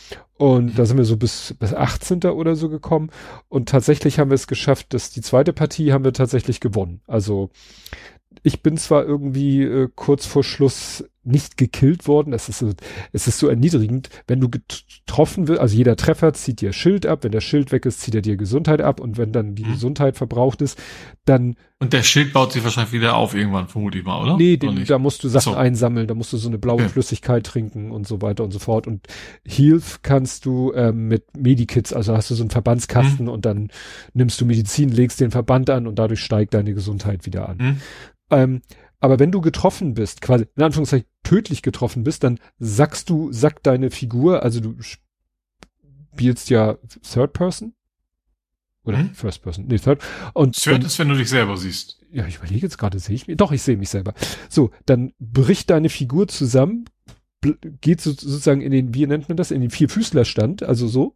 Und da sind wir so bis 18. oder so gekommen. Und tatsächlich haben wir es geschafft, dass die zweite Partie haben wir tatsächlich gewonnen. Also ich bin zwar irgendwie kurz vor Schluss nicht gekillt worden. Es ist so erniedrigend, wenn du getroffen wirst, also jeder Treffer zieht dir Schild ab, wenn der Schild weg ist, zieht er dir Gesundheit ab und wenn dann die Gesundheit verbraucht ist, dann... Und der Schild baut sich wahrscheinlich wieder auf irgendwann, vermute ich mal, oder? Nee, da musst du Sachen einsammeln, da musst du so eine blaue Flüssigkeit trinken und so weiter und so fort. Und Health kannst du mit Medikits, also hast du so einen Verbandskasten und dann nimmst du Medizin, legst den Verband an und dadurch steigt deine Gesundheit wieder an. Aber wenn du getroffen bist, quasi in Anführungszeichen tödlich getroffen bist, dann sackt deine Figur, also du spielst ja Third Person oder First Person, nee, Third. Und Third ist, wenn du dich selber siehst. Ja, ich überlege jetzt gerade, sehe ich mich? Doch, ich sehe mich selber. So, dann bricht deine Figur zusammen, geht sozusagen in den, wie nennt man das, in den Vierfüßlerstand, also so,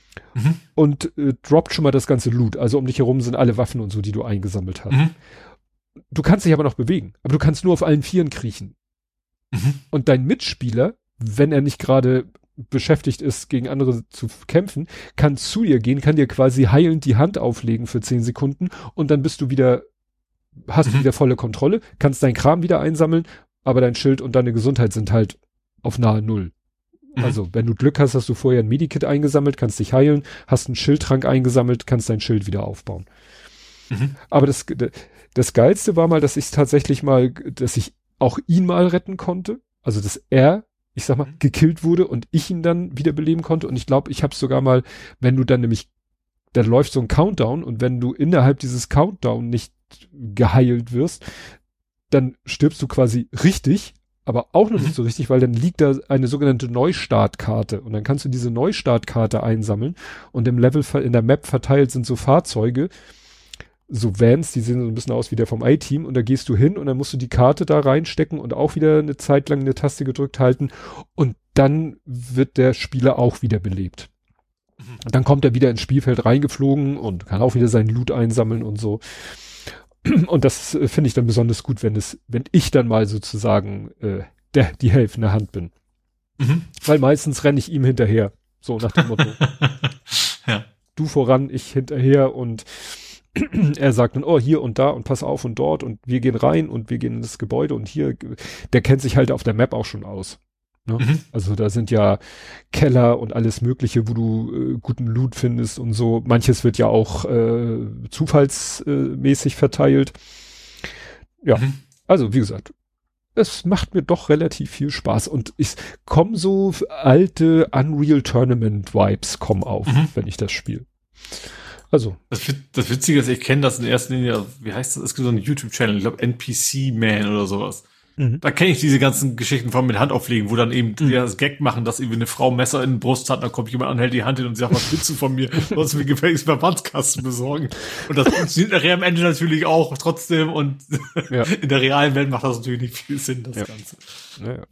und droppt schon mal das ganze Loot. Also um dich herum sind alle Waffen und so, die du eingesammelt hast. Du kannst dich aber noch bewegen, aber du kannst nur auf allen Vieren kriechen. Und dein Mitspieler, wenn er nicht gerade beschäftigt ist, gegen andere zu kämpfen, kann zu dir gehen, kann dir quasi heilend die Hand auflegen für 10 Sekunden und dann bist du wieder, hast du wieder volle Kontrolle, kannst dein Kram wieder einsammeln, aber dein Schild und deine Gesundheit sind halt auf nahe Null. Also, wenn du Glück hast, hast du vorher ein Medikit eingesammelt, kannst dich heilen, hast einen Schildtrank eingesammelt, kannst dein Schild wieder aufbauen. Aber das Geilste war mal, dass ich tatsächlich mal, dass ich auch ihn mal retten konnte. Also, dass er, ich sag mal, gekillt wurde und ich ihn dann wiederbeleben konnte. Und ich glaube, ich habe sogar mal, wenn du dann nämlich, da läuft so ein Countdown und wenn du innerhalb dieses Countdown nicht geheilt wirst, dann stirbst du quasi richtig, aber auch noch nicht so richtig, weil dann liegt da eine sogenannte Neustartkarte und dann kannst du diese Neustartkarte einsammeln und im Level, in der Map verteilt sind so Fahrzeuge, so Vans, die sehen so ein bisschen aus wie der vom I-Team und da gehst du hin und dann musst du die Karte da reinstecken und auch wieder eine Zeit lang eine Taste gedrückt halten und dann wird der Spieler auch wieder belebt. Und dann kommt er wieder ins Spielfeld reingeflogen und kann auch wieder seinen Loot einsammeln und so. Und das finde ich dann besonders gut, wenn ich dann mal sozusagen die helfende Hand bin. Weil meistens renne ich ihm hinterher. So nach dem Motto. Ja. Du voran, ich hinterher und er sagt dann, oh, hier und da und pass auf und dort und wir gehen rein und wir gehen in das Gebäude und hier, der kennt sich halt auf der Map auch schon aus. Ne? Also da sind ja Keller und alles Mögliche, wo du guten Loot findest und so. Manches wird ja auch zufallsmäßig verteilt. Ja, also wie gesagt, es macht mir doch relativ viel Spaß und ich komme so alte Unreal Tournament Vibes kommen auf, wenn ich das spiele. Also. Das Witzige ist, ich kenne das in erster Linie, wie heißt das? Es gibt so einen YouTube-Channel, ich glaube NPC Man oder sowas. Da kenne ich diese ganzen Geschichten von mit Hand auflegen, wo dann eben die das Gag machen, dass irgendwie eine Frau Messer in den Brust hat, dann kommt jemand an, hält die Hand hin und sagt, was willst du von mir? Du sollst mir gefälligst Verbandskasten besorgen. Und das funktioniert nachher am Ende natürlich auch trotzdem und in der realen Welt macht das natürlich nicht viel Sinn, das Ganze. Ja.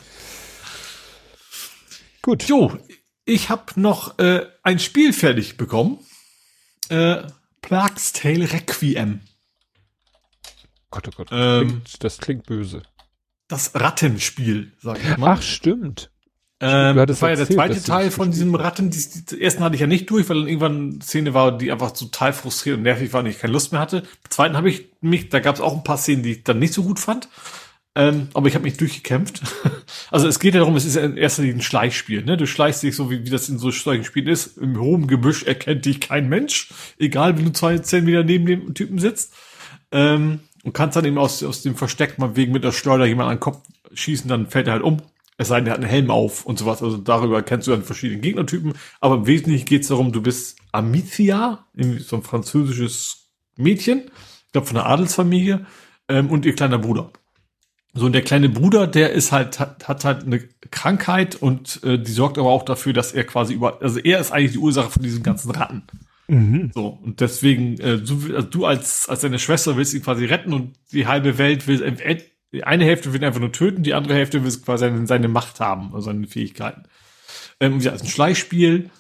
Gut. Jo, ich habe noch ein Spiel fertig bekommen. Plague's Tale Requiem. Gott, oh Gott. Das klingt böse. Das Rattenspiel, sag ich mal. Ach, stimmt. Das war ja der zweite Teil von diesem Ratten. Die ersten hatte ich ja nicht durch, weil dann irgendwann eine Szene war, die einfach total frustrierend und nervig war und ich keine Lust mehr hatte. Beim zweiten habe ich da gab es auch ein paar Szenen, die ich dann nicht so gut fand. Aber ich habe mich durchgekämpft. Also es geht ja darum, es ist ja in erster Linie ein Schleichspiel. Ne? Du schleichst dich so, wie das in so solchen Spielen ist. Im hohen Gebüsch erkennt dich kein Mensch. Egal, wenn du 2 Zentimeter neben dem Typen sitzt. Und kannst dann eben aus dem Versteck mal wegen mit der Schleuder jemand an den Kopf schießen, dann fällt er halt um. Es sei denn, der hat einen Helm auf und sowas. Also darüber kennst du dann verschiedene Gegnertypen. Aber im Wesentlichen geht es darum, du bist Amicia, irgendwie so ein französisches Mädchen, ich glaube von einer Adelsfamilie, und ihr kleiner Bruder. So, und der kleine Bruder, der ist halt, hat halt eine Krankheit und die sorgt aber auch dafür, dass er quasi also er ist eigentlich die Ursache von diesen ganzen Ratten. So, und deswegen, du als deine Schwester willst ihn quasi retten und die halbe Welt will, die eine Hälfte will ihn einfach nur töten, die andere Hälfte will quasi seine Macht haben, also seine Fähigkeiten. Ja, ist ein Schleichspiel,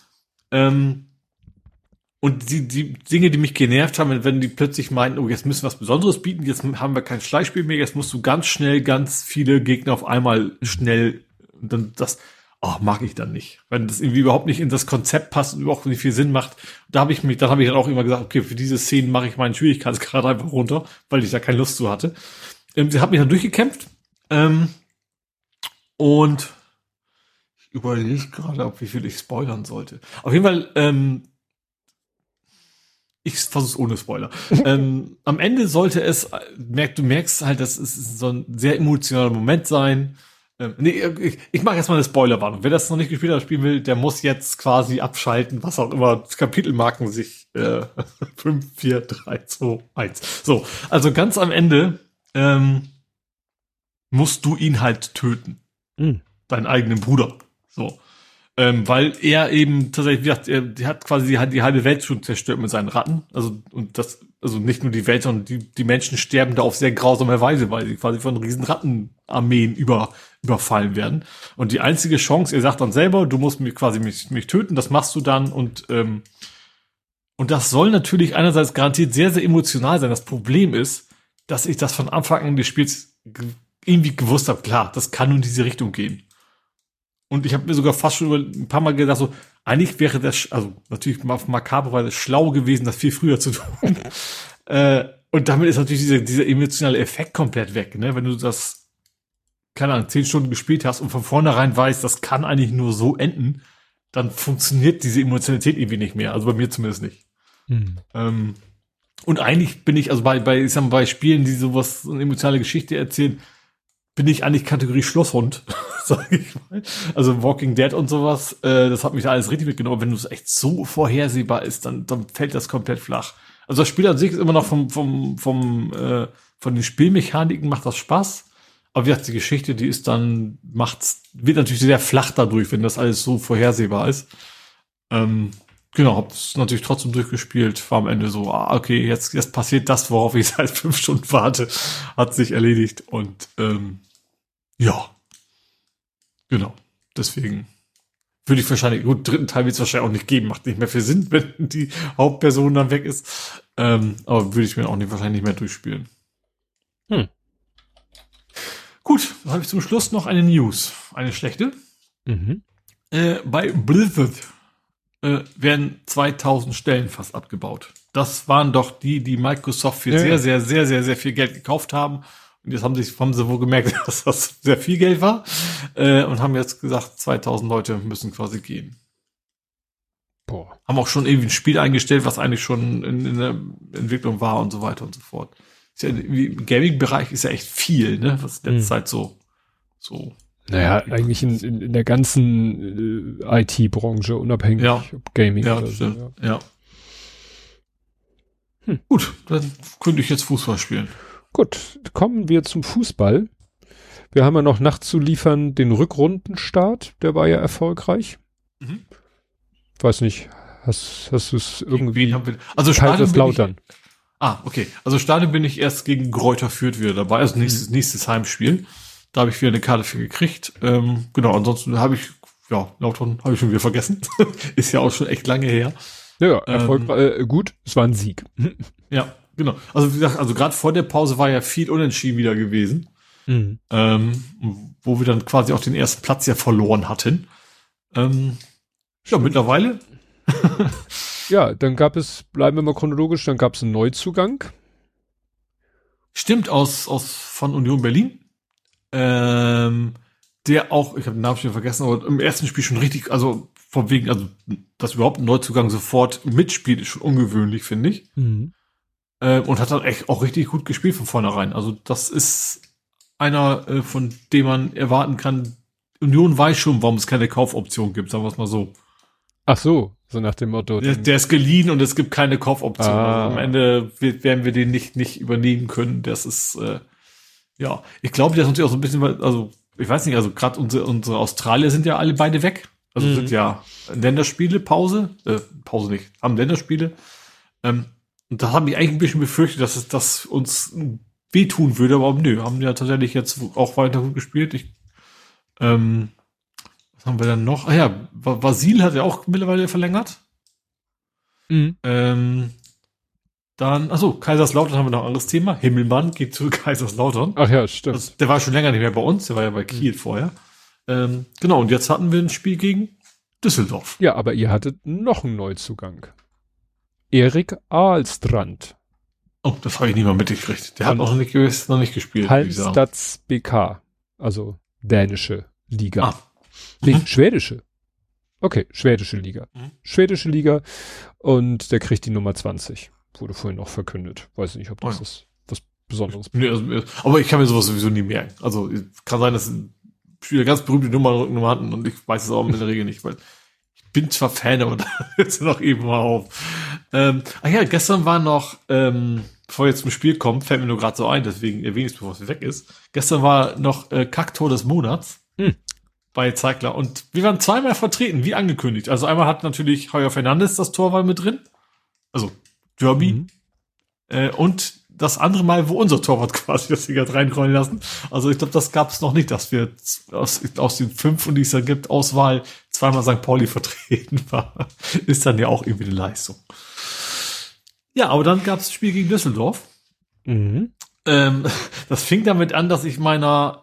und die Dinge, die mich genervt haben, wenn die plötzlich meinten, oh, jetzt müssen wir was Besonderes bieten, jetzt haben wir kein Schleichspiel mehr, jetzt musst du ganz schnell ganz viele Gegner auf einmal schnell, und dann mag ich dann nicht. Wenn das irgendwie überhaupt nicht in das Konzept passt und überhaupt nicht viel Sinn macht. Dann habe ich dann auch immer gesagt, okay, für diese Szenen mache ich meinen Schwierigkeitsgrad einfach runter, weil ich da keine Lust zu hatte. Sie hat mich dann durchgekämpft. Und ich überlege gerade, wie viel ich spoilern sollte. Auf jeden Fall, ich versuche es ohne Spoiler. Am Ende sollte es, du merkst halt, dass es so ein sehr emotionaler Moment sein. Ich mache erstmal eine Spoilerwarnung. Wer das noch nicht gespielt hat, spielen will, der muss jetzt quasi abschalten, was auch immer Kapitelmarken sich 5, 4, 3, 2, 1. So, also ganz am Ende musst du ihn halt töten. Deinen eigenen Bruder. So. Weil er eben tatsächlich, wie gesagt, er hat quasi die halbe Welt schon zerstört mit seinen Ratten. Also nicht nur die Welt, sondern die Menschen sterben da auf sehr grausame Weise, weil sie quasi von riesen Rattenarmeen überfallen werden. Und die einzige Chance, er sagt dann selber, du musst mich töten, das machst du dann und das soll natürlich einerseits garantiert sehr, sehr emotional sein. Das Problem ist, dass ich das von Anfang an des Spiels irgendwie gewusst habe, klar, das kann nur in diese Richtung gehen. Und ich habe mir sogar fast schon ein paar Mal gedacht, so, eigentlich wäre das, also natürlich makaberweise schlau gewesen, das viel früher zu tun. Und damit ist natürlich dieser emotionale Effekt komplett weg, ne? Wenn du das, keine Ahnung, 10 Stunden gespielt hast und von vornherein weißt, das kann eigentlich nur so enden, dann funktioniert diese Emotionalität irgendwie nicht mehr. Also bei mir zumindest nicht. Und eigentlich bin ich, also bei Spielen, die sowas, eine emotionale Geschichte erzählen, bin ich eigentlich Kategorie Schlosshund, sage ich mal. Also Walking Dead und sowas, das hat mich da alles richtig mitgenommen. Wenn es echt so vorhersehbar ist, dann fällt das komplett flach. Also das Spiel an sich ist immer noch von den Spielmechaniken macht das Spaß. Aber wie gesagt, die Geschichte, die ist dann, wird natürlich sehr flach dadurch, wenn das alles so vorhersehbar ist. Genau, hab's natürlich trotzdem durchgespielt, war am Ende so, okay, jetzt passiert das, worauf ich seit 5 Stunden warte, hat sich erledigt und ja, genau, deswegen würde ich wahrscheinlich, gut, dritten Teil wird es wahrscheinlich auch nicht geben, macht nicht mehr viel Sinn, wenn die Hauptperson dann weg ist, aber würde ich mir auch wahrscheinlich nicht mehr durchspielen. Gut, dann habe ich zum Schluss noch eine News, eine schlechte. Bei Blizzard werden 2000 Stellen fast abgebaut. Das waren doch die Microsoft für sehr, sehr, sehr, sehr, sehr viel Geld gekauft haben. Und jetzt haben sie wohl gemerkt, dass das sehr viel Geld war. Und haben jetzt gesagt, 2000 Leute müssen quasi gehen. Boah. Haben auch schon irgendwie ein Spiel eingestellt, was eigentlich schon in der Entwicklung war und so weiter und so fort. Ist ja, im Gaming-Bereich ist ja echt viel, ne? Was in letzter Zeit so. Naja, eigentlich in der ganzen IT-Branche, unabhängig ob Gaming oder so. Ja. Gut, dann könnte ich jetzt Fußball spielen. Gut, kommen wir zum Fußball. Wir haben ja noch nachzuliefern den Rückrundenstart, der war ja erfolgreich. Weiß nicht, hast du es irgendwie? Also Kaiserslautern. Okay. Also Stadion bin ich erst gegen Greuther Fürth wieder dabei, also nächstes Heimspiel. Da habe ich wieder eine Karte für gekriegt. Genau, ansonsten habe ich, Lautern habe ich schon wieder vergessen. Ist ja auch schon echt lange her. Ja, gut, es war ein Sieg. Ja, genau. Also wie gesagt, gerade vor der Pause war ja viel Unentschieden wieder gewesen. Wo wir dann quasi auch den ersten Platz ja verloren hatten. Mittlerweile. Ja, dann bleiben wir mal chronologisch, dann gab es einen Neuzugang. Stimmt, von Union Berlin. Der auch, ich habe den Namen schon vergessen, aber im ersten Spiel schon richtig, also von wegen, also dass überhaupt ein Neuzugang sofort mitspielt, ist schon ungewöhnlich, finde ich. Und hat dann echt auch richtig gut gespielt von vornherein. Also das ist einer, von dem man erwarten kann, Union weiß schon, warum es keine Kaufoption gibt, sagen wir es mal so. Ach so nach dem Motto. Der ist geliehen und es gibt keine Kaufoption. Also am Ende werden wir den nicht übernehmen können. Das ist, ich glaube, das ist natürlich auch so ein bisschen, also ich weiß nicht, also gerade unsere Australier sind ja alle beide weg. Also sind ja Länderspiele, Pause nicht, haben Länderspiele. Und da habe ich eigentlich ein bisschen befürchtet, dass das uns wehtun würde, aber nö, haben ja tatsächlich jetzt auch weiter gut gespielt. Was haben wir dann noch? Vasil hat ja auch mittlerweile verlängert. Dann, Kaiserslautern haben wir noch ein anderes Thema. Himmelmann geht zu Kaiserslautern. Ach ja, stimmt. Also, der war schon länger nicht mehr bei uns, der war ja bei Kiel vorher. Genau, und jetzt hatten wir ein Spiel gegen Düsseldorf. Ja, aber ihr hattet noch einen Neuzugang. Erik Ahlstrand. Oh, das habe ich nicht mal mitgekriegt. Der hat noch nicht gespielt. Halmstads BK, also dänische Liga. Ah. Nee, schwedische. Okay, schwedische Liga. Schwedische Liga und der kriegt die Nummer 20. Wurde vorhin auch verkündet. Weiß nicht, ob das ist was Besonderes ist. Nee, also, aber ich kann mir sowas sowieso nie merken. Also kann sein, dass ein Spieler ganz berühmte Nummer hatten und ich weiß es auch in der Regel nicht, weil ich bin zwar Fan, aber da hört noch eben mal auf. Gestern war noch, bevor wir jetzt zum Spiel kommen, fällt mir nur gerade so ein, deswegen erwähne ich es, bevor es weg ist. Gestern war noch Kacktor des Monats bei Zeigler und wir waren zweimal vertreten, wie angekündigt. Also einmal hat natürlich Heuer Fernandes das Tor war mit drin, also Derby, und das andere Mal, wo unser Torwart quasi das Ding hat reinrollen lassen. Also ich glaube, das gab es noch nicht, dass wir aus den 5, die es da gibt, Auswahl zweimal St. Pauli vertreten war. Ist dann ja auch irgendwie eine Leistung. Ja, aber dann gab es das Spiel gegen Düsseldorf. Das fing damit an, dass ich meiner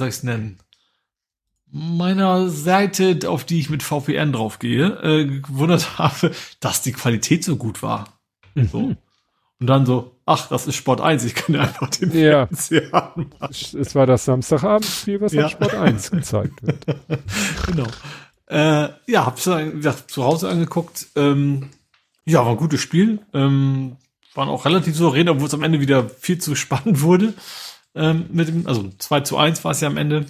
Seite, auf die ich mit VPN draufgehe, gewundert habe, dass die Qualität so gut war. So. Und dann so, ach, das ist Sport 1, ich kann ja einfach den Fernseher anmachen. Es war das Samstagabendspiel, was auf Sport 1 gezeigt wird. Genau. Hab's zu Hause angeguckt. War ein gutes Spiel. Waren auch relativ souverän, obwohl es am Ende wieder viel zu spannend wurde. 2:1 war es ja am Ende.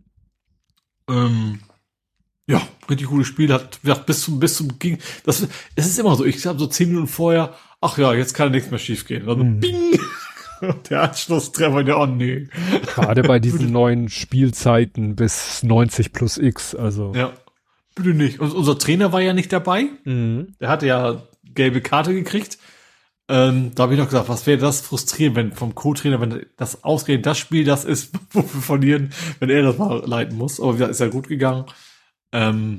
Richtig gutes Spiel. Hat bis zum es ist immer so, ich habe so 10 Minuten vorher, ach ja, jetzt kann nichts mehr schief gehen. Also bing! Der Anschlusstreffer, nee. Gerade bei diesen neuen Spielzeiten bis 90 plus X, also. Ja, bitte nicht. Und unser Trainer war ja nicht dabei. Der hatte ja gelbe Karte gekriegt. Da habe ich noch gesagt, was wäre das frustrierend, wenn vom Co-Trainer, wenn das ausgerechnet das Spiel das ist, wo wir verlieren, wenn er das mal leiten muss. Aber ist ja gut gegangen. Und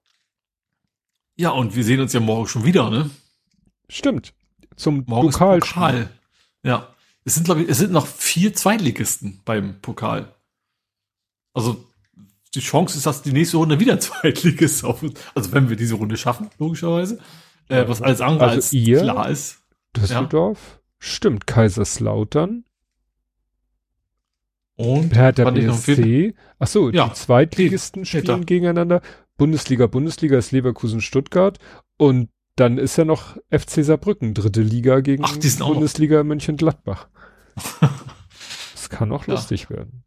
wir sehen uns ja morgen schon wieder, ne? Stimmt. Zum Pokalspiel. Ja. Es sind noch 4 Zweitligisten beim Pokal. Also, die Chance ist, dass die nächste Runde wieder Zweitligist auf uns, also wenn wir diese Runde schaffen, logischerweise. Was alles andere als klar ist. Düsseldorf. Stimmt, Kaiserslautern. Und Hertha BSC. Achso, die Zweitligisten spielen gegeneinander. Bundesliga ist Leverkusen Stuttgart. Und dann ist ja noch FC Saarbrücken, 3. Liga gegen Bundesliga Mönchengladbach. Das kann auch lustig werden.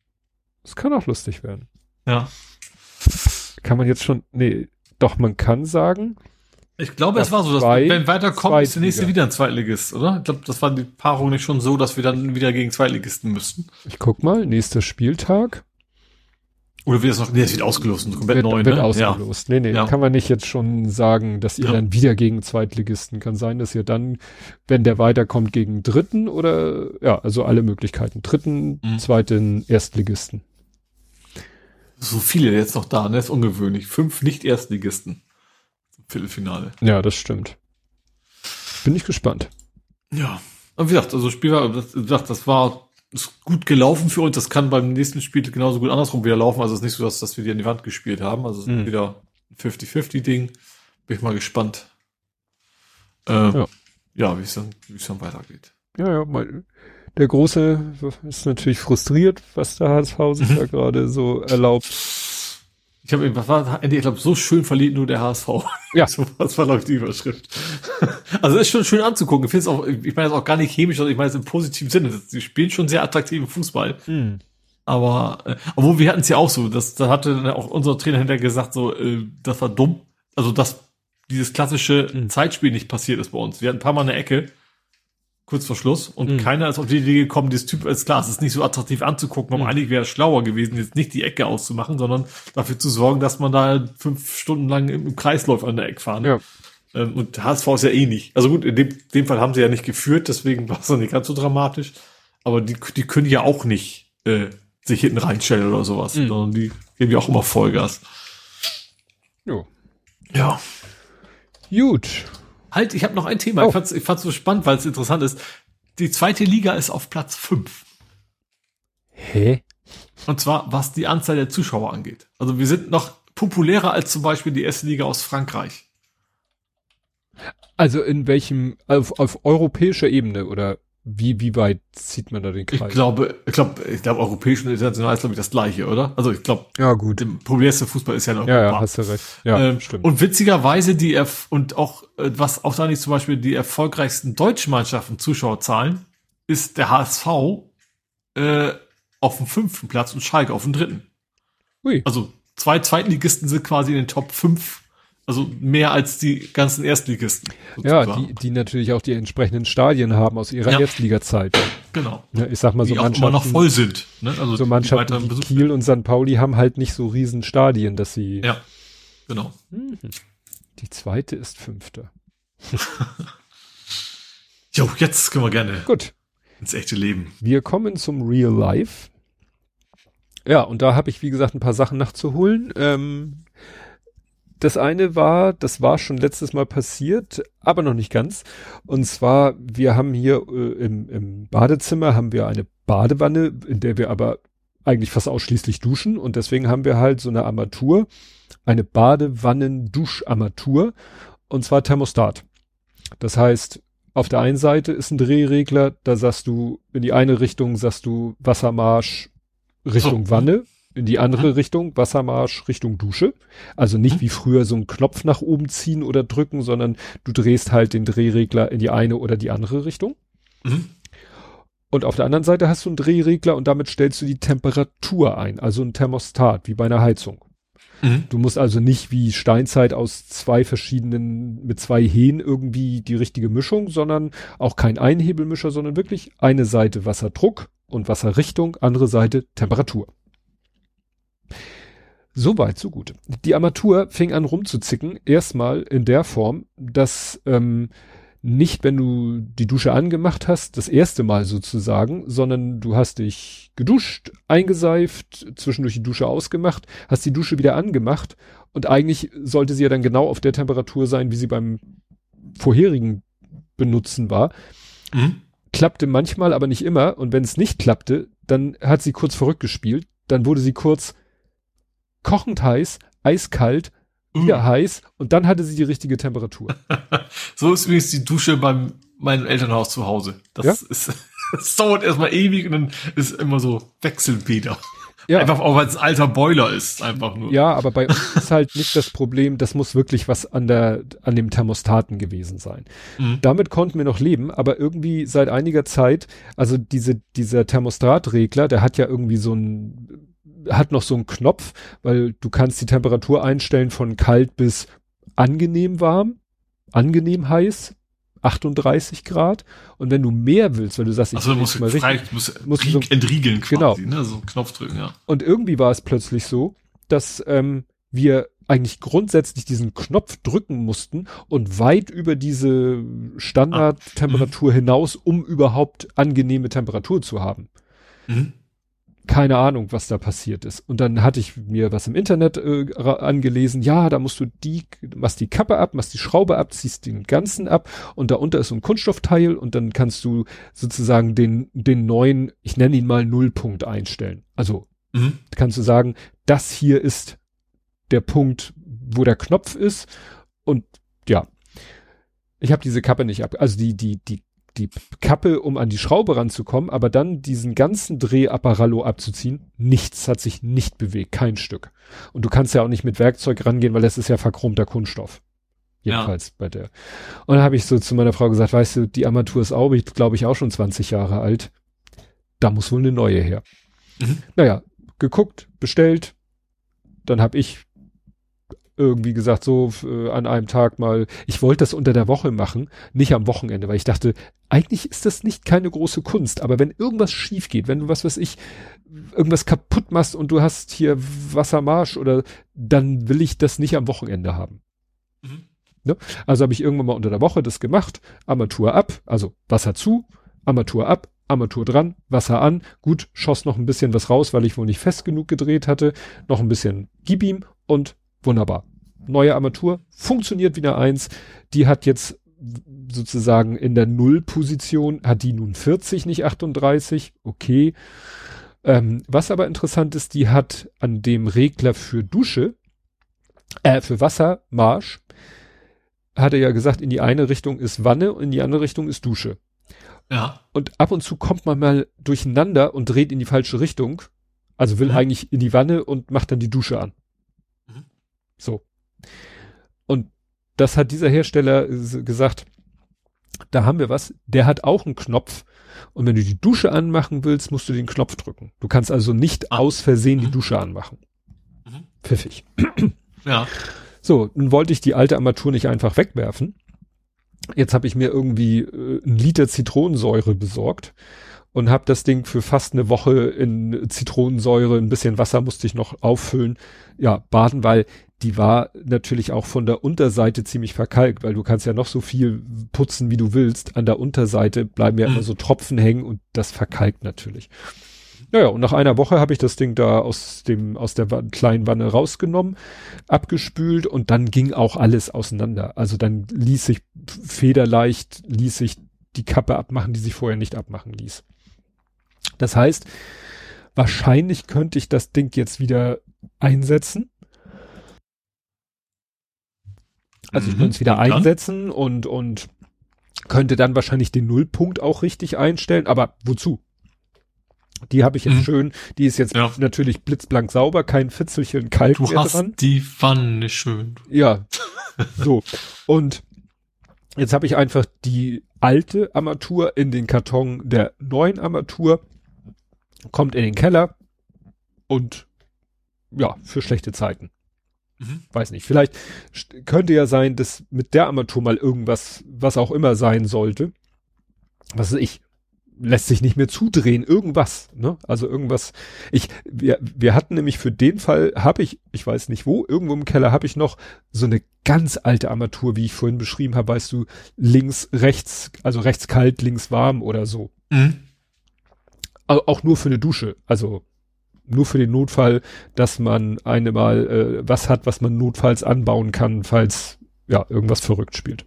Ja. Kann man jetzt schon, man kann sagen. Ich glaube, es war so, dass wenn weiterkommt, ist der nächste wieder ein Zweitligist, oder? Ich glaube, das war die Paarung nicht schon so, dass wir dann wieder gegen Zweitligisten müssten. Ich guck mal, nächster Spieltag. Oder wird es noch, es wird ausgelost und komplett neu, ne? Wird ausgelost. Ja. Kann man nicht jetzt schon sagen, dass ihr dann wieder gegen Zweitligisten, kann sein, dass ihr dann, wenn der weiterkommt, gegen Dritten oder, also alle Möglichkeiten. Dritten, Zweiten, Erstligisten. So viele jetzt noch da, ne? Das ist ungewöhnlich. 5 Nicht-Erstligisten. Viertelfinale. Ja, das stimmt. Bin ich gespannt. Ja. Aber wie gesagt, also Spiel war, das war gut gelaufen für uns. Das kann beim nächsten Spiel genauso gut andersrum wieder laufen. Also es ist nicht so, dass wir die an die Wand gespielt haben. Also es ist wieder ein 50-50-Ding. Bin ich mal gespannt. Wie es dann weitergeht. Ja, der Große ist natürlich frustriert, was der HSV sich da gerade so erlaubt. Ich glaube, so schön verliert nur der HSV. Ja. So was war, glaube ich, die Überschrift. Also ist schon schön anzugucken. Ich meine das auch gar nicht chemisch, also ich meine es im positiven Sinne. Sie spielen schon sehr attraktiven Fußball. Aber, obwohl wir hatten es ja auch so, da hatte dann auch unser Trainer hinterher gesagt, so, das war dumm. Also, dass dieses klassische Zeitspiel nicht passiert ist bei uns. Wir hatten ein paar Mal eine Ecke, kurz vor Schluss, und keiner ist auf die Idee gekommen, dieses Typ ist klar, es ist nicht so attraktiv anzugucken, aber eigentlich wäre es schlauer gewesen, jetzt nicht die Ecke auszumachen, sondern dafür zu sorgen, dass man da 5 Stunden lang im Kreisläufer an der Ecke fahren. Ja. Und HSV ist ja nicht. Also gut, in dem Fall haben sie ja nicht geführt, deswegen war es noch nicht ganz so dramatisch. Aber die können ja auch nicht sich hinten reinstellen oder sowas, sondern die geben ja auch immer Vollgas. Jo. Ja. Gut. Halt, ich habe noch ein Thema. Ich fand's so spannend, weil es interessant ist. Die 2. Liga ist auf Platz 5. Hä? Und zwar, was die Anzahl der Zuschauer angeht. Also wir sind noch populärer als zum Beispiel die erste Liga aus Frankreich. Also in welchem, auf europäischer Ebene oder wie weit zieht man da den Kreis? Ich glaube, europäisch und international ist, glaube ich, das Gleiche, oder? Also ich glaube, ja, gut. Der populärste Fußball ist ja in Europa. Ja, hast du recht. Ja, stimmt. Und witzigerweise was auch da nicht zum Beispiel die erfolgreichsten deutschen Mannschaften Zuschauerzahlen, ist der HSV auf dem 5. Platz und Schalke auf dem 3. Ui. Also 2 Zweitligisten sind quasi in den Top 5. Also mehr als die ganzen Erstligisten. Sozusagen. Ja, die natürlich auch die entsprechenden Stadien haben aus ihrer Erstliga-Zeit. Genau. Ja, ich sag mal so die Mannschaften, auch immer noch voll sind. Ne? Also so Mannschaften wie Kiel und St. Pauli haben halt nicht so riesen Stadien, dass sie... Ja, genau. Die zweite ist 5. Jo, jetzt können wir gerne gut ins echte Leben. Wir kommen zum Real Life. Ja, und da habe ich, wie gesagt, ein paar Sachen nachzuholen. Das eine war, das war schon letztes Mal passiert, aber noch nicht ganz. Und zwar, wir haben hier im Badezimmer haben wir eine Badewanne, in der wir aber eigentlich fast ausschließlich duschen. Und deswegen haben wir halt so eine Armatur, eine Badewannen-Duscharmatur, und zwar Thermostat. Das heißt, auf der einen Seite ist ein Drehregler, da sagst du, in die eine Richtung sagst du Wassermarsch Richtung Wanne. In die andere Richtung, Wassermarsch Richtung Dusche. Also nicht wie früher so einen Knopf nach oben ziehen oder drücken, sondern du drehst halt den Drehregler in die eine oder die andere Richtung. Und auf der anderen Seite hast du einen Drehregler und damit stellst du die Temperatur ein, also ein Thermostat, wie bei einer Heizung. Du musst also nicht wie Steinzeit mit 2 Hähnen irgendwie die richtige Mischung, sondern auch kein Einhebelmischer, sondern wirklich eine Seite Wasserdruck und Wasserrichtung, andere Seite Temperatur. Soweit, so gut. Die Armatur fing an rumzuzicken, erstmal in der Form, dass nicht, wenn du die Dusche angemacht hast, das erste Mal sozusagen, sondern du hast dich geduscht, eingeseift, zwischendurch die Dusche ausgemacht, hast die Dusche wieder angemacht und eigentlich sollte sie ja dann genau auf der Temperatur sein, wie sie beim vorherigen Benutzen war. Klappte manchmal, aber nicht immer, und wenn es nicht klappte, dann hat sie kurz verrückt gespielt, dann wurde sie kurz kochend heiß, eiskalt, wieder heiß und dann hatte sie die richtige Temperatur. So ist übrigens die Dusche bei meinem Elternhaus zu Hause. Das dauert erstmal ewig und dann ist immer so Wechselbäder. Ja. Einfach auch, weil es ein alter Boiler ist, einfach nur. Ja, aber bei uns ist halt nicht das Problem, das muss wirklich was an dem Thermostaten gewesen sein. Damit konnten wir noch leben, aber irgendwie seit einiger Zeit, also dieser Thermostatregler, der hat ja irgendwie hat noch so einen Knopf, weil du kannst die Temperatur einstellen von kalt bis angenehm warm, angenehm heiß, 38 Grad. Und wenn du mehr willst, weil du sagst, musst du entriegeln quasi, genau. Ne? So einen Knopf drücken, ja. Und irgendwie war es plötzlich so, dass wir eigentlich grundsätzlich diesen Knopf drücken mussten und weit über diese Standardtemperatur hinaus, um überhaupt angenehme Temperatur zu haben. Keine Ahnung, was da passiert ist. Und dann hatte ich mir was im Internet angelesen. Ja, da musst du machst die Kappe ab, machst die Schraube ab, ziehst den ganzen ab und da unter ist so ein Kunststoffteil und dann kannst du sozusagen den neuen, ich nenne ihn mal Nullpunkt einstellen. Also kannst du sagen, das hier ist der Punkt, wo der Knopf ist und ja. Ich habe diese Kappe nicht ab, also die Kappe, um an die Schraube ranzukommen, aber dann diesen ganzen Drehapparello abzuziehen, nichts hat sich nicht bewegt, kein Stück. Und du kannst ja auch nicht mit Werkzeug rangehen, weil das ist ja verchromter Kunststoff. Jedenfalls bei der. Und dann habe ich so zu meiner Frau gesagt, weißt du, die Armatur ist auch, glaube ich, auch schon 20 Jahre alt. Da muss wohl eine neue her. Naja, geguckt, bestellt, dann habe ich irgendwie gesagt, so an einem Tag mal, ich wollte das unter der Woche machen, nicht am Wochenende, weil ich dachte, eigentlich ist das nicht keine große Kunst, aber wenn irgendwas schief geht, wenn du irgendwas kaputt machst und du hast hier Wassermarsch oder, dann will ich das nicht am Wochenende haben. Ne? Also habe ich irgendwann mal unter der Woche das gemacht, Armatur ab, also Wasser zu, Armatur ab, Armatur dran, Wasser an, gut, schoss noch ein bisschen was raus, weil ich wohl nicht fest genug gedreht hatte, noch ein bisschen gib ihm und wunderbar. Neue Armatur, funktioniert wie eine 1. Die hat jetzt sozusagen in der Nullposition, hat die nun 40, nicht 38. Okay. Was aber interessant ist, die hat an dem Regler für Dusche, für Wassermarsch, hat er ja gesagt, in die eine Richtung ist Wanne und in die andere Richtung ist Dusche. Ja. Und ab und zu kommt man mal durcheinander und dreht in die falsche Richtung. Also will eigentlich in die Wanne und macht dann die Dusche an. Mhm. So. Und das hat dieser Hersteller gesagt, da haben wir was, der hat auch einen Knopf. Und wenn du die Dusche anmachen willst, musst du den Knopf drücken. Du kannst also nicht aus Versehen die Dusche anmachen. Pfiffig. Ja. So, nun wollte ich die alte Armatur nicht einfach wegwerfen. Jetzt habe ich mir irgendwie 1 Liter Zitronensäure besorgt und habe das Ding für fast eine Woche in Zitronensäure, ein bisschen Wasser musste ich noch auffüllen, ja, baden, weil die war natürlich auch von der Unterseite ziemlich verkalkt, weil du kannst ja noch so viel putzen, wie du willst. An der Unterseite bleiben ja immer so Tropfen hängen und das verkalkt natürlich. Naja, und nach einer Woche habe ich das Ding da aus der kleinen Wanne rausgenommen, abgespült und dann ging auch alles auseinander. Also dann ließ sich federleicht die Kappe abmachen, die sich vorher nicht abmachen ließ. Das heißt, wahrscheinlich könnte ich das Ding jetzt wieder einsetzen. Also ich könnte es wieder einsetzen und könnte dann wahrscheinlich den Nullpunkt auch richtig einstellen, aber wozu? Die habe ich jetzt schön, die ist jetzt natürlich blitzblank sauber, kein Fitzelchen Kalk mehr dran. Du hast die Wanne schön. Ja, so. Und jetzt habe ich einfach die alte Armatur in den Karton der neuen Armatur, kommt in den Keller und ja, für schlechte Zeiten. Weiß nicht, vielleicht könnte ja sein, dass mit der Armatur mal irgendwas, was auch immer sein sollte, was weiß ich, lässt sich nicht mehr zudrehen, irgendwas, ne? Also irgendwas, wir hatten nämlich für den Fall, ich weiß nicht wo, irgendwo im Keller habe ich noch so eine ganz alte Armatur, wie ich vorhin beschrieben habe, weißt du, links, rechts, also rechts kalt, links warm oder so. Auch nur für eine Dusche, also nur für den Notfall, dass man was hat, was man notfalls anbauen kann, falls ja irgendwas verrückt spielt.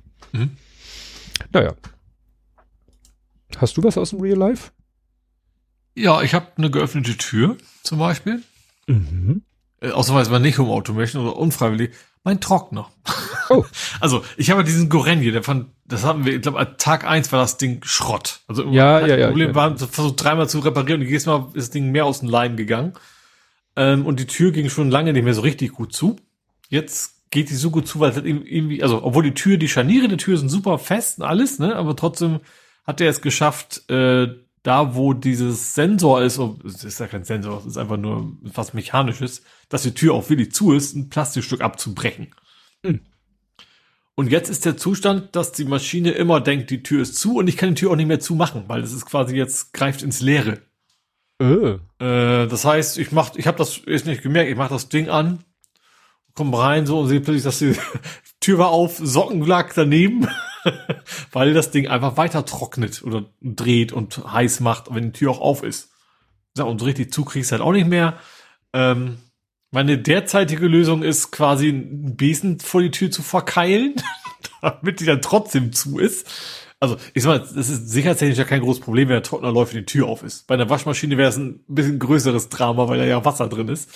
Naja. Hast du was aus dem Real Life? Ja, ich habe eine geöffnete Tür zum Beispiel. Ausnahmsweise mal nicht Home-Automation oder unfreiwillig. Mein Trockner. Oh. Also, ich habe diesen Gorenje, das hatten wir, ich glaube, Tag 1 war das Ding Schrott. Also, das Problem war, versucht 3-mal zu reparieren und jedes Mal ist das Ding mehr aus dem Leim gegangen. Und die Tür ging schon lange nicht mehr so richtig gut zu. Jetzt geht die so gut zu, weil es irgendwie, also, obwohl die Scharniere der Tür sind super fest und alles, ne, aber trotzdem hat er es geschafft, da wo dieses Sensor ist, es ist ja kein Sensor, es ist einfach nur was Mechanisches, dass die Tür auch wirklich zu ist, ein Plastikstück abzubrechen. Und jetzt ist der Zustand, dass die Maschine immer denkt, die Tür ist zu und ich kann die Tür auch nicht mehr zumachen, weil es ist quasi jetzt, greift ins Leere. Das heißt, ich habe das jetzt nicht gemerkt, ich mache das Ding an, komme rein so und sehe plötzlich, dass die Tür war auf, Socken lag daneben, weil das Ding einfach weiter trocknet oder dreht und heiß macht, wenn die Tür auch auf ist. Ja, und so richtig zu kriegst du halt auch nicht mehr. Meine derzeitige Lösung ist quasi einen Besen vor die Tür zu verkeilen, damit die dann trotzdem zu ist. Also, ich sag mal, das ist sicherheitstechnisch ja kein großes Problem, wenn der Trockner läuft und die Tür auf ist. Bei einer Waschmaschine wäre es ein bisschen größeres Drama, weil da ja Wasser drin ist.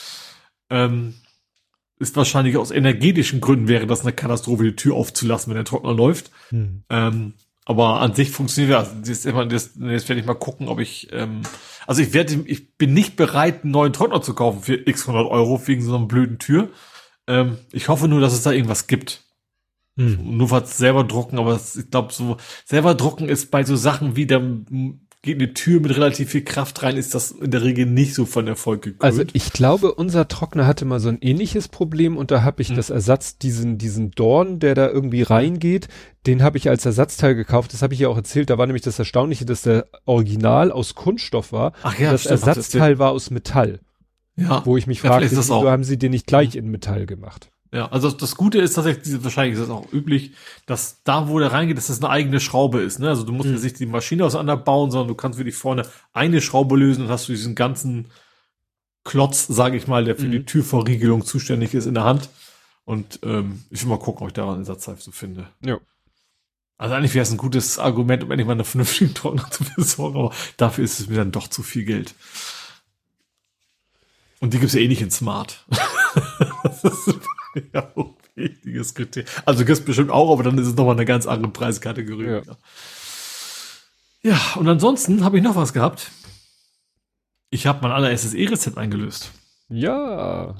Ist wahrscheinlich aus energetischen Gründen wäre das eine Katastrophe, die Tür aufzulassen, wenn der Trockner läuft. Aber an sich funktioniert das. Jetzt werde ich mal gucken, ob ich, also ich bin nicht bereit, einen neuen Trockner zu kaufen für x 100 Euro wegen so einer blöden Tür. Ich hoffe nur, dass es da irgendwas gibt. Nur was selber drucken, aber ich glaube, so selber drucken ist bei so Sachen wie dann geht eine Tür mit relativ viel Kraft rein, ist das in der Regel nicht so von Erfolg gekrönt. Also ich glaube, unser Trockner hatte mal so ein ähnliches Problem und da habe ich das Ersatz, diesen Dorn, der da irgendwie reingeht, den habe ich als Ersatzteil gekauft. Das habe ich ja auch erzählt. Da war nämlich das Erstaunliche, dass der Original aus Kunststoff war. Ach ja, das stimmt, Ersatzteil war aus Metall. Ja. Wo ich mich fragte, wieso haben sie den nicht gleich in Metall gemacht? Ja, also das Gute ist tatsächlich, wahrscheinlich ist das auch üblich, dass da, wo der reingeht, dass das eine eigene Schraube ist, ne? Also du musst nicht die Maschine auseinanderbauen, sondern du kannst wirklich vorne eine Schraube lösen und hast du diesen ganzen Klotz, sage ich mal, der für die Türverriegelung zuständig ist in der Hand. Und ich will mal gucken, ob ich da einen Ersatzteil so finde. Ja. Also eigentlich wäre es ein gutes Argument, um endlich mal eine vernünftige Trockner zu besorgen, aber dafür ist es mir dann doch zu viel Geld. Und die gibt's ja eh nicht in Smart. Das ist ja auch ein wichtiges Kriterium. Also gibt's bestimmt auch, aber dann ist es nochmal eine ganz andere Preiskategorie. Ja, und ansonsten habe ich noch was gehabt. Ich habe mein allererstes E-Rezept eingelöst. Ja.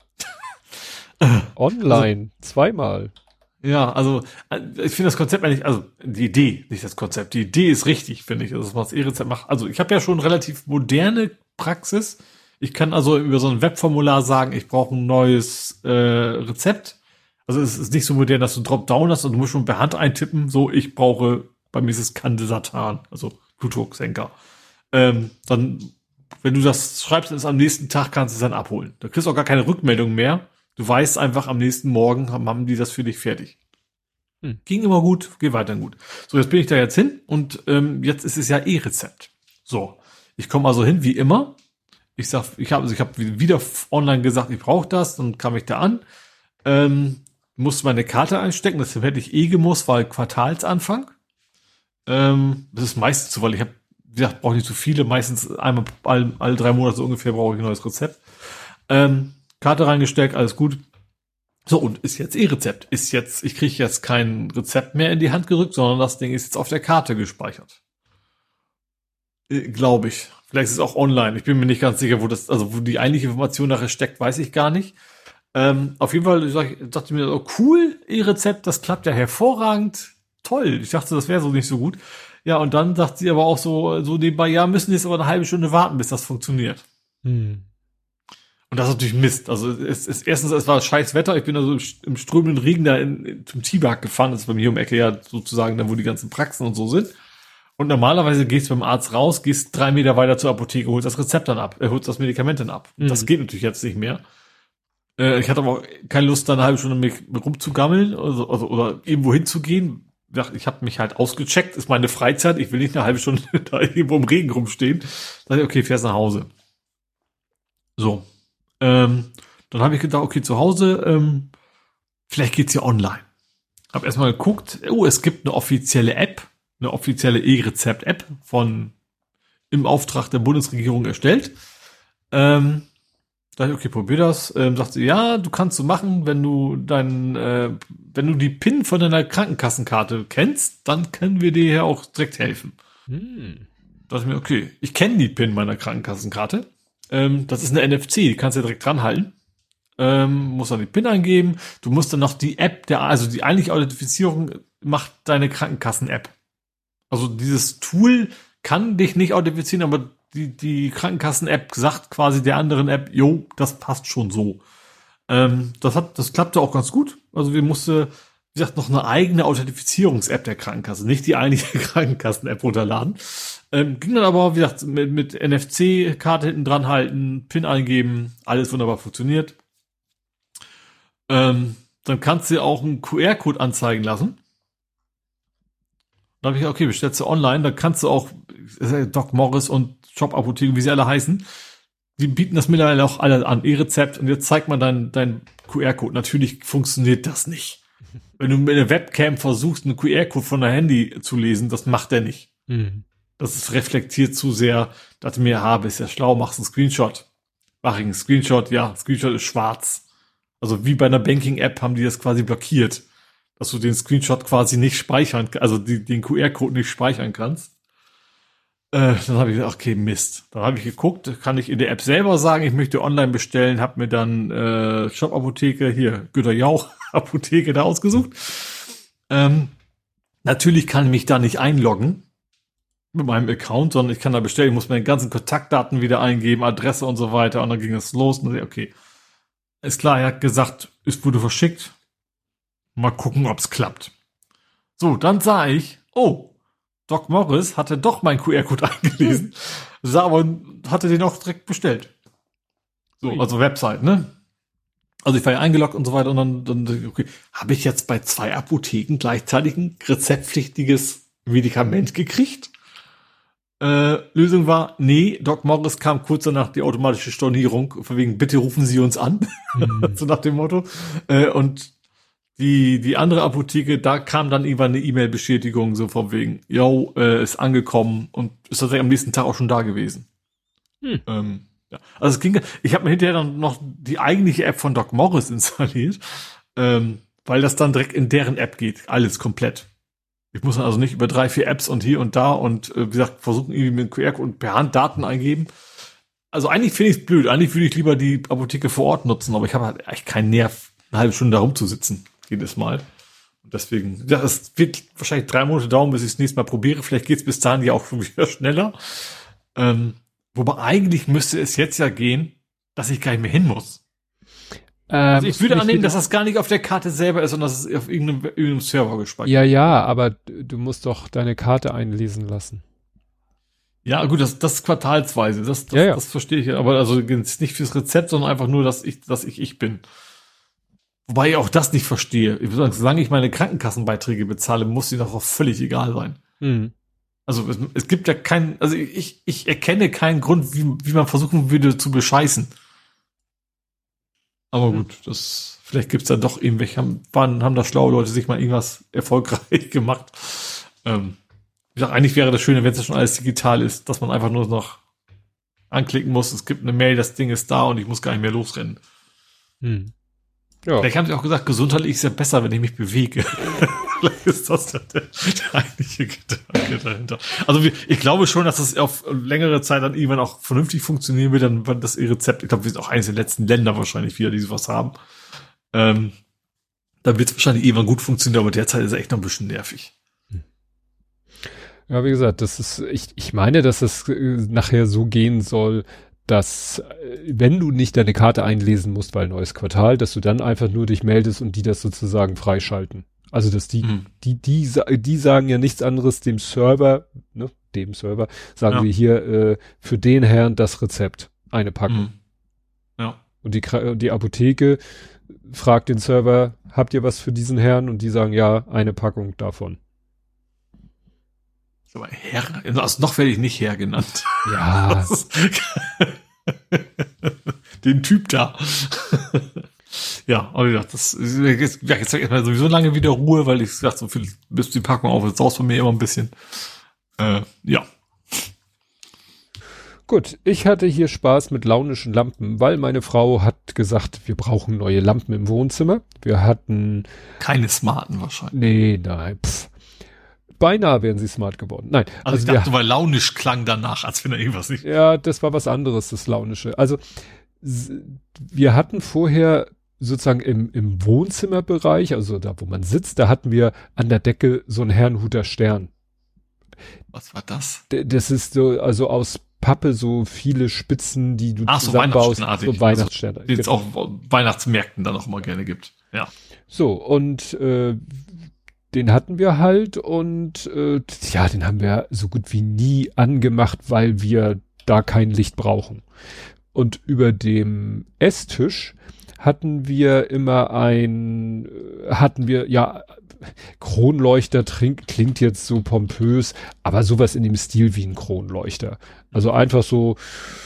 Online. Also, zweimal. Ja, also ich finde das Konzept eigentlich, also die Idee, nicht das Konzept, die Idee ist richtig, finde ich, also was E-Rezept macht. Also ich habe ja schon relativ moderne Praxis. Ich kann also über so ein Webformular sagen, ich brauche ein neues Rezept. Also es ist nicht so modern, dass du Dropdown hast und du musst schon per Hand eintippen, so ich brauche, bei mir ist es Candesatan, also Blutdrucksenker. Dann, wenn du das schreibst, ist am nächsten Tag kannst du es dann abholen. Da kriegst du auch gar keine Rückmeldung mehr. Du weißt einfach, am nächsten Morgen haben die das für dich fertig. Ging immer gut, geht weiterhin gut. So, jetzt bin ich da jetzt hin und jetzt ist es ja E-Rezept. So, ich komme also hin, wie immer. Ich hab wieder online gesagt, ich brauche das. Dann kam ich da an, musste meine Karte einstecken. Das hätte ich gemusst, weil Quartalsanfang. Das ist meistens so, weil ich habe, wie gesagt, brauche nicht so viele. Meistens einmal alle 3 Monate so ungefähr brauche ich ein neues Rezept. Karte reingesteckt, alles gut. So, und ist jetzt E-Rezept. Ich kriege jetzt kein Rezept mehr in die Hand gerückt, sondern das Ding ist jetzt auf der Karte gespeichert. Glaube ich. Vielleicht ist es auch online. Ich bin mir nicht ganz sicher, wo die eigentliche Information nachher steckt, weiß ich gar nicht. Auf jeden Fall dachte ich mir, oh, cool, E-Rezept, das klappt ja hervorragend. Toll. Ich dachte, das wäre so nicht so gut. Ja, und dann sagt sie aber auch so nebenbei, ja, müssen jetzt aber eine halbe Stunde warten, bis das funktioniert. Und das ist natürlich Mist. Also erstens, es war scheiß Wetter. Ich bin also im strömenden Regen da zum Tibak gefahren. Das ist bei mir um die Ecke ja sozusagen da, wo die ganzen Praxen und so sind. Und normalerweise gehst du beim Arzt raus, gehst 3 Meter weiter zur Apotheke, holst das Rezept dann ab, holst das Medikament dann ab. Das geht natürlich jetzt nicht mehr. Ich hatte aber auch keine Lust, da eine halbe Stunde mich rumzugammeln oder irgendwo hinzugehen. Ich habe mich halt ausgecheckt, ist meine Freizeit. Ich will nicht eine halbe Stunde da irgendwo im Regen rumstehen. Da dachte ich, okay, fährst nach Hause. So. Dann habe ich gedacht, okay, zu Hause, vielleicht geht's ja online. Hab erstmal geguckt, es gibt eine offizielle App, eine offizielle E-Rezept-App im Auftrag der Bundesregierung erstellt. Dachte ich, okay, probier das. Sagt sie, ja, du kannst so machen, wenn du wenn du die PIN von deiner Krankenkassenkarte kennst, dann können wir dir ja auch direkt helfen. Dachte ich mir, okay, ich kenne die PIN meiner Krankenkassenkarte. Das ist eine NFC, die kannst du ja direkt dran halten. Musst dann die PIN eingeben. Du musst dann noch die App, also die eigentliche Authentifizierung macht deine Krankenkassen-App. Also dieses Tool kann dich nicht authentifizieren, aber die Krankenkassen-App sagt quasi der anderen App, jo, das passt schon so. Das klappte auch ganz gut. Also wir mussten, wie gesagt, noch eine eigene Authentifizierungs-App der Krankenkasse, nicht die eigentliche Krankenkassen-App runterladen. Ging dann aber, wie gesagt, mit NFC-Karte hinten dran halten, PIN eingeben, alles wunderbar funktioniert. Dann kannst du auch einen QR-Code anzeigen lassen. Dann habe ich, okay, bestellst du online, da kannst du auch Doc Morris und Shop-Apotheken, wie sie alle heißen, die bieten das mittlerweile auch alle an, E-Rezept, und jetzt zeigt man dein QR-Code. Natürlich funktioniert das nicht. Wenn du mit einer Webcam versuchst, einen QR-Code von deinem Handy zu lesen, das macht der nicht. Das ist reflektiert zu sehr. Dachte mir, bist ja schlau, machst einen Screenshot. Mach ich einen Screenshot, ja, Screenshot ist schwarz. Also wie bei einer Banking-App haben die das quasi blockiert, dass du den Screenshot quasi nicht speichern, also den QR-Code nicht speichern kannst. Dann habe ich gesagt, okay, Mist. Dann habe ich geguckt, kann ich in der App selber sagen, ich möchte online bestellen, habe mir dann Shop-Apotheke, hier, Güter-Jauch-Apotheke da ausgesucht. Natürlich kann ich mich da nicht einloggen mit meinem Account, sondern ich kann da bestellen, ich muss meine ganzen Kontaktdaten wieder eingeben, Adresse und so weiter, und dann ging es los und dann, okay, ist klar, er hat gesagt, es wurde verschickt, mal gucken, ob es klappt. So, dann sah ich, Doc Morris hatte doch meinen QR-Code eingelesen, hatte den auch direkt bestellt. So, also Website, ne? Also ich war ja eingeloggt und so weiter, und dann okay, habe ich jetzt bei 2 Apotheken gleichzeitig ein rezeptpflichtiges Medikament gekriegt? Lösung war, nee, Doc Morris kam kurz danach die automatische Stornierung, von wegen, bitte rufen Sie uns an, so nach dem Motto. Und die andere Apotheke, da kam dann irgendwann eine E-Mail-Bestätigung, so von wegen, ist angekommen, und ist tatsächlich am nächsten Tag auch schon da gewesen. Ja, Ja. Also es ging, ich habe mir hinterher dann noch die eigentliche App von Doc Morris installiert, weil das dann direkt in deren App geht, alles komplett. Ich muss dann also nicht über 3, 4 Apps und hier und da und wie gesagt, versuchen irgendwie mit dem QR und per Hand Daten eingeben. Also eigentlich finde ich es blöd, eigentlich würde ich lieber die Apotheke vor Ort nutzen, aber ich habe halt echt keinen Nerv, eine halbe Stunde da rumzusitzen, jedes Mal. Und deswegen, ja, es wird wahrscheinlich 3 Monate dauern, bis ich es nächstes Mal probiere. Vielleicht geht es bis dahin ja auch schon wieder schneller. Wobei eigentlich müsste es jetzt ja gehen, dass ich gar nicht mehr hin muss. Also ich würde annehmen, dass das gar nicht auf der Karte selber ist, sondern dass es auf irgendeinem Server gespeichert ist. Ja, aber du musst doch deine Karte einlesen lassen. Ja, gut, das ist quartalsweise, das verstehe ich. Aber also nicht fürs Rezept, sondern einfach nur, dass ich bin. Wobei ich auch das nicht verstehe. Ich würde sagen, solange ich meine Krankenkassenbeiträge bezahle, muss sie doch auch völlig egal sein. Mhm. Also es gibt ja keinen, also ich erkenne keinen Grund, wie man versuchen würde zu bescheißen. Aber gut, vielleicht gibt's da doch irgendwelche, haben da schlaue Leute sich mal irgendwas erfolgreich gemacht. Wie gesagt, eigentlich wäre das Schöne, wenn es ja schon alles digital ist, dass man einfach nur noch anklicken muss, es gibt eine Mail, das Ding ist da und ich muss gar nicht mehr losrennen. Hm. Ja. Vielleicht haben sie auch gesagt, gesundheitlich ist ja besser, wenn ich mich bewege. Vielleicht ist das der eigentliche Gedanke dahinter. Also ich glaube schon, dass das auf längere Zeit dann irgendwann auch vernünftig funktionieren wird, dann das E-Rezept, ich glaube, wir sind auch eines der letzten Länder wahrscheinlich wieder, die sowas haben. Dann wird es wahrscheinlich irgendwann gut funktionieren, aber derzeit ist es echt noch ein bisschen nervig. Ja, wie gesagt, ich meine, dass das nachher so gehen soll, dass wenn du nicht deine Karte einlesen musst, weil neues Quartal, dass du dann einfach nur dich meldest und die das sozusagen freischalten. Also dass die sagen ja nichts anderes dem Server, sagen sie hier für den Herrn das Rezept, eine Packung. Ja. Und die Apotheke fragt den Server, habt ihr was für diesen Herrn? Und die sagen ja, eine Packung davon. Aber Herr, also noch werde ich nicht Herr genannt. Ja. Den Typ da. Ja, aber wie gesagt, jetzt sag ich mal sowieso lange wieder Ruhe, weil ich gesagt so viel, bis die Packung auf ist, saust von mir immer ein bisschen. Ja. Gut, ich hatte hier Spaß mit launischen Lampen, weil meine Frau hat gesagt, wir brauchen neue Lampen im Wohnzimmer. Wir hatten... Keine smarten wahrscheinlich. Nee, nein, beinahe wären sie smart geworden. Nein. Also ich dachte, weil launisch klang danach, als wenn da irgendwas nicht... Ja, das war was anderes, das Launische. Also, wir hatten vorher sozusagen im Wohnzimmerbereich, also da, wo man sitzt, da hatten wir an der Decke so einen Herrnhuter Stern. Was war das? Das ist so, also aus Pappe so viele Spitzen, die du zusammenbaust. So Weihnachtssterne. Also, die es auch Weihnachtsmärkten dann auch immer gerne gibt. Ja. So, und den hatten wir halt und den haben wir so gut wie nie angemacht, weil wir da kein Licht brauchen. Und über dem Esstisch hatten wir immer Kronleuchter, klingt jetzt so pompös, aber sowas in dem Stil wie ein Kronleuchter. Also einfach so,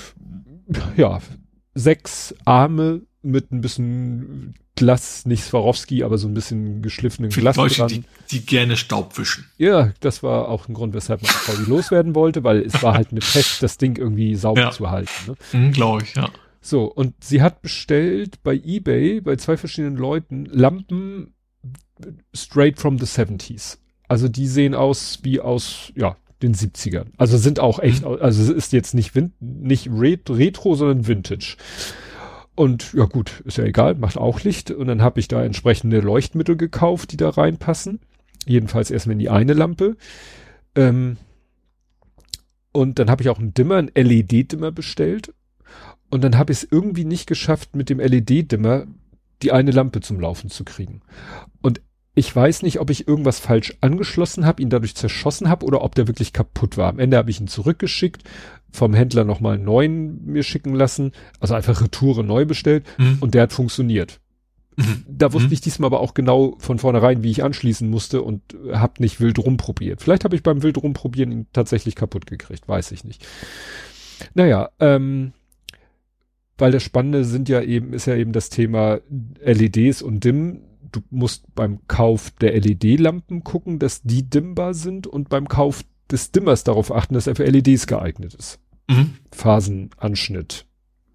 6 Arme mit ein bisschen Glas, nicht Swarovski, aber so ein bisschen geschliffenen Glas dran. Die gerne Staub wischen. Ja, das war auch ein Grund, weshalb meine Frau die loswerden wollte, weil es war halt eine Pest, das Ding irgendwie sauber zu halten. Ne? Glaube ich, ja. So, und sie hat bestellt bei eBay, bei 2 verschiedenen Leuten, Lampen straight from the 70s. Also die sehen aus wie aus, den 70ern. Also sind auch echt, also es ist jetzt nicht Retro, sondern Vintage. Und ja gut, ist ja egal, macht auch Licht. Und dann habe ich da entsprechende Leuchtmittel gekauft, die da reinpassen. Jedenfalls erstmal in die eine Lampe. Und dann habe ich auch einen Dimmer, einen LED-Dimmer bestellt. Und dann habe ich es irgendwie nicht geschafft, mit dem LED-Dimmer die eine Lampe zum Laufen zu kriegen. Und ich weiß nicht, ob ich irgendwas falsch angeschlossen habe, ihn dadurch zerschossen habe oder ob der wirklich kaputt war. Am Ende habe ich ihn zurückgeschickt, vom Händler nochmal einen neuen mir schicken lassen, also einfach Retoure neu bestellt und der hat funktioniert. Da wusste ich diesmal aber auch genau von vornherein, wie ich anschließen musste und habe nicht wild rumprobiert. Vielleicht habe ich beim wild rumprobieren ihn tatsächlich kaputt gekriegt, weiß ich nicht. Naja, weil das Spannende ist ja eben das Thema LEDs und Dimmen. Du musst beim Kauf der LED-Lampen gucken, dass die dimmbar sind und beim Kauf des Dimmers darauf achten, dass er für LEDs geeignet ist. Phasenanschnitt,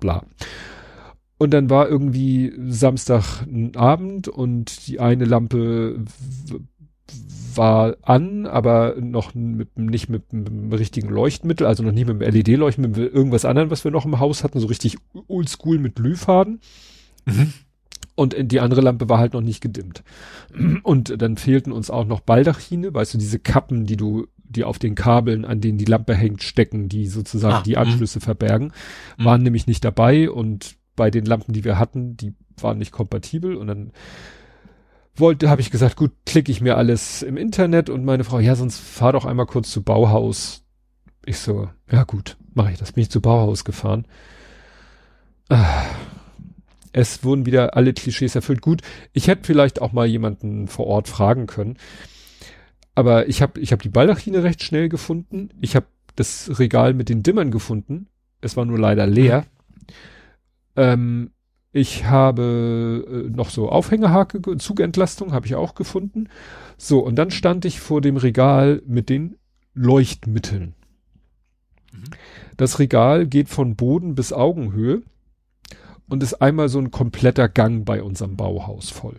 bla. Und dann war irgendwie Samstagabend und die eine Lampe war an, aber noch nicht mit dem richtigen Leuchtmittel, also noch nicht mit dem LED-Leuchtmittel, mit irgendwas anderem, was wir noch im Haus hatten, so richtig oldschool mit Glühfaden. Mhm. Und die andere Lampe war halt noch nicht gedimmt. Und dann fehlten uns auch noch Baldachine, weißt du, diese Kappen, die auf den Kabeln, an denen die Lampe hängt, stecken, die sozusagen die Anschlüsse verbergen, waren nämlich nicht dabei und bei den Lampen, die wir hatten, die waren nicht kompatibel und dann habe ich gesagt, gut, klicke ich mir alles im Internet und meine Frau, ja, sonst fahr doch einmal kurz zu Bauhaus. Ich so, ja gut, mache ich das. Bin ich zu Bauhaus gefahren. Es wurden wieder alle Klischees erfüllt. Gut, ich hätte vielleicht auch mal jemanden vor Ort fragen können. Aber ich hab die Baldachine recht schnell gefunden. Ich habe das Regal mit den Dimmern gefunden. Es war nur leider leer. Ich habe noch so Aufhängerhake, Zugentlastung habe ich auch gefunden. So, und dann stand ich vor dem Regal mit den Leuchtmitteln. Mhm. Das Regal geht von Boden bis Augenhöhe und ist einmal so ein kompletter Gang bei unserem Bauhaus voll.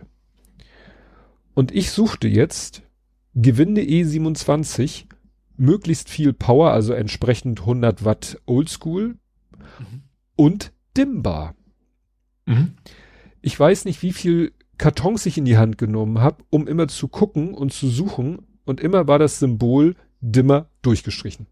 Und ich suchte jetzt Gewinde E27, möglichst viel Power, also entsprechend 100 Watt Oldschool und dimmbar. Mhm. Ich weiß nicht, wie viel Kartons ich in die Hand genommen habe, um immer zu gucken und zu suchen und immer war das Symbol dimmer durchgestrichen.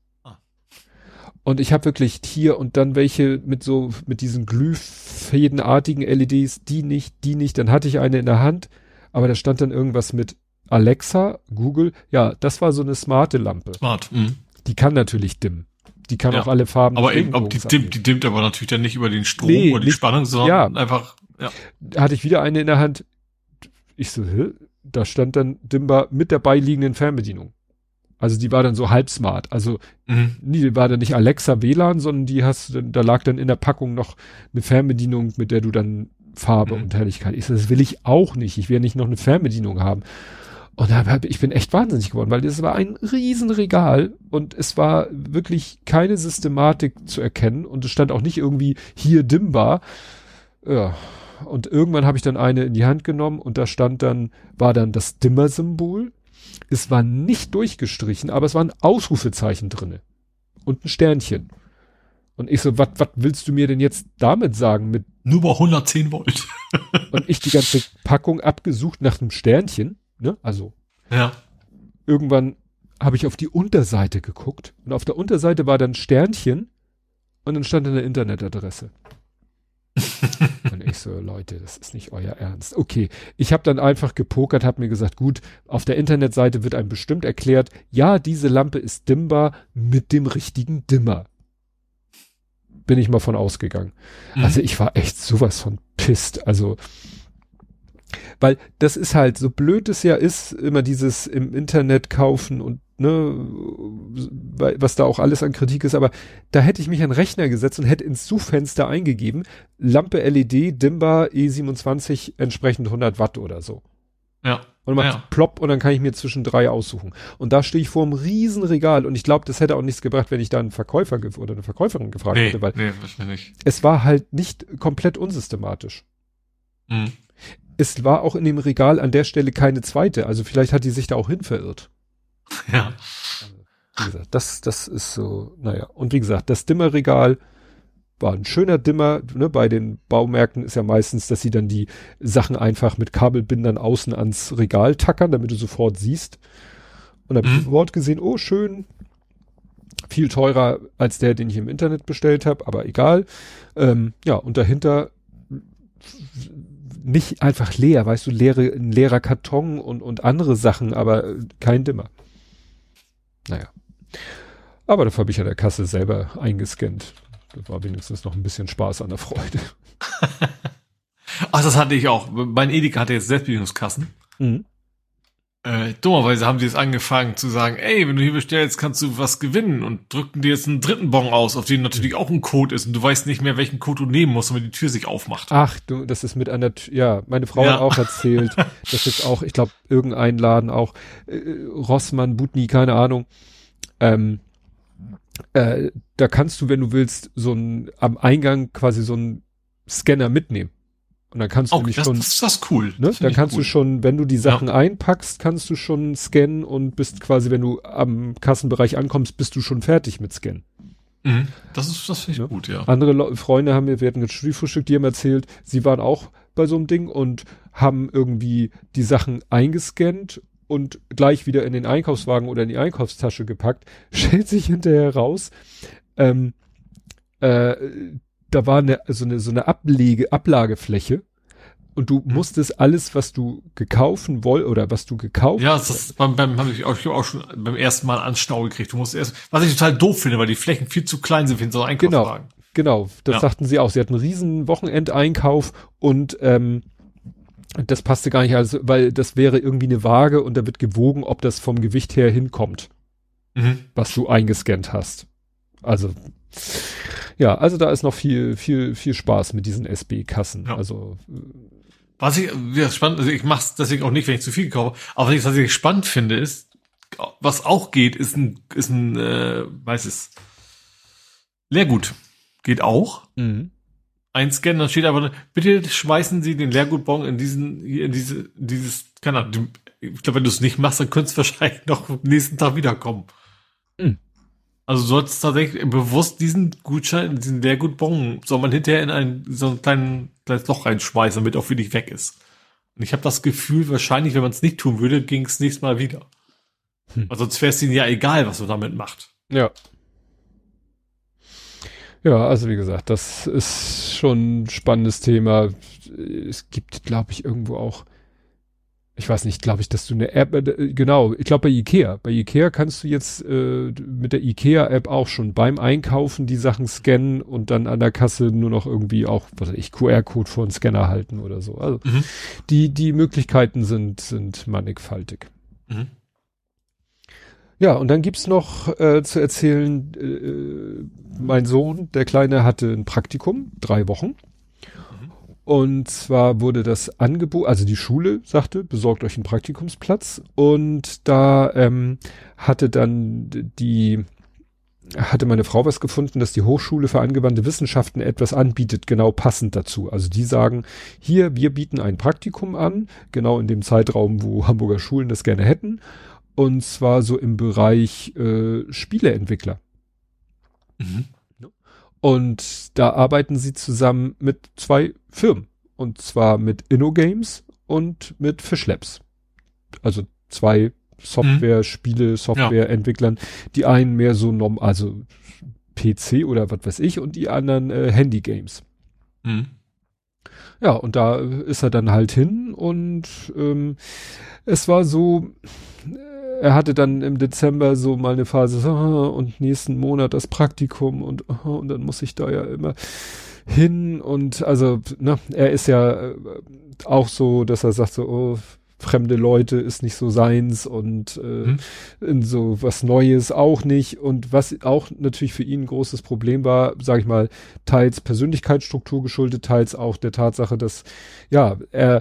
Und ich habe wirklich hier und dann welche mit diesen glühfädenartigen LEDs, die nicht. Dann hatte ich eine in der Hand, aber da stand dann irgendwas mit Alexa, Google. Ja, das war so eine smarte Lampe. Smart. Mhm. Die kann natürlich dimmen. Die kann auch alle Farben. Aber eben, die dimmt aber natürlich dann nicht über den Strom oder die Spannung, sondern einfach, Da hatte ich wieder eine in der Hand. Ich so, da stand dann dimmbar mit der beiliegenden Fernbedienung. Also die war dann so halb smart. Also die war dann nicht Alexa WLAN, sondern da lag dann in der Packung noch eine Fernbedienung, mit der du dann Farbe und Helligkeit. Ich so, das will ich auch nicht. Ich will nicht noch eine Fernbedienung haben. Und ich bin echt wahnsinnig geworden, weil das war ein Riesenregal und es war wirklich keine Systematik zu erkennen und es stand auch nicht irgendwie hier dimmbar. Ja. Und irgendwann habe ich dann eine in die Hand genommen und da war dann das Dimmer-Symbol. Es war nicht durchgestrichen, aber es war ein Ausrufezeichen drinne und ein Sternchen. Und ich so, was willst du mir denn jetzt damit sagen? Nur bei 110 Volt. Und ich die ganze Packung abgesucht nach einem Sternchen. Ne? Also irgendwann habe ich auf die Unterseite geguckt und auf der Unterseite war dann Sternchen und dann stand eine Internetadresse. Und ich so, Leute, das ist nicht euer Ernst. Okay, ich habe dann einfach gepokert, habe mir gesagt, gut, auf der Internetseite wird einem bestimmt erklärt, ja, diese Lampe ist dimmbar mit dem richtigen Dimmer. Bin ich mal von ausgegangen. Also ich war echt sowas von pisst. Also weil das ist halt, so blöd es ja ist, immer dieses im Internet kaufen und ne, was da auch alles an Kritik ist, aber da hätte ich mich an den Rechner gesetzt und hätte ins Suchfenster eingegeben, Lampe LED, dimmbar, E27, entsprechend 100 Watt oder so. Ja. Und macht plopp und dann kann ich mir zwischen 3 aussuchen. Und da stehe ich vor einem riesen Regal und ich glaube, das hätte auch nichts gebracht, wenn ich da einen Verkäufer oder eine Verkäuferin gefragt hätte, weil es war halt nicht komplett unsystematisch. Mhm. Es war auch in dem Regal an der Stelle keine zweite, also vielleicht hat die sich da auch hin verirrt. Ja. Also, wie gesagt, das ist so, naja. Und wie gesagt, das Dimmerregal war ein schöner Dimmer, ne, bei den Baumärkten ist ja meistens, dass sie dann die Sachen einfach mit Kabelbindern außen ans Regal tackern, damit du sofort siehst. Und da habe ich Wort gesehen, oh schön, viel teurer als der, den ich im Internet bestellt habe, aber egal. Ja, und dahinter nicht einfach leer, weißt du, ein leerer Karton und andere Sachen, aber kein Dimmer. Naja. Aber dafür habe ich ja der Kasse selber eingescannt. Das war wenigstens noch ein bisschen Spaß an der Freude. Ach, das hatte ich auch. Mein Edeka hatte jetzt Selbstbedienungskassen. Dummerweise haben die jetzt angefangen zu sagen, ey, wenn du hier bestellst, kannst du was gewinnen und drückten dir jetzt einen dritten Bon aus, auf dem natürlich auch ein Code ist und du weißt nicht mehr, welchen Code du nehmen musst, damit die Tür sich aufmacht. Ach du, das ist mit einer, meine Frau hat auch erzählt, das ist auch, ich glaube, irgendein Laden auch, Rossmann, Butni, keine Ahnung, da kannst du, wenn du willst, am Eingang quasi so einen Scanner mitnehmen. Und dann kannst du nämlich schon. Das ist cool. Ne? Dann kannst du schon, wenn du die Sachen einpackst, kannst du schon scannen und bist quasi, wenn du am Kassenbereich ankommst, bist du schon fertig mit Scannen. Mhm. Das finde ich gut, ja. Andere Freunde haben wir hatten jetzt Frühstück, die haben erzählt, sie waren auch bei so einem Ding und haben irgendwie die Sachen eingescannt und gleich wieder in den Einkaufswagen oder in die Einkaufstasche gepackt. Stellt sich hinterher raus, da war so eine Ablagefläche und du musstest alles, was du was du gekauft ja, das habe ich auch schon beim ersten Mal Anstau gekriegt. Du musst erst, was ich total doof finde, weil die Flächen viel zu klein sind für so einen Einkaufswagen. Genau, das sagten sie auch. Sie hatten einen riesen Wochenendeinkauf und das passte gar nicht, also, weil das wäre irgendwie eine Waage und da wird gewogen, ob das vom Gewicht her hinkommt, was du eingescannt hast. Also ja, also da ist noch viel Spaß mit diesen SB-Kassen. Ja. Also was ich spannend, also ich mache es deswegen auch nicht, wenn ich zu viel kaufe, aber was ich tatsächlich spannend finde, ist, was auch geht, ist ein Leergut. Geht auch. Mhm. Einscannen, dann steht aber, bitte schmeißen Sie den Leergutbon in dieses, keine Ahnung, ich glaube, wenn du es nicht machst, dann könntest du wahrscheinlich noch am nächsten Tag wiederkommen. Mhm. Also sollst tatsächlich bewusst diesen Gutschein, diesen Leergutbon, soll man hinterher in so ein kleines Loch reinschmeißen, damit auch wirklich weg ist. Und ich habe das Gefühl, wahrscheinlich, wenn man es nicht tun würde, ging es nächstes Mal wieder. Also sonst wäre es ihnen ja egal, was man damit macht. Ja. Ja, also wie gesagt, das ist schon ein spannendes Thema. Es gibt, glaube ich, irgendwo auch, ich weiß nicht, glaube ich, dass du eine App, genau, ich glaube bei Ikea. Bei Ikea kannst du jetzt mit der Ikea-App auch schon beim Einkaufen die Sachen scannen und dann an der Kasse nur noch irgendwie auch, was weiß ich, QR-Code vor den Scanner halten oder so. Also die Möglichkeiten sind mannigfaltig. Mhm. Ja, und dann gibt's noch zu erzählen, mein Sohn, der Kleine, hatte ein Praktikum, 3 Wochen. Und zwar wurde das Angebot, also die Schule sagte, besorgt euch einen Praktikumsplatz. Und da hatte meine Frau was gefunden, dass die Hochschule für angewandte Wissenschaften etwas anbietet, genau passend dazu. Also die sagen, hier, wir bieten ein Praktikum an, genau in dem Zeitraum, wo Hamburger Schulen das gerne hätten. Und zwar so im Bereich Spieleentwickler. Mhm. Und da arbeiten sie zusammen mit 2 Firmen. Und zwar mit InnoGames und mit Fishlabs. Also 2 Softwareentwicklern. Die einen mehr so also PC oder was weiß ich und die anderen Handygames. Mhm. Ja, und da ist er dann halt hin und es war so, er hatte dann im Dezember so mal eine Phase, und nächsten Monat das Praktikum und dann muss ich da ja immer hin und also, ne, er ist ja auch so, dass er sagt so, fremde Leute ist nicht so seins und in so was Neues auch nicht und was auch natürlich für ihn ein großes Problem war, sage ich mal, teils Persönlichkeitsstruktur geschuldet, teils auch der Tatsache, dass ja, er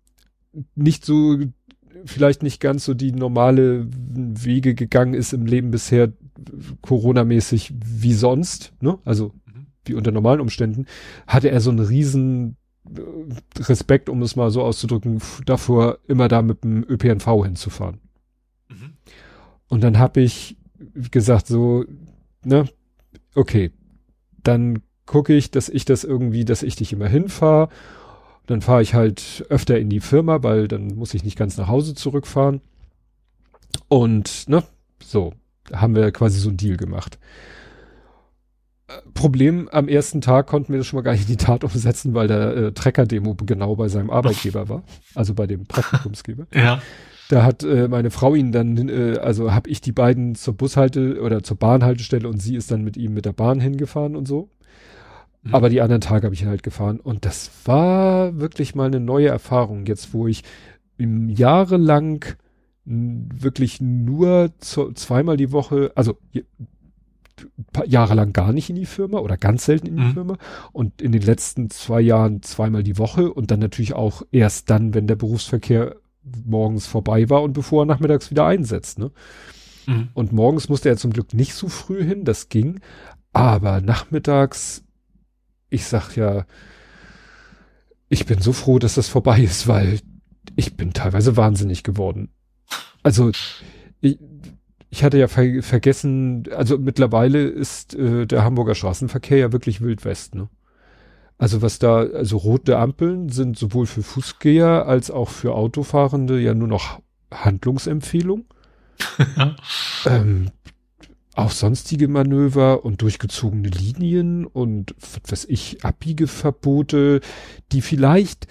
vielleicht nicht ganz so die normale Wege gegangen ist im Leben bisher, Corona-mäßig wie sonst, ne? Also wie unter normalen Umständen, hatte er so einen riesen Respekt, um es mal so auszudrücken, davor, immer da mit dem ÖPNV hinzufahren. Mhm. Und dann habe ich gesagt so, ne, okay, dann gucke ich, dass ich dich immer hinfahre. Dann fahre ich halt öfter in die Firma, weil dann muss ich nicht ganz nach Hause zurückfahren. Und, ne, so, haben wir quasi so einen Deal gemacht. Problem, am ersten Tag konnten wir das schon mal gar nicht in die Tat umsetzen, weil der Trecker-Demo genau bei seinem Arbeitgeber war, also bei dem Praktikumsgeber. Ja. Da hat meine Frau ihn dann, also habe ich die beiden zur oder zur Bahnhaltestelle und sie ist dann mit ihm mit der Bahn hingefahren und so. Mhm. Aber die anderen Tage habe ich ihn halt gefahren und das war wirklich mal eine neue Erfahrung, jetzt wo ich jahrelang wirklich nur zweimal die Woche, also jahrelang gar nicht in die Firma oder ganz selten in die Firma und in den letzten 2 Jahren zweimal die Woche und dann natürlich auch erst dann, wenn der Berufsverkehr morgens vorbei war und bevor er nachmittags wieder einsetzt, ne? Mhm. Und morgens musste er zum Glück nicht so früh hin, das ging. Aber nachmittags, ich sag ja, ich bin so froh, dass das vorbei ist, weil ich bin teilweise wahnsinnig geworden. Also ich hatte ja vergessen, also mittlerweile ist der Hamburger Straßenverkehr ja wirklich Wild West, ne? Also also rote Ampeln sind sowohl für Fußgänger als auch für Autofahrende ja nur noch Handlungsempfehlung. Auch sonstige Manöver und durchgezogene Linien und was weiß ich, Abbiegeverbote, die vielleicht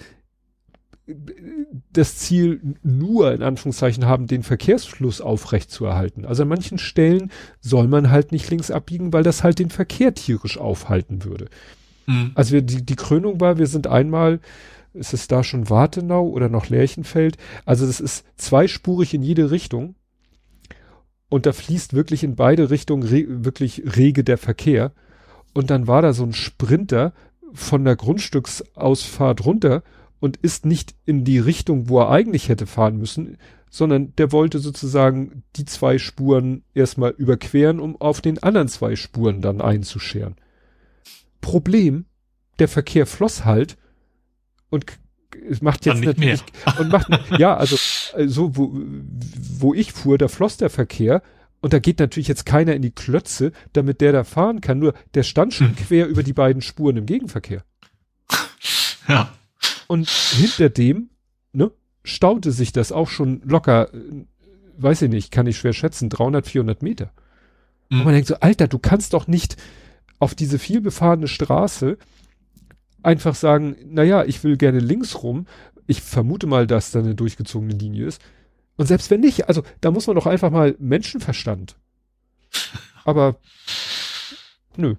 das Ziel nur in Anführungszeichen haben, den Verkehrsfluss aufrecht zu erhalten. Also an manchen Stellen soll man halt nicht links abbiegen, weil das halt den Verkehr tierisch aufhalten würde. Mhm. Also die Krönung war, wir sind einmal, ist es da schon Wartenau oder noch Lerchenfeld? Also das ist zweispurig in jede Richtung. Und da fließt wirklich in beide Richtungen wirklich rege der Verkehr. Und dann war da so ein Sprinter von der Grundstücksausfahrt runter und ist nicht in die Richtung, wo er eigentlich hätte fahren müssen, sondern der wollte sozusagen die 2 Spuren erstmal überqueren, um auf den anderen 2 Spuren dann einzuscheren. Problem, der Verkehr floss halt und es macht jetzt natürlich und macht ja, also so wo ich fuhr, da floss der Verkehr und da geht natürlich jetzt keiner in die Klötze, damit der da fahren kann, nur der stand schon quer über die beiden Spuren im Gegenverkehr. Ja. Und hinter dem, ne, staute sich das auch schon locker, weiß ich nicht, kann ich schwer schätzen, 300, 400 Meter. Und man denkt so, Alter, du kannst doch nicht auf diese vielbefahrene Straße einfach sagen, naja, ich will gerne links rum. Ich vermute mal, dass da eine durchgezogene Linie ist. Und selbst wenn nicht, also da muss man doch einfach mal Menschenverstand. Aber nö.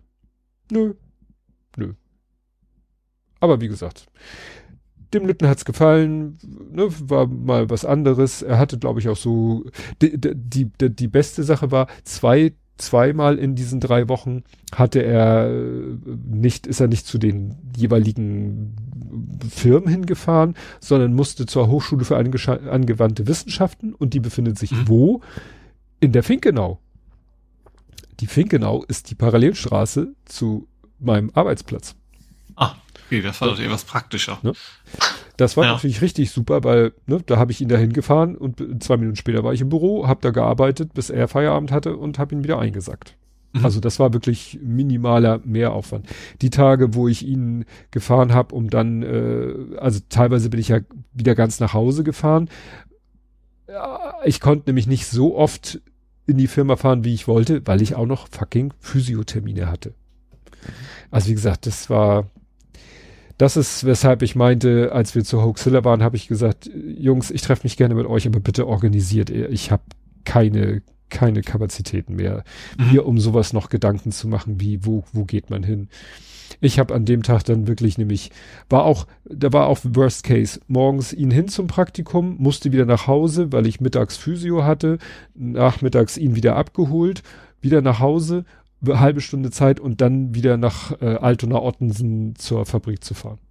Aber wie gesagt, dem Lippen hat's gefallen, ne, war mal was anderes. Er hatte, glaube ich, auch so, die beste Sache war, zweimal in diesen 3 Wochen ist er nicht zu den jeweiligen Firmen hingefahren, sondern musste zur Hochschule für angewandte Wissenschaften und die befindet sich wo? In der Finkenau. Die Finkenau ist die Parallelstraße zu meinem Arbeitsplatz. Ah, okay, das war doch etwas praktischer. Ne? Das war natürlich richtig super, weil da habe ich ihn dahin gefahren und 2 Minuten später war ich im Büro, habe da gearbeitet, bis er Feierabend hatte und habe ihn wieder eingesackt. Also das war wirklich minimaler Mehraufwand. Die Tage, wo ich ihn gefahren habe, um dann, also teilweise bin ich ja wieder ganz nach Hause gefahren. Ich konnte nämlich nicht so oft in die Firma fahren, wie ich wollte, weil ich auch noch fucking Physiothermine hatte. Also wie gesagt, das ist, weshalb ich meinte, als wir zu Hoaxilla waren, habe ich gesagt, Jungs, ich treffe mich gerne mit euch, aber bitte organisiert ihr. Ich habe keine Kapazitäten mehr, mir um sowas noch Gedanken zu machen, wie, wo geht man hin? Ich habe an dem Tag dann wirklich da war auch Worst Case, morgens ihn hin zum Praktikum, musste wieder nach Hause, weil ich mittags Physio hatte, nachmittags ihn wieder abgeholt, wieder nach Hause, eine halbe Stunde Zeit und dann wieder nach Altona-Ottensen zur Fabrik zu fahren.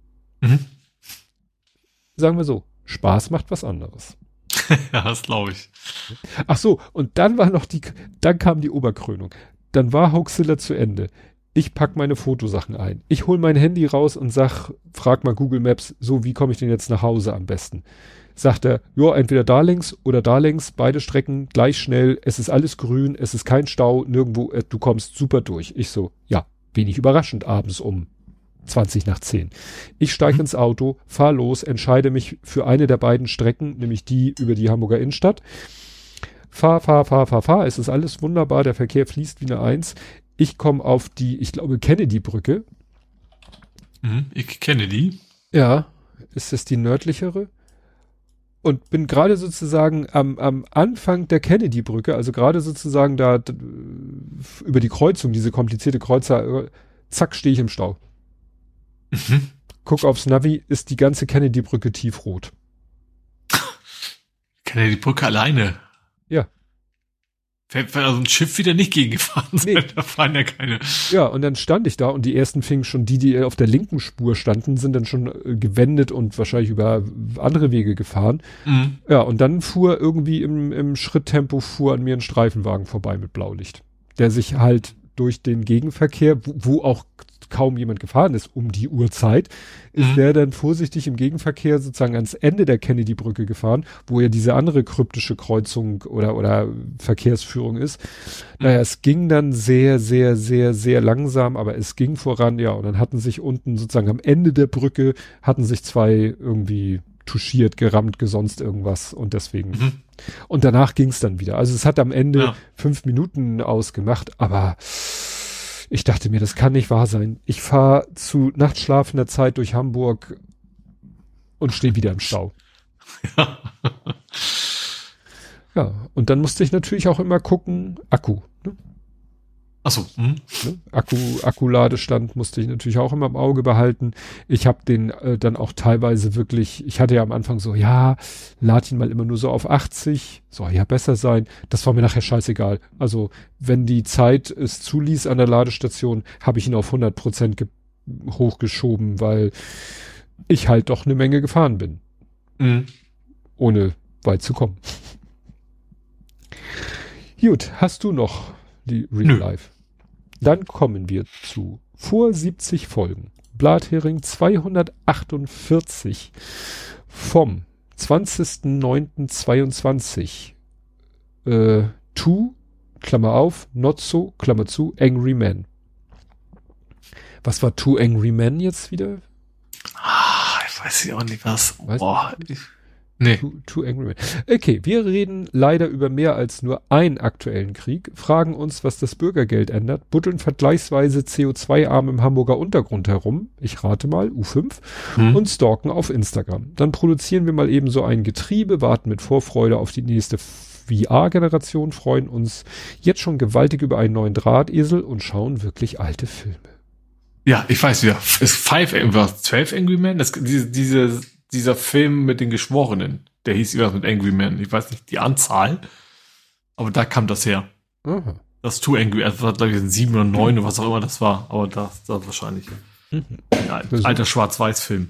Sagen wir so, Spaß macht was anderes. Ja, das glaube ich. Ach so, und dann dann kam die Oberkrönung. Dann war Hoaxilla zu Ende. Ich pack meine Fotosachen ein. Ich hol mein Handy raus und frag mal Google Maps, so, wie komme ich denn jetzt nach Hause am besten? Sagt er, ja, entweder da längs oder da längs, beide Strecken gleich schnell, es ist alles grün, es ist kein Stau, nirgendwo, du kommst super durch. Ich so, ja, wenig überraschend abends um 20:10. Ich steige ins Auto, fahr los, entscheide mich für eine der beiden Strecken, nämlich die über die Hamburger Innenstadt. Fahr. Es ist alles wunderbar, der Verkehr fließt wie eine Eins. Ich komme auf die, ich glaube, Kennedy-Brücke. Ich kenne die. Ja, ist das die nördlichere? Und bin gerade sozusagen am Anfang der Kennedy-Brücke, also gerade sozusagen da über die Kreuzung, diese komplizierte Kreuzer, zack, stehe ich im Stau. Guck aufs Navi, ist die ganze Kennedy-Brücke tiefrot. Kennedy-Brücke alleine? Ja. Fällt also ein Schiff wieder nicht gegengefahren sein, da fahren ja keine. Ja, und dann stand ich da und die ersten fingen schon, die auf der linken Spur standen, sind dann schon gewendet und wahrscheinlich über andere Wege gefahren. Mhm. Ja, und dann fuhr irgendwie im Schritttempo an mir ein Streifenwagen vorbei mit Blaulicht, der sich halt durch den Gegenverkehr, wo auch kaum jemand gefahren ist um die Uhrzeit, ist der dann vorsichtig im Gegenverkehr sozusagen ans Ende der Kennedy-Brücke gefahren, wo ja diese andere kryptische Kreuzung oder Verkehrsführung ist. Naja, es ging dann sehr, sehr, sehr, sehr langsam, aber es ging voran, ja, und dann hatten sich unten sozusagen am Ende der Brücke hatten sich zwei irgendwie touchiert, gerammt, sonst irgendwas und deswegen. Und danach ging es dann wieder. Also es hat am Ende 5 Minuten ausgemacht, aber ich dachte mir, das kann nicht wahr sein. Ich fahre zu nachtschlafender Zeit durch Hamburg und stehe wieder im Stau. Ja. Ja, und dann musste ich natürlich auch immer gucken, Akku. Ne? Ach so. Ne? Akkuladestand musste ich natürlich auch immer im Auge behalten. Ich habe den dann auch teilweise wirklich, ich hatte ja am Anfang so, ja, lad ihn mal immer nur so auf 80, soll ja besser sein. Das war mir nachher scheißegal. Also wenn die Zeit es zuließ an der Ladestation, habe ich ihn auf 100% hochgeschoben, weil ich halt doch eine Menge gefahren bin. Ohne weit zu kommen. Gut, hast du noch die Real Life? Dann kommen wir zu vor 70 Folgen. Blathering 248 vom 20.09.22. To, Klammer auf, not so, Klammer zu, Angry Man. Was war To Angry Man jetzt wieder? Ich weiß ja auch nicht was. Nee. Too Angry Man. Okay, wir reden leider über mehr als nur einen aktuellen Krieg, fragen uns, was das Bürgergeld ändert, buddeln vergleichsweise CO2-arm im Hamburger Untergrund herum, ich rate mal, U5, und stalken auf Instagram. Dann produzieren wir mal eben so ein Getriebe, warten mit Vorfreude auf die nächste VR-Generation, freuen uns jetzt schon gewaltig über einen neuen Drahtesel und schauen wirklich alte Filme. Ja, ich weiß ja, ist 12 Angry Men? Dieser Film mit den Geschworenen, der hieß irgendwas mit Angry Man. Ich weiß nicht die Anzahl, aber da kam das her. Aha. Das Too Angry, das war glaube ich 7 oder 9 oder was auch immer das war, aber das wahrscheinlich. Ja, alter Schwarz-Weiß-Film.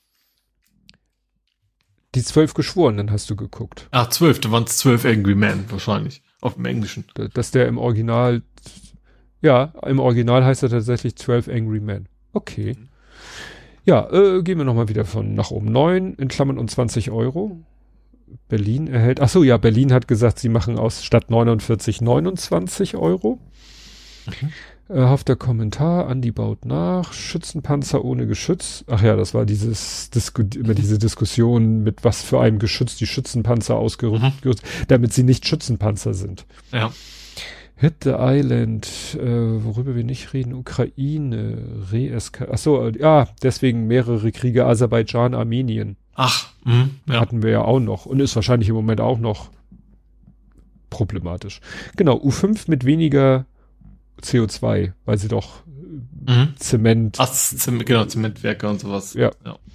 Die 12 Geschworenen hast du geguckt. 12, da waren es 12 Angry Men wahrscheinlich, auf dem Englischen. Dass der im Original, ja, im Original heißt er tatsächlich 12 Angry Men. Okay. Ja, gehen wir nochmal wieder von nach oben. 9 in Klammern und 20 Euro. Berlin erhält, ach so, ja, Berlin hat gesagt, sie machen aus statt 49 29 Euro. Auf der Kommentar, Andi baut nach, Schützenpanzer ohne Geschütz. Ach ja, das war immer diese Diskussion, mit was für einem Geschütz die Schützenpanzer ausgerüstet, damit sie nicht Schützenpanzer sind. Ja. Hit the Island, worüber wir nicht reden, Ukraine, ach so, ja, deswegen mehrere Kriege, Aserbaidschan, Armenien. Ach, ja. Hatten wir ja auch noch und ist wahrscheinlich im Moment auch noch problematisch. Genau, U5 mit weniger CO2, weil sie doch Zement. Genau, Zementwerke und sowas. Ja.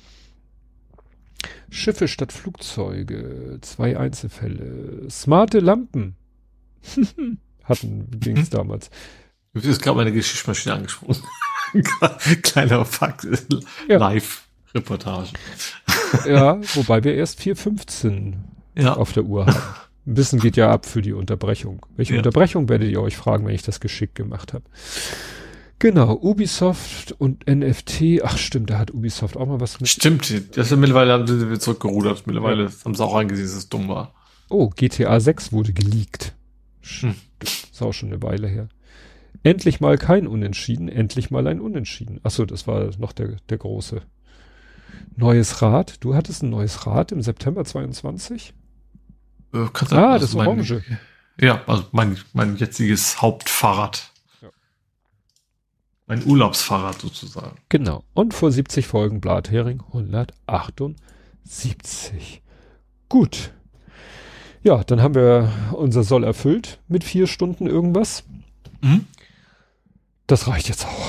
Schiffe statt Flugzeuge, 2 Einzelfälle, smarte Lampen. Ging's damals. Du bist gerade meine Geschirrmaschine angesprochen. Kleiner Fakt. Live-Reportage. Ja, wobei wir erst 4:15 auf der Uhr haben. Ein bisschen geht ja ab für die Unterbrechung. Welche Unterbrechung werdet ihr euch fragen, wenn ich das geschickt gemacht habe? Genau, Ubisoft und NFT. Ach stimmt, da hat Ubisoft auch mal was mit. Stimmt, das ist mittlerweile haben sie wieder zurückgerudert. Mittlerweile haben sie auch eingesehen, dass es dumm war. Oh, GTA 6 wurde geleakt. Das ist auch schon eine Weile her. Endlich mal kein Unentschieden, endlich mal ein Unentschieden. Achso, das war noch der große. Neues Rad. Du hattest ein neues Rad im September 22? Das Orange. Ja, also mein jetziges Hauptfahrrad. Ja. Mein Urlaubsfahrrad sozusagen. Genau. Und vor 70 Folgen Blathering 178. Gut. Ja, dann haben wir unser Soll erfüllt mit 4 Stunden irgendwas. Das reicht jetzt auch.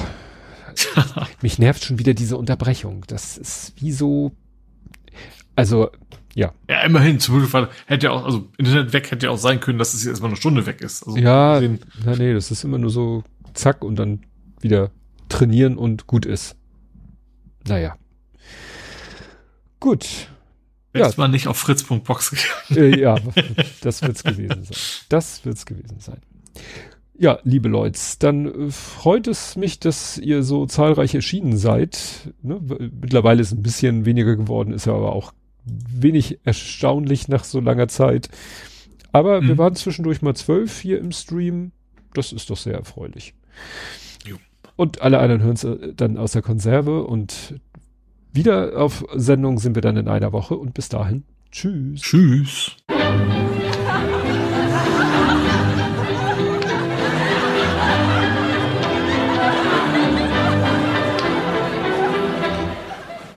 Mich nervt schon wieder diese Unterbrechung. Das ist wie so, also Ja. Ja, immerhin, zum Beispiel hätte ja auch, also Internet weg hätte ja auch sein können, dass es jetzt erstmal eine Stunde weg ist. Also ja, nee, das ist immer nur so zack und dann wieder trainieren und gut ist. Naja. Gut. Jetzt mal nicht auf fritz.box gegangen. Ja, das wird's gewesen sein. Ja, liebe Leute, dann freut es mich, dass ihr so zahlreich erschienen seid. Ne? Mittlerweile ist ein bisschen weniger geworden, ist ja aber auch wenig erstaunlich nach so langer Zeit. Aber wir waren zwischendurch mal 12 hier im Stream. Das ist doch sehr erfreulich. Jo. Und alle anderen hören es dann aus der Konserve und wieder auf Sendung sind wir dann in einer Woche und bis dahin. Tschüss. Tschüss.